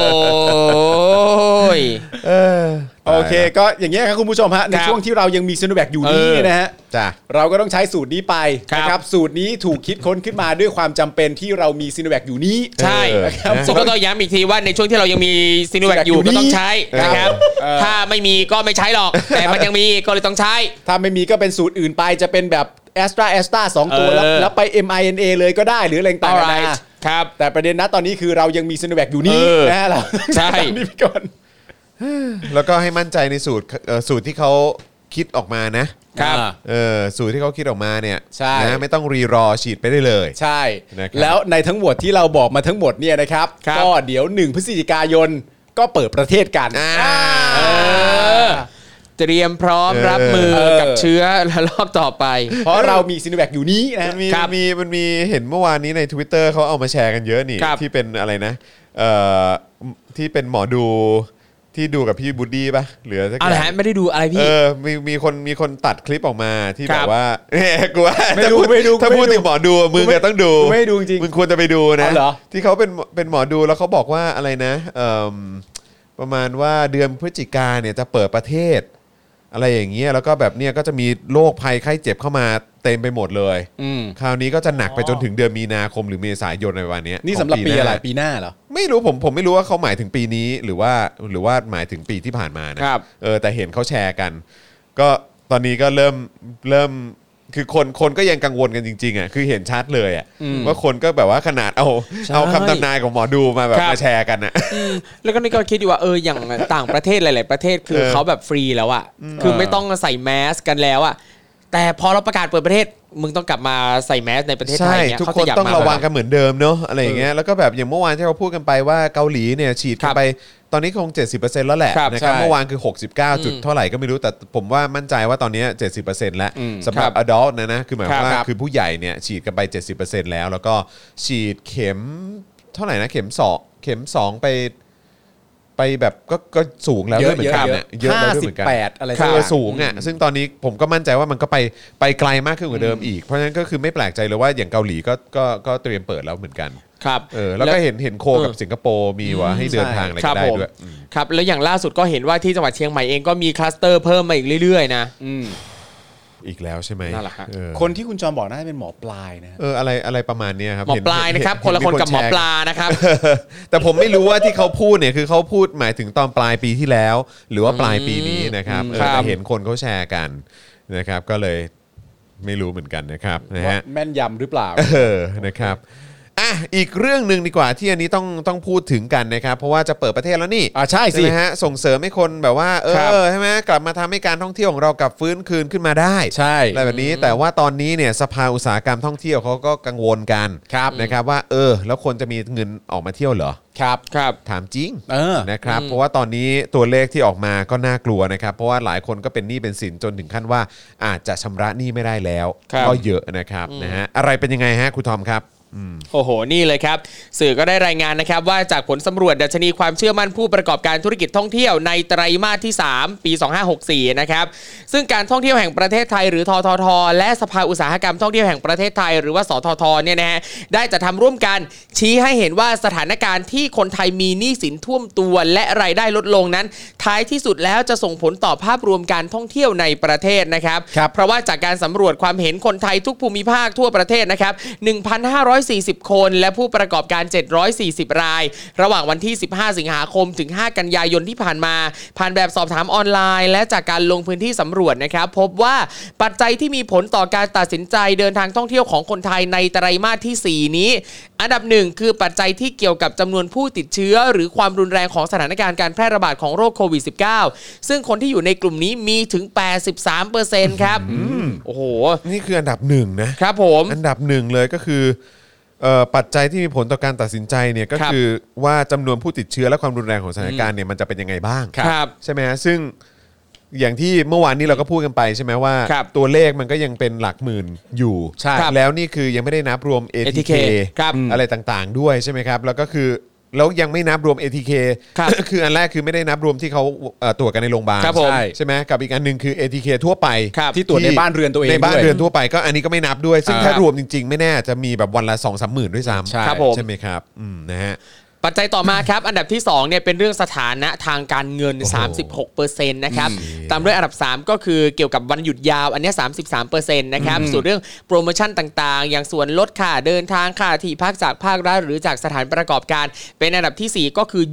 ยโอเคก็อย่างเงี้ยครับคุณผู้ชมฮะในช่วงที่เรายังมีซิโนแวคอยู่นี้นะฮะเราก็ต้องใช้สูตรนี้ไปนะครับสูตรนี้ถูกคิดค้นขึ้นมาด้วยความจำเป็นที่เรามีซิโนแวคอยู่นี้ใช่ซึ่งก็ต้องย้ำอีกทีว่าในช่วงที่เรายังมีซิโนแวคอยู่ก็ต้องใช้นะครับถ้าไม่มีก็ไม่ใช้หรอกแต่มันยังมีก็เลยต้องใช้ถ้าไม่มีก็เป็นสูตรอื่นไปจะเป็นแบบแอสตรา2ตัวแล้วไป mRNA เลยก็ได้หรืออะไรต่างๆนะครับแต่ประเด็นนะตอนนี้คือเรายังมีซิโนแวคอยู่นี่นะเราใช่นี่ไปก่อนแล้วก็ให้มั่นใจในสูตรที่เขาคิดออกมานะครับสูตรที่เขาคิดออกมาเนี่ยนะไม่ต้องรีรอฉีดไปได้เลยใช่แล้วในทั้งหมดที่เราบอกมาทั้งหมดเนี่ยนะครับก็เดี๋ยว1พฤศจิกายนก็เปิดประเทศกันเตรียมพร้อมรับมือกับเชื้อระลอกต่อไปเพราะเรามีซิโนแวคอยู่นี้นะมันมีเห็นเมื่อวานนี้ใน Twitter เขาเอามาแชร์กันเยอะนี่ที่เป็นอะไรนะที่เป็นหมอดูที่ดูกับพี่บูดดี้ป่ะหรืออะไรฮะไม่ได้ดูอะไรพี่มีคนตัดคลิปออกมาที่แบบว่ากูว่าถ้าพูดถึงหมอดูมึงก็ต้องดูไม่ดูจริงมึงควรจะไปดูนะที่เขาเป็นหมอดูแล้วเขาบอกว่าอะไรนะประมาณว่าเดือนพฤศจิกาเนี่ยจะเปิดประเทศอะไรอย่างเงี้ยแล้วก็แบบเนี้ยก็จะมีโรคภัยไข้เจ็บเข้ามาเต็มไปหมดเลยคราวนี้ก็จะหนักไปจนถึงเดือนมีนาคมหรือเมษายนในวันนี้นี่สำหรับปีอะไรปีหน้าเหรอไม่รู้ผมไม่รู้ว่าเขาหมายถึงปีนี้หรือว่าหมายถึงปีที่ผ่านมานะแต่เห็นเขาแชร์กันก็ตอนนี้ก็เริ่มคือคนก็ยังกังวลกันจริงๆอ่ะคือเห็นชัดเลยอ่ะว่าคนก็แบบว่าขนาดเอาคำทำนายของหมอดูมาแบบมาแชร์กันอ่ะแล้วก็นี่ก็คิดอยู่ว่าอย่างต่างประเทศหลายๆประเทศคือเขาแบบฟรีแล้วอ่ะคือไม่ต้องใส่แมสกันแล้วอ่ะแต่พอเราประกาศเปิดประเทศมึงต้องกลับมาใส่แมสในประเทศไทยเนี่ยทุกคนต้องระวังกันเหมือนเดิมเนาะอะไรอย่างเงี้ยแล้วก็แบบอย่างเมื่อวานที่เราพูดกันไปว่าเกาหลีเนี่ยฉีดกันไปตอนนี้คง 70% แล้วแหละครับนะครับใช่เมื่อวานคือ69จุดเท่าไหร่ก็ไม่รู้แต่ผมว่ามั่นใจว่าตอนนี้ 70% แล้วสำหรับ adult นะคือหมายความว่าคือผู้ใหญ่เนี่ยฉีดกันไป 70% แล้วก็ฉีดเข็มเท่าไหร่นะเข็ม2ไปแบบก็สูงแล้วด้วยเหมือนกันเนี่ยเยอะแล้วด้วยเหมือนกัน 58อะไรสักอย่างสูงอ่ะซึ่งตอนนี้ผมก็มั่นใจว่ามันก็ไปไกลมากขึ้นกว่าเดิมอีกเพราะฉะนั้นก็คือไม่แปลกใจเลยว่าอย่างเกาหลีก็เตรียมเปิดแล้วเหมือนกันครับแล้วก็เห็นโคกับสิงคโปร์มีว่าให้เดินทางอะไรครักันได้ผมด้วยครับแล้วอย่างล่าสุดก็เห็นว่าที่จังหวัดเชียงใหม่เองก็มีคลัสเตอร์เพิ่มมาอีกเรื่อยๆนะอีกแล้วใช่ไหมนั่นแหละฮะคนที่คุณจอมบอกน่าจะเป็นหมอปลายนะอะไรประมาณเนี้ยครับหมอปลายนะครับคนละคนกับหมอปลานะครับแต่ผมไม่รู้ว่าที่เขาพูดเนี่ยคือเขาพูดหมายถึงตอนปลายปีที่แล้ว หรือว่าปลายปีนี้นะครับครับแต่เห็นคนเขาแชร์กันนะครับก็เลยไม่รู้เหมือนกันนะครับนะฮะแม่นยำหรือเปล่านะครับอีกเรื่องหนึ่งดีกว่าที่อันนี้ต้องพูดถึงกันนะครับเพราะว่าจะเปิดประเทศแล้วนี่ใช่สิไหมฮะส่งเสริมให้คนแบบว่าครับใช่ไหมกลับมาทำให้การท่องเที่ยวของเรากลับฟื้นคืนขึ้นมาได้ใช่อะไรแบบนี้แต่ว่าตอนนี้เนี่ยสภาอุตสาหกรรมท่องเที่ยวเขาก็กังวลกันนะครับว่าแล้วคนจะมีเงินออกมาเที่ยวเหรอครับถามจริงอนะครับเพราะว่าตอนนี้ตัวเลขที่ออกมาก็น่ากลัวนะครับเพราะว่าหลายคนก็เป็นหนี้เป็นสินจนถึงขั้นว่าอาจจะชำระหนี้ไม่ได้แล้วครับก็เยอะนะครับนะฮะอะไรเป็นยังไงฮะครูทอมครับโอ้โห นี่เลยครับ สื่อก็ได้รายงานนะครับว่าจากผลสำรวจดัชนีความเชื่อมั่นผู้ประกอบการธุรกิจท่องเที่ยวในไตรมาสที่ 3 ปี 2564 นะครับ ซึ่งการท่องเที่ยวแห่งประเทศไทยหรือททท.และสภาอุตสาหกรรมท่องเที่ยวแห่งประเทศไทยหรือว่าสทท.เนี่ยนะฮะได้จัดทำร่วมกันชี้ให้เห็นว่าสถานการณ์ที่คนไทยมีหนี้สินท่วมตัวและรายได้ลดลงนั้น ท้ายที่สุดแล้วจะส่งผลต่อภาพรวมการท่องเที่ยวในประเทศนะครับ เพราะว่าจากการสำรวจความเห็นคนไทยทุกภูมิภาคทั่วประเทศนะครับ 1,540 คนและผู้ประกอบการ 740 ราย ระหว่างวันที่ 15 สิงหาคมถึง 5 กันยายนที่ผ่านมา ผ่านแบบสอบถามออนไลน์ และจากการลงพื้นที่สำรวจนะครับ พบว่าปัจจัยที่มีผลต่อการตัดสินใจเดินทางท่องเที่ยวของคนไทยในไตรมาสที่ 4 นี้ อันดับหนึ่งคือปัจจัยที่เกี่ยวกับจำนวนผู้ติดเชื้อหรือความรุนแรงของสถานการณ์การแพร่ระบาดของโรคโควิด -19 ซึ่งคนที่อยู่ในกลุ่มนี้มีถึง 83% ครับโอ้โหนี่คืออันดับหนึ่งนะครับผมอันดับหนึ่งเลยก็คือปัจจัยที่มีผลต่อการตัดสินใจเนี่ยก็ครับคือว่าจำนวนผู้ติดเชื้อและความรุนแรงของสถานการณ์เนี่ยมันจะเป็นยังไงบ้างครับใช่ไหมฮะซึ่งอย่างที่เมื่อวานนี้เราก็พูดกันไปใช่ไหมว่าครับตัวเลขมันก็ยังเป็นหลักหมื่นอยู่ใช่แล้วนี่คือยังไม่ได้นับรวม ATK ครับอะไรต่างๆด้วยใช่ไหมครับแล้วก็คือแล้วยังไม่นับรวม ATK ครับคืออันแรกคือไม่ได้นับรวมที่เขาตรวจกันในโรงพยาบาลครับผมใช่ไหมกับอีกอันหนึ่งคือ ATK ทั่วไปครับที่ตรวจในบ้านเรือนตัวเองในบ้านด้วยเรือนทั่วไปก็อันนี้ก็ไม่นับด้วย ซึ่งอ่าถ้ารวมจริงๆ ไม่แน่จะมีแบบวันละ 2-3 หมื่นด้วยซ้ำใช่ครับผมใช่ไหมครับนะฮะปัจจัยต่อมาครับ อันดับที่2เนี่ยเป็นเรื่องสถานะทางการเงิน 36% นะครับตามด้วยอันดับ 3 ก็คือเกี่ยวกับวันหยุดยาวอันเนี้ย 33% นะครับส่วนเรื่องโปรโมชั่นต่างๆ อย่างส่วนลดค่าเดินทางค่าที่พักจากภาครัฐหรือจากสถานประกอบการเป็นอันดับที่ 4 ก็คือ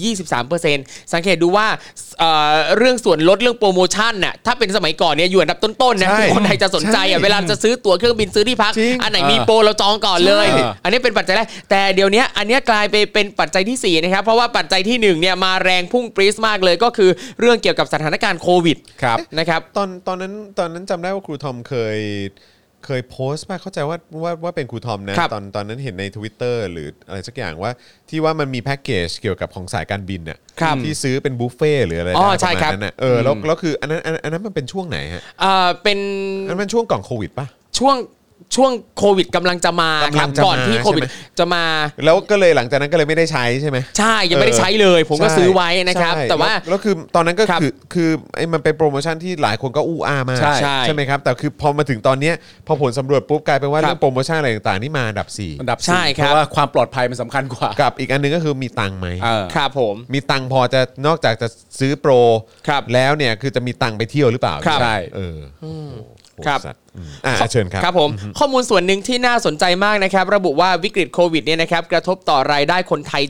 23% สังเกตดูว่าเรื่องส่วนลดเรื่องโปรโมชั่นน่ะถ้าเป็นสมัยก่อนเนี่ยอยู่อันดับต้นๆนะใช่ที่คนไทยจะสนใจอ่ะใช่เวลาจะซื้อตั๋วเครื่องบินซื้อที่พักจริงอันไหนมีโปรเราจองก่อนเลยใช่อันนี้เป็นปัจจัยแรกแต่เดี๋ยวนี้อันเนี้ยกลายไปเป็นปัจจัยที่ 4 นะครับ เพราะว่าปัจจัยที่ 1 เนี่ยมาแรงพุ่งปรี๊ดมากเลยก็คือเรื่องเกี่ยวกับสถานการณ์โควิดครับนะครับตอนนั้นจำได้ว่าครูทอมเคยโพสต์ป่ะเข้าใจว่าเป็นครูทอมนะครับ ตอนนั้นเห็นใน Twitter หรืออะไรสักอย่างว่าที่ว่ามันมีแพ็กเกจเกี่ยวกับของสายการบินน่ะครับที่ซื้อเป็นบุฟเฟ่ต์หรืออะไรอ๋อได้ใช่ประครัมาบณนั้นน่ะแล้วคืออันนั้นมันเป็นช่วงไหนฮะเป็นอันนั้นมันช่วงก่อนโควิดป่ะช่วงโควิดกำลังจะมาคกำลัรับงจะก่อนที่มาโควิดใช่ไหมจะมาแล้วก็เลยหลังจากนั้นก็เลยไม่ได้ใช้ใช่ไหมใช่ยังไม่ได้ใช้เลย ผมก็ใช่ซื้อไว้นะครับใช่แต่ว่าแล้วคือตอนนั้นก็ครับคือไอ้มันเป็นโปรโมชั่นที่หลายคนก็อู้อ้ามากใช่ใช่ไหมครับแต่คือพอมาถึงตอนเนี้ยพอผลสำรวจปุ๊บกลายเป็นว่าครับเรื่องโปรโมชั่นอะไรต่างๆนี่มาอันดับอันดับใช่ 4 ครับเพราะว่าความปลอดภัยมันสำคัญกว่า 4 กับอีกอันหนึงก็คือมีตังค์ไหมครับผมมีตังค์พอจะนอกจากจะซื้อโปรครับแล้วเนี่ยคือจะมีตังค์ไปเที่ยวหรือเปล่าครับใช่ครับสัตว์เชิญครับครับผมข้อมูลส่วนหนึ่งที่น่าสนใจมากนะครับระบุว่าวิกฤตโควิดเนี่ยนะครับกระทบต่อรายได้คนไทย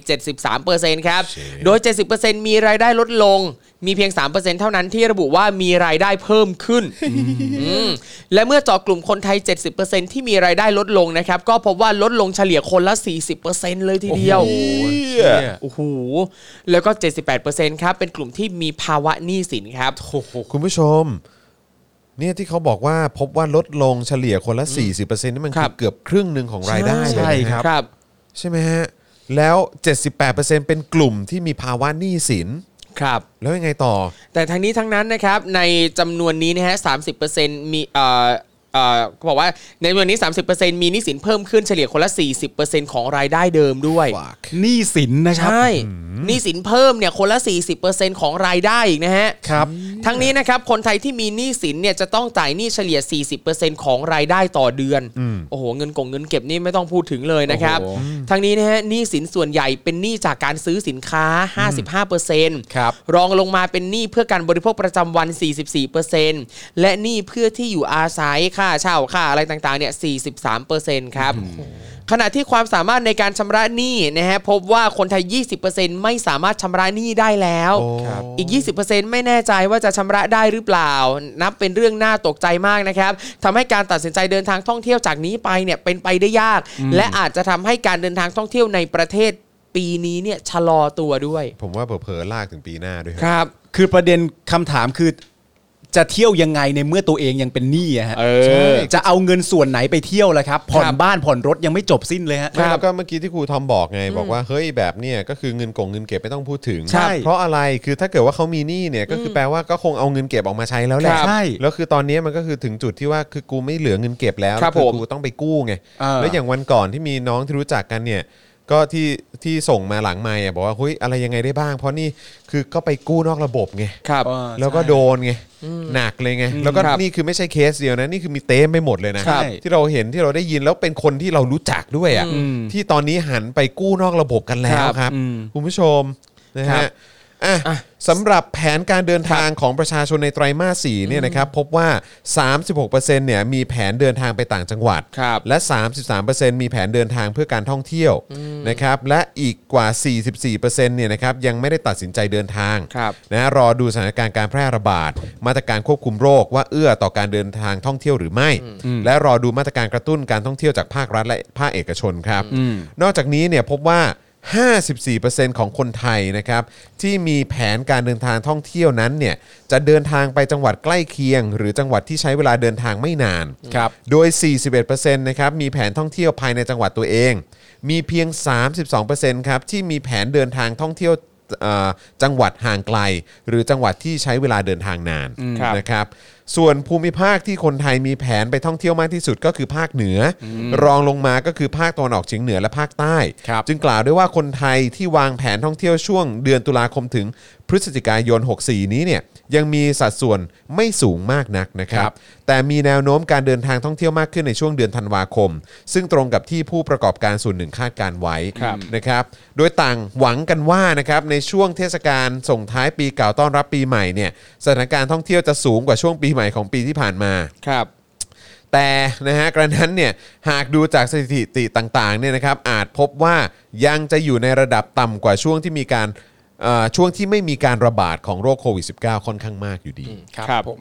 73% ครับโดย 70% มีรายได้ลดลงมีเพียง 3% เท่านั้นที่ระบุว่ามีรายได้เพิ่มขึ้นและเมื่อเจาะกลุ่มคนไทย 70% ที่มีรายได้ลดลงนะครับก็พบว่าลดลงเฉลี่ยคนละ 40% เลยทีเดียวโอ้โหแล้วก็ 78% ครับเป็นกลุ่มที่มีภาวะหนี้สินครับคุณผู้ชมเนี่ยที่เขาบอกว่าพบว่าลดลงเฉลี่ยคนละ 40%นี่มันครัคือบ เกือบครึ่งหนึ่งของรายได้เลยใช่นะครับครับใช่ไหมฮะแล้ว 78%เป็นกลุ่มที่มีภาวะหนี้สินครับแล้วยังไงต่อแต่ทั้งนี้ทั้งนั้นนะครับในจำนวนนี้นะฮะ 30% มีบอกว่าในจำนวนนี้ 30% มีหนี้สินเพิ่มขึ้นเฉลี่ยคนละ 40% ของรายได้เดิมด้วยหนี้สินนะครับใช่หนี้สินเพิ่มเนี่ยคนละ 40% ของรายได้อีกนะฮะครับทั้งนี้นะครับคนไทยที่มีหนี้สินเนี่ยจะต้องจ่ายหนี้เฉลี่ย 40% ของรายได้ต่อเดือนโอ้โหเงินเก็บนี่ไม่ต้องพูดถึงเลยนะครับโอ้โหทั้งนี้นะฮะหนี้สินส่วนใหญ่เป็นหนี้จากการซื้อสินค้า 55% ครับรองลงมาเป็นหนี้เพื่อการบริโภคประจำวัน 44% และหนี้เพื่อที่อยู่อาศัยค่าเช่าค่าอะไรต่างๆเนี่ย 43% ครับ ขณะที่ความสามารถในการชำระหนี้นะฮะพบว่าคนไทย 20% ไม่สามารถชำระหนี้ได้แล้ว อีก 20% ไม่แน่ใจว่าจะชำระได้หรือเปล่า นับเป็นเรื่องน่าตกใจมากนะครับทำให้การตัดสินใจเดินทางท่องเที่ยวจากนี้ไปเนี่ยเป็นไปได้ยาก และอาจจะทำให้การเดินทางท่องเที่ยวในประเทศปีนี้เนี่ยชะลอตัวด้วยผมว่าเผลอๆลากถึงปีหน้าด้วยครับคือประเด็นคำถามคือจะเที่ยวยังไงในเมื่อตัวเองยังเป็นหนี้อะฮะใช่จะเอาเงินส่วนไหนไปเที่ยวล่ะครับผ่อนครับบ้านผ่อนรถยังไม่จบสิ้นเลยฮะแล้วก็เมื่อกี้ที่ครูทอมบอกไงบอกว่าเฮ้ยแบบเนี้ยก็คือเงินเก็บไม่ต้องพูดถึงใช่เพราะอะไรคือถ้าเกิดว่าเขามีหนี้เนี่ยก็คือแปลว่าก็คงเอาเงินเก็บออกมาใช้แล้วแหละใช่แล้วคือตอนนี้มันก็คือถึงจุดที่ว่าคือกูไม่เหลือเงินเก็บแล้วครับคือผมกูต้องไปกู้ไงอ่าแล้วอย่างวันก่อนที่มีน้องที่รู้จักกันเนี่ยก็ที่ส่งมาหลังไมค์บอกว่าเฮ้ยอะไรยังไงได้บ้าง เพราะนี่คือก็ไปกู้นอกระบบไงครับแล้วก็โดนไงหนักเลยไงแล้วก็ครับนี่คือไม่ใช่เคสเดียวนะนี่คือมีเต็มไปหมดเลยนะใช่ที่เราเห็นที่เราได้ยินแล้วเป็นคนที่เรารู้จักด้วยอ่ะที่ตอนนี้หันไปกู้นอกระบบกันแล้วครับคุณผู้ชมนะครัฮะบอ่ะสำหรับแผนการเดินทางของประชาชนในไตรมาส 4เนี่ยนะครับพบว่า 36%เนี่ยมีแผนเดินทางไปต่างจังหวัดครับและ 33%มีแผนเดินทางเพื่อการท่องเที่ยวนะครับและอีกกว่า 44%เนี่ยนะครับยังไม่ได้ตัดสินใจเดินทางครับนะรอดูสถานการณ์การแพร่ระบาดมาตรการควบคุมโรคว่าเอื้อต่อการเดินทางท่องเที่ยวหรือไม่ และรอดูมาตรการกระตุ้นการท่องเที่ยวจากภาครัฐและภาคเอกชนครับนอกจากนี้เนี่ยพบว่า 54% ของคนไทยนะครับที่มีแผนการเดินทางท่องเที่ยวนั้นเนี่ยจะเดินทางไปจังหวัดใกล้เคียง หรือจังหวัดที่ใช้เวลาเดินทางไม่นานครับโดย 41% นะครับมีแผนท่องเที่ยวภายในจังหวัดตัวเอง มีเพียง 32% ครับที่มีแผนเดินทางท่องเที่ยวจังหวัดห่างไกล หรือจังหวัดที่ใช้เวลาเดินทางนานครับนะครับส่วนภูมิภาคที่คนไทยมีแผนไปท่องเที่ยวมากที่สุดก็คือภาคเหนือรองลงมาก็คือภาคตะวันออกเฉียงเหนือและภาคใต้ครับจึงกล่าวได้ว่าคนไทยที่วางแผนท่องเที่ยวช่วงเดือนตุลาคมถึงพฤศจิกายน 64 นี้เนี่ยยังมีสัดส่วนไม่สูงมากนักนะครับแต่มีแนวโน้มการเดินทางท่องเที่ยวมากขึ้นในช่วงเดือนธันวาคม ซึ่งตรงกับที่ผู้ประกอบการส่วนหนึ่งคาดการไว้นะครับโดยต่างหวังกันว่านะครับในช่วงเทศกาลส่งท้ายปีเก่าต้อนรับปีใหม่เนี่ยสถานการณ์ท่องเที่ยวจะสูงกว่าช่วงปีใหม่ของปีที่ผ่านมาครับแต่นะฮะกระนั้นเนี่ยหากดูจากสถิติต่างๆเนี่ยนะครับอาจพบว่ายังจะอยู่ในระดับต่ำกว่าช่วงที่มีการช่วงที่ไม่มีการระบาดของโรคโควิด -19 ค่อนข้างมากอยู่ดีครับผม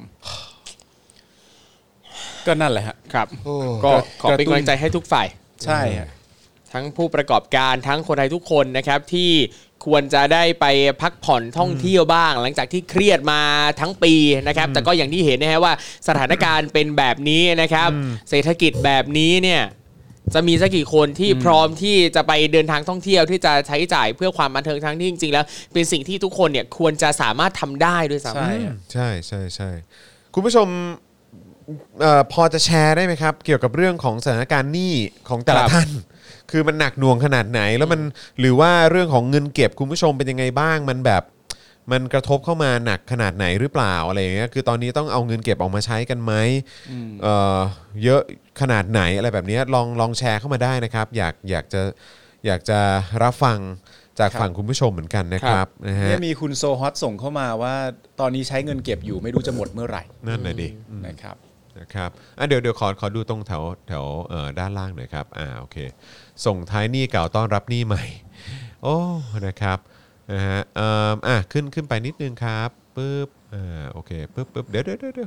ก็นั่นแหละฮะครับก็ขอเป็นกำลังใจให้ทุกฝ่ายใช่ฮะทั้งผู้ประกอบการทั้งคนไทยทุกคนนะครับที่ควรจะได้ไปพักผ่อนท่องเที่ยวบ้าง หลังจากที่เครียดมาทั้งปีนะครับแต่ก็อย่างที่เห็นนะฮะว่าสถานการณ์เป็นแบบนี้นะครับเศรษฐกิจแบบนี้เนี่ยจะมีสักกี่คนที่พร้อมที่จะไปเดินทางท่องเที่ยวที่จะใช้จ่ายเพื่อความบันเทิงทั้งที่จริงๆแล้วเป็นสิ่งที่ทุกคนเนี่ยควรจะสามารถทำได้ด้วยซ้ำใช่ใช่ใช่ใช่คุณผู้ชมพอจะแชร์ได้ไหมครับ เกี่ยวกับเรื่องของสถานการณ์หนี้ของแต่ละท่าน คือมันหนักหน่วงขนาดไหนแล้วมันหรือว่าเรื่องของเงินเก็บคุณผู้ชมเป็นยังไงบ้างมันแบบมันกระทบเข้ามาหนักขนาดไหนหรือเปล่าอะไรอย่างเงี้ยคือตอนนี้ต้องเอาเงินเก็บออกมาใช้กันไหมเยอะขนาดไหนอะไรแบบนี้ลองแชร์เข้ามาได้นะครับอยากจะรับฟังจากฝั่งคุณผู้ชมเหมือนกันนะครับนะฮะเนี่ยมีคุณโซฮอตส่งเข้ามาว่าตอนนี้ใช้เงินเก็บอยู่ไม่รู้จะหมดเมื่อไหร่นั่นน่ะดินะครับนะครับเดี๋ยวขอดูตรงแถวด้านล่างหน่อยครับโอเคส่งท้ายหนี้เก่าต้อนรับหนี้ใหม่โอ้นะครับนะฮะขึ้นไปนิดนึงครับปึ๊บโอเคปึ๊บเดี๋ยว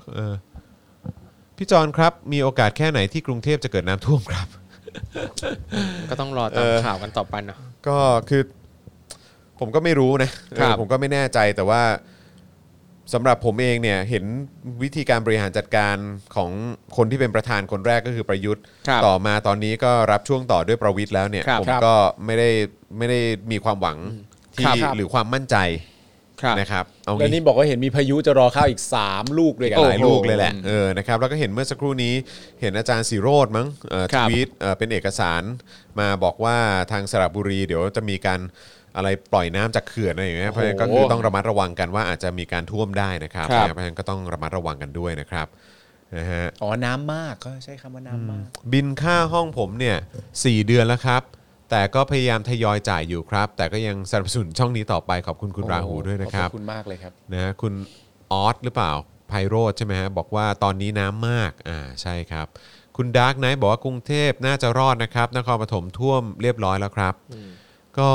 พี่จอนครับมีโอกาสแค่ไหนที่กรุงเทพจะเกิดน้ำท่วมครับก็ต้องรอตามข่าวกันต่อไปเนาะก็คือผมก็ไม่รู้นะครับ ผมก็ไม่แน่ใจแต่ว่าสำหรับผมเองเนี่ยเห็นวิธีการบริหารจัดการของคนที่เป็นประธานคนแรกก็คือประยุทธ์ครับต่อมาตอนนี้ก็รับช่วงต่อด้วยประวิตรแล้วเนี่ยครับผมก็ไม่ได้มีความหวังที่ครับหรือความมั่นใจนะครับเอาแล้วงี้นี่บอกว่าเห็นมีพายุจะรอเข้าอีก3ลูกด้วยกันหลายลูกเลยแหละนะครับแล้วก็เห็นเมื่อสักครู่นี้เห็นอาจารย์ศิโรจน์มั้งทวีตเป็นเอกสารมาบอกว่าทางสระบุรีเดี๋ยวจะมีการอะไรปล่อยน้ำจากเขื่อนอะไรอย่างเงี้ยเพราะฉะนั้นก็คือต้องระมัดระวังกันว่าอาจจะมีการท่วมได้นะครับเพราะฉะนั้นก็ต้องระมัดระวังกันด้วยนะครับนะฮะอ๋อน้ำมากก็ใช้คำว่าน้ำมากบินค่าห้องผมเนี่ย4 เดือนแล้วครับแต่ก็พยายามทยอยจ่ายอยู่ครับแต่ก็ยังสนับสนุนช่องนี้ต่อไปขอบคุณคุณราหูด้วยนะครับขอบคุณมากเลยครับนะคุณออสหรือเปล่าไพโรจน์ใช่ไหมฮะบอกว่าตอนนี้น้ำมากใช่ครับคุณดาร์กไนท์บอกว่ากรุงเทพน่าจะรอดนะครับนครปฐมท่วมเรียบร้อยแล้วครับก็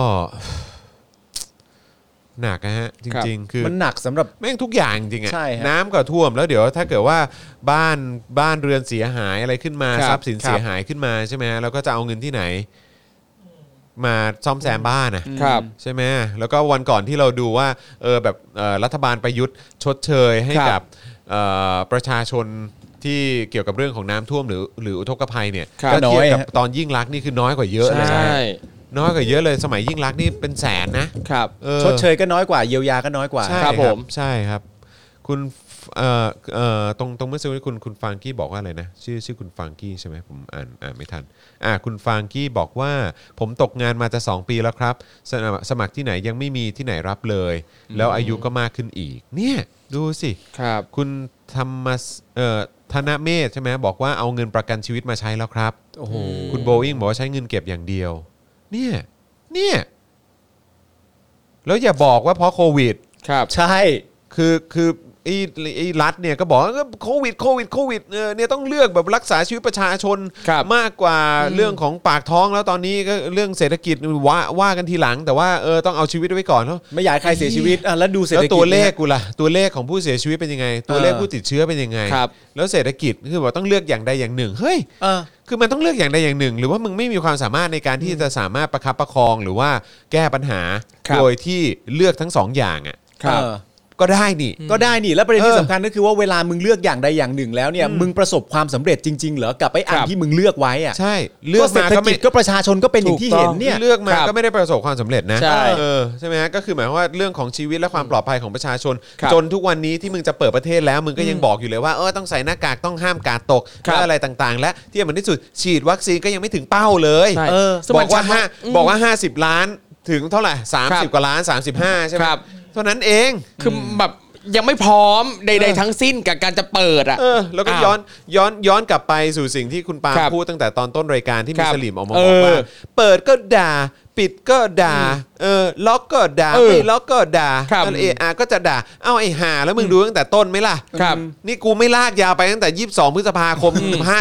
หนักนะฮะจริงๆคือมันหนักสำหรับแม่งทุกอย่างจริงๆอ่ะใช่ครับน้ำก็ท่วมแล้วเดี๋ยวถ้าเกิดว่าบ้านเรือนเสียหายอะไรขึ้นมาทรัพย์สินเสียหายขึ้นมาใช่ไหมแล้วก็จะเอาเงินที่ไหนมาซ่อมแซมบ้านนะครับใช่ไหมแล้วก็วันก่อนที่เราดูว่าแบบรัฐบาลประยุทธ์ชดเชยให้กับประชาชนที่เกี่ยวกับเรื่องของน้ำท่วมหรืออุทกภัยเนี่ยก็เทียบกับตอนยิ่งลักษณ์นี่คือน้อยกว่าเยอะเลยน้อยกว่าเยอะเลยสมัยยิ่งลักษณ์นี่เป็นแสนนะครับชดเชยก็น้อยกว่าเยียวยาก็น้อยกว่าครับผมใช่ครับคุณตรงเมื่อสักครู่นี้คุณฟังกี้บอกว่าอะไรนะชื่อคุณฟังกี้ใช่ไหมผมอ่านไม่ทันคุณฟังกี้บอกว่าผมตกงานมาจะ2 ปีแล้วครับสมัครที่ไหนยังไม่มีที่ไหนรับเลยแล้วอายุก็มากขึ้นอีกเนี่ยดูสิครับคุณธรรมธนเมธใช่ไหมบอกว่าเอาเงินประกันชีวิตมาใช้แล้วครับโอ้โหคุณโบอิงบอกว่าใช้เงินเก็บอย่างเดียวเนี่ยแล้วอย่าบอกว่าเพราะโควิดครับใช่คือไอ้รัฐเนี่ยก็บอกว่าโควิดเนี่ยต้องเลือกแบบรักษาชีวิตประชาชนมากกว่าเรื่องของปากท้องแล้วตอนนี้ก็เรื่องเศรษฐกิจว่ากันทีหลังแต่ว่าต้องเอาชีวิตไว้ก่อนเนาะไม่อยากใครเสียชีวิตแล้วดูเศรษฐกิจแล้วตัวเลขกูล่ะตัวเลขของผู้เสียชีวิตเป็นยังไงตัวเลขผู้ติดเชื้อเป็นยังไงแล้วเศรษฐกิจคือบอกต้องเลือกอย่างใดอย่างหนึ่งเฮ้ยคือมันต้องเลือกอย่างใดอย่างหนึ่งหรือว่ามึงไม่มีความสามารถในการที่จะสามารถประคับประคองหรือว่าแก้ปัญหาโดยที่เลือกทั้ง2 อย่างก็ได้นี่แล้วประเด็นที่สำคัญก็คือว่าเวลามึงเลือกอย่างใดอย่างหนึ่งแล้วเนี่ยมึงประสบความสำเร็จจริงๆเหรอกับไอ้อันที่มึงเลือกไว้ใช่เลือกมาก็ไม่ก็ประชาชนก็เป็นอย่างที่เห็นเนี่ยเลือกมาก็ไม่ได้ประสบความสำเร็จนะใช่ไหมฮะก็คือหมายว่าเรื่องของชีวิตและความปลอดภัยของประชาชนจนทุกวันนี้ที่มึงจะเปิดประเทศแล้วมึงก็ยังบอกอยู่เลยว่าต้องใส่หน้ากากต้องห้ามกาดตกอะไรต่างๆและที่สำคัญที่สุดฉีดวัคซีนก็ยังไม่ถึงเป้าเลยบอกว่า50 ล้านถึงเท่าไหร่30 กว่าล้าน35ใช่ไหมเท่านั้นเองคือแบบยังไม่พร้อมใดๆทั้งสิ้นกับการจะเปิดแล้วก็ย้อนกลับไปสู่สิ่งที่คุณปาล์มพูดตั้งแต่ตอนต้นรายการที่มีสลิมออกมาบอกว่าเปิดก็ด่าปิดก็ด่าล็อกก็ด่าไม่ล็อกก็ด่าก็จะด่าไอ้ห่าแล้วมึงดูตั้งแต่ต้นไหมล่ะนี่กูไม่ลากยาวไปตั้งแต่22 พฤษภาคม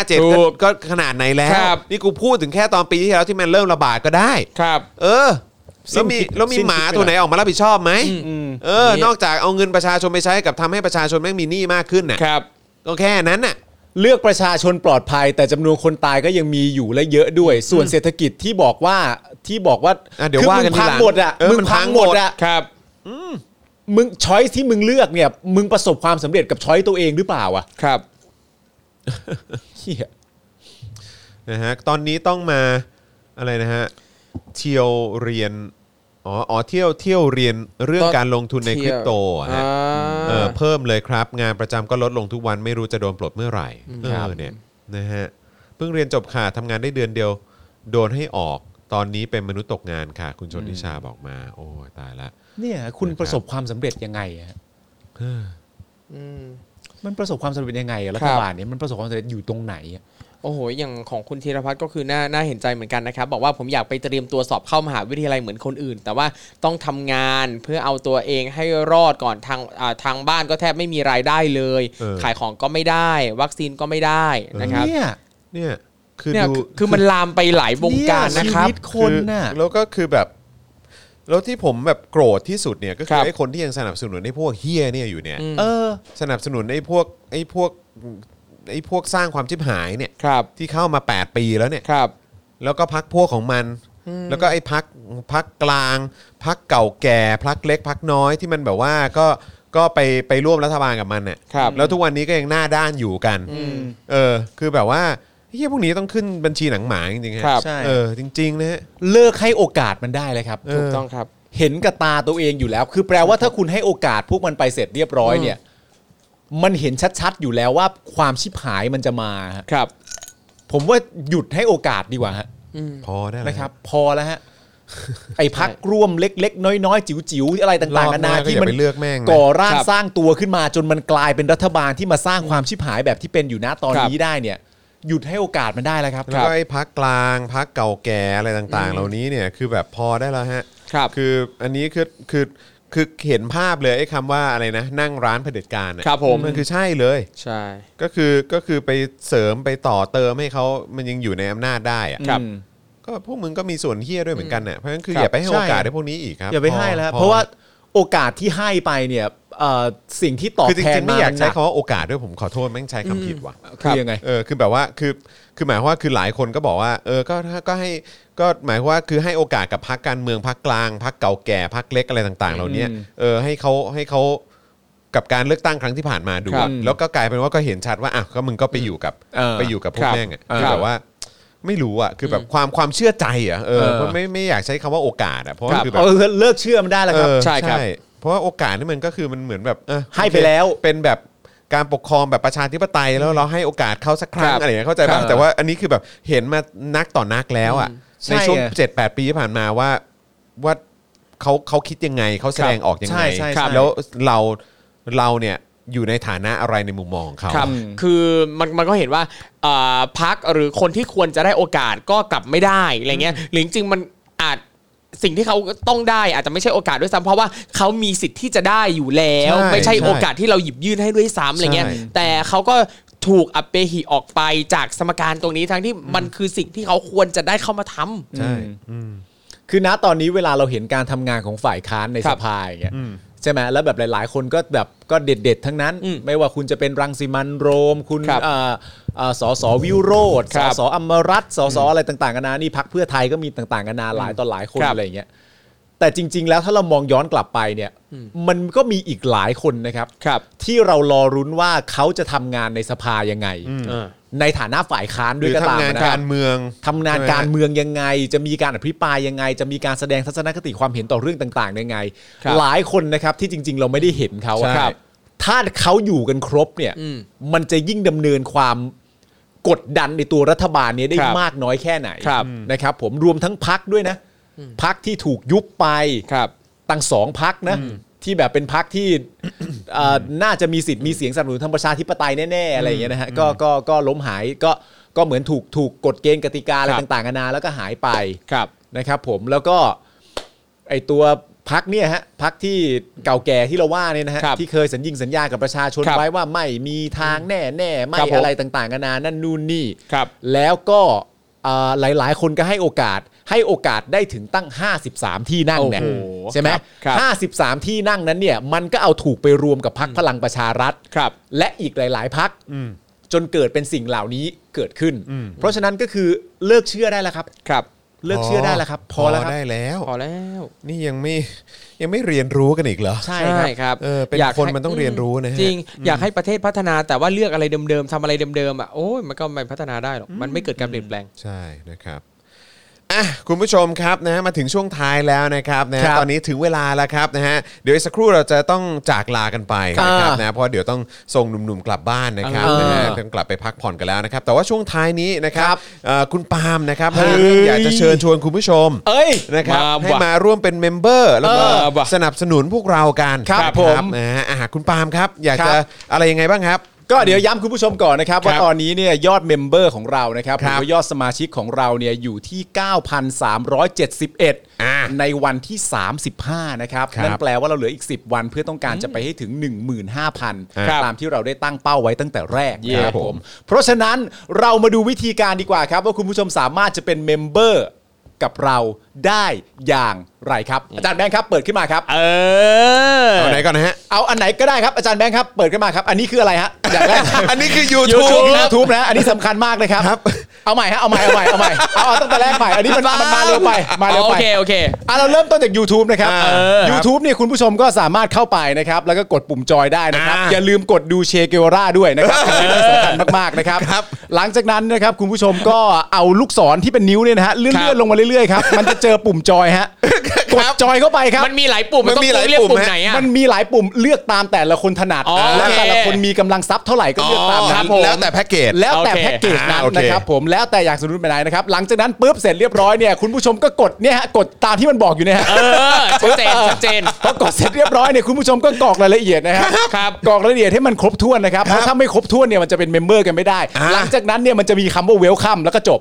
57ก็ขนาดไหนแล้วนี่กูพูดถึงแค่ตอนปีที่แล้วที่มันเริ่มระบาดก็ได้แล้วมีหมาตัวไหนออกมารับผิดชอบไหมนอกจากเอาเงินประชาชนไปใช้กับทำให้ประชาชนแม่งมีหนี้มากขึ้นน่ะก็แค่นั้นน่ะเลือกประชาชนปลอดภัยแต่จำนวนคนตายก็ยังมีอยู่และเยอะด้วยส่วนเศรษฐกิจที่บอกว่าเดี๋ยวว่ากันทีหลังมึงพังหมดครับมึงช้อยที่มึงเลือกเนี่ยมึงประสบความสำเร็จกับช้อยตัวเองหรือเปล่าครับเหี้ยนะฮะตอนนี้ต้องมาอะไรนะฮะเที่ยวเรียนเที่ยวเรียนเรื่องการลงทุนในคริปโตเพิ่มเลยครับงานประจำก็ลดลงทุกวันไม่รู้จะโดนปลดเมื่อไหร่เนี่ยนะฮะเพิ่งเรียนจบค่ะทำงานได้เดือนเดียวโดนให้ออกตอนนี้เป็นมนุษย์ตกงานค่ะคุณชนทิชาบอกมาโอ้ตายละเนี่ยคุณประสบความสำเร็จยังไงมันประสบความสำเร็จยังไงรัฐบาลเนี่ยมันประสบความสำเร็จอยู่ตรงไหนโอ้โหอย่างของคุณธีรพัฒน์ก็คือน่าเห็นใจเหมือนกันนะครับบอกว่าผมอยากไปเตรียมตัวสอบเข้ามหาวิทยาลัยเหมือนคนอื่นแต่ว่าต้องทำงานเพื่อเอาตัวเองให้รอดก่อนทางบ้านก็แทบไม่มีรายได้เลยขายของก็ไม่ได้วัคซีนก็ไม่ได้นะครับเนี่ยคือมันลามไปหลายวงการนะครับชีวิตคนน่ะแล้วก็คือแบบแล้วที่ผมแบบโกรธที่สุดเนี่ยก็คือไอ้คนที่ยังสนับสนุนไอ้พวกเฮี้ยเนี่ยอยู่เนี่ยสนับสนุนไอ้พวกสร้างความชิบหายเนี่ยที่เข้ามา8 ปีแล้วเนี่ยแล้วก็พรรคพวกของมันแล้วก็ไอ้พรรคกลางพรรคเก่าแก่พรรคเล็กพรรคน้อยที่มันแบบว่าก็ไปร่วมรัฐบาลกับมันเนี่ยแล้วทุกวันนี้ก็ยังหน้าด้านอยู่กันคือแบบว่าเฮียพวกนี้ต้องขึ้นบัญชีหนังหมาจริงๆครับใช่จริงๆนะเลิกให้โอกาสมันได้เลยครับถูกต้องครับเห็นกับตาตัวเองอยู่แล้วคือแปลว่าถ้าคุณให้โอกาสพวกมันไปเสร็จเรียบร้อยเนี่ยมันเห็นชัดๆอยู่แล้วว่าความชิบหายมันจะมาครับผมว่าหยุดให้โอกาสดีกว่าฮะพอได้นะครับพอแล้วฮะไอ้พักร่วมเล็กๆน้อยๆจิ๋วๆอะไรต่างๆนานาที่มันก่อร่างสร้างตัวขึ้นมาจนมันกลายเป็นรัฐบาลที่มาสร้างความชิบหายแบบที่เป็นอยู่ณตอนนี้ได้เนี่ยหยุดให้โอกาสมันได้แล้วครับแล้วก็ไอ้พรรคกลางพรรคเก่าแก่อะไรต่างๆเหล่านี้เนี่ยคือแบบพอได้แล้วฮะคืออันนี้คือเห็นภาพเลยไอ้คำว่าอะไรนะนั่งร้านเผด็จการครับผมมันคือใช่เลยใช่ก็คือไปเสริมไปต่อเติมให้เขามันยังอยู่ในอำนาจได้อะก็พวกมึงก็มีส่วนเหี้ยด้วยเหมือนกันเนี่ยเพราะฉะนั้นคืออย่าไปให้โอกาสให้พวกนี้อีกครับอย่าไปให้แล้วเพราะว่าโอกาสที่ให้ไปเนี่ยสิ่งที่ตอบแทนไม่อยากใช้คำว่าโอกาสด้วยผมขอโทษแม่งใช้คำผิดว่ะคือยังไงคือแบบว่าคือหมายว่าคือหลายคนก็บอกว่าก็ให้ก็หมายว่าคือให้โอกาสกับพรรคการเมืองพรรคกลางพรรคเก่าแก่พรรคเล็กอะไรต่างๆเหล่านี้ให้เขากับการเลือกตั้งครั้งที่ผ่านมาดูแล้วก็กลายเป็นว่าก็เห็นชัดว่าก็มึงก็ไปอยู่กับพวกแม่งคือแบบว่าไม่รู้อ่ะคือแบบความเชื่อใจอ่ะเพราะไม่อยากใช้คำว่าโอกาสอ่ะเพราะคือแบบเลิกเชื่อมันได้แล้วครับใช่ครับเพราะว่าโอกาสนี่มันก็คือมันเหมือนแบบให้ไปแล้วเป็นแบบการปกครองแบบประชาธิปไตยแล้วเราให้โอกาสเขาสักครั้งอะไรอย่างเงี้ยเข้าใจป่ะแต่ว่าอันนี้คือแบบเห็นมานักต่อนักแล้วอ่ะในช่วง 7-8 ปีที่ผ่านมาว่าเขาคิดยังไงเขาแสดงออกยังไงแล้วเราเนี่ยอยู่ในฐานะอะไรในมุมมองของเขาคือมันก็เห็นว่าพรรคหรือคนที่ควรจะได้โอกาสก็กลับไม่ได้อะไรเงี้ยหรือจริงๆมันอาจสิ่งที่เขาต้องได้อาจจะไม่ใช่โอกาสด้วยซ้ำเพราะว่าเขามีสิทธิ์ที่จะได้อยู่แล้วไม่ใช่โอกาสที่เราหยิบยื่นให้ด้วยซ้ำอะไรเงี้ยแต่เขาก็ถูกอัปเปหิออกไปจากสมการตรงนี้ทั้งที่มันคือสิ่งที่เขาควรจะได้เข้ามาทำใช่คือณตอนนี้เวลาเราเห็นการทำงานของฝ่ายค้านในสภาอย่างเงี้ยใช่ไหมแล้วแบบหลายๆคนก็แบบก็เด็ดๆทั้งนั้นไม่ว่าคุณจะเป็นรังสิมันต์โรมคุณสสวิโรจน์สสอมรัตน์สสอะไรต่างๆกันานานี่พรรคเพื่อไทยก็มีต่างๆกันานาหลายต่อหลายคนอะไรอย่างเงี้ยแต่จริงๆแล้วถ้าเรามองย้อนกลับไปเนี่ยมันก็มีอีกหลายคนนะครับที่เรารอรุ้นว่าเขาจะทำงานในสภายังไงในฐานะฝ่ายค้านด้วยก็ตามนะการเมืองทำงานการเมืองยังไงจะมีการอภิปรายยังไงจะมีการแสดงทัศนคติความเห็นต่อเรื่องต่างๆยังไงหลายคนนะครับที่จริงๆเราไม่ได้เห็นเขาถ้าเขาอยู่กันครบเนี่ยมันจะยิ่งดำเนินความกดดันในตัวรัฐบาลนี้ได้มากน้อยแค่ไหนนะครับผมรวมทั้งพรรคด้วยนะพรรคที่ถูกยุบไปตั้ง2พรรคนะที่แบบเป็นพรรคที่น่าจะมีสิทธิ์มีเสียงสนับสนุนทางประชาธิปไตยแน่ๆอะไรอย่างเงี้ยนะฮะก็ล้มหายก็เหมือนถูกกฎเกณฑ์กติกาอะไรต่างๆนานาแล้วก็หายไปนะครับผมแล้วก็ไอตัวพรรคเนี่ยฮะพรรคที่เก่าแก่ที่เราว่าเนี่ยนะฮะที่เคยสัญญากับประชาชนไว้ว่าไม่มีทางแน่ๆไม่อะไรต่างๆนานานั่นนู่นนี่แล้วก็หลายๆคนก็ให้โอกาสได้ถึงตั้ง53ที่นั่งเนี่ยใช่ไหม53ที่นั่งนั้นเนี่ยมันก็เอาถูกไปรวมกับพรรคพลังประชารัฐและอีกหลายๆพรรคจนเกิดเป็นสิ่งเหล่านี้เกิดขึ้นเพราะฉะนั้นก็คือเลิกเชื่อได้แล้วครับเลิกเชื่อได้แล้วครับพอแล้วได้แล้วพอแล้วนี่ยังไม่เรียนรู้กันอีกเหรอใช่ครับเป็นคนมันต้องเรียนรู้นะฮะจริงอยากให้ประเทศพัฒนาแต่ว่าเลือกอะไรเดิมๆทำอะไรเดิมๆอ่ะโอ้ยมันก็ไม่พัฒนาได้หรอกมันไม่เกิดการเปลี่ยนแปลงใช่นะครับคุณผู้ชมครับนะมาถึงช่วงท้ายแล้วนะครับนะตอนนี้ถึงเวลาแล้วครับนะฮะเดี๋ยวอีกสักครู่เราจะต้องจากลากันไปนะครับนะเพราะเดี๋ยวต้องส่งหนุ่มๆกลับบ้านนะครับนะฮะต้องกลับไปพักผ่อนกันแล้วนะครับแต่ว่าช่วงท้ายนี้นะครับคุณปาล์มนะครับอยากจะเชิญชวนคุณผู้ชมนะครับให้มาร่วมเป็นเมมเบอร์แล้วก็สนับสนุนพวกเรากันครับผมนะฮะคุณปาล์มครับอยากจะอะไรยังไงบ้างครับก็เดี๋ยวย้ำคุณผู้ชมก่อนนะครับว่าตอนนี้เนี่ยยอดเมมเบอร์ของเรานะครับหรือว่ายอดสมาชิกของเราเนี่ยอยู่ที่ 9,371 ในวันที่35นะครับนั่นแปลว่าเราเหลืออีก10วันเพื่อต้องการจะไปให้ถึง 15,000 ตามที่เราได้ตั้งเป้าไว้ตั้งแต่แรกครับผมเพราะฉะนั้นเรามาดูวิธีการดีกว่าครับว่าคุณผู้ชมสามารถจะเป็นเมมเบอร์กับเราได้อย่างไรครับอาจารย์แบงค์ครับเปิดขึ้นมาครับเอาไหนก่อนนะฮะเอาอันไหนก็ได้ครับอาจารย์แบงค์ครับเปิดขึ้นมาครับอันนี้คืออะไรฮะอย่างแรกอันนี้คือ YouTube นะอันนี้สำคัญมากเลยครับเอาใหม่ฮะเอาใหม่เอาตั้งแต่แรกใหม่อันนี้มันมาเร็วไปโอเคเราเริ่มต้นจาก YouTube นะครับ YouTube เนี่ยคุณผู้ชมก็สามารถเข้าไปนะครับแล้วก็กดปุ่มจอยได้นะครับอย่าลืมกดดูเชเกวาร่าด้วยนะครับสำคัญมากๆนะครับหลังจากนั้นนะครับคุณผู้ชมก็เอาลูกศรที่เป็นนิ้วเนี่ยนะฮะเลื่อนลงมาเรื่อยๆครับมันจะเจอปุ่มจอยฮะกดจอยเข้าไปครับมันมีหลายปุ่มมันต้องเลือกปุ่มไหนอ่ะมันมีหลายปุ่มเลือกตามแต่ละคนถนัดแล้วแต่ละคนมีกำลังทรัพย์เท่าไหร่ก็เลือกตามนั้นแล้วแต่แพ็กเกจแล้วแต่แพ็กเกจนั้นนะครับผมแล้วแต่อยากสนับสนุนไปไหนนะครับหลังจากนั้นปุ๊บเสร็จเรียบร้อยเนี่ยคุณผู้ชมก็กดเนี่ยฮะกดตามที่มันบอกอยู่เนี่ยฮะชัดเจนพอกดเสร็จเรียบร้อยเนี่ยคุณผู้ชมก็กรอกรายละเอียดนะครับกรอกรายละเอียดให้มันครบถ้วนนะครับเพราะถ้าไม่ครบถ้วนเนี่ยมันจะเป็นเมมเบอร์กันไม่ได้หลังจากนั้นเนี่ยมันจะมีคำว่าเวลคัมแล้วก็จบ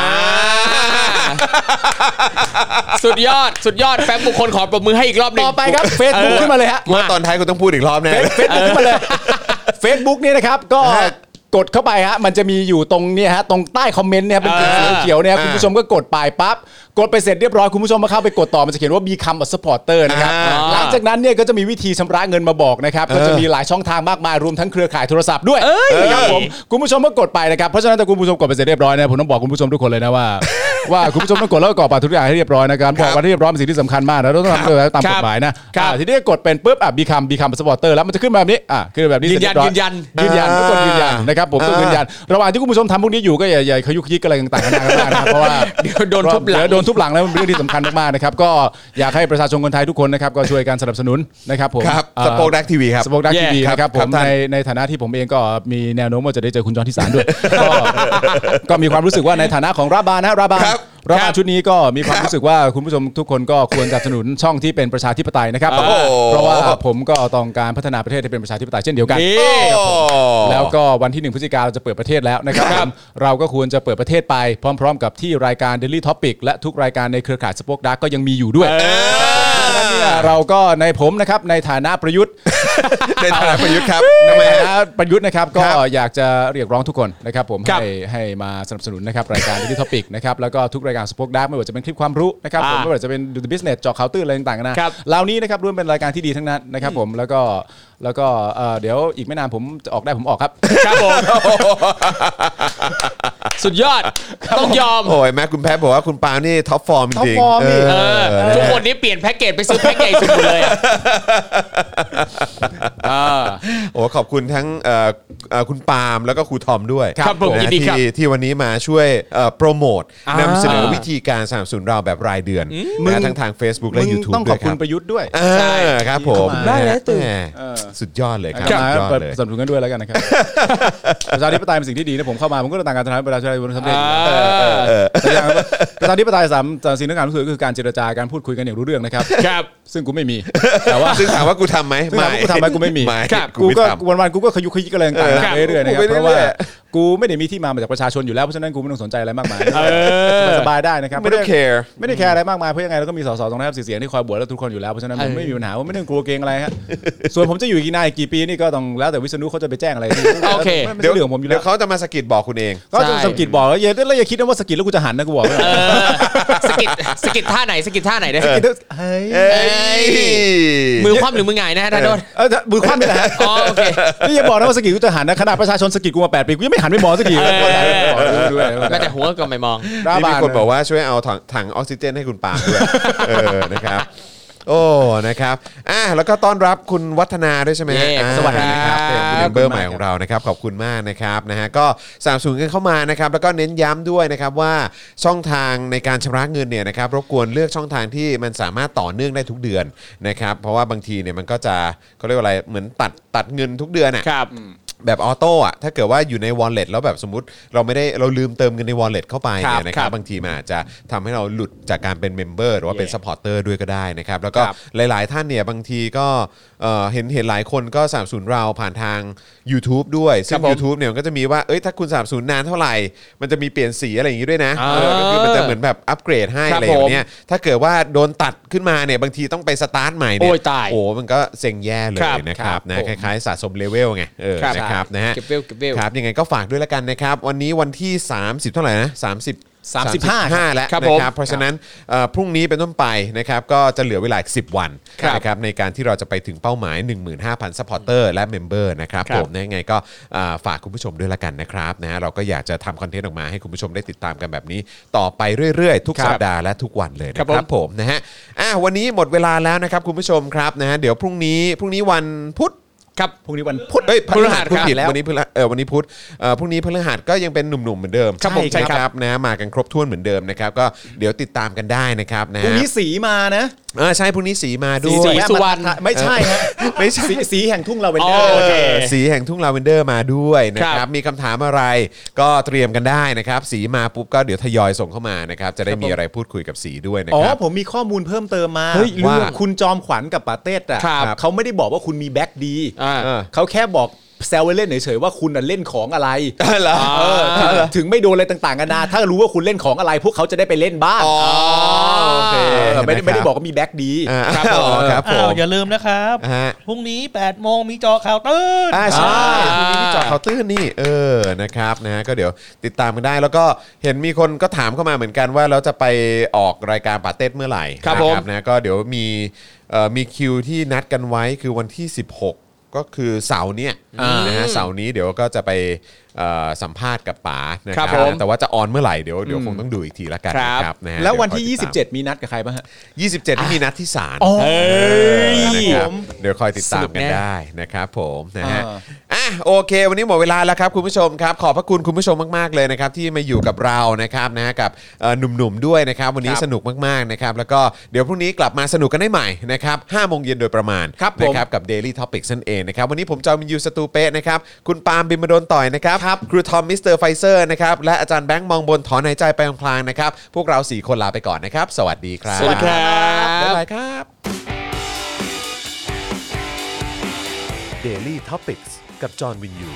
สุดยอดแฟนบุคคลขอปรบมือให้อีกรอบนึงต่อไปครับ Facebook ขึ้นมาเลยฮะว่าตอนท้ายกูต้องพูดอีกรอบแน่ Facebook ขึ้นมาเลย Facebook เนี่ยนะครับก็กดเข้าไปฮะมันจะมีอยู่ตรงเนี่ยฮะตรงใต้คอมเมนต์เนี่ยเป็นสีเขียวเนี่ยคุณผู้ชมก็กดไปปั๊บกดไปเสร็จเรียบร้อยคุณผู้ชมมาเข้าไปกดต่อมันจะเขียนว่า Become a supporter นะครับหลังจากนั้นเนี่ยก็จะมีวิธีชำระเงินมาบอกนะครับก็จะมีหลายช่องทางมากมายรวมทั้งเครือข่ายโทรศัพท์ด้วยนะครับผมคุณผู้ชมก็กดไปนะครับเพราะฉะนั้นถ้าคุณผู้ชมกดไปเสร็จเรียบร้อยนะผมต้องบอกคุณผู้ชมทุกคนเลยนะว่าคุณผู้ชมต้องกดแล้วก็กรอกไปทุกอย่างให้เรียบร้อยนะครับบอกว่าเรียบร้อยเป็นสิ่งที่สำคัญมากนะเราต้องทำด้วยตามกฎหมายนะทีนี้กดเป็นปุ๊บBecome a supporter แล้วมันจะขึ้นมาแบบนี้ขึ้นแบบนี้ยืนยันก็กดยืนยันนะครับผมก็ยืนยันระหว่างที่คุณผู้ชมทำพวกนี้อยู่ก็อย่าขยุกยิกอะไรต่างๆนะเพราะว่าเดี๋ยวโดนทุบหลังแล้วมันเป็นเรื่องที่สำคัญมากๆนะครับก็อยากให้ประชาชนคนไทยทุกคนนะครับก็ช่วยกันสนับสนุนนะครับผมสป็อคดักทีวีครับสป็อคดักทีวีนะครับผมในฐานะที่ผมเองก็มีแนวโน้มว่าจะได้เจอคุณจอห์นที่ศาลด้วยก็มีความรู้สึกว่าในฐานะของราบานชุดนี้ก็มีความรู้สึกว่าคุณผู้ชมทุกคนก็ควรสนับสนุนช่องที่เป็นประชาธิปไตยนะครับเพราะว่าผมก็ต้องการพัฒนาประเทศให้เป็นประชาธิปไตยเช่นเดียวกันแล้วก็วันที่1 พฤศจิกายนเราจะเปิดประเทศแล้วนะครับเราก็ควรจะเปิดประเทศไปพร้อมๆกับที่รายการ Daily Topic และทุกรายการในเครือข่าย Spoke Dark ก็ยังมีอยู่ด้วยเราก็ในผมนะครับในฐานะประยุทธ์ครับในฐานะประยุทธ์นะครับก็อยากจะเรียกร้องทุกคนนะครับผมให้มาสนับสนุนนะครับรายการ Daily Topic นะครับแล้วก็ทุกรายการ Spoke Dark ไม่ว่าจะเป็นคลิปความรู้นะครับผมไม่ว่าจะเป็น The Business เจาะข่าวตื้นอะไรต่างๆนะเหล่านี้นะครับล้วนเป็นรายการที่ดีทั้งนั้นนะครับผมแล้วก็เดี๋ยวอีกไม่นานผมจะออกได้ผมออกครับครับผมสุดยอดต้องยอมโอ้ยแม่คุณแพทบอกว่าคุณปานี่ท็อปฟอร์มจริงทุกคนนี้เปลี่ยนแพ็กเกจไปซื้อแพ็กใหญ่สุดเลยโอ้ขอบคุณทั้งคุณปาล์มแล้วก็ครูทอมด้วยครับผมยินดีครับที่วันนี้มาช่วยโปรโมทนำเสนอวิธีการสนับสนุนเราแบบรายเดือนทั้งทาง Facebook และ YouTube ต้องขอบคุณประยุทธ์ด้วยใช่ครับผมได้แล้วตื่นสุดยอดเลยครับสนับสนุนกันด้วยแล้วกันนะครับประชาธิปไตยเป็นสิ่งที่ดีนะผมเข้ามาผมก็ต้องการทำให้ประชาธิปไตยสำเร็จแต่อย่างประชาธิปไตยสิ่งที่สำคัญที่สุดก็คือการเจรจาการพูดคุยกันอย่างรู้เรื่องนะครับซึ่งกูไม่มีแต่ว่าซึ่งถามว่ากูทำไหมไม่กูทำไหมกูไม่มีกูก็วันๆกูก็ขยุกขยิกอะไรต่างๆเรื่อยๆนะครับเพราะว่ากูไม่ได้มีที่มาจากประชาชนอยู่แล้วเพราะฉะนั้นกูไม่ต้องสนใจอะไรมากมายสบายได้นะครับไม่ได้แคร์อะไรมากมายเพราะยังไงเราก็มีสสตรงนั้นเสียงที่คอยบวชแล้วทุกคนอยู่แล้วเพราะฉะนั้นผมไม่มีปัญหาว่าไม่ต้องกลัวเกรงอะไรฮะส่วนผมจะอยู่กี่นายกี่ปีนี่ก็ต้องแล้วแต่วิษณุเขาจะไปแจ้งอะไรโอเคเดี๋ยวผมอยู่แล้วเขาจะมาสกิดบอกคุณเองก็จะสกิดบอกแล้วอย่าคิดว่าสกิดแล้วกูจะหันนะกูบอกสกิดท่าไหนได้เฮ้ยมือคว่ำหรือมือหงายนะฮะท่านโดนมือคว่ำนี่แหละฮะอ๋อโอเคนี่อย่าบอกนะว่าสกิดกูจะหันนะขนาดประชาชนสกิดกูมา8 ปีกูยังไม่หันไม่มองสกิดแม้แต่หัวก็ไม่มองมีคนบอกว่าช่วยเอาถังออกซิเจนให้คุณปาด้วยนะครับโอ้นะครับแล้วก็ต้อนรับคุณวัฒนาด้วยใช่ไหมสวัสดีครับเป็นเมมเบอร์ใหม่ของเรานะครับขอบคุณมากนะครับนะฮะก็สนับสนุนกันเข้ามานะครับแล้วก็เน้นย้ำด้วยนะครับว่าช่องทางในการชำระเงินเนี่ยนะครับรบกวนเลือกช่องทางที่มันสามารถต่อเนื่องได้ทุกเดือนนะครับเพราะว่าบางทีเนี่ยมันก็จะเขาเรียกว่าอะไรเหมือนตัดเงินทุกเดือนอ่ะแบบออโต้อะถ้าเกิดว่าอยู่ใน wallet แล้วแบบสมมุติเราลืมเติมเงินใน wallet เข้าไปเนี่ยนะครับบางทีมันอาจจะทำให้เราหลุดจากการเป็นเมมเบอร์หรือว่าเป็นซัพพอร์ตเตอร์ด้วยก็ได้นะครับแล้วก็หลายๆท่านเนี่ยบางทีก็เห็นหลายคนก็สนับสนุนเราผ่านทาง YouTube ด้วยซึ่ง YouTube เนี่ยมันก็จะมีว่าถ้าคุณสนับสนุนนานเท่าไหร่มันจะมีเปลี่ยนสีอะไรอย่างงี้ด้วยนะก็คือมันจะเหมือนแบบอัปเกรดให้อะไรอย่างเงี้ยถ้าเกิดว่าโดนตัดขึ้นมาเนี่ยบางทีต้องไปสตาร์ทใหม่เนี่ยโอ้มันก็เซ็งแย่เลยนะครับนะคล้ายๆสะสมเลเวลไงนะครับนะฮะครับยังไงก็ฝากด้วยละกันนะครับวันนี้วันที่30เท่าไหร่นะ35แล้วนะครับเพราะฉะนั้นพรุ่งนี้เป็นต้นไปนะครับก็จะเหลือเวลา10 วันนะครับในการที่เราจะไปถึงเป้าหมาย 15,000 ซัพพอร์เตอร์และเมมเบอร์นะครับผมยังไงก็ฝากคุณผู้ชมด้วยละกันนะครับนะเราก็อยากจะทำคอนเทนต์ออกมาให้คุณผู้ชมได้ติดตามกันแบบนี้ต่อไปเรื่อยๆทุกสัปดาห์และทุกวันเลยนะครับผมนะฮะวันนี้หมดเวลาแล้วนะครับคุณผู้ชมครับนะฮะเดี๋ยวพรุ่งนี้วันพุธครับพรุ่งนี้วันพุธพฤหัสผิดวันนี้วันนี้พุธพรุ่งนี้พฤหัสก็ยังเป็นหนุ่มๆเหมือนเดิมใช่ครับนะมากันครบถ้วนเหมือนเดิมนะครับก็เดี๋ยวติดตามกันได้นะครับนะพรุ่งนี้สีมานะใช่พรุ่งนี้สีมาด้วยศรีสุวรรณไม่ใช่ฮะไม่ใช่สีแห่งทุ่งลาเวนเดออ๋ร์อโอเคสีแห่งทุ่งลาเวนเดอร์มาด้วยนะคครัรับบ มีคำถามอะไรก็เตรียมกันได้นะครับสีมาปุ๊บก็เดี๋ยวทยอยส่งเข้ามานะครับจะได้มีอะไรพูดคุยกับสีด้วยนะอ๋อครับผมมีข้อมูลเพิ่มเติมมาเฮ้ยว่าเรื่องคุณจอมขวัญกับปาเต้อ่ะครับเขาไม่ได้บอกว่าคุณมีแบ็กดีอ่าเขาแค่บอกแซวเล่นเฉยๆว่าคุณน่ะเล่นของอะไรเหรอถึงไม่โดนอะไรต่างๆกันานาถ้ารู้ว่าคุณเล่นของอะไรพวกเขาจะได้ไปเล่นบ้างอ๋อโอเคไม่ได้บอกว่ามีแบ็กดีครับผมครับผอ้าวมอย่าลืมนะครับฮะพรุ่งนี้8 โมงมีจอข่าวตื้นใช่พรุ่งนี้มีเจาะข่าวตื้นนี่นะครับนะฮะก็เดี๋ยวติดตามกันได้แล้วก็เห็นมีคนก็ถามเข้ามาเหมือนกันว่าเราจะไปออกรายการปาเต้เมื่อไหร่ครับผมนะก็เดี๋ยวมีคิวที่นัดกันไว้คือวันที่ 16 ก็คือเสาร์เนี่ยนะฮะเสาร์นี้เดี๋ยวก็จะไปสัมภาษณ์กับป๋านะคครัรับบผมแต่ว่าจะออนเมื่อไหร่เดี๋ยวคงต้องดูอีกทีละกันนะครับนะฮะแล้ววันที่เดี๋ยคอยติดตาม 27 มีนัดกับใครบ้างฮะ 27ที่มีนัดที่ศาลเฮ้ยนะครับเดี๋ยวคอยติดตามกันสนุกแน่ได้นะครับผมนะฮะอ่าโอเค วันนี้หมดเวลาแล้วครับคุณผู้ชมครับขอบพระคุณคุณผู้ชมมากๆเลยนะครับที่มาอยู่กับเรานะครับนะกับหนุ่มๆด้วยนะครับวันนี้สนุกมากๆนะครับแล้วก็เดี๋ยวพรุ่งนี้กลับมาสนุกกันได้ใหม่นะครับ5 โมงเย็นโดยประมาณครับผมนะครับกับ Daily Topics นั่นเองนะครับวันนี้ผมจอมินยูสตูเป้นะครับคุณปาล์มบิมมาโดนต่อยนะครับครูทอมมิสเตอร์ไฟเซอร์นะครับและอาจารย์แบงค์มองบนถอนหายใจไปพลางๆนะครับพวกเรา4คนลาไปก่อนนะครับสวัสดีครับสวัสดีครับบ๊ายบายครับ Daily Topics กับจอห์นวินยู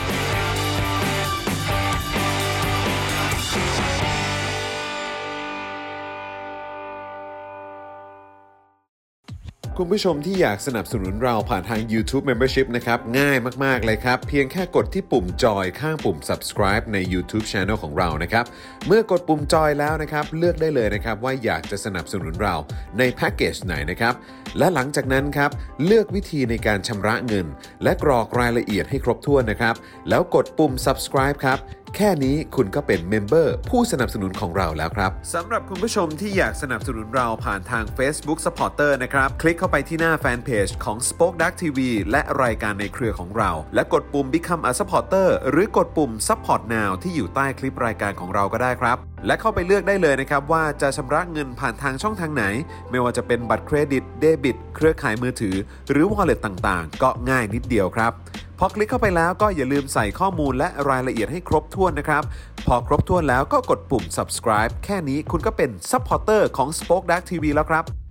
คุณผู้ชมที่อยากสนับสนุนเราผ่านทาง YouTube Membership นะครับง่ายมากๆเลยครับเพียงแค่กดที่ปุ่มจอยข้างปุ่ม subscribe ใน YouTube Channel ของเรานะครับเมื่อกดปุ่มจอยแล้วนะครับเลือกได้เลยนะครับว่าอยากจะสนับสนุนเราในแพ็กเกจไหนนะครับและหลังจากนั้นครับเลือกวิธีในการชำระเงินและกรอกรายละเอียดให้ครบถ้วนนะครับแล้วกดปุ่ม subscribe ครับแค่นี้คุณก็เป็นเมมเบอร์ผู้สนับสนุนของเราแล้วครับสำหรับคุณผู้ชมที่อยากสนับสนุนเราผ่านทาง Facebook Supporter นะครับคลิกเข้าไปที่หน้าแฟนเพจของ Spoke Dark TV และรายการในเครือของเราและกดปุ่ม Become a Supporter หรือกดปุ่ม Support Now ที่อยู่ใต้คลิปรายการของเราก็ได้ครับและเข้าไปเลือกได้เลยนะครับว่าจะชำระเงินผ่านทางช่องทางไหนไม่ว่าจะเป็นบัตรเครดิตเดบิตเครือข่ายมือถือหรือ Wallet ต่างๆก็ง่ายนิดเดียวครับพอคลิกเข้าไปแล้วก็อย่าลืมใส่ข้อมูลและรายละเอียดให้ครบถ้วนนะครับพอครบถ้วนแล้วก็กดปุ่ม subscribe แค่นี้คุณก็เป็น supporter ของ Spoke Dark TV แล้วครับ